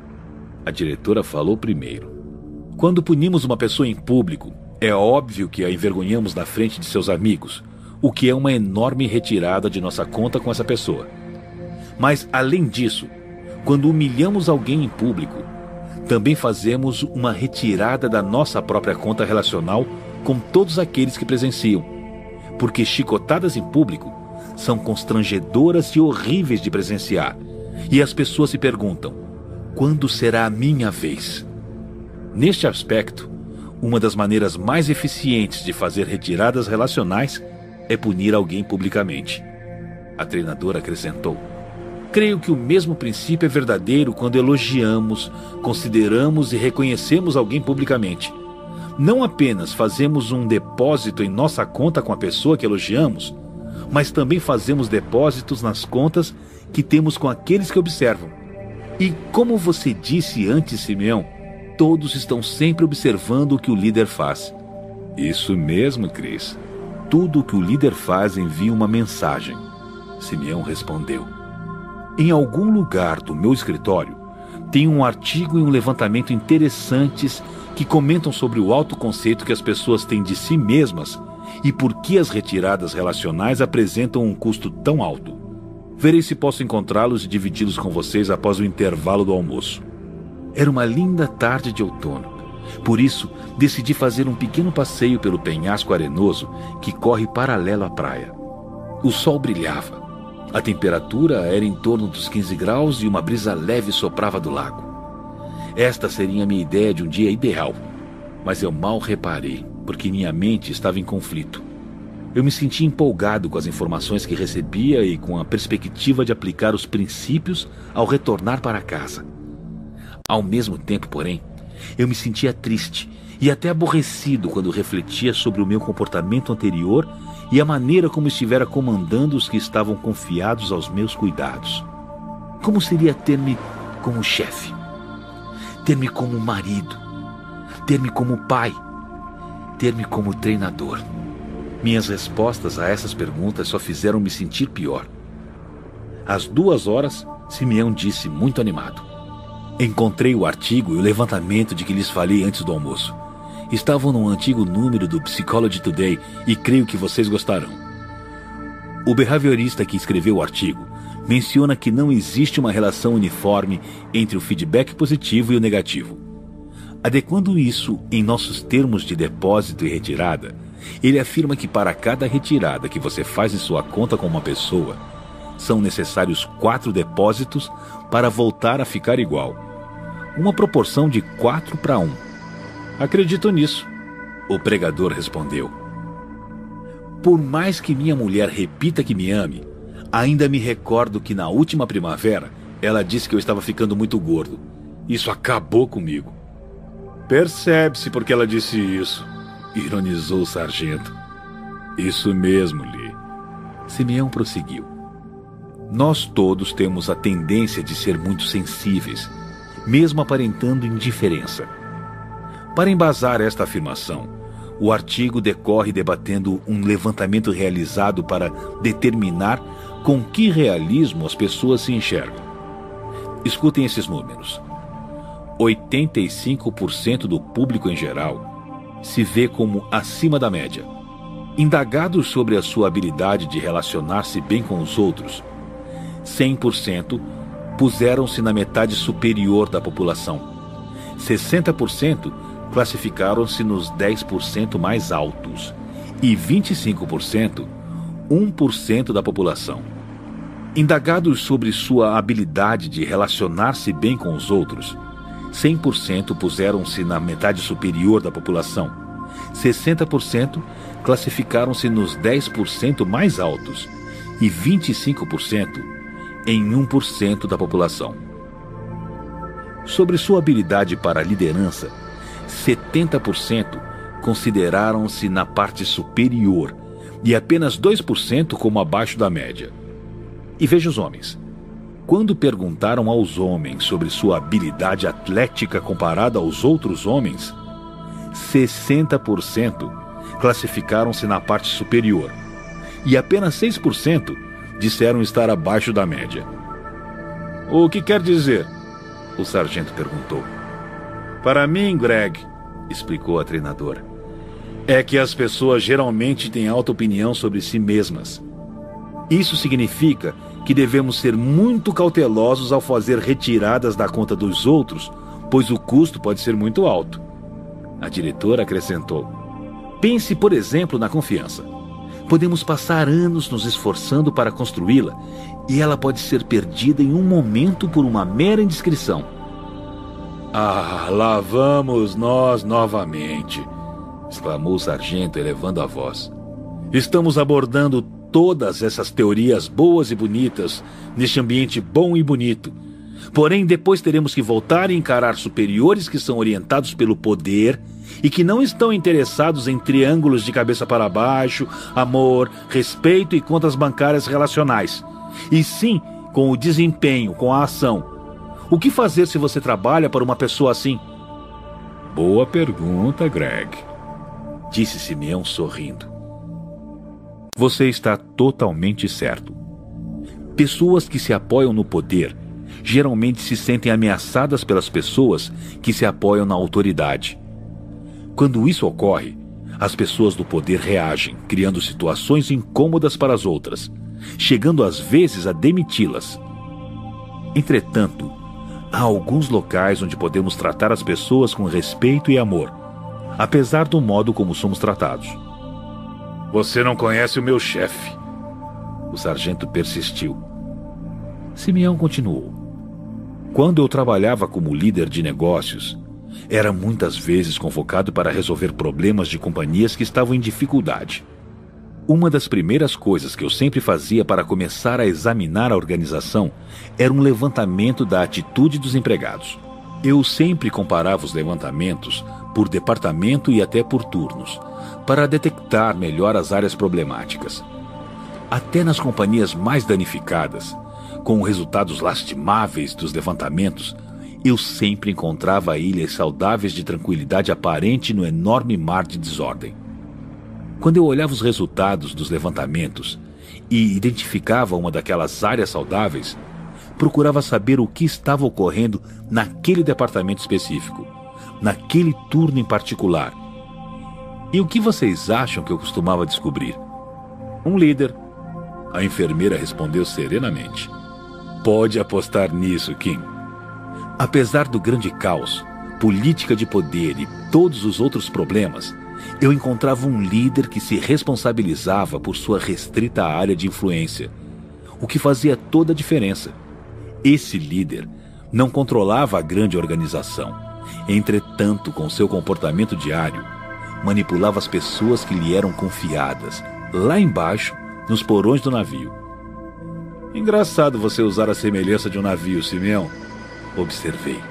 A diretora falou primeiro. Quando punimos uma pessoa em público, é óbvio que a envergonhamos na frente de seus amigos, o que é uma enorme retirada de nossa conta com essa pessoa. Mas, além disso, quando humilhamos alguém em público, também fazemos uma retirada da nossa própria conta relacional com todos aqueles que presenciam, porque chicotadas em público são constrangedoras e horríveis de presenciar, e as pessoas se perguntam: quando será a minha vez? Neste aspecto, uma das maneiras mais eficientes de fazer retiradas relacionais é punir alguém publicamente. A treinadora acrescentou: creio que o mesmo princípio é verdadeiro quando elogiamos, consideramos e reconhecemos alguém publicamente. Não apenas fazemos um depósito em nossa conta com a pessoa que elogiamos, mas também fazemos depósitos nas contas que temos com aqueles que observam. E como você disse antes, Simeão, todos estão sempre observando o que o líder faz. Isso mesmo, Cris. Tudo o que o líder faz envia uma mensagem. Simeão respondeu: em algum lugar do meu escritório tem um artigo e um levantamento interessantes que comentam sobre o autoconceito que as pessoas têm de si mesmas e por que as retiradas relacionais apresentam um custo tão alto. Verei se posso encontrá-los e dividi-los com vocês após o intervalo do almoço. Era uma linda tarde de outono. Por isso, decidi fazer um pequeno passeio pelo penhasco arenoso que corre paralelo à praia. O sol brilhava. A temperatura era em torno dos quinze graus e uma brisa leve soprava do lago. Esta seria a minha ideia de um dia ideal, mas eu mal reparei, porque minha mente estava em conflito. Eu me sentia empolgado com as informações que recebia e com a perspectiva de aplicar os princípios ao retornar para casa. Ao mesmo tempo, porém, eu me sentia triste e até aborrecido quando refletia sobre o meu comportamento anterior e a maneira como estivera comandando os que estavam confiados aos meus cuidados. Como seria ter-me como chefe? Ter-me como marido? Ter-me como pai? Ter-me como treinador? Minhas respostas a essas perguntas só fizeram me sentir pior. Às duas horas, Simeão disse, muito animado: encontrei o artigo e o levantamento de que lhes falei antes do almoço. Estavam num antigo número do Psychology Today e creio que vocês gostarão. O behaviorista que escreveu o artigo menciona que não existe uma relação uniforme entre o feedback positivo e o negativo. Adequando isso em nossos termos de depósito e retirada, ele afirma que para cada retirada que você faz em sua conta com uma pessoa, são necessários quatro depósitos para voltar a ficar igual. Uma proporção de quatro para um. Acredito nisso, o pregador respondeu. Por mais que minha mulher repita que me ame, ainda me recordo que na última primavera ela disse que eu estava ficando muito gordo. Isso acabou comigo. Percebe-se porque ela disse isso, ironizou o sargento. Isso mesmo, Lee. Simeão prosseguiu. Nós todos temos a tendência de ser muito sensíveis, mesmo aparentando indiferença. Para embasar esta afirmação, o artigo decorre debatendo um levantamento realizado para determinar com que realismo as pessoas se enxergam. Escutem esses números. oitenta e cinco por cento do público em geral se vê como acima da média. Indagados sobre a sua habilidade de relacionar-se bem com os outros, cem por cento puseram-se na metade superior da população. sessenta por cento classificaram-se nos dez por cento mais altos e vinte e cinco por cento, um por cento da população. Indagados sobre sua habilidade de relacionar-se bem com os outros, cem por cento puseram-se na metade superior da população, sessenta por cento classificaram-se nos dez por cento mais altos e vinte e cinco por cento em um por cento da população. Sobre sua habilidade para a liderança, setenta por cento consideraram-se na parte superior e apenas dois por cento como abaixo da média. E veja os homens. Quando perguntaram aos homens sobre sua habilidade atlética comparada aos outros homens, sessenta por cento classificaram-se na parte superior e apenas seis por cento disseram estar abaixo da média. O que quer dizer? O sargento perguntou. Para mim, Greg, explicou a treinadora, é que as pessoas geralmente têm alta opinião sobre si mesmas. Isso significa que devemos ser muito cautelosos ao fazer retiradas da conta dos outros, pois o custo pode ser muito alto. A diretora acrescentou. Pense, por exemplo, na confiança. Podemos passar anos nos esforçando para construí-la e ela pode ser perdida em um momento por uma mera indiscrição. Ah, lá vamos nós novamente, exclamou o sargento, elevando a voz. Estamos abordando todas essas teorias boas e bonitas neste ambiente bom e bonito. Porém, depois teremos que voltar e encarar superiores que são orientados pelo poder e que não estão interessados em triângulos de cabeça para baixo, amor, respeito e contas bancárias relacionais. E sim, com o desempenho, com a ação. O que fazer se você trabalha para uma pessoa assim? Boa pergunta, Greg, disse Simeão sorrindo. Você está totalmente certo. Pessoas que se apoiam no poder geralmente se sentem ameaçadas pelas pessoas que se apoiam na autoridade. Quando isso ocorre, as pessoas do poder reagem, criando situações incômodas para as outras, chegando às vezes a demiti-las. Entretanto, há alguns locais onde podemos tratar as pessoas com respeito e amor, apesar do modo como somos tratados. Você não conhece o meu chefe. O sargento persistiu. Simeão continuou. Quando eu trabalhava como líder de negócios, era muitas vezes convocado para resolver problemas de companhias que estavam em dificuldade. Uma das primeiras coisas que eu sempre fazia para começar a examinar a organização era um levantamento da atitude dos empregados. Eu sempre comparava os levantamentos por departamento e até por turnos, para detectar melhor as áreas problemáticas. Até nas companhias mais danificadas, com resultados lastimáveis dos levantamentos, eu sempre encontrava ilhas saudáveis de tranquilidade aparente no enorme mar de desordem. Quando eu olhava os resultados dos levantamentos e identificava uma daquelas áreas saudáveis, procurava saber o que estava ocorrendo naquele departamento específico, naquele turno em particular. E o que vocês acham que eu costumava descobrir? Um líder. A enfermeira respondeu serenamente. Pode apostar nisso, Kim. Apesar do grande caos, política de poder e todos os outros problemas, eu encontrava um líder que se responsabilizava por sua restrita área de influência, o que fazia toda a diferença. Esse líder não controlava a grande organização. Entretanto, com seu comportamento diário, manipulava as pessoas que lhe eram confiadas, lá embaixo, nos porões do navio. Engraçado você usar a semelhança de um navio, Simeão, observei.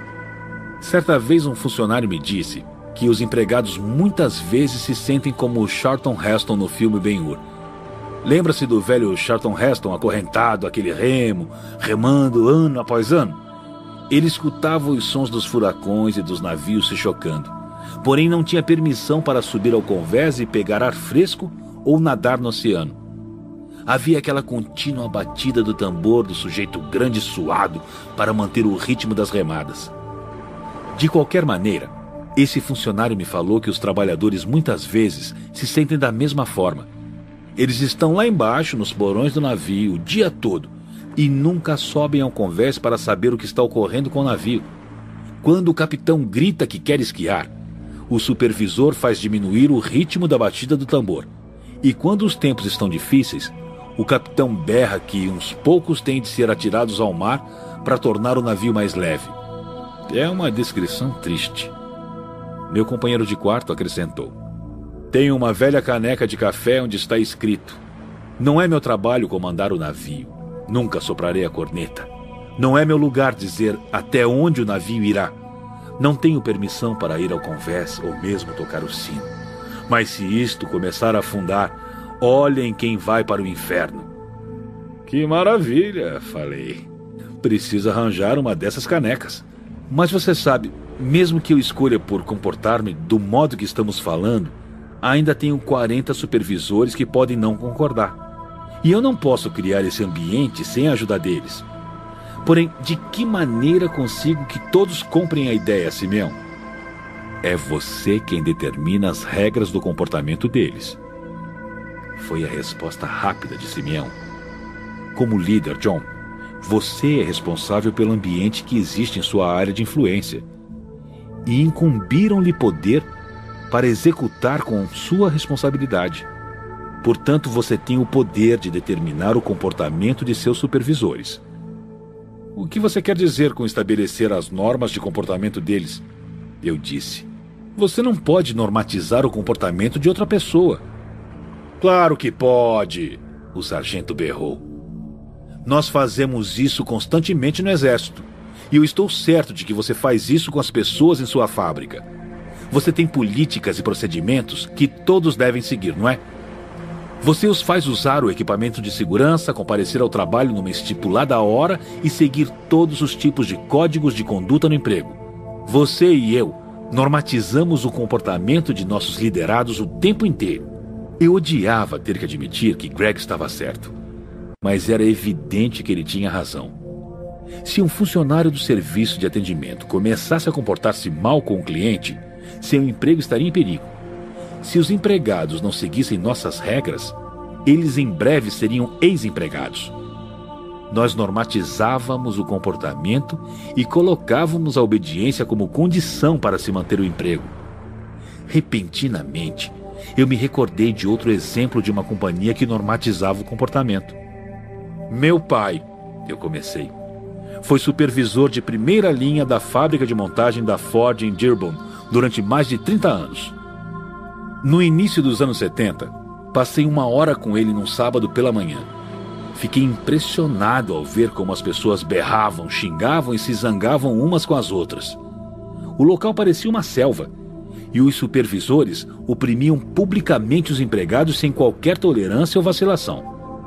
Certa vez um funcionário me disse que os empregados muitas vezes se sentem como o Charlton Heston no filme Ben-Hur. Lembra-se do velho Charlton Heston acorrentado àquele remo, remando ano após ano? Ele escutava os sons dos furacões e dos navios se chocando, porém não tinha permissão para subir ao convés e pegar ar fresco ou nadar no oceano. Havia aquela contínua batida do tambor do sujeito grande e suado para manter o ritmo das remadas. De qualquer maneira, esse funcionário me falou que os trabalhadores muitas vezes se sentem da mesma forma. Eles estão lá embaixo, nos porões do navio, o dia todo, e nunca sobem ao convés para saber o que está ocorrendo com o navio. Quando o capitão grita que quer esquiar, o supervisor faz diminuir o ritmo da batida do tambor. E quando os tempos estão difíceis, o capitão berra que uns poucos têm de ser atirados ao mar para tornar o navio mais leve. É uma descrição triste. Meu companheiro de quarto acrescentou. Tenho uma velha caneca de café onde está escrito: não é meu trabalho comandar o navio. Nunca soprarei a corneta. Não é meu lugar dizer até onde o navio irá. Não tenho permissão para ir ao convés ou mesmo tocar o sino. Mas se isto começar a afundar, olhem quem vai para o inferno. Que maravilha, falei. Preciso arranjar uma dessas canecas. Mas você sabe, mesmo que eu escolha por comportar-me do modo que estamos falando, ainda tenho quarenta supervisores que podem não concordar. E eu não posso criar esse ambiente sem a ajuda deles. Porém, de que maneira consigo que todos comprem a ideia, Simeão? É você quem determina as regras do comportamento deles. Foi a resposta rápida de Simeão. Como líder, John, você é responsável pelo ambiente que existe em sua área de influência. E incumbiram-lhe poder para executar com sua responsabilidade. Portanto, você tem o poder de determinar o comportamento de seus supervisores. O que você quer dizer com estabelecer as normas de comportamento deles? Eu disse. Você não pode normatizar o comportamento de outra pessoa. Claro que pode, o sargento berrou. Nós fazemos isso constantemente no exército. E eu estou certo de que você faz isso com as pessoas em sua fábrica. Você tem políticas e procedimentos que todos devem seguir, não é? Você os faz usar o equipamento de segurança, comparecer ao trabalho numa estipulada hora e seguir todos os tipos de códigos de conduta no emprego. Você e eu normatizamos o comportamento de nossos liderados o tempo inteiro. Eu odiava ter que admitir que Greg estava certo, mas era evidente que ele tinha razão. Se um funcionário do serviço de atendimento começasse a comportar-se mal com o cliente, seu emprego estaria em perigo. Se os empregados não seguissem nossas regras, eles em breve seriam ex-empregados. Nós normatizávamos o comportamento e colocávamos a obediência como condição para se manter o emprego. Repentinamente, eu me recordei de outro exemplo de uma companhia que normatizava o comportamento. Meu pai, eu comecei, foi supervisor de primeira linha da fábrica de montagem da Ford em Dearborn durante mais de trinta anos. No início dos anos setenta, passei uma hora com ele num sábado pela manhã. Fiquei impressionado ao ver como as pessoas berravam, xingavam e se zangavam umas com as outras. O local parecia uma selva, e os supervisores oprimiam publicamente os empregados sem qualquer tolerância ou vacilação.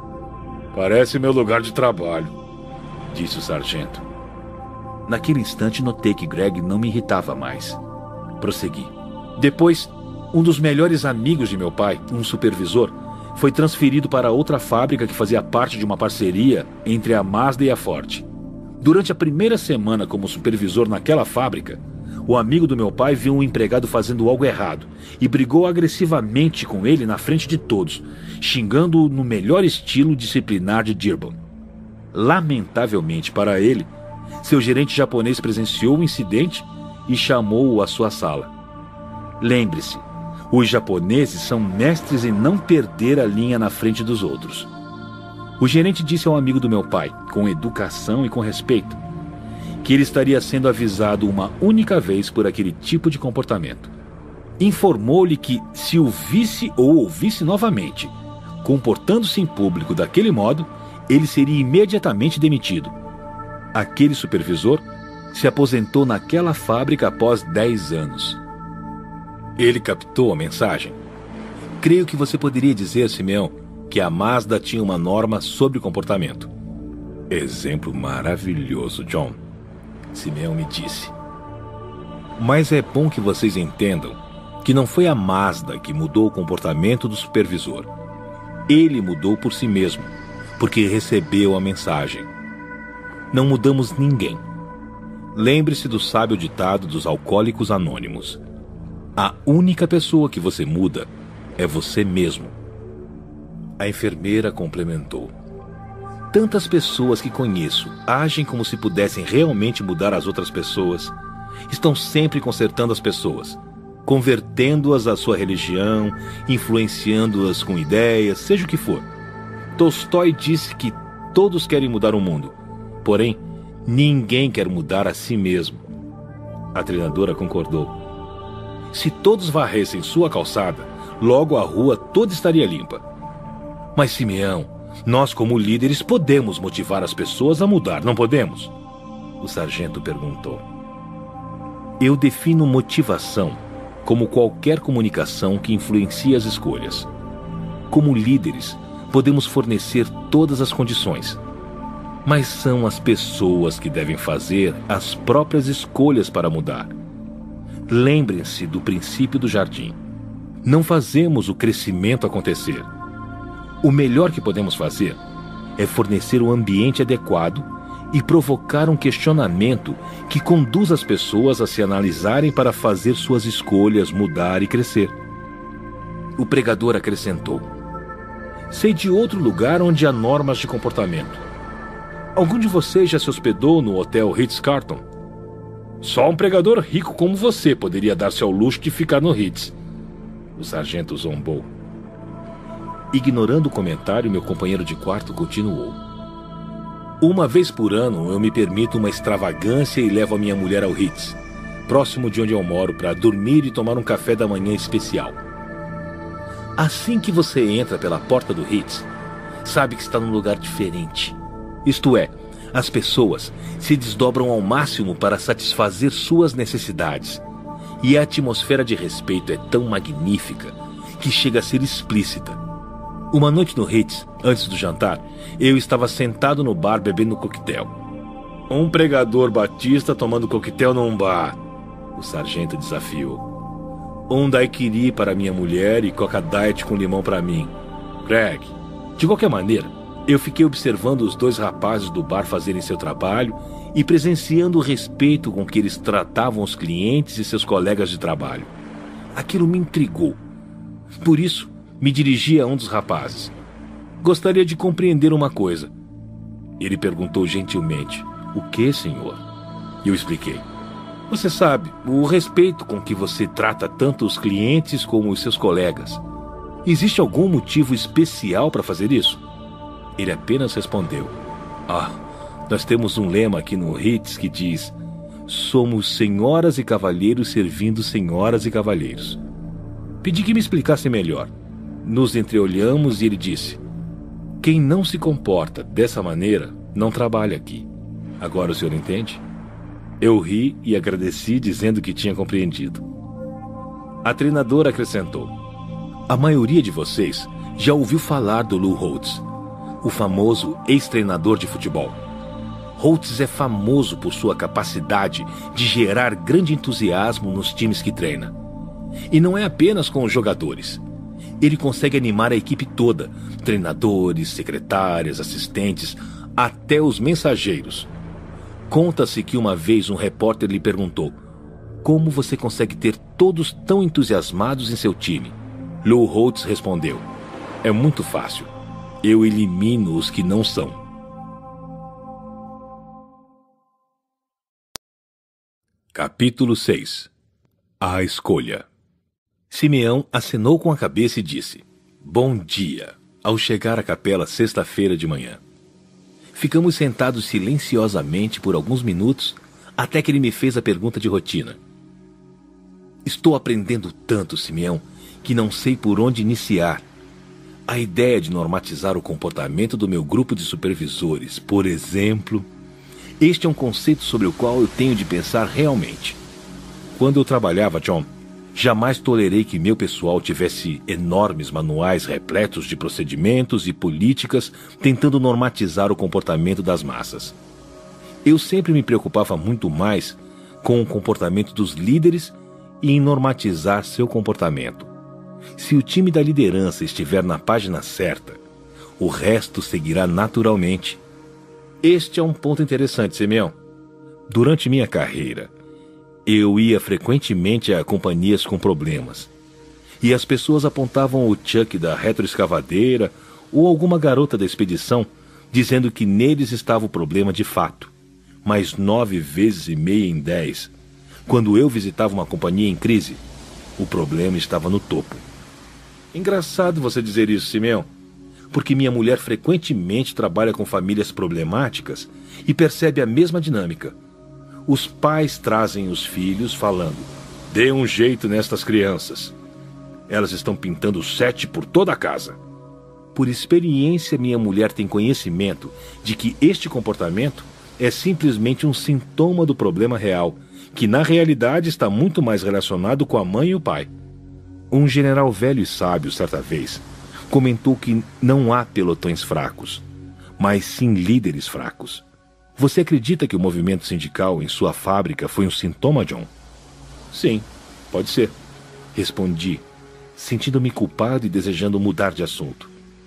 Parece meu lugar de trabalho, disse o sargento. Naquele instante notei que Greg não me irritava mais. Prossegui. Depois, um dos melhores amigos de meu pai, um supervisor, foi transferido para outra fábrica que fazia parte de uma parceria entre a Mazda e a Ford. Durante a primeira semana como supervisor naquela fábrica, o amigo do meu pai viu um empregado fazendo algo errado e brigou agressivamente com ele na frente de todos, xingando-o no melhor estilo disciplinar de Dearborn. Lamentavelmente para ele, seu gerente japonês presenciou o incidente e chamou-o à sua sala. Lembre-se, os japoneses são mestres em não perder a linha na frente dos outros. O gerente disse ao amigo do meu pai, com educação e com respeito, que ele estaria sendo avisado uma única vez por aquele tipo de comportamento. Informou-lhe que, se o visse ou ouvisse novamente, comportando-se em público daquele modo, ele seria imediatamente demitido. Aquele supervisor se aposentou naquela fábrica após dez anos. Ele captou a mensagem. Creio que você poderia dizer, Simeão, que a Mazda tinha uma norma sobre comportamento. Exemplo maravilhoso, John. Simeão me disse. Mas é bom que vocês entendam que não foi a Mazda que mudou o comportamento do supervisor. Ele mudou por si mesmo, porque recebeu a mensagem. Não mudamos ninguém. Lembre-se do sábio ditado dos alcoólicos anônimos. A única pessoa que você muda é você mesmo. A enfermeira complementou. Tantas pessoas que conheço agem como se pudessem realmente mudar as outras pessoas. Estão sempre consertando as pessoas, convertendo-as à sua religião, influenciando-as com ideias, seja o que for. Tolstói disse que todos querem mudar o mundo, porém, ninguém quer mudar a si mesmo. A treinadora concordou. Se todos varressem sua calçada, logo a rua toda estaria limpa. Mas, Simeão, nós como líderes podemos motivar as pessoas a mudar, não podemos? O sargento perguntou. Eu defino motivação como qualquer comunicação que influencia as escolhas. Como líderes, podemos fornecer todas as condições, mas são as pessoas que devem fazer as próprias escolhas para mudar. Lembrem-se do princípio do jardim. Não fazemos o crescimento acontecer. O melhor que podemos fazer é fornecer um ambiente adequado e provocar um questionamento que conduz as pessoas a se analisarem para fazer suas escolhas, mudar e crescer. O pregador acrescentou. Sei de outro lugar onde há normas de comportamento. Algum de vocês já se hospedou no Hotel Ritz-Carlton? Só um pregador rico como você poderia dar-se ao luxo de ficar no Ritz. O sargento zombou. Ignorando o comentário, meu companheiro de quarto continuou. Uma vez por ano, eu me permito uma extravagância e levo a minha mulher ao Ritz, próximo de onde eu moro, para dormir e tomar um café da manhã especial. Assim que você entra pela porta do Ritz, sabe que está num lugar diferente. Isto é, as pessoas se desdobram ao máximo para satisfazer suas necessidades. E a atmosfera de respeito é tão magnífica que chega a ser explícita. Uma noite no Ritz, antes do jantar, eu estava sentado no bar bebendo coquetel. Um pregador batista tomando coquetel num bar. O sargento desafiou. Um daiquiri para minha mulher e coca diet com limão para mim. Greg, de qualquer maneira, eu fiquei observando os dois rapazes do bar fazerem seu trabalho e presenciando o respeito com que eles tratavam os clientes e seus colegas de trabalho. Aquilo me intrigou. Por isso, me dirigi a um dos rapazes. Gostaria de compreender uma coisa. Ele perguntou gentilmente: "O que, senhor?" Eu expliquei. "Você sabe, o respeito com que você trata tanto os clientes como os seus colegas. Existe algum motivo especial para fazer isso?" Ele apenas respondeu: "Ah, nós temos um lema aqui no Ritz que diz: somos senhoras e cavalheiros servindo senhoras e cavalheiros." Pedi que me explicasse melhor. Nos entreolhamos e ele disse: "Quem não se comporta dessa maneira não trabalha aqui. Agora o senhor entende?" Eu ri e agradeci, dizendo que tinha compreendido. A treinadora acrescentou: "A maioria de vocês já ouviu falar do Lou Holtz, o famoso ex-treinador de futebol. Holtz é famoso por sua capacidade de gerar grande entusiasmo nos times que treina. E não é apenas com os jogadores. Ele consegue animar a equipe toda, treinadores, secretárias, assistentes, até os mensageiros. Conta-se que uma vez um repórter lhe perguntou: como você consegue ter todos tão entusiasmados em seu time? Lou Holtz respondeu: é muito fácil. Eu elimino os que não são. Capítulo seis. A escolha. Simeão acenou com a cabeça e disse: bom dia, ao chegar à capela sexta-feira de manhã. Ficamos sentados silenciosamente por alguns minutos, até que ele me fez a pergunta de rotina. Estou aprendendo tanto, Simeão, que não sei por onde iniciar. A ideia de normatizar o comportamento do meu grupo de supervisores, por exemplo, este é um conceito sobre o qual eu tenho de pensar realmente. Quando eu trabalhava, John, jamais tolerei que meu pessoal tivesse enormes manuais repletos de procedimentos e políticas tentando normatizar o comportamento das massas. Eu sempre me preocupava muito mais com o comportamento dos líderes e em normatizar seu comportamento. Se o time da liderança estiver na página certa, o resto seguirá naturalmente. Este é um ponto interessante, Simeão. Durante minha carreira, eu ia frequentemente a companhias com problemas. E as pessoas apontavam o Chuck da retroescavadeira ou alguma garota da expedição, dizendo que neles estava o problema de fato. Mas nove vezes e meia em dez, quando eu visitava uma companhia em crise, o problema estava no topo. Engraçado você dizer isso, Simeão, porque minha mulher frequentemente trabalha com famílias problemáticas e percebe a mesma dinâmica. Os pais trazem os filhos falando: dê um jeito nestas crianças. Elas estão pintando sete por toda a casa. Por experiência, minha mulher tem conhecimento de que este comportamento é simplesmente um sintoma do problema real, que na realidade está muito mais relacionado com a mãe e o pai. Um general velho e sábio, certa vez, comentou que não há pelotões fracos, mas sim líderes fracos. Você acredita que o movimento sindical em sua fábrica foi um sintoma, John? Sim, pode ser, respondi, sentindo-me culpado e desejando mudar de assunto.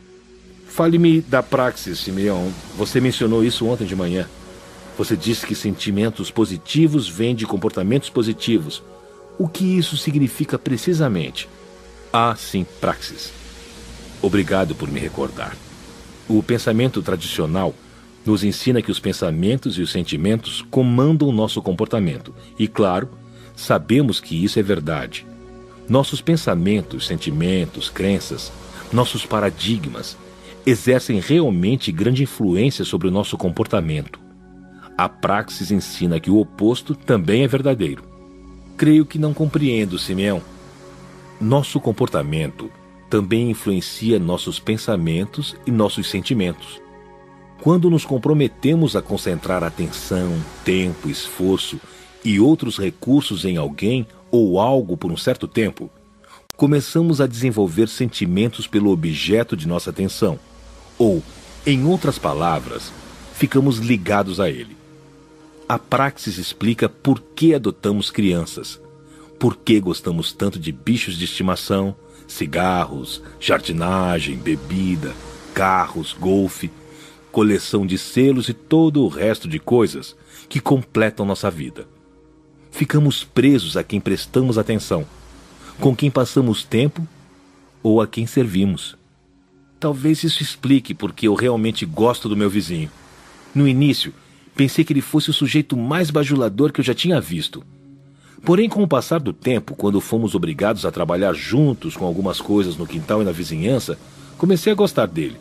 Fale-me da praxis, Simeão. Você mencionou isso ontem de manhã. Você disse que sentimentos positivos vêm de comportamentos positivos. O que isso significa precisamente? Ah, sim, praxis. Obrigado por me recordar. O pensamento tradicional nos ensina que os pensamentos e os sentimentos comandam nosso comportamento. E, claro, sabemos que isso é verdade. Nossos pensamentos, sentimentos, crenças, nossos paradigmas exercem realmente grande influência sobre o nosso comportamento. A praxis ensina que o oposto também é verdadeiro. Creio que não compreendo, Simeão. Nosso comportamento também influencia nossos pensamentos e nossos sentimentos. Quando nos comprometemos a concentrar atenção, tempo, esforço e outros recursos em alguém ou algo por um certo tempo, começamos a desenvolver sentimentos pelo objeto de nossa atenção, ou, em outras palavras, ficamos ligados a ele. A praxis explica por que adotamos crianças, por que gostamos tanto de bichos de estimação, cigarros, jardinagem, bebida, carros, golfe, coleção de selos e todo o resto de coisas que completam nossa vida. Ficamos presos a quem prestamos atenção, com quem passamos tempo ou a quem servimos. Talvez isso explique porque eu realmente gosto do meu vizinho. No início, pensei que ele fosse o sujeito mais bajulador que eu já tinha visto. Porém, com o passar do tempo, quando fomos obrigados a trabalhar juntos com algumas coisas no quintal e na vizinhança, comecei a gostar dele.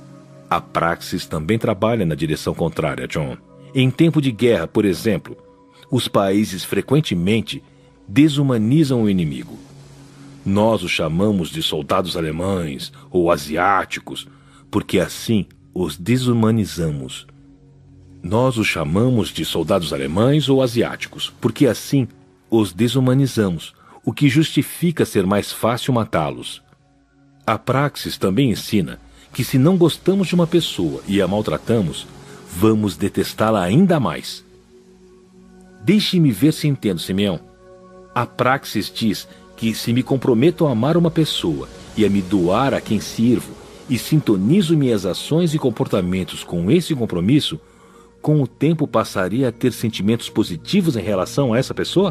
A praxis também trabalha na direção contrária, John. Em tempo de guerra, por exemplo, os países frequentemente desumanizam o inimigo. Nós os chamamos de soldados alemães ou asiáticos, porque assim os desumanizamos. Nós os chamamos de soldados alemães ou asiáticos, porque assim os desumanizamos, o que justifica ser mais fácil matá-los. A praxis também ensina que se não gostamos de uma pessoa e a maltratamos, vamos detestá-la ainda mais. Deixe-me ver se entendo, Simeão. A praxis diz que se me comprometo a amar uma pessoa e a me doar a quem sirvo e sintonizo minhas ações e comportamentos com esse compromisso, com o tempo passaria a ter sentimentos positivos em relação a essa pessoa?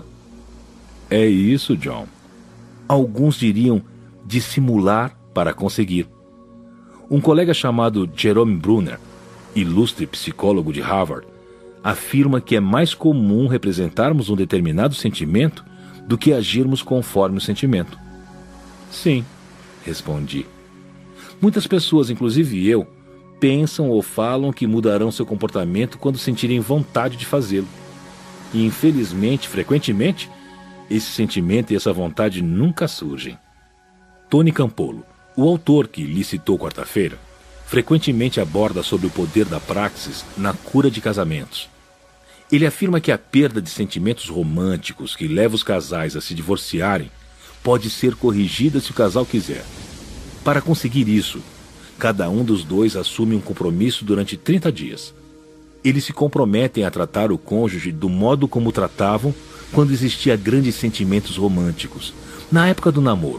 É isso, John. Alguns diriam dissimular para conseguir. Um colega chamado Jerome Brunner, ilustre psicólogo de Harvard, afirma que é mais comum representarmos um determinado sentimento do que agirmos conforme o sentimento. Sim, respondi. Muitas pessoas, inclusive eu, pensam ou falam que mudarão seu comportamento quando sentirem vontade de fazê-lo. E, infelizmente, frequentemente, esse sentimento e essa vontade nunca surgem. Tony Campolo, o autor que lhe citou quarta-feira, frequentemente aborda sobre o poder da praxis na cura de casamentos. Ele afirma que a perda de sentimentos românticos que leva os casais a se divorciarem pode ser corrigida se o casal quiser. Para conseguir isso, cada um dos dois assume um compromisso durante trinta dias. Eles se comprometem a tratar o cônjuge do modo como tratavam quando existia grandes sentimentos românticos, na época do namoro.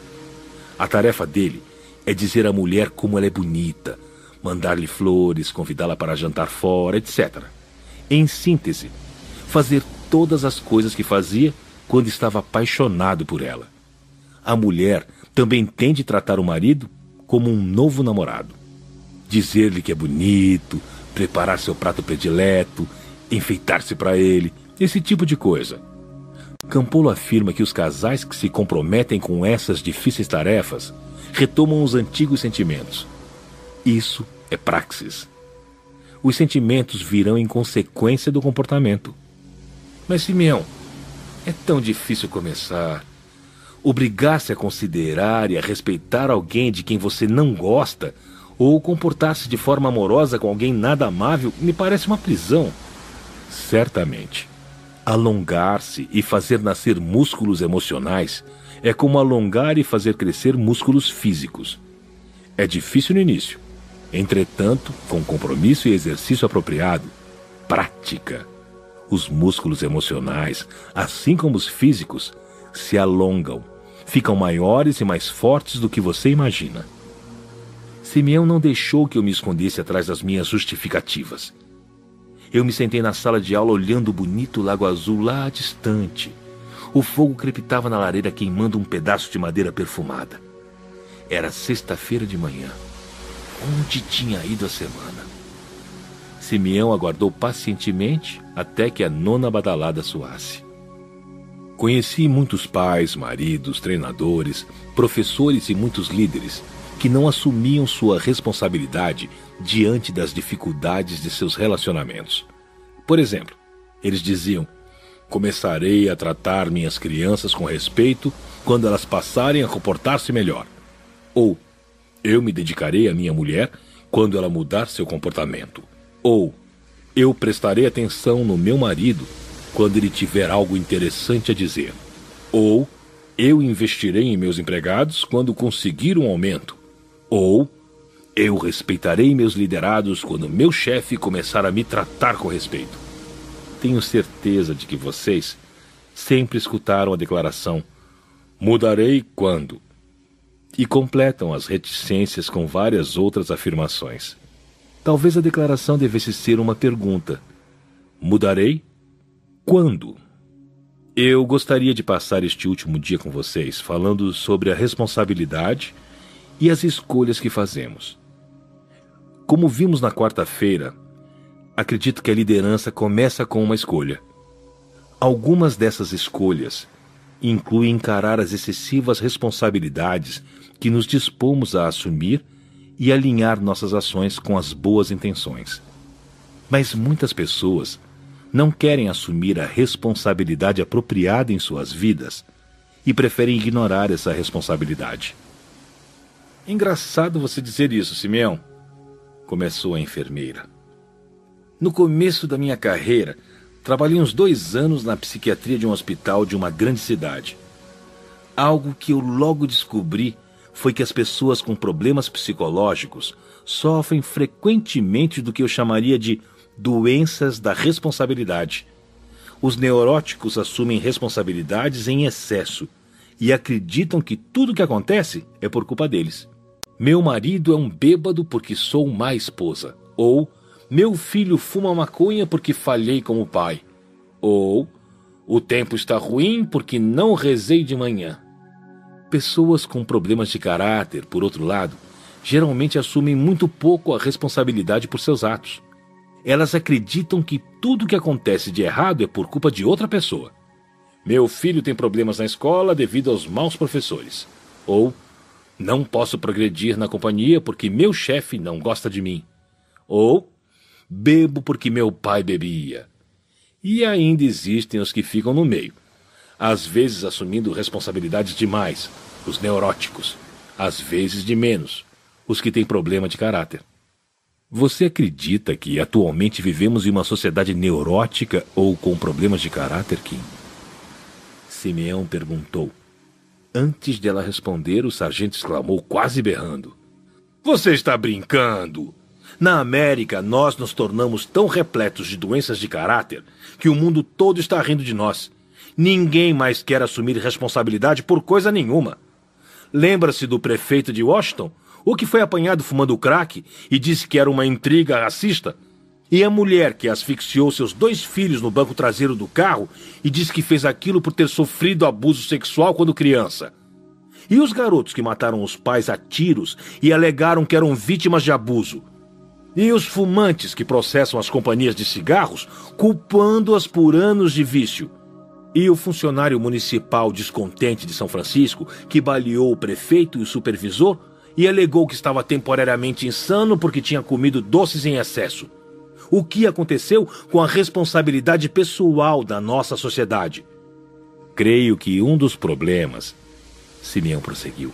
A tarefa dele é dizer à mulher como ela é bonita, mandar-lhe flores, convidá-la para jantar fora, etcétera. Em síntese, fazer todas as coisas que fazia quando estava apaixonado por ela. A mulher também tem de tratar o marido como um novo namorado. Dizer-lhe que é bonito, preparar seu prato predileto, enfeitar-se para ele, esse tipo de coisa. Campolo afirma que os casais que se comprometem com essas difíceis tarefas retomam os antigos sentimentos. Isso é praxis. Os sentimentos virão em consequência do comportamento. Mas, Simeão, é tão difícil começar. Obrigar-se a considerar e a respeitar alguém de quem você não gosta, ou comportar-se de forma amorosa com alguém nada amável, me parece uma prisão. Certamente. Alongar-se e fazer nascer músculos emocionais é como alongar e fazer crescer músculos físicos. É difícil no início. Entretanto, com compromisso e exercício apropriado, prática, os músculos emocionais, assim como os físicos, se alongam, ficam maiores e mais fortes do que você imagina. Simeão não deixou que eu me escondesse atrás das minhas justificativas. Eu me sentei na sala de aula olhando o bonito lago azul lá distante. O fogo crepitava na lareira queimando um pedaço de madeira perfumada. Era sexta-feira de manhã. Onde tinha ido a semana? Simeão aguardou pacientemente até que a nona badalada soasse. Conheci muitos pais, maridos, treinadores, professores e muitos líderes que não assumiam sua responsabilidade diante das dificuldades de seus relacionamentos. Por exemplo, eles diziam: começarei a tratar minhas crianças com respeito quando elas passarem a comportar-se melhor. Ou, eu me dedicarei à minha mulher quando ela mudar seu comportamento. Ou, eu prestarei atenção no meu marido quando ele tiver algo interessante a dizer. Ou, eu investirei em meus empregados quando conseguir um aumento. Ou, eu respeitarei meus liderados quando meu chefe começar a me tratar com respeito. Tenho certeza de que vocês sempre escutaram a declaração: mudarei quando? E completam as reticências com várias outras afirmações. Talvez a declaração devesse ser uma pergunta: mudarei quando? Eu gostaria de passar este último dia com vocês falando sobre a responsabilidade e as escolhas que fazemos. Como vimos na quarta-feira, acredito que a liderança começa com uma escolha. Algumas dessas escolhas incluem encarar as excessivas responsabilidades que nos dispomos a assumir e alinhar nossas ações com as boas intenções. Mas muitas pessoas não querem assumir a responsabilidade apropriada em suas vidas e preferem ignorar essa responsabilidade. Engraçado você dizer isso, Simeão, começou a enfermeira. No começo da minha carreira, trabalhei uns dois anos na psiquiatria de um hospital de uma grande cidade. Algo que eu logo descobri foi que as pessoas com problemas psicológicos sofrem frequentemente do que eu chamaria de doenças da responsabilidade. Os neuróticos assumem responsabilidades em excesso e acreditam que tudo o que acontece é por culpa deles. Meu marido é um bêbado porque sou má esposa. Ou meu filho fuma maconha porque falhei como pai. Ou o tempo está ruim porque não rezei de manhã. Pessoas com problemas de caráter, por outro lado, geralmente assumem muito pouco a responsabilidade por seus atos. Elas acreditam que tudo o que acontece de errado é por culpa de outra pessoa. Meu filho tem problemas na escola devido aos maus professores. Ou, não posso progredir na companhia porque meu chefe não gosta de mim. Ou, bebo porque meu pai bebia. E ainda existem os que ficam no meio, às vezes assumindo responsabilidades demais, os neuróticos, às vezes de menos, os que têm problema de caráter. Você acredita que atualmente vivemos em uma sociedade neurótica ou com problemas de caráter, Kim? Simeão perguntou. Antes dela responder, o sargento exclamou, quase berrando: Você está brincando! Na América, nós nos tornamos tão repletos de doenças de caráter que o mundo todo está rindo de nós. Ninguém mais quer assumir responsabilidade por coisa nenhuma. Lembra-se do prefeito de Washington? O que foi apanhado fumando crack e disse que era uma intriga racista? E a mulher que asfixiou seus dois filhos no banco traseiro do carro e disse que fez aquilo por ter sofrido abuso sexual quando criança? E os garotos que mataram os pais a tiros e alegaram que eram vítimas de abuso? E os fumantes que processam as companhias de cigarros, culpando-as por anos de vício? E o funcionário municipal descontente de São Francisco que baleou o prefeito e o supervisor e alegou que estava temporariamente insano porque tinha comido doces em excesso? O que aconteceu com a responsabilidade pessoal da nossa sociedade? Creio que um dos problemas, Simeão prosseguiu,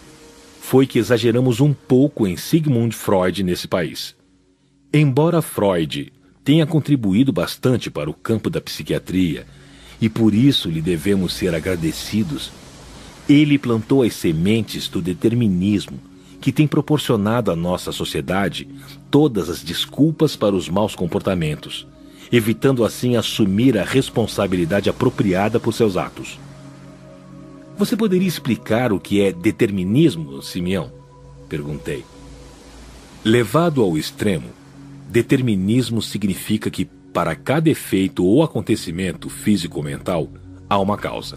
foi que exageramos um pouco em Sigmund Freud nesse país. Embora Freud tenha contribuído bastante para o campo da psiquiatria, e por isso lhe devemos ser agradecidos, ele plantou as sementes do determinismo que tem proporcionado à nossa sociedade todas as desculpas para os maus comportamentos, evitando assim assumir a responsabilidade apropriada por seus atos. Você poderia explicar o que é determinismo, Simeão? Perguntei. Levado ao extremo, determinismo significa que para cada efeito ou acontecimento físico ou mental, há uma causa.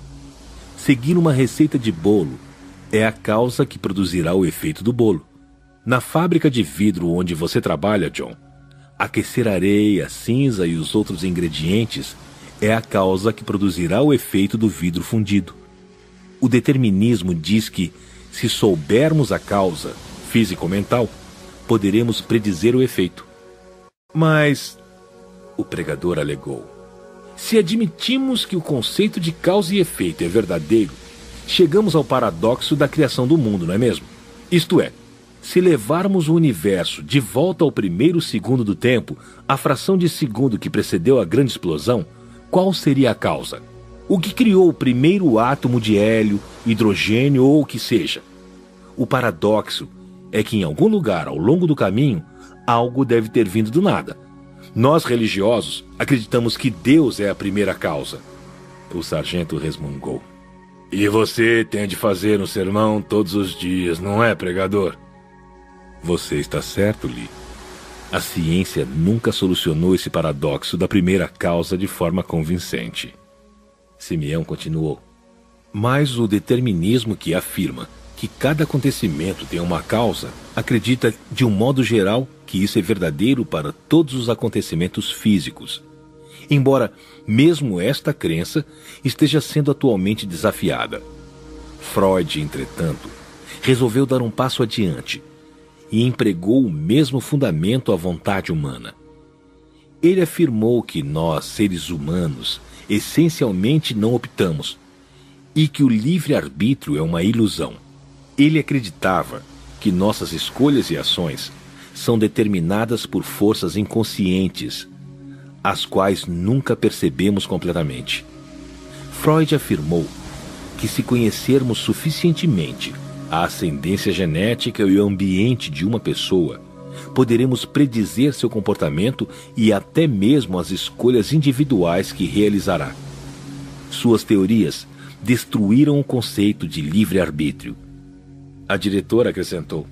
Seguir uma receita de bolo é a causa que produzirá o efeito do bolo. Na fábrica de vidro onde você trabalha, John, aquecer a areia, a cinza e os outros ingredientes é a causa que produzirá o efeito do vidro fundido. O determinismo diz que, Se soubermos a causa, física ou mental, poderemos predizer o efeito. Mas, o pregador alegou, se admitimos que o conceito de causa e efeito é verdadeiro, chegamos ao paradoxo da criação do mundo, não é mesmo? Isto é, se levarmos o universo de volta ao primeiro segundo do tempo, a fração de segundo que precedeu a grande explosão, qual seria a causa? O que criou o primeiro átomo de hélio, hidrogênio ou o que seja? O paradoxo é que em algum lugar ao longo do caminho, algo deve ter vindo do nada. Nós, religiosos, acreditamos que Deus é a primeira causa. O sargento resmungou. E você tem de fazer um sermão todos os dias, não é, pregador? Você está certo, Lee. A ciência nunca solucionou esse paradoxo da primeira causa de forma convincente. Simeão continuou. Mas o determinismo que afirma que cada acontecimento tem uma causa, acredita de um modo geral que isso é verdadeiro para todos os acontecimentos físicos. Embora mesmo esta crença esteja sendo atualmente desafiada. Freud, entretanto, resolveu dar um passo adiante e empregou o mesmo fundamento à vontade humana. Ele afirmou que nós, seres humanos, essencialmente não optamos e que o livre-arbítrio é uma ilusão. Ele acreditava que nossas escolhas e ações são determinadas por forças inconscientes, as quais nunca percebemos completamente. Freud afirmou que se conhecermos suficientemente a ascendência genética e o ambiente de uma pessoa, poderemos predizer seu comportamento e até mesmo as escolhas individuais que realizará. Suas teorias destruíram o conceito de livre-arbítrio. A diretora acrescentou: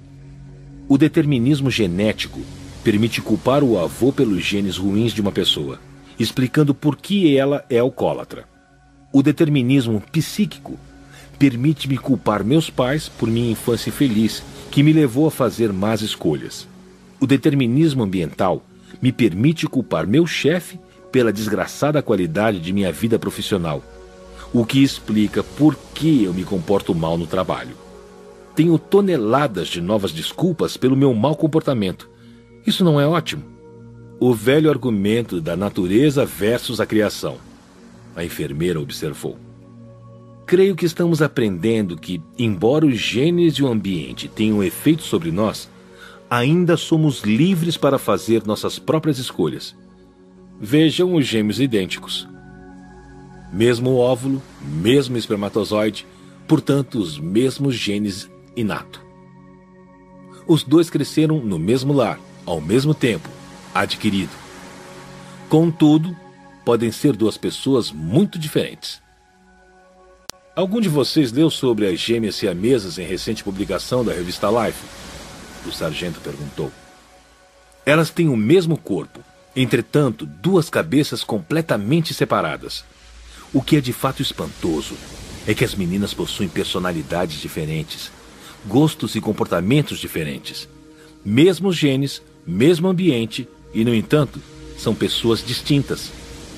o determinismo genético permite culpar o avô pelos genes ruins de uma pessoa, explicando por que ela é alcoólatra. O determinismo psíquico permite-me culpar meus pais por minha infância infeliz, que me levou a fazer más escolhas. O determinismo ambiental me permite culpar meu chefe pela desgraçada qualidade de minha vida profissional, o que explica por que eu me comporto mal no trabalho. Tenho toneladas de novas desculpas pelo meu mau comportamento. Isso não é ótimo? O velho argumento da natureza versus a criação. A enfermeira observou. Creio que estamos aprendendo que, embora os genes e o ambiente tenham efeito sobre nós, ainda somos livres para fazer nossas próprias escolhas. Vejam os gêmeos idênticos. Mesmo óvulo, mesmo espermatozoide, portanto, os mesmos genes inato. Os dois cresceram no mesmo lar, ao mesmo tempo, adquirido. Contudo, podem ser duas pessoas muito diferentes. Algum de vocês leu sobre as gêmeas siamesas em recente publicação da revista Life? O sargento perguntou. Elas têm o mesmo corpo, entretanto, duas cabeças completamente separadas. O que é de fato espantoso é que as meninas possuem personalidades diferentes, gostos e comportamentos diferentes. Mesmos genes, mesmo ambiente e, no entanto, são pessoas distintas.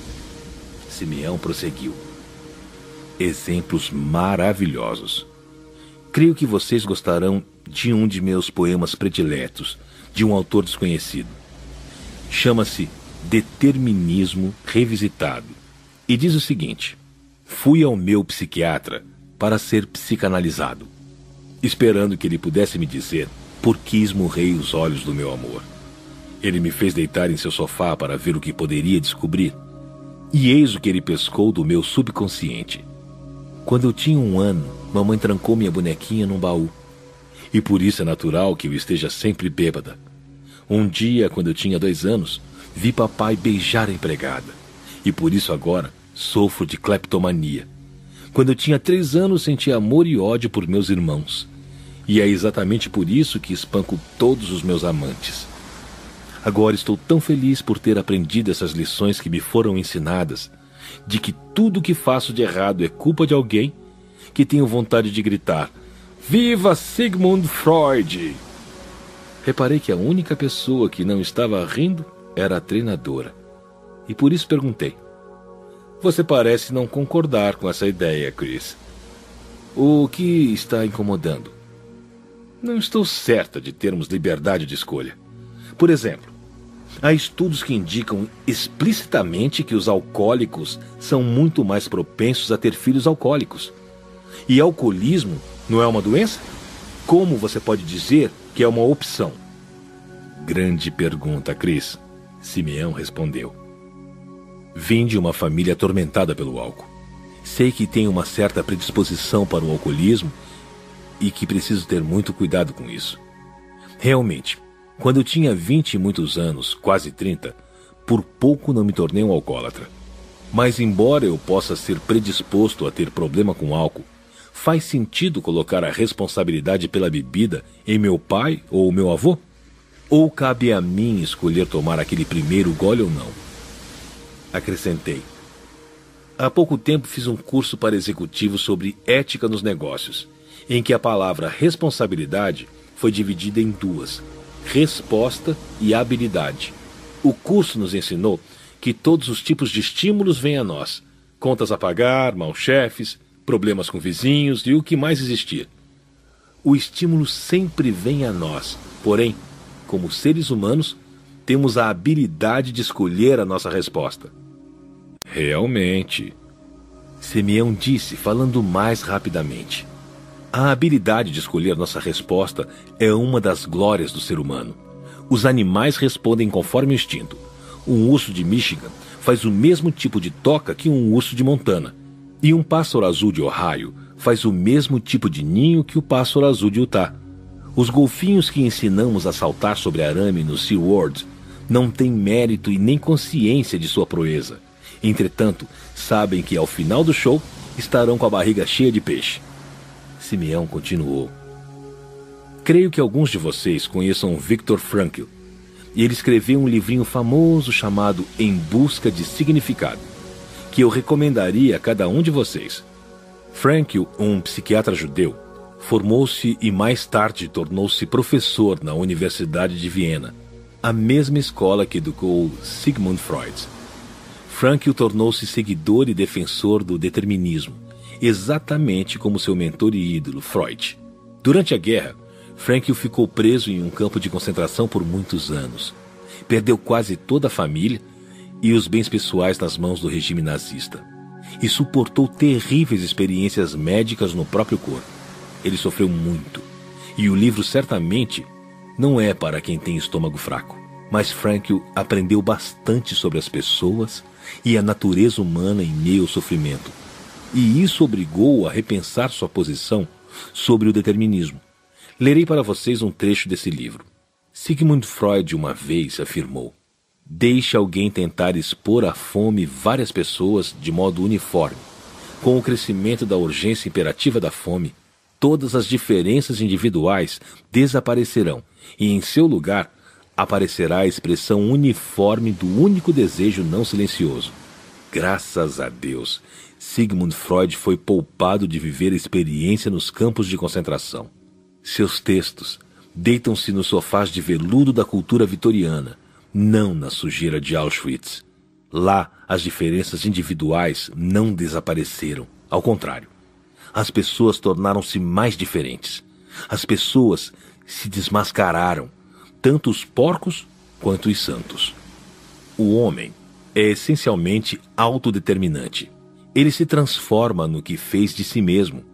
Simeão prosseguiu. Exemplos maravilhosos. Creio que vocês gostarão de um de meus poemas prediletos, de um autor desconhecido. Chama-se Determinismo Revisitado e diz o seguinte: fui ao meu psiquiatra para ser psicanalizado, esperando que ele pudesse me dizer por que esmurrei os olhos do meu amor. Ele me fez deitar em seu sofá para ver o que poderia descobrir, e eis o que ele pescou do meu subconsciente. Quando eu tinha um ano, mamãe trancou minha bonequinha num baú, e por isso é natural que eu esteja sempre bêbada. Um dia, quando eu tinha dois anos, vi papai beijar a empregada, e por isso agora sofro de cleptomania. Quando eu tinha três anos, senti amor e ódio por meus irmãos, e é exatamente por isso que espanco todos os meus amantes. Agora estou tão feliz por ter aprendido essas lições que me foram ensinadas, de que tudo que faço de errado é culpa de alguém, que tenho vontade de gritar: Viva Sigmund Freud! Reparei que a única pessoa que não estava rindo era a treinadora, e por isso perguntei: você parece não concordar com essa ideia, Chris. O que está incomodando? Não estou certa de termos liberdade de escolha. Por exemplo, há estudos que indicam explicitamente que os alcoólicos são muito mais propensos a ter filhos alcoólicos. E alcoolismo não é uma doença? Como você pode dizer que é uma opção? Grande pergunta, Chris. Simeão respondeu. Vim de uma família atormentada pelo álcool. Sei que tenho uma certa predisposição para o alcoolismo e que preciso ter muito cuidado com isso. Realmente, quando eu tinha vinte e muitos anos, quase trinta, por pouco não me tornei um alcoólatra. Mas embora eu possa ser predisposto a ter problema com álcool, faz sentido colocar a responsabilidade pela bebida em meu pai ou meu avô? Ou cabe a mim escolher tomar aquele primeiro gole ou não? Acrescentei. Há pouco tempo fiz um curso para executivos sobre ética nos negócios, em que a palavra responsabilidade foi dividida em duas, resposta e habilidade. O curso nos ensinou que todos os tipos de estímulos vêm a nós, contas a pagar, maus chefes, problemas com vizinhos e o que mais existir. O estímulo sempre vem a nós, porém, como seres humanos, temos a habilidade de escolher a nossa resposta. Realmente, Simeão disse, falando mais rapidamente. A habilidade de escolher nossa resposta é uma das glórias do ser humano. Os animais respondem conforme o instinto. Um urso de Michigan faz o mesmo tipo de toca que um urso de Montana. E um pássaro azul de Ohio faz o mesmo tipo de ninho que o pássaro azul de Utah. Os golfinhos que ensinamos a saltar sobre arame no SeaWorld não têm mérito e nem consciência de sua proeza. Entretanto, sabem que ao final do show estarão com a barriga cheia de peixe. Simeão continuou. Creio que alguns de vocês conheçam Viktor Frankl. E ele escreveu um livrinho famoso chamado Em Busca de Significado, que eu recomendaria a cada um de vocês. Frankl, um psiquiatra judeu, formou-se e mais tarde tornou-se professor na Universidade de Viena, a mesma escola que educou Sigmund Freud. Frankl tornou-se seguidor e defensor do determinismo, exatamente como seu mentor e ídolo, Freud. Durante a guerra, Frankl ficou preso em um campo de concentração por muitos anos. Perdeu quase toda a família e os bens pessoais nas mãos do regime nazista. E suportou terríveis experiências médicas no próprio corpo. Ele sofreu muito. E o livro certamente não é para quem tem estômago fraco. Mas Frankl aprendeu bastante sobre as pessoas e a natureza humana em meio ao sofrimento. E isso obrigou-o a repensar sua posição sobre o determinismo. Lerei para vocês um trecho desse livro. Sigmund Freud uma vez afirmou: deixe alguém tentar expor à fome várias pessoas de modo uniforme. Com o crescimento da urgência imperativa da fome, todas as diferenças individuais desaparecerão e, em seu lugar, aparecerá a expressão uniforme do único desejo não silencioso. Graças a Deus, Sigmund Freud foi poupado de viver a experiência nos campos de concentração. Seus textos deitam-se nos sofás de veludo da cultura vitoriana, não na sujeira de Auschwitz. Lá, as diferenças individuais não desapareceram. Ao contrário, as pessoas tornaram-se mais diferentes. As pessoas se desmascararam, tanto os porcos quanto os santos. O homem é essencialmente autodeterminante. Ele se transforma no que fez de si mesmo.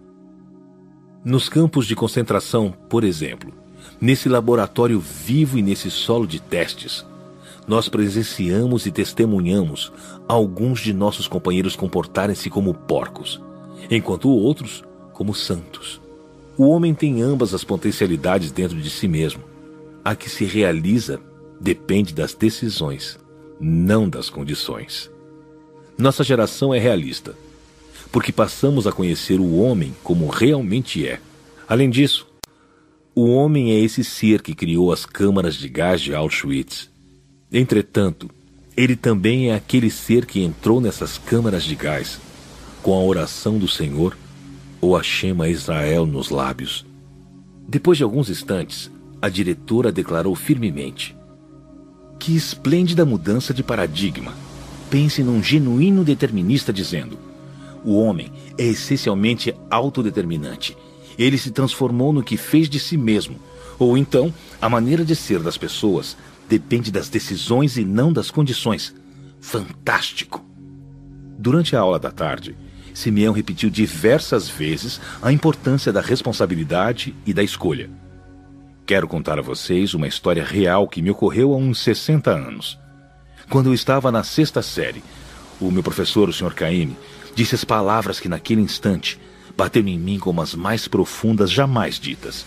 Nos campos de concentração, por exemplo, nesse laboratório vivo e nesse solo de testes, nós presenciamos e testemunhamos alguns de nossos companheiros comportarem-se como porcos, enquanto outros como santos. O homem tem ambas as potencialidades dentro de si mesmo. A que se realiza depende das decisões, não das condições. Nossa geração é realista, porque passamos a conhecer o homem como realmente é. Além disso, o homem é esse ser que criou as câmaras de gás de Auschwitz. Entretanto, ele também é aquele ser que entrou nessas câmaras de gás com a oração do Senhor ou a Shema Israel nos lábios. Depois de alguns instantes, a diretora declarou firmemente: que esplêndida mudança de paradigma! Pense num genuíno determinista dizendo: o homem é essencialmente autodeterminante Ele se transformou no que fez de si mesmo. Ou então, a maneira de ser das pessoas depende das decisões e não das condições. Fantástico! Durante a aula da tarde, Simeão repetiu diversas vezes a importância da responsabilidade e da escolha. Quero contar a vocês uma história real que me ocorreu há uns sessenta anos. Quando eu estava na sexta série, o meu professor, o senhor Caymmi, disse as palavras que naquele instante bateram em mim como as mais profundas jamais ditas.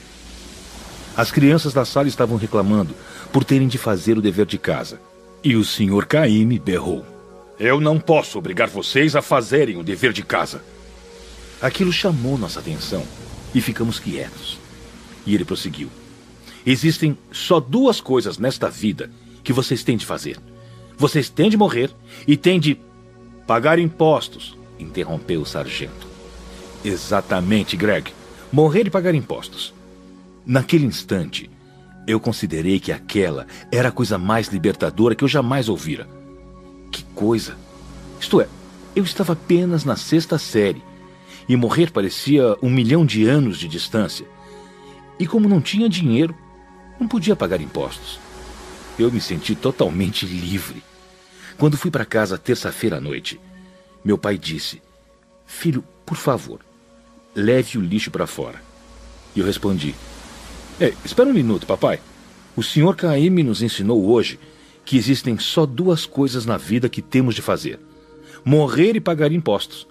As crianças da sala estavam reclamando por terem de fazer o dever de casa. E o senhor Caymmi berrou: "Eu não posso obrigar vocês a fazerem o dever de casa." Aquilo chamou nossa atenção e ficamos quietos. E ele prosseguiu: "Existem só duas coisas nesta vida que vocês têm de fazer. Vocês têm de morrer e têm de pagar impostos", interrompeu o sargento. "Exatamente, Greg. Morrer e pagar impostos." Naquele instante, eu considerei que aquela era a coisa mais libertadora que eu jamais ouvira. Que coisa! Isto é, eu estava apenas na sexta série e morrer parecia um milhão de anos de distância. E como não tinha dinheiro, não podia pagar impostos. Eu me senti totalmente livre. Quando fui para casa terça-feira à noite, meu pai disse: "Filho, por favor, leve o lixo para fora." E eu respondi: "Ei, espera um minuto, papai. O senhor Caymmi nos ensinou hoje que existem só duas coisas na vida que temos de fazer: morrer e pagar impostos."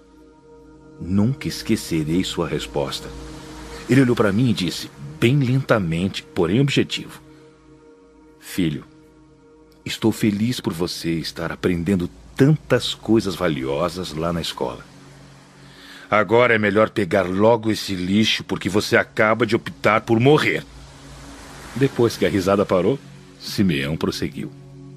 Nunca esquecerei sua resposta. Ele olhou para mim e disse, bem lentamente, porém objetivo: "Filho, estou feliz por você estar aprendendo tantas coisas valiosas lá na escola. Agora é melhor pegar logo esse lixo porque você acaba de optar por morrer." Depois que a risada parou, Simeão prosseguiu: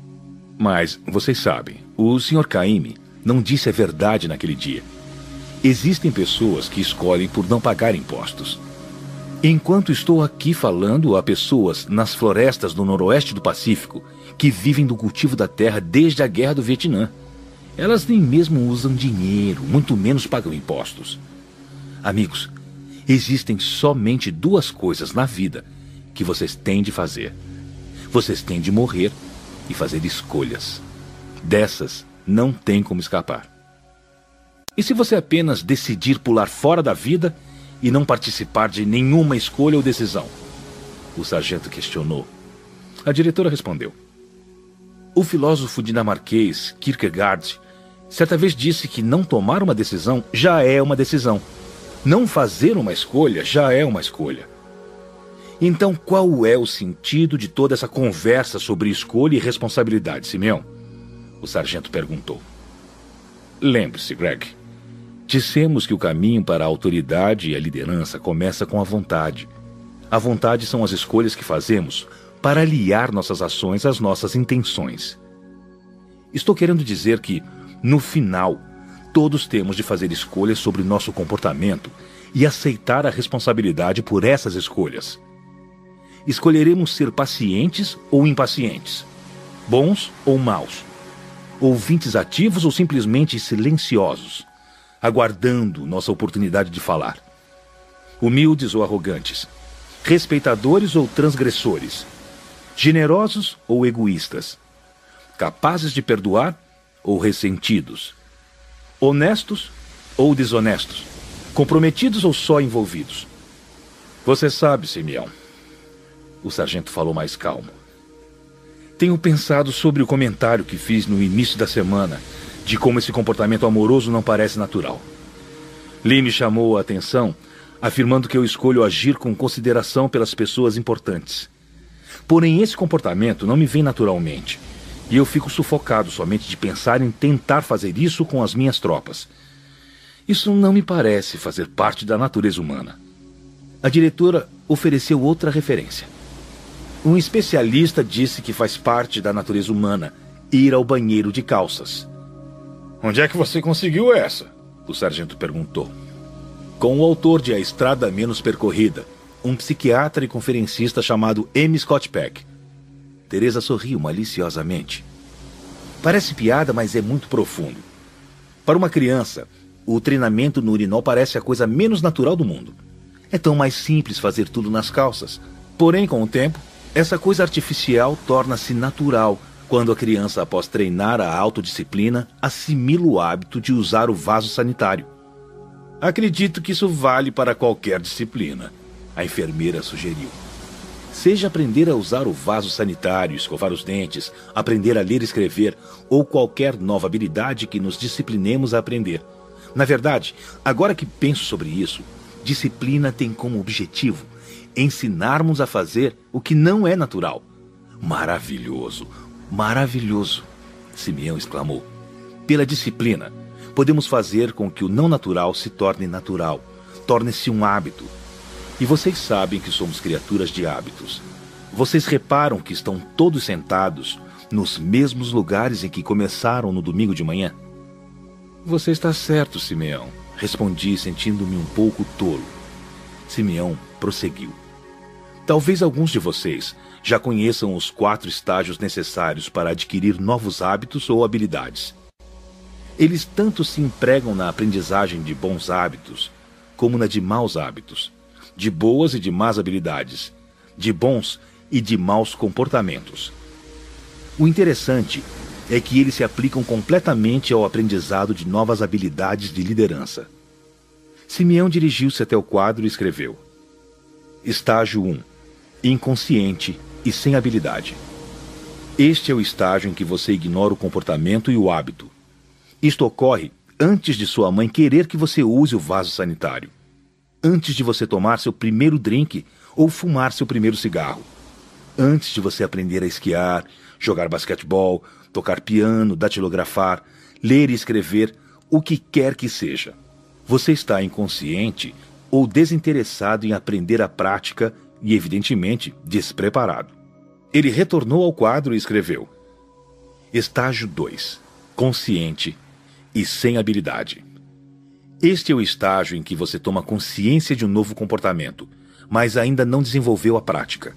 "Mas, vocês sabem, o senhor Caymmi não disse a verdade naquele dia. Existem pessoas que escolhem por não pagar impostos. Enquanto estou aqui falando, há pessoas nas florestas do noroeste do Pacífico que vivem do cultivo da terra desde a guerra do Vietnã. Elas nem mesmo usam dinheiro, muito menos pagam impostos. Amigos, existem somente duas coisas na vida que vocês têm de fazer. Vocês têm de morrer e fazer escolhas. Dessas não tem como escapar. E se você apenas decidir pular fora da vida e não participar de nenhuma escolha ou decisão?" O sargento questionou. A diretora respondeu: "O filósofo dinamarquês Kierkegaard certa vez disse que não tomar uma decisão já é uma decisão. Não fazer uma escolha já é uma escolha." Então, qual é o sentido de toda essa conversa sobre escolha e responsabilidade, Simeão? O sargento perguntou. Lembre-se, Greg. Dissemos que o caminho para a autoridade e a liderança começa com a vontade. A vontade são as escolhas que fazemos para aliar nossas ações às nossas intenções. Estou querendo dizer que, no final, todos temos de fazer escolhas sobre nosso comportamento e aceitar a responsabilidade por essas escolhas. Escolheremos ser pacientes ou impacientes, bons ou maus, ouvintes ativos ou simplesmente silenciosos, aguardando nossa oportunidade de falar, humildes ou arrogantes, respeitadores ou transgressores, generosos ou egoístas, capazes de perdoar ou ressentidos, honestos ou desonestos, comprometidos ou só envolvidos. Você sabe, Simeão. O sargento falou mais calmo. Tenho pensado sobre o comentário que fiz no início da semana de como esse comportamento amoroso não parece natural. Lee me chamou a atenção, afirmando que eu escolho agir com consideração pelas pessoas importantes. Porém, esse comportamento não me vem naturalmente, e eu fico sufocado somente de pensar em tentar fazer isso com as minhas tropas. Isso não me parece fazer parte da natureza humana. A diretora ofereceu outra referência. Um especialista disse que faz parte da natureza humana ir ao banheiro de calças. Onde é que você conseguiu essa? O sargento perguntou. Com o autor de A Estrada Menos Percorrida, um psiquiatra e conferencista chamado M. Scott Peck. Teresa sorriu maliciosamente. Parece piada, mas é muito profundo. Para uma criança, o treinamento no urinol parece a coisa menos natural do mundo. É tão mais simples fazer tudo nas calças. Porém, com o tempo, essa coisa artificial torna-se natural quando a criança, após treinar a autodisciplina, assimila o hábito de usar o vaso sanitário. Acredito que isso vale para qualquer disciplina, a enfermeira sugeriu. Seja aprender a usar o vaso sanitário, escovar os dentes, aprender a ler e escrever, ou qualquer nova habilidade que nos disciplinemos a aprender. Na verdade, agora que penso sobre isso, disciplina tem como objetivo ensinarmos a fazer o que não é natural. Maravilhoso, maravilhoso, Simeão exclamou. Pela disciplina, podemos fazer com que o não natural se torne natural, torne-se um hábito. E vocês sabem que somos criaturas de hábitos. Vocês reparam que estão todos sentados nos mesmos lugares em que começaram no domingo de manhã? Você está certo, Simeão, respondi, sentindo-me um pouco tolo. Simeão prosseguiu. Talvez alguns de vocês já conheçam os quatro estágios necessários para adquirir novos hábitos ou habilidades. Eles tanto se empregam na aprendizagem de bons hábitos, como na de maus hábitos, de boas e de más habilidades, de bons e de maus comportamentos. O interessante é que eles se aplicam completamente ao aprendizado de novas habilidades de liderança. Simeão dirigiu-se até o quadro e escreveu: Estágio um. Inconsciente e sem habilidade. Este é o estágio em que você ignora o comportamento e o hábito. Isto ocorre antes de sua mãe querer que você use o vaso sanitário, antes de você tomar seu primeiro drink ou fumar seu primeiro cigarro, antes de você aprender a esquiar, jogar basquetebol, tocar piano, datilografar, ler e escrever, o que quer que seja. Você está inconsciente ou desinteressado em aprender a prática e, evidentemente, despreparado. Ele retornou ao quadro e escreveu: Estágio dois. Consciente e sem habilidade. Este é o estágio em que você toma consciência de um novo comportamento, mas ainda não desenvolveu a prática.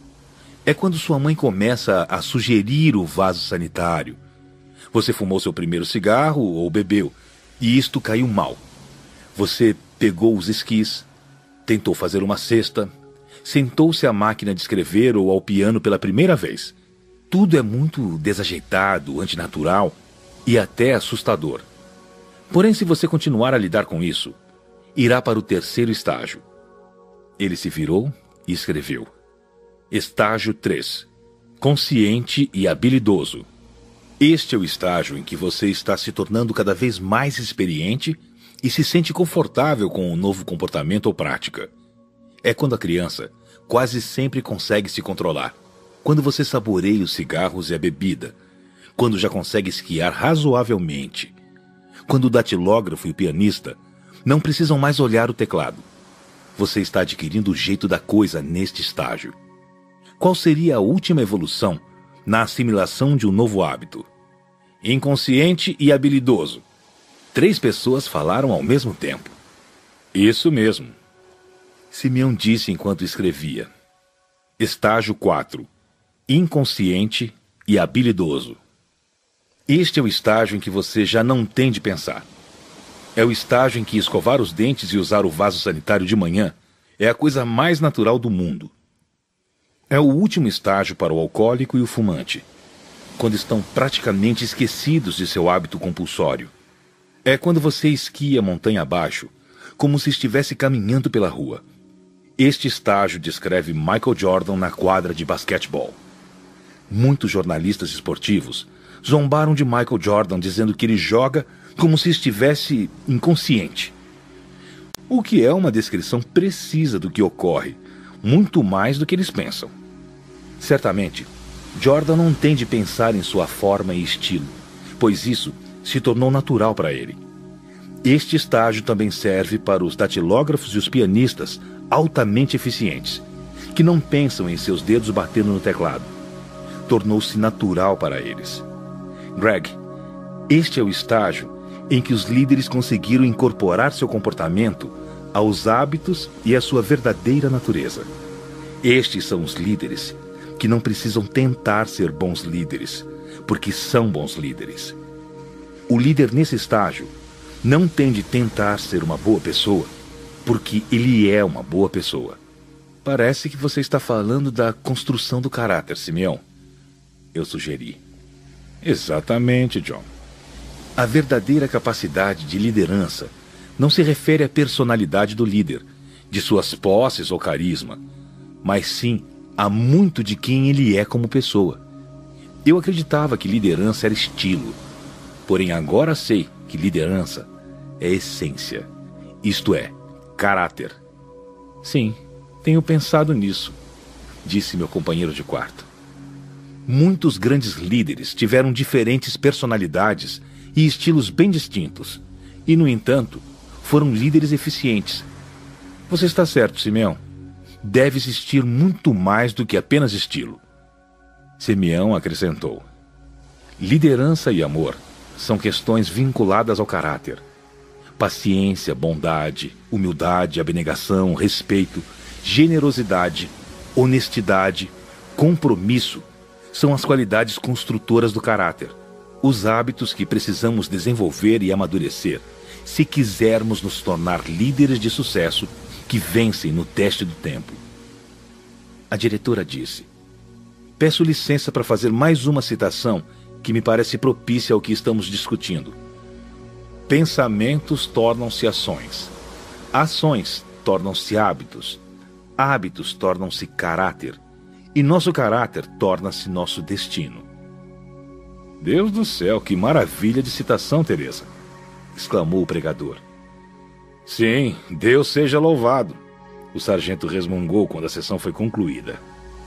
É quando sua mãe começa a sugerir o vaso sanitário. Você fumou seu primeiro cigarro ou bebeu, e isto caiu mal. Você pegou os esquis, tentou fazer uma cesta, sentou-se à máquina de escrever ou ao piano pela primeira vez. Tudo é muito desajeitado, antinatural e até assustador. Porém, se você continuar a lidar com isso, irá para o terceiro estágio. Ele se virou e escreveu: Estágio três. Consciente e habilidoso. Este é o estágio em que você está se tornando cada vez mais experiente e se sente confortável com um novo comportamento ou prática. É quando a criança quase sempre consegue se controlar. Quando você saboreia os cigarros e a bebida. Quando já consegue esquiar razoavelmente. Quando o datilógrafo e o pianista não precisam mais olhar o teclado. Você está adquirindo o jeito da coisa neste estágio. Qual seria a última evolução na assimilação de um novo hábito? Inconsciente e habilidoso. Três pessoas falaram ao mesmo tempo. Isso mesmo. Simeão disse enquanto escrevia. Estágio quatro. Inconsciente e habilidoso. Este é o estágio em que você já não tem de pensar. É o estágio em que escovar os dentes e usar o vaso sanitário de manhã é a coisa mais natural do mundo. É o último estágio para o alcoólico e o fumante, quando estão praticamente esquecidos de seu hábito compulsório. É quando você esquia montanha abaixo, como se estivesse caminhando pela rua. Este estágio descreve Michael Jordan na quadra de basquetebol. Muitos jornalistas esportivos zombaram de Michael Jordan dizendo que ele joga como se estivesse inconsciente. O que é uma descrição precisa do que ocorre, muito mais do que eles pensam. Certamente, Jordan não tem de pensar em sua forma e estilo, pois isso se tornou natural para ele. Este estágio também serve para os datilógrafos e os pianistas altamente eficientes, que não pensam em seus dedos batendo no teclado. Tornou-se natural para eles. Greg, este é o estágio em que os líderes conseguiram incorporar seu comportamento aos hábitos e à sua verdadeira natureza. Estes são os líderes que não precisam tentar ser bons líderes, porque são bons líderes. O líder nesse estágio não tem de tentar ser uma boa pessoa, porque ele é uma boa pessoa. Parece que você está falando da construção do caráter, Simeão. Eu sugeri. Exatamente, John. A verdadeira capacidade de liderança não se refere à personalidade do líder, de suas posses ou carisma, mas sim a muito de quem ele é como pessoa. Eu acreditava que liderança era estilo, porém agora sei que liderança é essência, isto é, caráter. Sim, tenho pensado nisso, disse meu companheiro de quarto. Muitos grandes líderes tiveram diferentes personalidades e estilos bem distintos, e, no entanto, foram líderes eficientes. Você está certo, Simeão. Deve existir muito mais do que apenas estilo. Simeão acrescentou. Liderança e amor são questões vinculadas ao caráter. Paciência, bondade, humildade, abnegação, respeito, generosidade, honestidade, compromisso são as qualidades construtoras do caráter, os hábitos que precisamos desenvolver e amadurecer se quisermos nos tornar líderes de sucesso que vencem no teste do tempo. A diretora disse: peço licença para fazer mais uma citação que me parece propícia ao que estamos discutindo. Pensamentos tornam-se ações. Ações tornam-se hábitos. Hábitos tornam-se caráter. E nosso caráter torna-se nosso destino. Deus do céu, que maravilha de citação, Teresa! Exclamou o pregador. Sim, Deus seja louvado! O sargento resmungou quando a sessão foi concluída.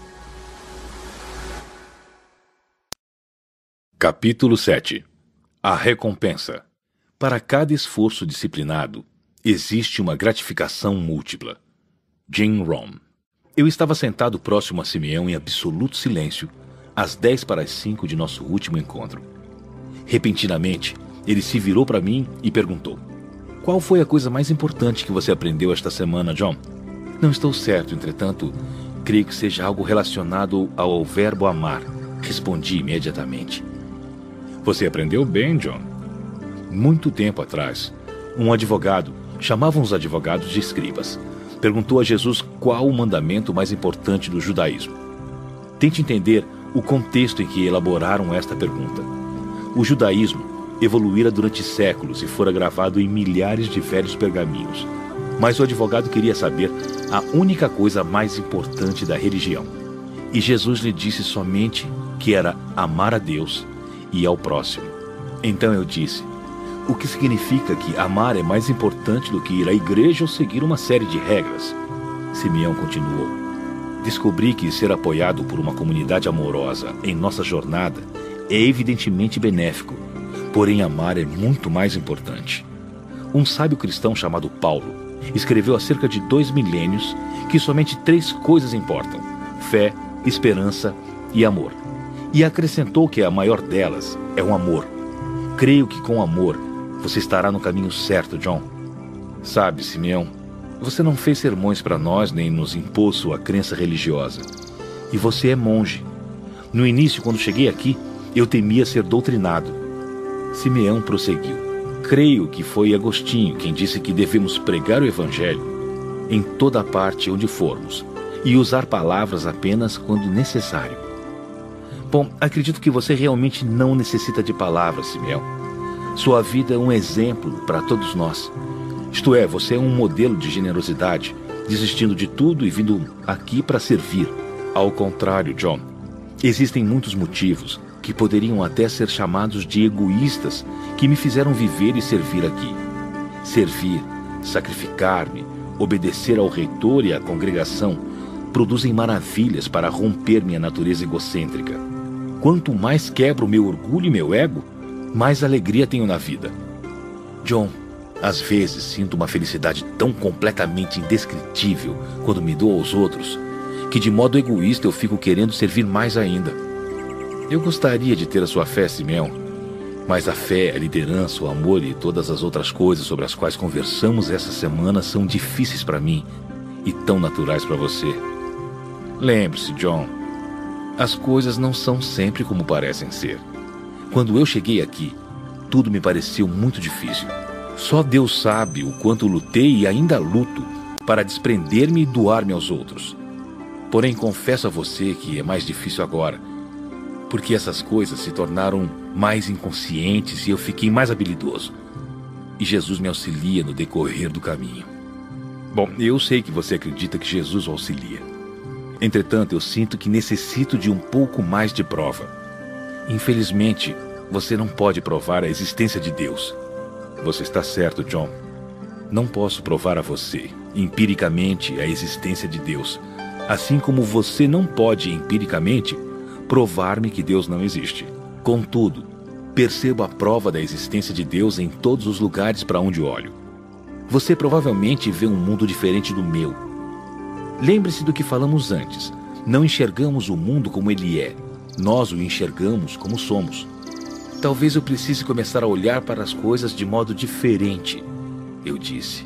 Capítulo sete. A recompensa. Para cada esforço disciplinado, existe uma gratificação múltipla. Jim Rohn. Eu estava sentado próximo a Simeão em absoluto silêncio, às dez para as cinco de nosso último encontro. Repentinamente, ele se virou para mim e perguntou: qual foi a coisa mais importante que você aprendeu esta semana, John? Não estou certo, entretanto, creio que seja algo relacionado ao verbo amar, respondi imediatamente. Você aprendeu bem, John. Muito tempo atrás, um advogado, chamavam os advogados de escribas, perguntou a Jesus qual o mandamento mais importante do judaísmo. Tente entender o contexto em que elaboraram esta pergunta. O judaísmo evoluíra durante séculos e fora gravado em milhares de velhos pergaminhos. Mas o advogado queria saber a única coisa mais importante da religião. E Jesus lhe disse somente que era amar a Deus e ao próximo. Então eu disse: o que significa que amar é mais importante do que ir à igreja ou seguir uma série de regras? Simeão continuou: descobri que ser apoiado por uma comunidade amorosa em nossa jornada é evidentemente benéfico, porém amar é muito mais importante. Um sábio cristão chamado Paulo escreveu há cerca de dois milênios que somente três coisas importam: fé, esperança e amor. E acrescentou que a maior delas é o amor. Creio que com amor você estará no caminho certo, John. Sabe, Simeão, você não fez sermões para nós nem nos impôs sua crença religiosa. E você é monge. No início, quando cheguei aqui, eu temia ser doutrinado. Simeão prosseguiu: creio que foi Agostinho quem disse que devemos pregar o evangelho em toda parte onde formos e usar palavras apenas quando necessário. Bom, acredito que você realmente não necessita de palavras, Simeão. Sua vida é um exemplo para todos nós. Isto é, você é um modelo de generosidade, desistindo de tudo e vindo aqui para servir. Ao contrário, John, existem muitos motivos que poderiam até ser chamados de egoístas que me fizeram viver e servir aqui. Servir, sacrificar-me, obedecer ao reitor e à congregação produzem maravilhas para romper minha natureza egocêntrica. Quanto mais quebro meu orgulho e meu ego, mais alegria tenho na vida. John, às vezes sinto uma felicidade tão completamente indescritível quando me dou aos outros, que de modo egoísta eu fico querendo servir mais ainda. Eu gostaria de ter a sua fé, Simeão, mas a fé, a liderança, o amor e todas as outras coisas sobre as quais conversamos essa semana são difíceis para mim e tão naturais para você. Lembre-se, John, as coisas não são sempre como parecem ser. Quando eu cheguei aqui, tudo me pareceu muito difícil. Só Deus sabe o quanto lutei e ainda luto para desprender-me e doar-me aos outros. Porém, confesso a você que é mais difícil agora, porque essas coisas se tornaram mais inconscientes e eu fiquei mais habilidoso. E Jesus me auxilia no decorrer do caminho. Bom, eu sei que você acredita que Jesus o auxilia. Entretanto, eu sinto que necessito de um pouco mais de prova. Infelizmente, você não pode provar a existência de Deus. Você está certo, John. Não posso provar a você, empiricamente, a existência de Deus. Assim como você não pode, empiricamente, provar-me que Deus não existe. Contudo, percebo a prova da existência de Deus em todos os lugares para onde olho. Você provavelmente vê um mundo diferente do meu. Lembre-se do que falamos antes. Não enxergamos o mundo como ele é. Nós o enxergamos como somos. Talvez eu precise começar a olhar para as coisas de modo diferente, eu disse.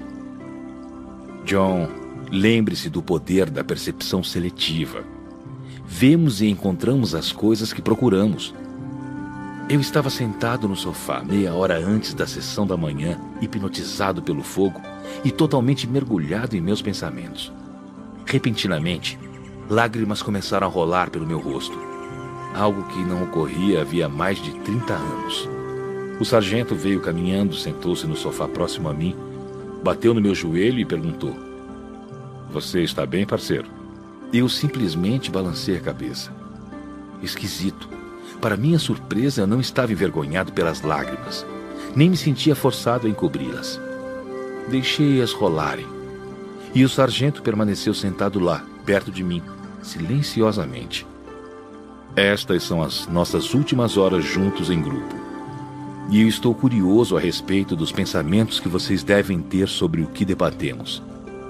John, lembre-se do poder da percepção seletiva. Vemos e encontramos as coisas que procuramos. Eu estava sentado no sofá meia hora antes da sessão da manhã, hipnotizado pelo fogo e totalmente mergulhado em meus pensamentos. Repentinamente, lágrimas começaram a rolar pelo meu rosto. Algo que não ocorria havia mais de trinta anos. O sargento veio caminhando, sentou-se no sofá próximo a mim, bateu no meu joelho e perguntou: "Você está bem, parceiro?" Eu simplesmente balancei a cabeça. Esquisito. Para minha surpresa, eu não estava envergonhado pelas lágrimas, nem me sentia forçado a encobri-las. Deixei-as rolarem. E o sargento permaneceu sentado lá, perto de mim, silenciosamente. Estas são as nossas últimas horas juntos em grupo. E eu estou curioso a respeito dos pensamentos que vocês devem ter sobre o que debatemos.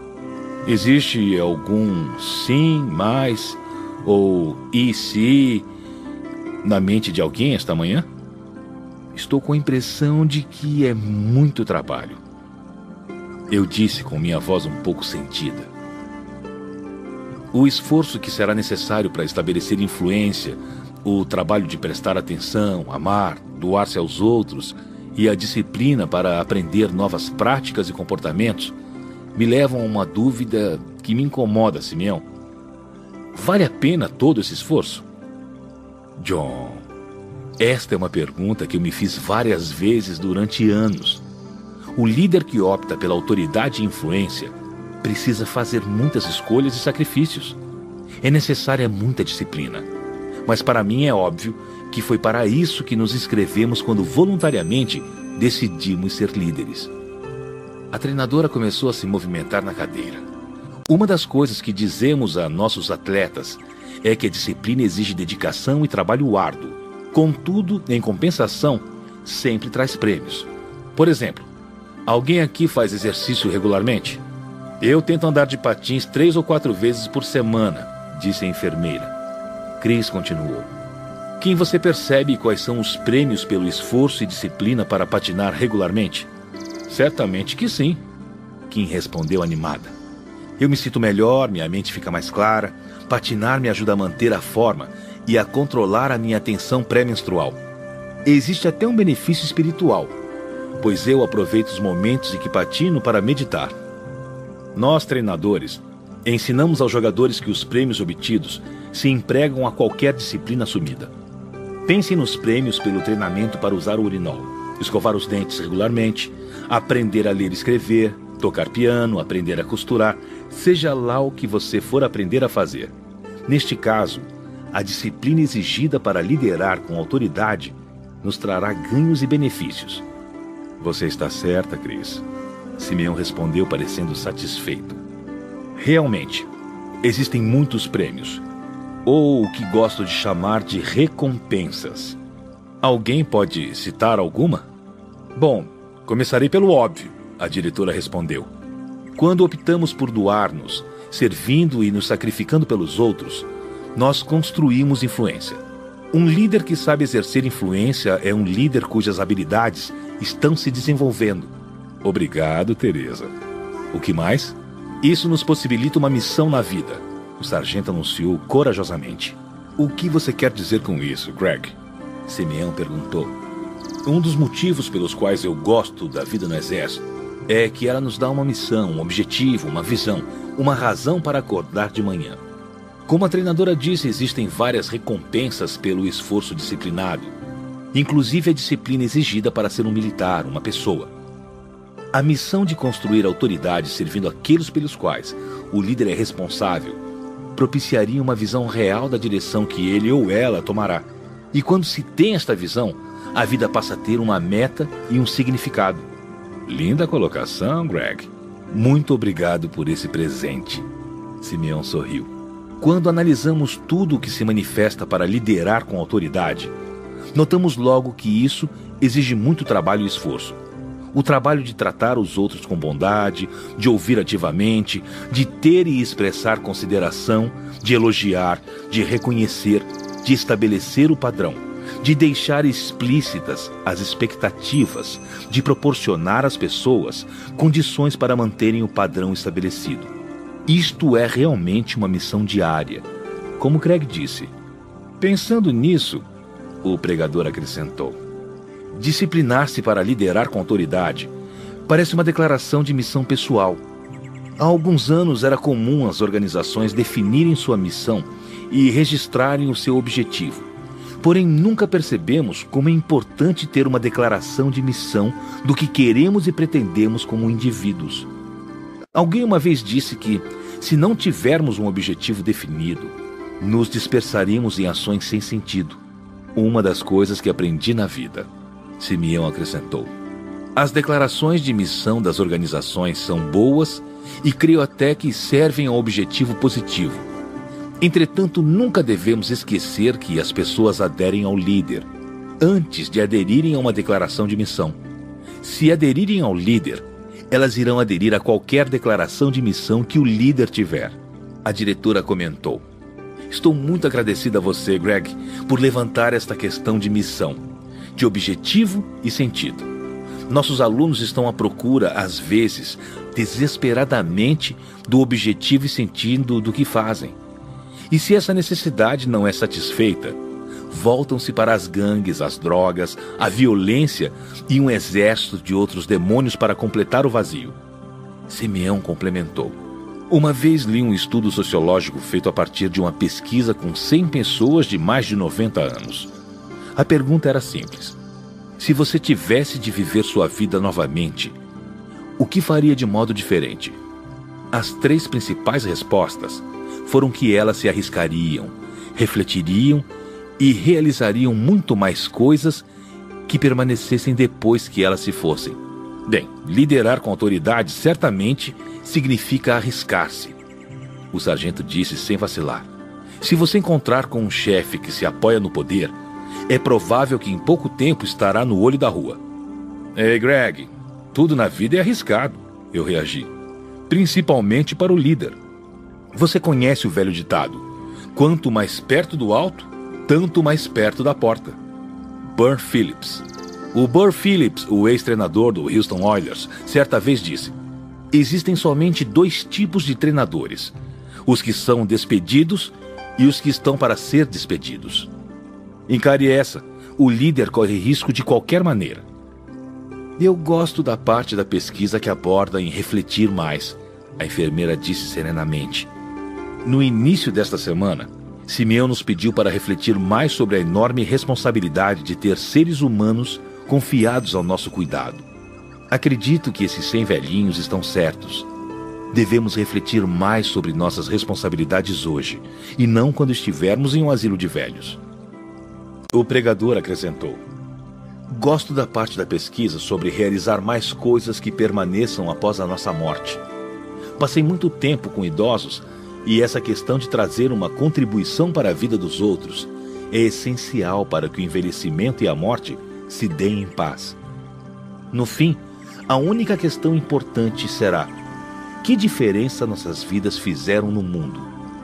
Existe algum sim, mas, ou e se na mente de alguém esta manhã? Estou com a impressão de que é muito trabalho. Eu disse com minha voz um pouco sentida. O esforço que será necessário para estabelecer influência, o trabalho de prestar atenção, amar, doar-se aos outros e a disciplina para aprender novas práticas e comportamentos me levam a uma dúvida que me incomoda, Simeão. Vale a pena todo esse esforço? John, esta é uma pergunta que eu me fiz várias vezes durante anos. O líder que opta pela autoridade e influência precisa fazer muitas escolhas e sacrifícios. É necessária muita disciplina. Mas para mim é óbvio que foi para isso que nos inscrevemos quando voluntariamente decidimos ser líderes. A treinadora começou a se movimentar na cadeira. Uma das coisas que dizemos a nossos atletas é que a disciplina exige dedicação e trabalho árduo. Contudo, em compensação, sempre traz prêmios. Por exemplo, alguém aqui faz exercício regularmente? Eu tento andar de patins três ou quatro vezes por semana, disse a enfermeira. Chris continuou. Quem você percebe quais são os prêmios pelo esforço e disciplina para patinar regularmente? Certamente que sim, Kim respondeu animada. Eu me sinto melhor, minha mente fica mais clara, patinar me ajuda a manter a forma e a controlar a minha tensão pré-menstrual. Existe até um benefício espiritual, pois eu aproveito os momentos em que patino para meditar. Nós, treinadores, ensinamos aos jogadores que os prêmios obtidos se empregam a qualquer disciplina assumida. Pensem nos prêmios pelo treinamento para usar o urinol, escovar os dentes regularmente, aprender a ler e escrever, tocar piano, aprender a costurar, seja lá o que você for aprender a fazer. Neste caso, a disciplina exigida para liderar com autoridade nos trará ganhos e benefícios. Você está certa, Chris. Simeão respondeu parecendo satisfeito. Realmente, existem muitos prêmios, ou o que gosto de chamar de recompensas. Alguém pode citar alguma? Bom, começarei pelo óbvio, a diretora respondeu. Quando optamos por doar-nos, servindo e nos sacrificando pelos outros, nós construímos influência. Um líder que sabe exercer influência é um líder cujas habilidades estão se desenvolvendo. Obrigado, Teresa. O que mais? Isso nos possibilita uma missão na vida, o sargento anunciou corajosamente. O que você quer dizer com isso, Greg? Simeão perguntou. Um dos motivos pelos quais eu gosto da vida no Exército é que ela nos dá uma missão, um objetivo, uma visão, uma razão para acordar de manhã. Como a treinadora disse, existem várias recompensas pelo esforço disciplinado, inclusive a disciplina exigida para ser um militar, uma pessoa. A missão de construir autoridade servindo aqueles pelos quais o líder é responsável propiciaria uma visão real da direção que ele ou ela tomará. E quando se tem esta visão, a vida passa a ter uma meta e um significado. Linda colocação, Greg. Muito obrigado por esse presente. Simeão sorriu. Quando analisamos tudo o que se manifesta para liderar com autoridade, notamos logo que isso exige muito trabalho e esforço. O trabalho de tratar os outros com bondade, de ouvir ativamente, de ter e expressar consideração, de elogiar, de reconhecer, de estabelecer o padrão, de deixar explícitas as expectativas, de proporcionar às pessoas condições para manterem o padrão estabelecido. Isto é realmente uma missão diária. Como Craig disse, pensando nisso, o pregador acrescentou, disciplinar-se para liderar com autoridade parece uma declaração de missão pessoal. Há alguns anos era comum as organizações definirem sua missão e registrarem o seu objetivo. Porém, nunca percebemos como é importante ter uma declaração de missão do que queremos e pretendemos como indivíduos. Alguém uma vez disse que, se não tivermos um objetivo definido, nos dispersaríamos em ações sem sentido. Uma das coisas que aprendi na vida. Simeão acrescentou. As declarações de missão das organizações são boas e creio até que servem ao objetivo positivo. Entretanto, nunca devemos esquecer que as pessoas aderem ao líder antes de aderirem a uma declaração de missão. Se aderirem ao líder, elas irão aderir a qualquer declaração de missão que o líder tiver. A diretora comentou. Estou muito agradecida a você, Greg, por levantar esta questão de missão, de objetivo e sentido. Nossos alunos estão à procura, às vezes, desesperadamente, do objetivo e sentido do que fazem. E se essa necessidade não é satisfeita, voltam-se para as gangues, as drogas, a violência e um exército de outros demônios para completar o vazio. Simeão complementou. Uma vez li um estudo sociológico feito a partir de uma pesquisa com cem pessoas de mais de noventa anos. A pergunta era simples. Se você tivesse de viver sua vida novamente, o que faria de modo diferente? As três principais respostas foram que elas se arriscariam, refletiriam e realizariam muito mais coisas que permanecessem depois que elas se fossem. Bem, liderar com autoridade certamente significa arriscar-se. O sargento disse sem vacilar. Se você encontrar com um chefe que se apoia no poder, é provável que em pouco tempo estará no olho da rua. Ei, Greg, tudo na vida é arriscado, eu reagi. Principalmente para o líder. Você conhece o velho ditado, quanto mais perto do alto, tanto mais perto da porta. Burr Phillips. O Burr Phillips, o ex-treinador do Houston Oilers, certa vez disse, existem somente dois tipos de treinadores, os que são despedidos e os que estão para ser despedidos. Encare essa, o líder corre risco de qualquer maneira. Eu gosto da parte da pesquisa que aborda em refletir mais, a enfermeira disse serenamente. No início desta semana, Simeão nos pediu para refletir mais sobre a enorme responsabilidade de ter seres humanos confiados ao nosso cuidado. Acredito que esses cem velhinhos estão certos. Devemos refletir mais sobre nossas responsabilidades hoje, e não quando estivermos em um asilo de velhos. O pregador acrescentou. Gosto da parte da pesquisa sobre realizar mais coisas que permaneçam após a nossa morte. Passei muito tempo com idosos e essa questão de trazer uma contribuição para a vida dos outros é essencial para que o envelhecimento e a morte se deem em paz. No fim, a única questão importante será: que diferença nossas vidas fizeram no mundo?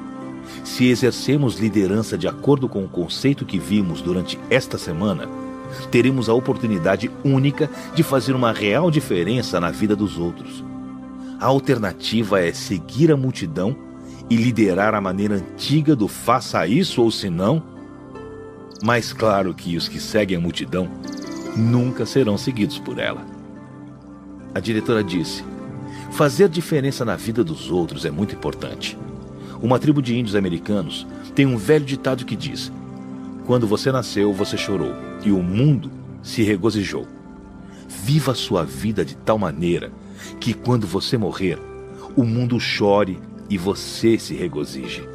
Se exercemos liderança de acordo com o conceito que vimos durante esta semana, teremos a oportunidade única de fazer uma real diferença na vida dos outros. A alternativa é seguir a multidão e liderar a maneira antiga do faça isso ou se não. Mas claro que os que seguem a multidão nunca serão seguidos por ela. A diretora disse: fazer diferença na vida dos outros é muito importante. Uma tribo de índios americanos tem um velho ditado que diz: quando você nasceu, você chorou, e o mundo se regozijou. Viva a sua vida de tal maneira que quando você morrer, o mundo chore e você se regozije.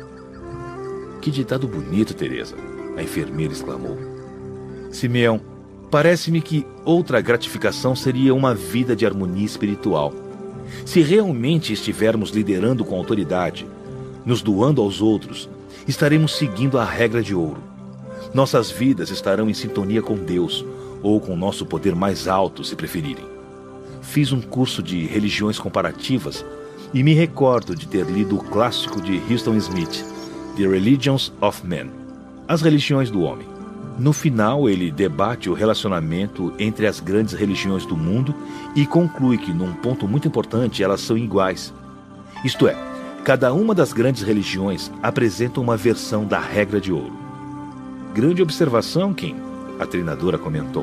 Que ditado bonito, Teresa, a enfermeira exclamou. Simeão, parece-me que outra gratificação seria uma vida de harmonia espiritual. Se realmente estivermos liderando com autoridade, nos doando aos outros, estaremos seguindo a regra de ouro. Nossas vidas estarão em sintonia com Deus, ou com nosso poder mais alto, se preferirem. Fiz um curso de religiões comparativas e me recordo de ter lido o clássico de Huston Smith, The Religions of Men, As Religiões do Homem. No final, ele debate o relacionamento entre as grandes religiões do mundo e conclui que, num ponto muito importante, elas são iguais. Isto é, cada uma das grandes religiões apresenta uma versão da regra de ouro. Grande observação, Kim, a treinadora comentou.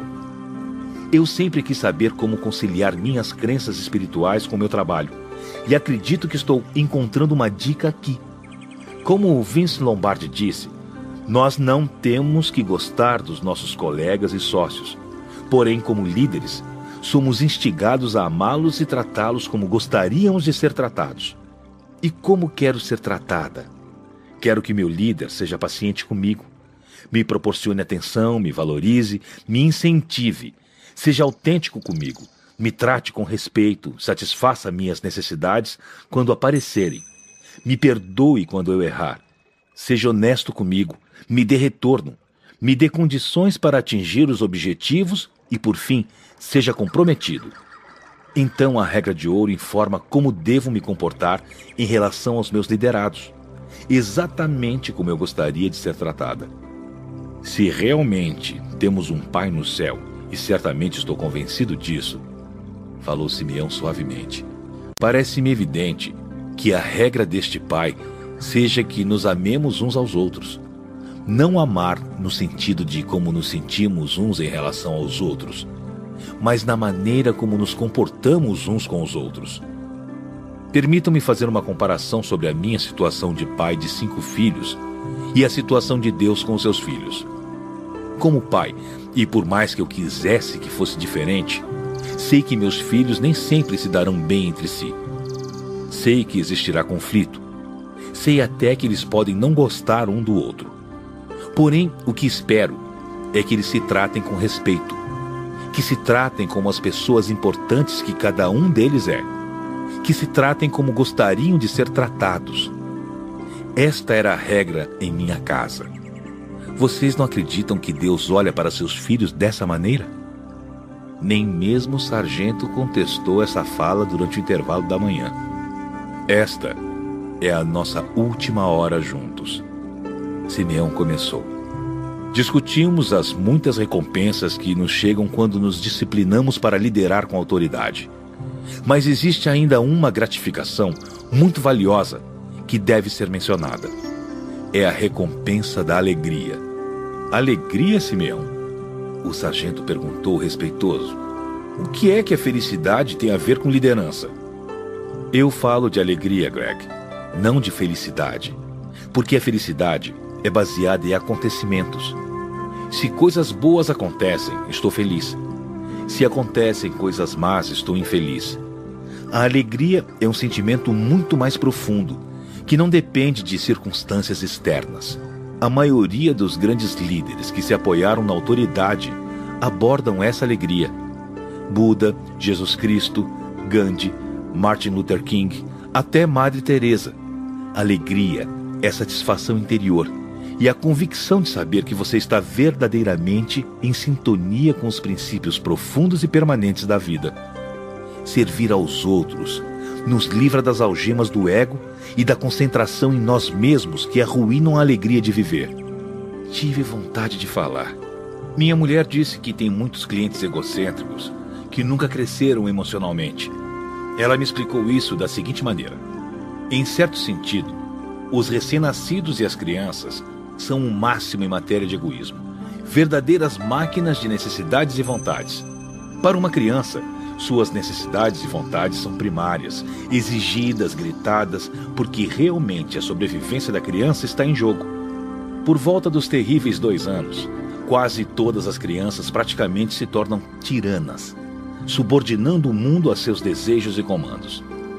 Eu sempre quis saber como conciliar minhas crenças espirituais com o meu trabalho, e acredito que estou encontrando uma dica aqui. Como o Vince Lombardi disse, nós não temos que gostar dos nossos colegas e sócios. Porém, como líderes, somos instigados a amá-los e tratá-los como gostaríamos de ser tratados. E como quero ser tratada? Quero que meu líder seja paciente comigo, me proporcione atenção, me valorize, me incentive, seja autêntico comigo, me trate com respeito, satisfaça minhas necessidades quando aparecerem, me perdoe quando eu errar, seja honesto comigo, me dê retorno, me dê condições para atingir os objetivos e, por fim, seja comprometido. Então a regra de ouro informa como devo me comportar em relação aos meus liderados, exatamente como eu gostaria de ser tratada. Se realmente temos um Pai no céu, e certamente estou convencido disso, falou Simeão suavemente, parece-me evidente que a regra deste Pai seja que nos amemos uns aos outros. Não amar no sentido de como nos sentimos uns em relação aos outros, mas na maneira como nos comportamos uns com os outros. Permitam-me fazer uma comparação sobre a minha situação de pai de cinco filhos e a situação de Deus com os seus filhos. Como pai, e por mais que eu quisesse que fosse diferente, sei que meus filhos nem sempre se darão bem entre si. Sei que existirá conflito. Sei até que eles podem não gostar um do outro. Porém, o que espero é que eles se tratem com respeito, que se tratem como as pessoas importantes que cada um deles é, que se tratem como gostariam de ser tratados. Esta era a regra em minha casa. Vocês não acreditam que Deus olha para seus filhos dessa maneira? Nem mesmo o sargento contestou essa fala durante o intervalo da manhã. Esta é a nossa última hora juntos. Simeão começou. Discutimos as muitas recompensas que nos chegam quando nos disciplinamos para liderar com autoridade. Mas existe ainda uma gratificação muito valiosa que deve ser mencionada. É a recompensa da alegria. Alegria, Simeão? O sargento perguntou respeitoso. O que é que a felicidade tem a ver com liderança? Eu falo de alegria, Greg, não de felicidade. Porque a felicidade é baseada em acontecimentos. Se coisas boas acontecem, estou feliz. Se acontecem coisas más, estou infeliz. A alegria é um sentimento muito mais profundo, que não depende de circunstâncias externas. A maioria dos grandes líderes que se apoiaram na autoridade abordam essa alegria. Buda, Jesus Cristo, Gandhi, Martin Luther King, até Madre Teresa. Alegria é satisfação interior e a convicção de saber que você está verdadeiramente em sintonia com os princípios profundos e permanentes da vida. Servir aos outros nos livra das algemas do ego e da concentração em nós mesmos que arruinam a alegria de viver. Tive vontade de falar. Minha mulher disse que tem muitos clientes egocêntricos que nunca cresceram emocionalmente. Ela me explicou isso da seguinte maneira. Em certo sentido, os recém-nascidos e as crianças são o máximo em matéria de egoísmo. verdadeiras máquinas de necessidades e vontades. Para uma criança, suas necessidades e vontades são primárias, exigidas, gritadas, porque realmente a sobrevivência da criança está em jogo. Por volta dos terríveis dois anos, quase todas as crianças praticamente se tornam tiranas, subordinando o mundo a seus desejos e comandos.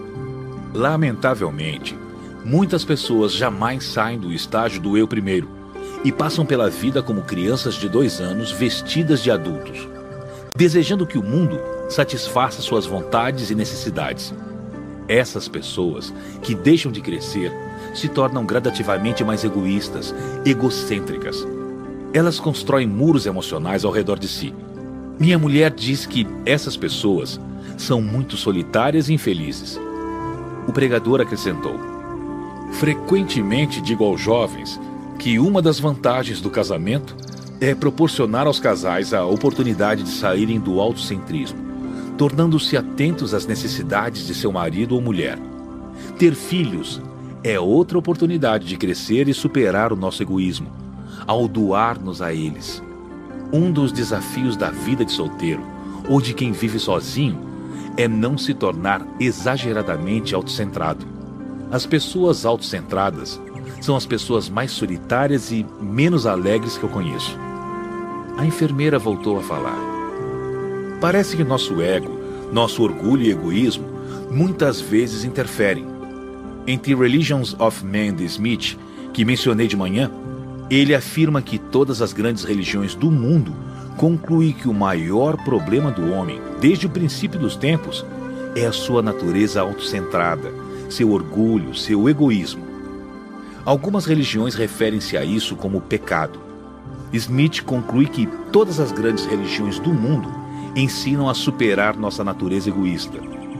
Lamentavelmente, muitas pessoas jamais saem do estágio do eu primeiro e passam pela vida como crianças de dois anos vestidas de adultos, desejando que o mundo satisfaça suas vontades e necessidades. Essas pessoas que deixam de crescer se tornam gradativamente mais egoístas, egocêntricas. Elas constroem muros emocionais ao redor de si. Minha mulher diz que essas pessoas são muito solitárias e infelizes. O pregador acrescentou: frequentemente digo aos jovens que uma das vantagens do casamento é proporcionar aos casais a oportunidade de saírem do autocentrismo, tornando-se atentos às necessidades de seu marido ou mulher. Ter filhos é outra oportunidade de crescer e superar o nosso egoísmo, ao doar-nos a eles. Um dos desafios da vida de solteiro ou de quem vive sozinho é não se tornar exageradamente autocentrado. As pessoas autocentradas são as pessoas mais solitárias e menos alegres que eu conheço. A enfermeira voltou a falar. Parece que nosso ego, nosso orgulho e egoísmo muitas vezes interferem. Em The Religions of Man de Smith, que mencionei de manhã, ele afirma que todas as grandes religiões do mundo concluem que o maior problema do homem, desde o princípio dos tempos, é a sua natureza autocentrada, seu orgulho, seu egoísmo. Algumas religiões referem-se a isso como pecado. Smith conclui que todas as grandes religiões do mundo ensinam a superar nossa natureza egoísta.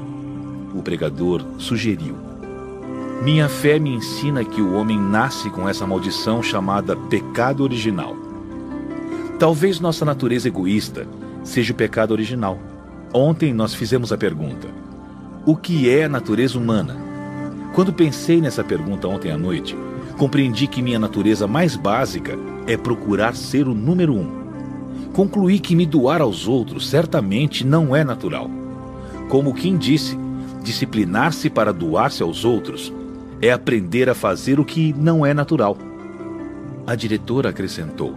O pregador sugeriu: minha fé me ensina que o homem nasce com essa maldição chamada pecado original. Talvez nossa natureza egoísta seja o pecado original. Ontem nós fizemos a pergunta: o que é a natureza humana? Quando pensei nessa pergunta ontem à noite, compreendi que minha natureza mais básica é procurar ser o número um. Concluí que me doar aos outros certamente não é natural. Como quem disse, disciplinar-se para doar-se aos outros é aprender a fazer o que não é natural. A diretora acrescentou: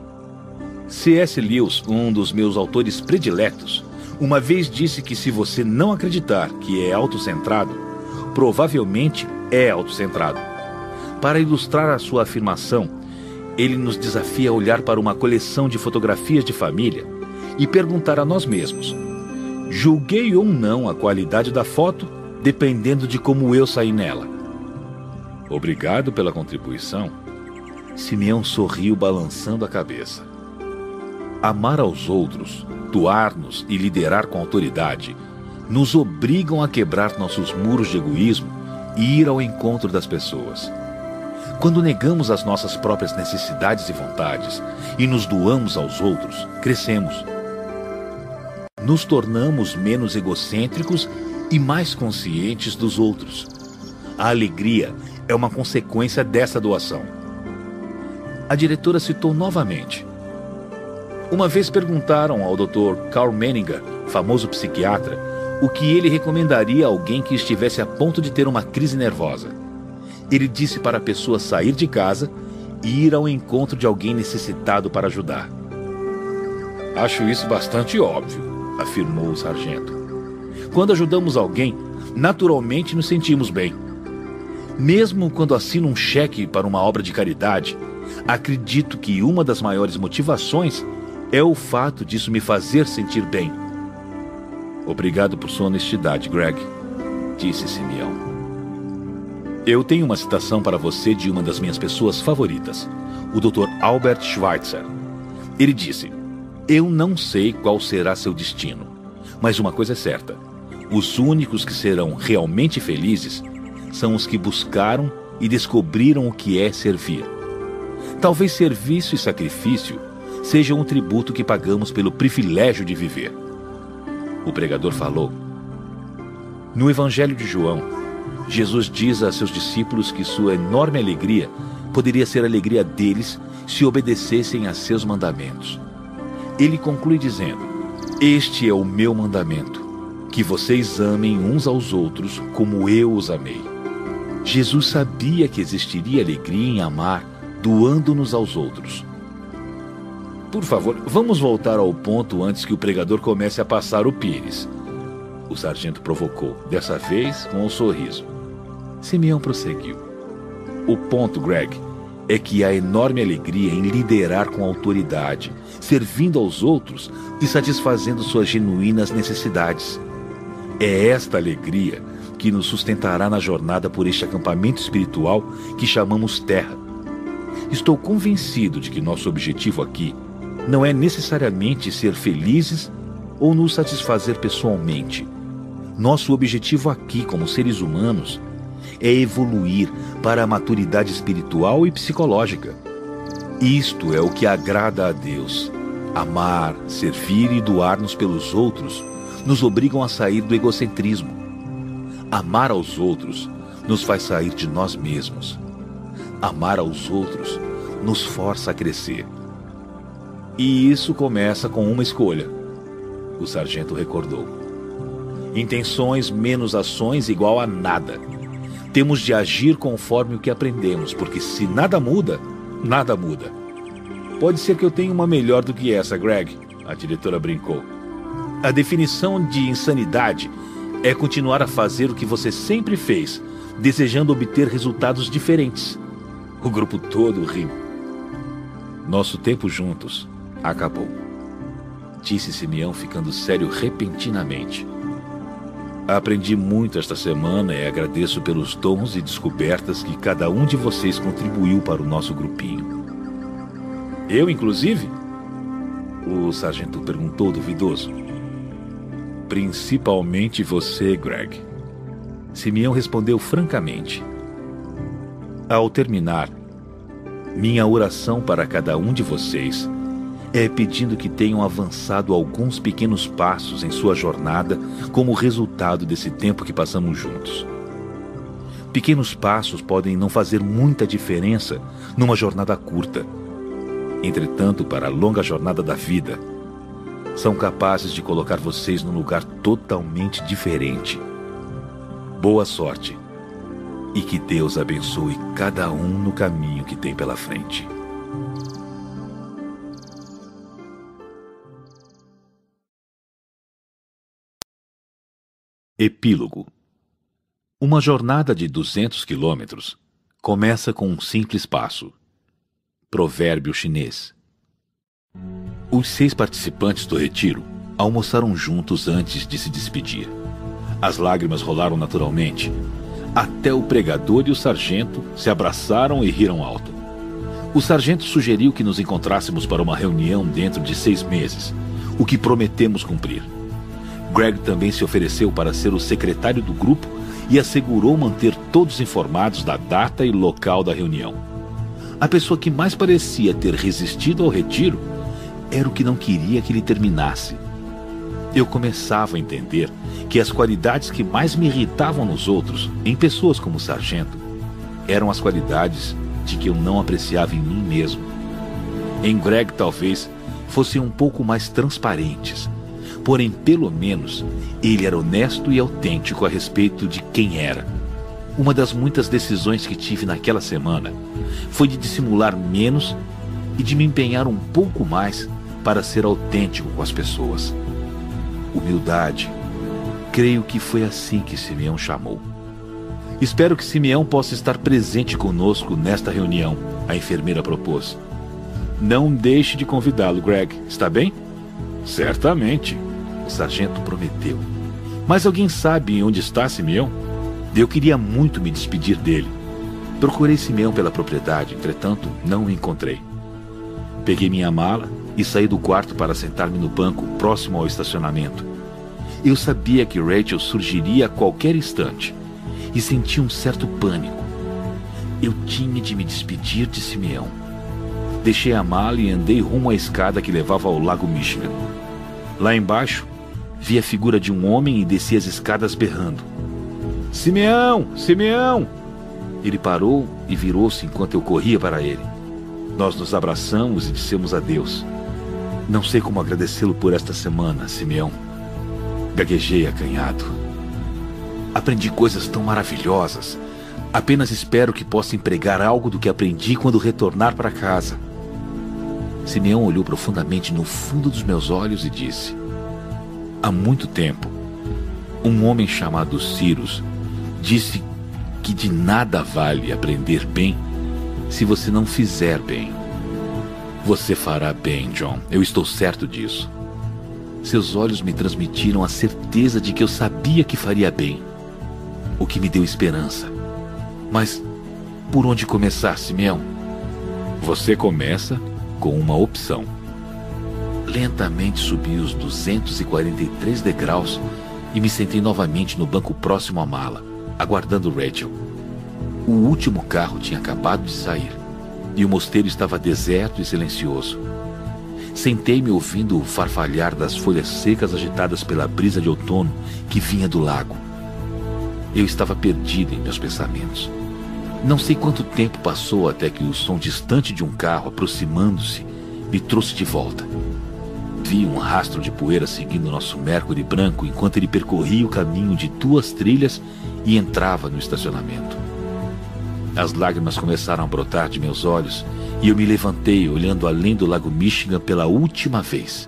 C S Lewis, um dos meus autores prediletos, uma vez disse que se você não acreditar que é autocentrado, provavelmente é autocentrado. Para ilustrar a sua afirmação, ele nos desafia a olhar para uma coleção de fotografias de família e perguntar a nós mesmos: julguei ou não a qualidade da foto dependendo de como eu saí nela? Obrigado pela contribuição. Simeão sorriu balançando a cabeça. Amar aos outros, doar-nos e liderar com autoridade nos obrigam a quebrar nossos muros de egoísmo e ir ao encontro das pessoas. Quando negamos as nossas próprias necessidades e vontades e nos doamos aos outros, crescemos. Nos tornamos menos egocêntricos e mais conscientes dos outros. A alegria é uma consequência dessa doação. A diretora citou novamente: uma vez perguntaram ao doutor Carl Menninger, famoso psiquiatra, o que ele recomendaria a alguém que estivesse a ponto de ter uma crise nervosa. Ele disse para a pessoa sair de casa e ir ao encontro de alguém necessitado para ajudar. Acho isso bastante óbvio, afirmou o sargento. Quando ajudamos alguém, naturalmente nos sentimos bem. Mesmo quando assino um cheque para uma obra de caridade, acredito que uma das maiores motivações é o fato disso me fazer sentir bem. Obrigado por sua honestidade, Greg, disse Simeão. Eu tenho uma citação para você de uma das minhas pessoas favoritas, o doutor Albert Schweitzer. Ele disse: eu não sei qual será seu destino, mas uma coisa é certa: os únicos que serão realmente felizes são os que buscaram e descobriram o que é servir. Talvez serviço e sacrifício sejam um tributo que pagamos pelo privilégio de viver. O pregador falou: no Evangelho de João, Jesus diz a seus discípulos que sua enorme alegria poderia ser a alegria deles se obedecessem a seus mandamentos. Ele conclui dizendo: este é o meu mandamento, que vocês amem uns aos outros como eu os amei. Jesus sabia que existiria alegria em amar, doando-nos aos outros. Por favor, vamos voltar ao ponto antes que o pregador comece a passar o pires. O sargento provocou, dessa vez com um sorriso. Simeão prosseguiu. O ponto, Greg, é que há enorme alegria em liderar com autoridade, servindo aos outros e satisfazendo suas genuínas necessidades. É esta alegria que nos sustentará na jornada por este acampamento espiritual que chamamos Terra. Estou convencido de que nosso objetivo aqui não é necessariamente ser felizes ou nos satisfazer pessoalmente. Nosso objetivo aqui, como seres humanos, é evoluir para a maturidade espiritual e psicológica. Isto é o que agrada a Deus. Amar, servir e doar-nos pelos outros nos obrigam a sair do egocentrismo. Amar aos outros nos faz sair de nós mesmos. Amar aos outros nos força a crescer. E isso começa com uma escolha. O sargento recordou. Intenções menos ações igual a nada. Temos de agir conforme o que aprendemos, porque se nada muda, nada muda. Pode ser que eu tenha uma melhor do que essa, Greg, a diretora brincou. A definição de insanidade é continuar a fazer o que você sempre fez, desejando obter resultados diferentes. O grupo todo riu. Nosso tempo juntos acabou, disse Simeão, ficando sério repentinamente. Aprendi muito esta semana e agradeço pelos dons e descobertas que cada um de vocês contribuiu para o nosso grupinho. Eu, inclusive? O sargento perguntou duvidoso. Principalmente você, Greg. Simeão respondeu francamente. Ao terminar, minha oração para cada um de vocês é pedindo que tenham avançado alguns pequenos passos em sua jornada como resultado desse tempo que passamos juntos. Pequenos passos podem não fazer muita diferença numa jornada curta. Entretanto, para a longa jornada da vida, são capazes de colocar vocês num lugar totalmente diferente. Boa sorte e que Deus abençoe cada um no caminho que tem pela frente. Epílogo. Uma jornada de duzentos quilômetros começa com um simples passo. Provérbio chinês. Os seis participantes do retiro almoçaram juntos antes de se despedir. As lágrimas rolaram naturalmente. Até o pregador e o sargento se abraçaram e riram alto. O sargento sugeriu que nos encontrássemos para uma reunião dentro de seis meses, o que prometemos cumprir. Greg também se ofereceu para ser o secretário do grupo e assegurou manter todos informados da data e local da reunião. A pessoa que mais parecia ter resistido ao retiro era o que não queria que ele terminasse. Eu começava a entender que as qualidades que mais me irritavam nos outros, em pessoas como o sargento, eram as qualidades de que eu não apreciava em mim mesmo. Em Greg talvez fossem um pouco mais transparentes, porém pelo menos ele era honesto e autêntico a respeito de quem era. Uma das muitas decisões que tive naquela semana foi de dissimular menos e de me empenhar um pouco mais para ser autêntico com as pessoas. Humildade. Creio que foi assim que Simeão chamou. Espero que Simeão possa estar presente conosco nesta reunião, a enfermeira propôs. Não deixe de convidá-lo, Greg, está bem? Certamente, o sargento prometeu. Mas alguém sabe onde está Simeão? Eu queria muito me despedir dele. Procurei Simeão pela propriedade, entretanto, não o encontrei. Peguei minha mala e saí do quarto para sentar-me no banco próximo ao estacionamento. Eu sabia que Rachel surgiria a qualquer instante e senti um certo pânico. Eu tinha de me despedir de Simeão. Deixei a mala e andei rumo à escada que levava ao Lago Michigan. Lá embaixo, vi a figura de um homem e desci as escadas berrando. Simeão! Simeão! Ele parou e virou-se enquanto eu corria para ele. Nós nos abraçamos e dissemos adeus. Não sei como agradecê-lo por esta semana, Simeão. Gaguejei acanhado. Aprendi coisas tão maravilhosas. Apenas espero que possa empregar algo do que aprendi quando retornar para casa. Simeão olhou profundamente no fundo dos meus olhos e disse: há muito tempo, um homem chamado Cyrus disse que de nada vale aprender bem se você não fizer bem. Você fará bem, John. Eu estou certo disso. Seus olhos me transmitiram a certeza de que eu sabia que faria bem, o que me deu esperança. Mas por onde começar, Simeão? Você começa com uma opção. Lentamente subi os duzentos e quarenta e três degraus e me sentei novamente no banco próximo à mala, aguardando Rachel. O último carro tinha acabado de sair e o mosteiro estava deserto e silencioso. Sentei-me ouvindo o farfalhar das folhas secas agitadas pela brisa de outono que vinha do lago. Eu estava perdido em meus pensamentos. Não sei quanto tempo passou até que o som distante de um carro aproximando-se me trouxe de volta. Vi um rastro de poeira seguindo nosso Mercury branco enquanto ele percorria o caminho de duas trilhas e entrava no estacionamento. As lágrimas começaram a brotar de meus olhos e eu me levantei olhando além do lago Michigan pela última vez.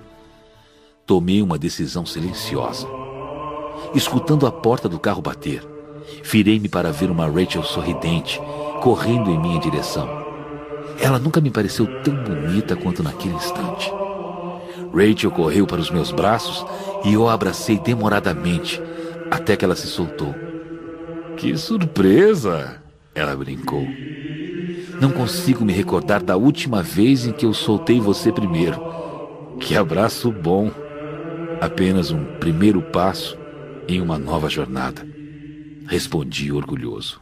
Tomei uma decisão silenciosa. Escutando a porta do carro bater, virei-me para ver uma Rachel sorridente, correndo em minha direção. Ela nunca me pareceu tão bonita quanto naquele instante. Rachel correu para os meus braços e eu a abracei demoradamente, até que ela se soltou. Que surpresa! Ela brincou. Não consigo me recordar da última vez em que eu soltei você primeiro. Que abraço bom! Apenas um primeiro passo em uma nova jornada. Respondi orgulhoso.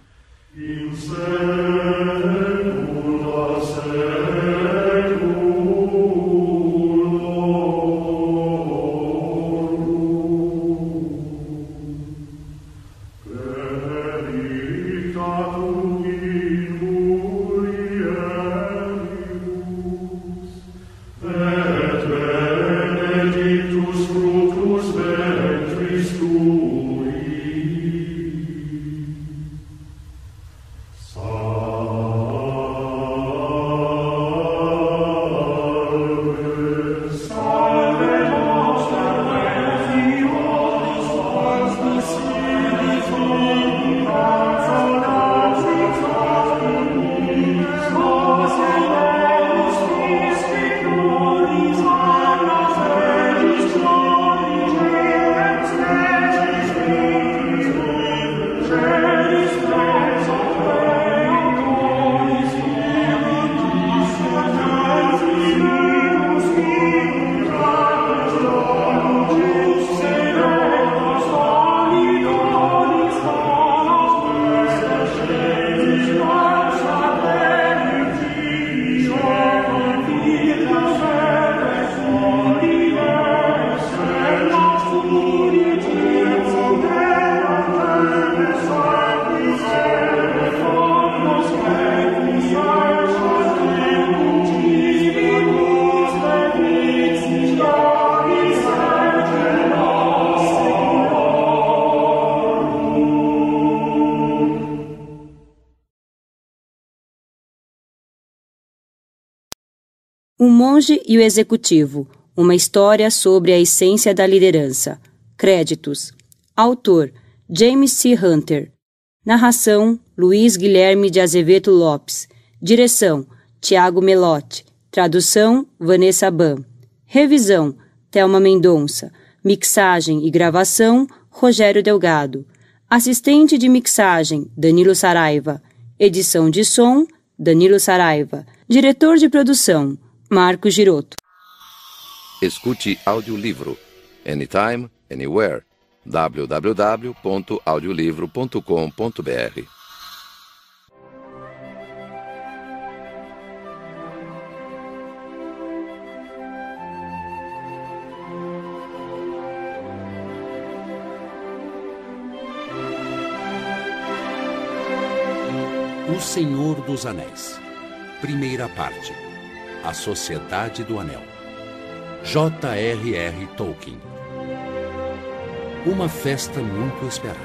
O Monge e o Executivo, uma história sobre a essência da liderança. Créditos. Autor, James C. Hunter. Narração, Luiz Guilherme de Azevedo Lopes. Direção, Tiago Melotti. Tradução, Vanessa Bam. Revisão, Thelma Mendonça. Mixagem e gravação, Rogério Delgado. Assistente de mixagem, Danilo Saraiva. Edição de som, Danilo Saraiva. Diretor de produção, Marcos Giroto. Escute audiolivro anytime, anywhere. w w w ponto audiolivro ponto com ponto b r. O Senhor dos Anéis. Primeira parte. A Sociedade do Anel. J R R Tolkien. Uma festa muito esperada.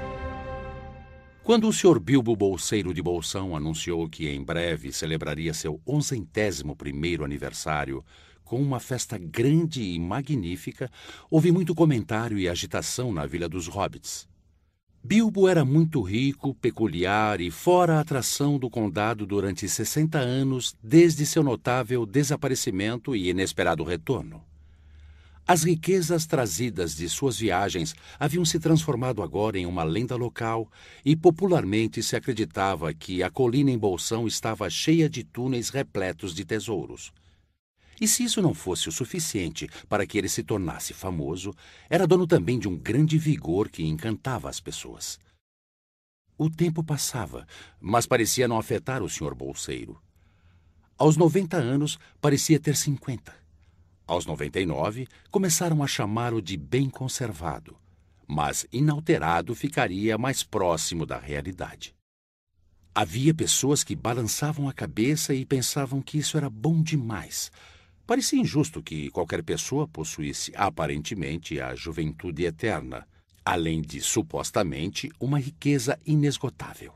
Quando o senhor Bilbo Bolseiro de Bolsão anunciou que em breve celebraria seu onzentésimo primeiro aniversário com uma festa grande e magnífica, houve muito comentário e agitação na Vila dos Hobbits. Bilbo era muito rico, peculiar e fora a atração do condado durante sessenta anos, desde seu notável desaparecimento e inesperado retorno. As riquezas trazidas de suas viagens haviam se transformado agora em uma lenda local e popularmente se acreditava que a colina em Bolsão estava cheia de túneis repletos de tesouros. E se isso não fosse o suficiente para que ele se tornasse famoso, era dono também de um grande vigor que encantava as pessoas. O tempo passava, mas parecia não afetar o senhor Bolseiro. Aos noventa anos, parecia ter cinquenta. Aos noventa e nove, começaram a chamá-lo de bem conservado, mas inalterado ficaria mais próximo da realidade. Havia pessoas que balançavam a cabeça e pensavam que isso era bom demais. Parecia injusto que qualquer pessoa possuísse aparentemente a juventude eterna, além de, supostamente, uma riqueza inesgotável.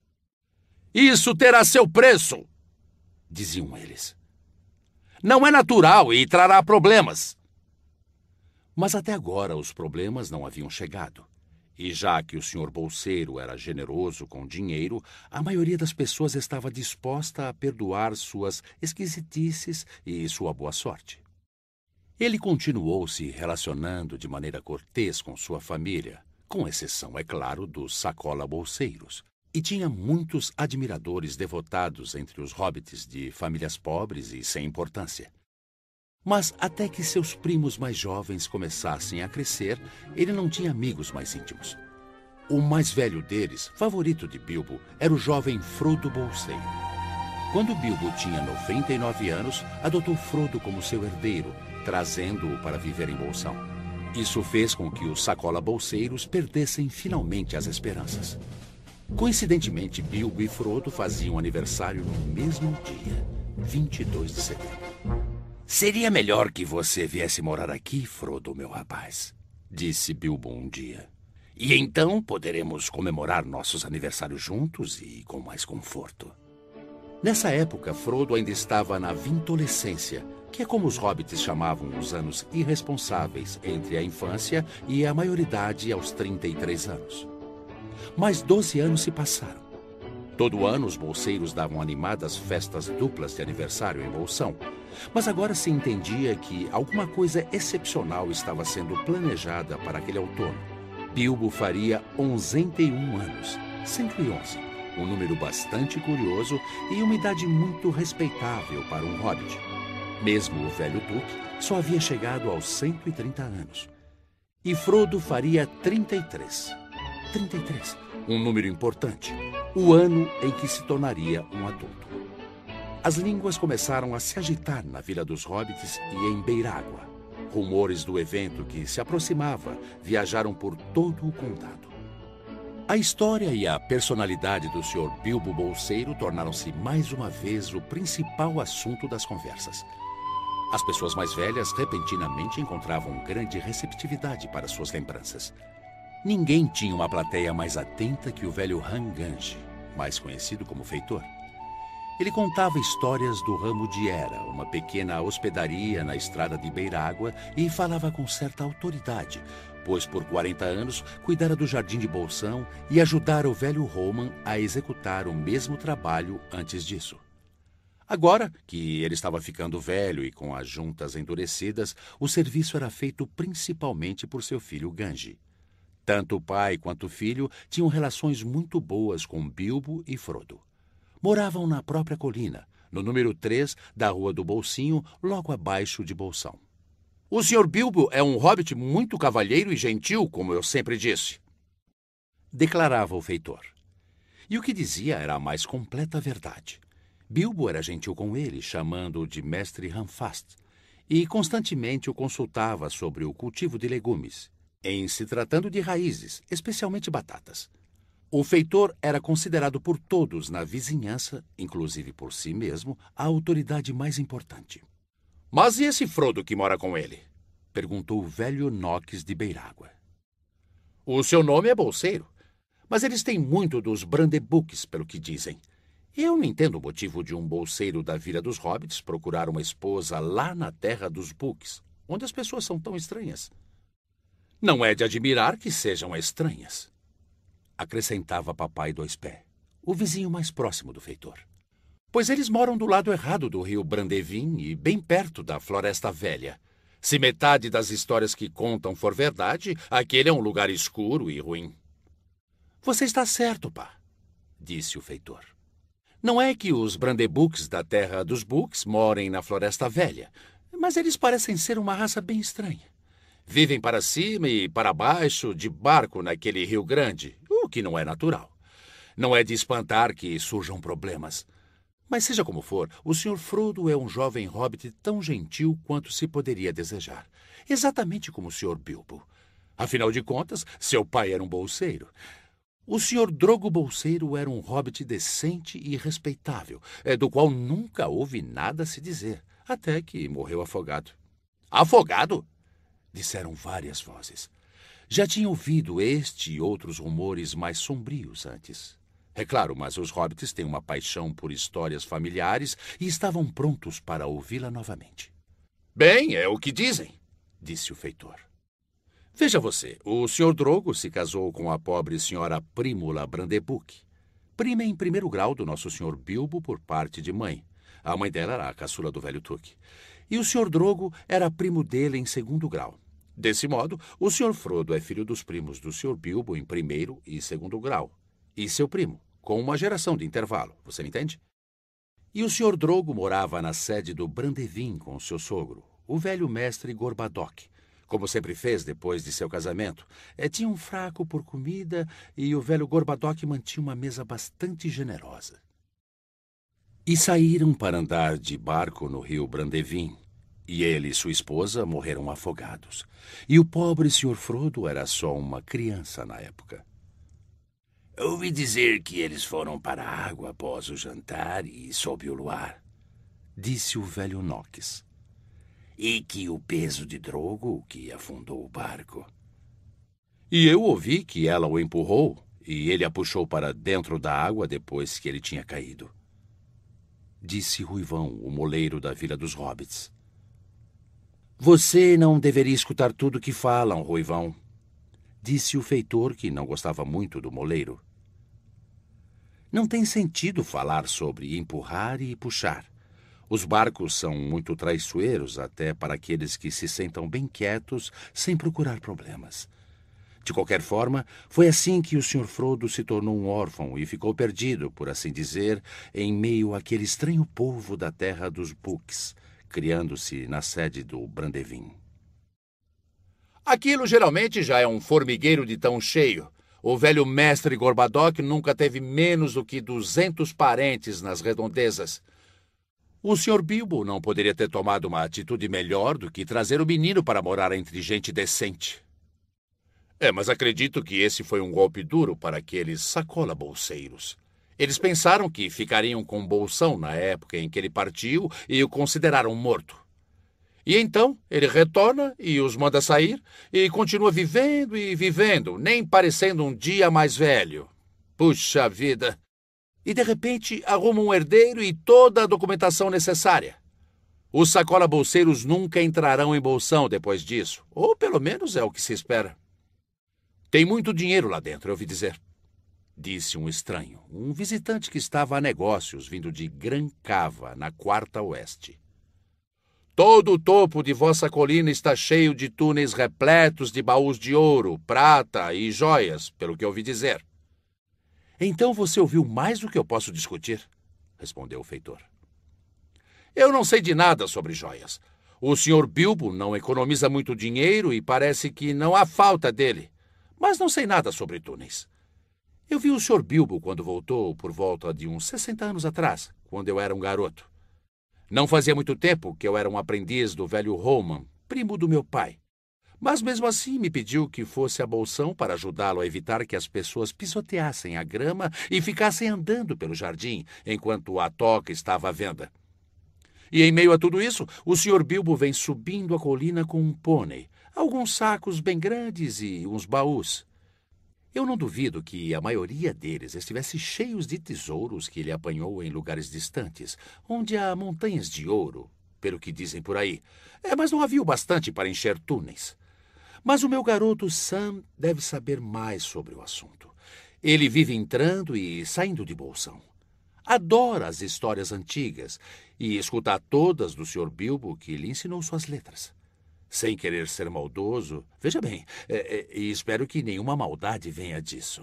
"Isso terá seu preço", diziam eles. "Não é natural e trará problemas." Mas até agora os problemas não haviam chegado. E já que o senhor Bolseiro era generoso com dinheiro, a maioria das pessoas estava disposta a perdoar suas esquisitices e sua boa sorte. Ele continuou se relacionando de maneira cortês com sua família, com exceção, é claro, dos sacola-bolseiros, e tinha muitos admiradores devotados entre os hobbits de famílias pobres e sem importância. Mas até que seus primos mais jovens começassem a crescer, ele não tinha amigos mais íntimos. O mais velho deles, favorito de Bilbo, era o jovem Frodo Bolseiro. Quando Bilbo tinha noventa e nove anos, adotou Frodo como seu herdeiro, trazendo-o para viver em Bolsão. Isso fez com que os sacola-bolseiros perdessem finalmente as esperanças. Coincidentemente, Bilbo e Frodo faziam aniversário no mesmo dia, vinte e dois de setembro. "Seria melhor que você viesse morar aqui, Frodo, meu rapaz", disse Bilbo um dia. "E então poderemos comemorar nossos aniversários juntos e com mais conforto." Nessa época, Frodo ainda estava na vintolescência, que é como os hobbits chamavam os anos irresponsáveis entre a infância e a maioridade aos trinta e três anos. Mas doze anos se passaram. Todo ano, os bolseiros davam animadas festas duplas de aniversário em Bolsão. Mas agora se entendia que alguma coisa excepcional estava sendo planejada para aquele outono. Bilbo faria onzenta e um anos, cento e onze, um número bastante curioso e uma idade muito respeitável para um hobbit. Mesmo o velho duque só havia chegado aos cento e trinta anos. E Frodo faria trinta e três. trinta e três, um número importante, o ano em que se tornaria um adulto. As línguas começaram a se agitar na Vila dos Hobbits e em Beirágua. Rumores do evento que se aproximava viajaram por todo o condado. A história e a personalidade do senhor Bilbo Bolseiro tornaram-se mais uma vez o principal assunto das conversas. As pessoas mais velhas repentinamente encontravam grande receptividade para suas lembranças. Ninguém tinha uma plateia mais atenta que o velho Rangange, mais conhecido como Feitor. Ele contava histórias do ramo de Era, uma pequena hospedaria na estrada de Beirágua, e falava com certa autoridade, pois por quarenta anos cuidara do Jardim de Bolsão e ajudara o velho Roman a executar o mesmo trabalho antes disso. Agora que ele estava ficando velho e com as juntas endurecidas, o serviço era feito principalmente por seu filho Gandhi. Tanto o pai quanto o filho tinham relações muito boas com Bilbo e Frodo. Moravam na própria colina, no número três da Rua do Bolsinho, logo abaixo de Bolsão. "O senhor Bilbo é um hobbit muito cavalheiro e gentil, como eu sempre disse", declarava o Feitor. E o que dizia era a mais completa verdade. Bilbo era gentil com ele, chamando-o de mestre Ramfast, e constantemente o consultava sobre o cultivo de legumes, em se tratando de raízes, especialmente batatas. O feitor era considerado por todos na vizinhança, inclusive por si mesmo, a autoridade mais importante. Mas e esse Frodo que mora com ele? Perguntou o velho Knox de Beirágua. O seu nome é Bolseiro, mas eles têm muito dos Brandebuques, pelo que dizem. Eu não entendo o motivo de um bolseiro da Vila dos Hobbits procurar uma esposa lá na terra dos Books, onde as pessoas são tão estranhas. Não é de admirar que sejam estranhas, acrescentava Papai Dois Pé, o vizinho mais próximo do feitor. Pois eles moram do lado errado do rio Brandevin e bem perto da Floresta Velha. Se metade das histórias que contam for verdade, aquele é um lugar escuro e ruim. Você está certo, pá, disse o feitor. Não é que os Brandebuques da terra dos Books morem na Floresta Velha, mas eles parecem ser uma raça bem estranha. Vivem para cima e para baixo de barco naquele rio grande, o que não é natural. Não é de espantar que surjam problemas. Mas seja como for, o senhor Frodo é um jovem hobbit tão gentil quanto se poderia desejar. Exatamente como o senhor Bilbo. Afinal de contas, seu pai era um bolseiro. O senhor Drogo Bolseiro era um hobbit decente e respeitável, do qual nunca ouvi nada se dizer, até que morreu afogado. Afogado? Disseram várias vozes. Já tinha ouvido este e outros rumores mais sombrios antes. É claro, mas os hobbits têm uma paixão por histórias familiares e estavam prontos para ouvi-la novamente. Bem, é o que dizem, disse o feitor. Veja você, o senhor Drogo se casou com a pobre senhora Prímula Brandebuque, prima em primeiro grau do nosso senhor Bilbo por parte de mãe. A mãe dela era a caçula do velho Tuque. E o senhor Drogo era primo dele em segundo grau. Desse modo, o senhor Frodo é filho dos primos do senhor Bilbo em primeiro e segundo grau. E seu primo, com uma geração de intervalo, você me entende? E o senhor Drogo morava na sede do Brandevin com seu sogro, o velho mestre Gorbadoc, como sempre fez depois de seu casamento. É, tinha um fraco por comida e o velho Gorbadoc mantinha uma mesa bastante generosa. E saíram para andar de barco no rio Brandevin, e ele e sua esposa morreram afogados. E o pobre senhor Frodo era só uma criança na época. Ouvi dizer que eles foram para a água após o jantar e sob o luar, disse o velho Knox. E que o peso de Drogo que afundou o barco. E eu ouvi que ela o empurrou e ele a puxou para dentro da água depois que ele tinha caído. Disse Ruivão, o moleiro da Vila dos Hobbits. Você não deveria escutar tudo que falam, Ruivão, disse o feitor, que não gostava muito do moleiro. Não tem sentido falar sobre empurrar e puxar. Os barcos são muito traiçoeiros até para aqueles que se sentam bem quietos sem procurar problemas. De qualquer forma, foi assim que o senhor Frodo se tornou um órfão e ficou perdido, por assim dizer, em meio àquele estranho povo da terra dos Books, criando-se na sede do Brandevin. Aquilo geralmente já é um formigueiro de tão cheio. O velho mestre Gorbadoc nunca teve menos do que duzentos parentes nas redondezas. O senhor Bilbo não poderia ter tomado uma atitude melhor do que trazer o menino para morar entre gente decente. É, mas acredito que esse foi um golpe duro para aqueles sacola-bolseiros. Eles pensaram que ficariam com bolsão na época em que ele partiu e o consideraram morto. E então ele retorna e os manda sair e continua vivendo e vivendo, nem parecendo um dia mais velho. Puxa vida! E de repente arruma um herdeiro e toda a documentação necessária. Os sacola-bolseiros nunca entrarão em bolsão depois disso, ou pelo menos é o que se espera. Tem muito dinheiro lá dentro, eu ouvi dizer, disse um estranho, um visitante que estava a negócios vindo de Gran Cava, na Quarta Oeste. Todo o topo de vossa colina está cheio de túneis repletos de baús de ouro, prata e joias, pelo que ouvi dizer. Então você ouviu mais do que eu posso discutir, respondeu o feitor. Eu não sei de nada sobre joias. O senhor Bilbo não economiza muito dinheiro e parece que não há falta dele. Mas não sei nada sobre túneis. Eu vi o senhor Bilbo quando voltou por volta de uns sessenta anos atrás, quando eu era um garoto. Não fazia muito tempo que eu era um aprendiz do velho Roman, primo do meu pai. Mas mesmo assim me pediu que fosse a Bolsão para ajudá-lo a evitar que as pessoas pisoteassem a grama e ficassem andando pelo jardim enquanto a toca estava à venda. E em meio a tudo isso, o senhor Bilbo vem subindo a colina com um pônei, alguns sacos bem grandes e uns baús. Eu não duvido que a maioria deles estivesse cheios de tesouros que ele apanhou em lugares distantes, onde há montanhas de ouro, pelo que dizem por aí. É, mas não havia o bastante para encher túneis. Mas o meu garoto Sam deve saber mais sobre o assunto. Ele vive entrando e saindo de Bolsão. Adora as histórias antigas e escuta todas do senhor Bilbo, que lhe ensinou suas letras. Sem querer ser maldoso, veja bem, é, é, e espero que nenhuma maldade venha disso.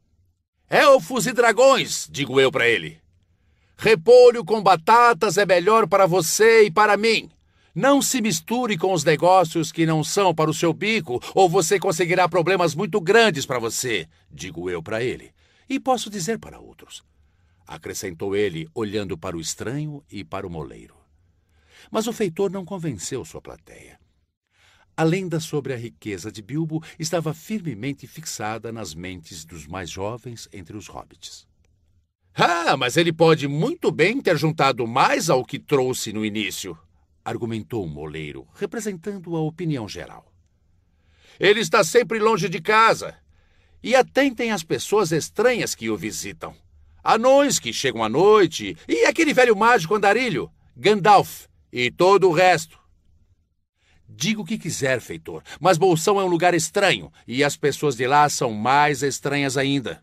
Elfos e dragões, digo eu para ele. Repolho com batatas é melhor para você e para mim. Não se misture com os negócios que não são para o seu bico, ou você conseguirá problemas muito grandes para você, digo eu para ele. E posso dizer para outros, acrescentou ele, olhando para o estranho e para o moleiro. Mas o feitor não convenceu sua plateia. A lenda sobre a riqueza de Bilbo estava firmemente fixada nas mentes dos mais jovens entre os hobbits. Ah, mas ele pode muito bem ter juntado mais ao que trouxe no início, argumentou o moleiro, representando a opinião geral. Ele está sempre longe de casa. E atentem às pessoas estranhas que o visitam. Anões que chegam à noite, e aquele velho mágico andarilho, Gandalf, e todo o resto. Diga o que quiser, feitor, mas Bolsão é um lugar estranho, e as pessoas de lá são mais estranhas ainda.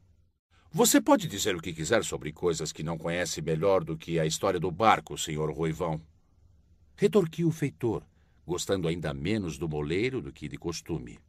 Você pode dizer o que quiser sobre coisas que não conhece melhor do que a história do barco, senhor Ruivão, retorquiu o feitor, gostando ainda menos do moleiro do que de costume.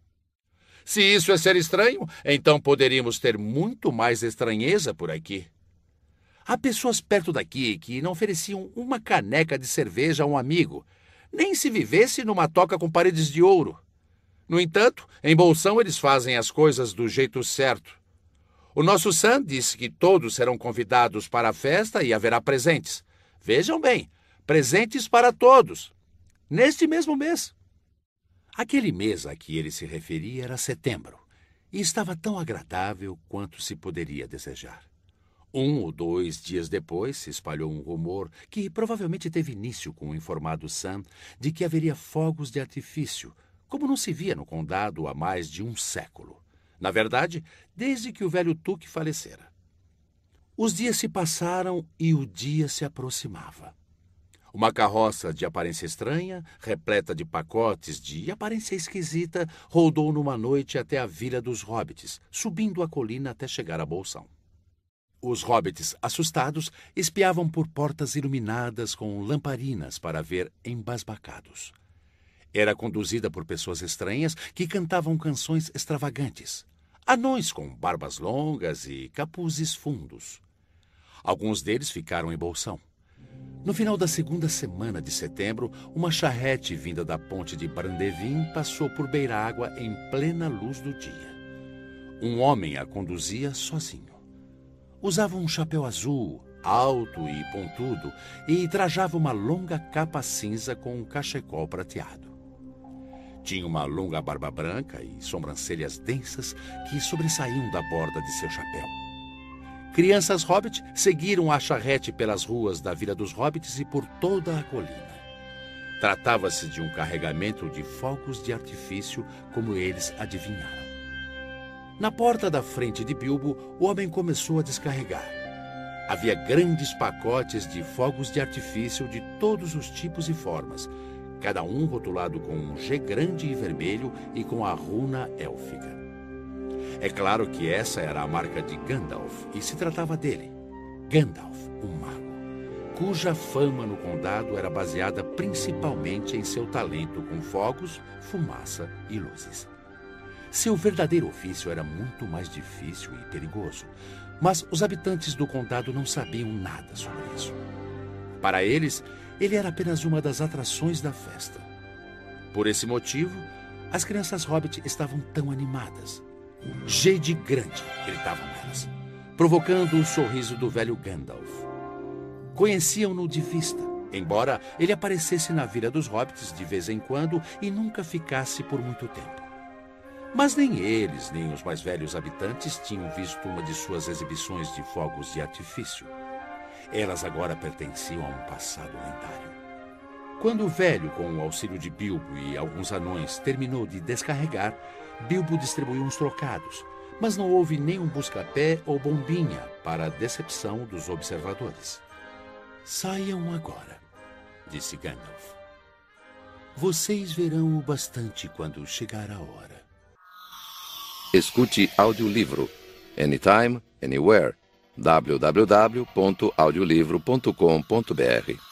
Se isso é ser estranho, então poderíamos ter muito mais estranheza por aqui. Há pessoas perto daqui que não ofereciam uma caneca de cerveja a um amigo, nem se vivesse numa toca com paredes de ouro. No entanto, em Bolsão eles fazem as coisas do jeito certo. O nosso Sam disse que todos serão convidados para a festa e haverá presentes. Vejam bem, presentes para todos, neste mesmo mês. Aquele mês a que ele se referia era setembro, e estava tão agradável quanto se poderia desejar. Um ou dois dias depois se espalhou um rumor que provavelmente teve início com o informado Sam de que haveria fogos de artifício, como não se via no condado há mais de um século. Na verdade, desde que o velho Tuque falecera. Os dias se passaram e o dia se aproximava. Uma carroça de aparência estranha, repleta de pacotes de aparência esquisita, rodou numa noite até a Vila dos Hobbits, subindo a colina até chegar a Bolsão. Os hobbits, assustados, espiavam por portas iluminadas com lamparinas para ver embasbacados. Era conduzida por pessoas estranhas que cantavam canções extravagantes. Anões com barbas longas e capuzes fundos. Alguns deles ficaram em Bolsão. No final da segunda semana de setembro, uma charrete vinda da ponte de Brandevin passou por Beira-Água em plena luz do dia. Um homem a conduzia sozinho. Usava um chapéu azul, alto e pontudo, e trajava uma longa capa cinza com um cachecol prateado. Tinha uma longa barba branca e sobrancelhas densas que sobressaíam da borda de seu chapéu. Crianças hobbit seguiram a charrete pelas ruas da Vila dos Hobbits e por toda a colina. Tratava-se de um carregamento de fogos de artifício, como eles adivinharam. Na porta da frente de Bilbo, o homem começou a descarregar. Havia grandes pacotes de fogos de artifício de todos os tipos e formas, cada um rotulado com um G grande e vermelho e com a runa élfica. É claro que essa era a marca de Gandalf, e se tratava dele, Gandalf, um mago, cuja fama no condado era baseada principalmente em seu talento com fogos, fumaça e luzes. Seu verdadeiro ofício era muito mais difícil e perigoso, mas os habitantes do condado não sabiam nada sobre isso. Para eles, ele era apenas uma das atrações da festa. Por esse motivo, as crianças hobbit estavam tão animadas. G de grande, gritavam elas, provocando o sorriso do velho Gandalf. Conheciam-no de vista, embora ele aparecesse na Vila dos Hobbits de vez em quando e nunca ficasse por muito tempo. Mas nem eles, nem os mais velhos habitantes tinham visto uma de suas exibições de fogos de artifício. Elas agora pertenciam a um passado lendário. Quando o velho, com o auxílio de Bilbo e alguns anões, terminou de descarregar, Bilbo distribuiu uns trocados, mas não houve nenhum busca-pé ou bombinha para a decepção dos observadores. Saiam agora, disse Gandalf. Vocês verão o bastante quando chegar a hora. Escute audiolivro Anytime, Anywhere. w w w ponto audiolivro ponto com ponto b r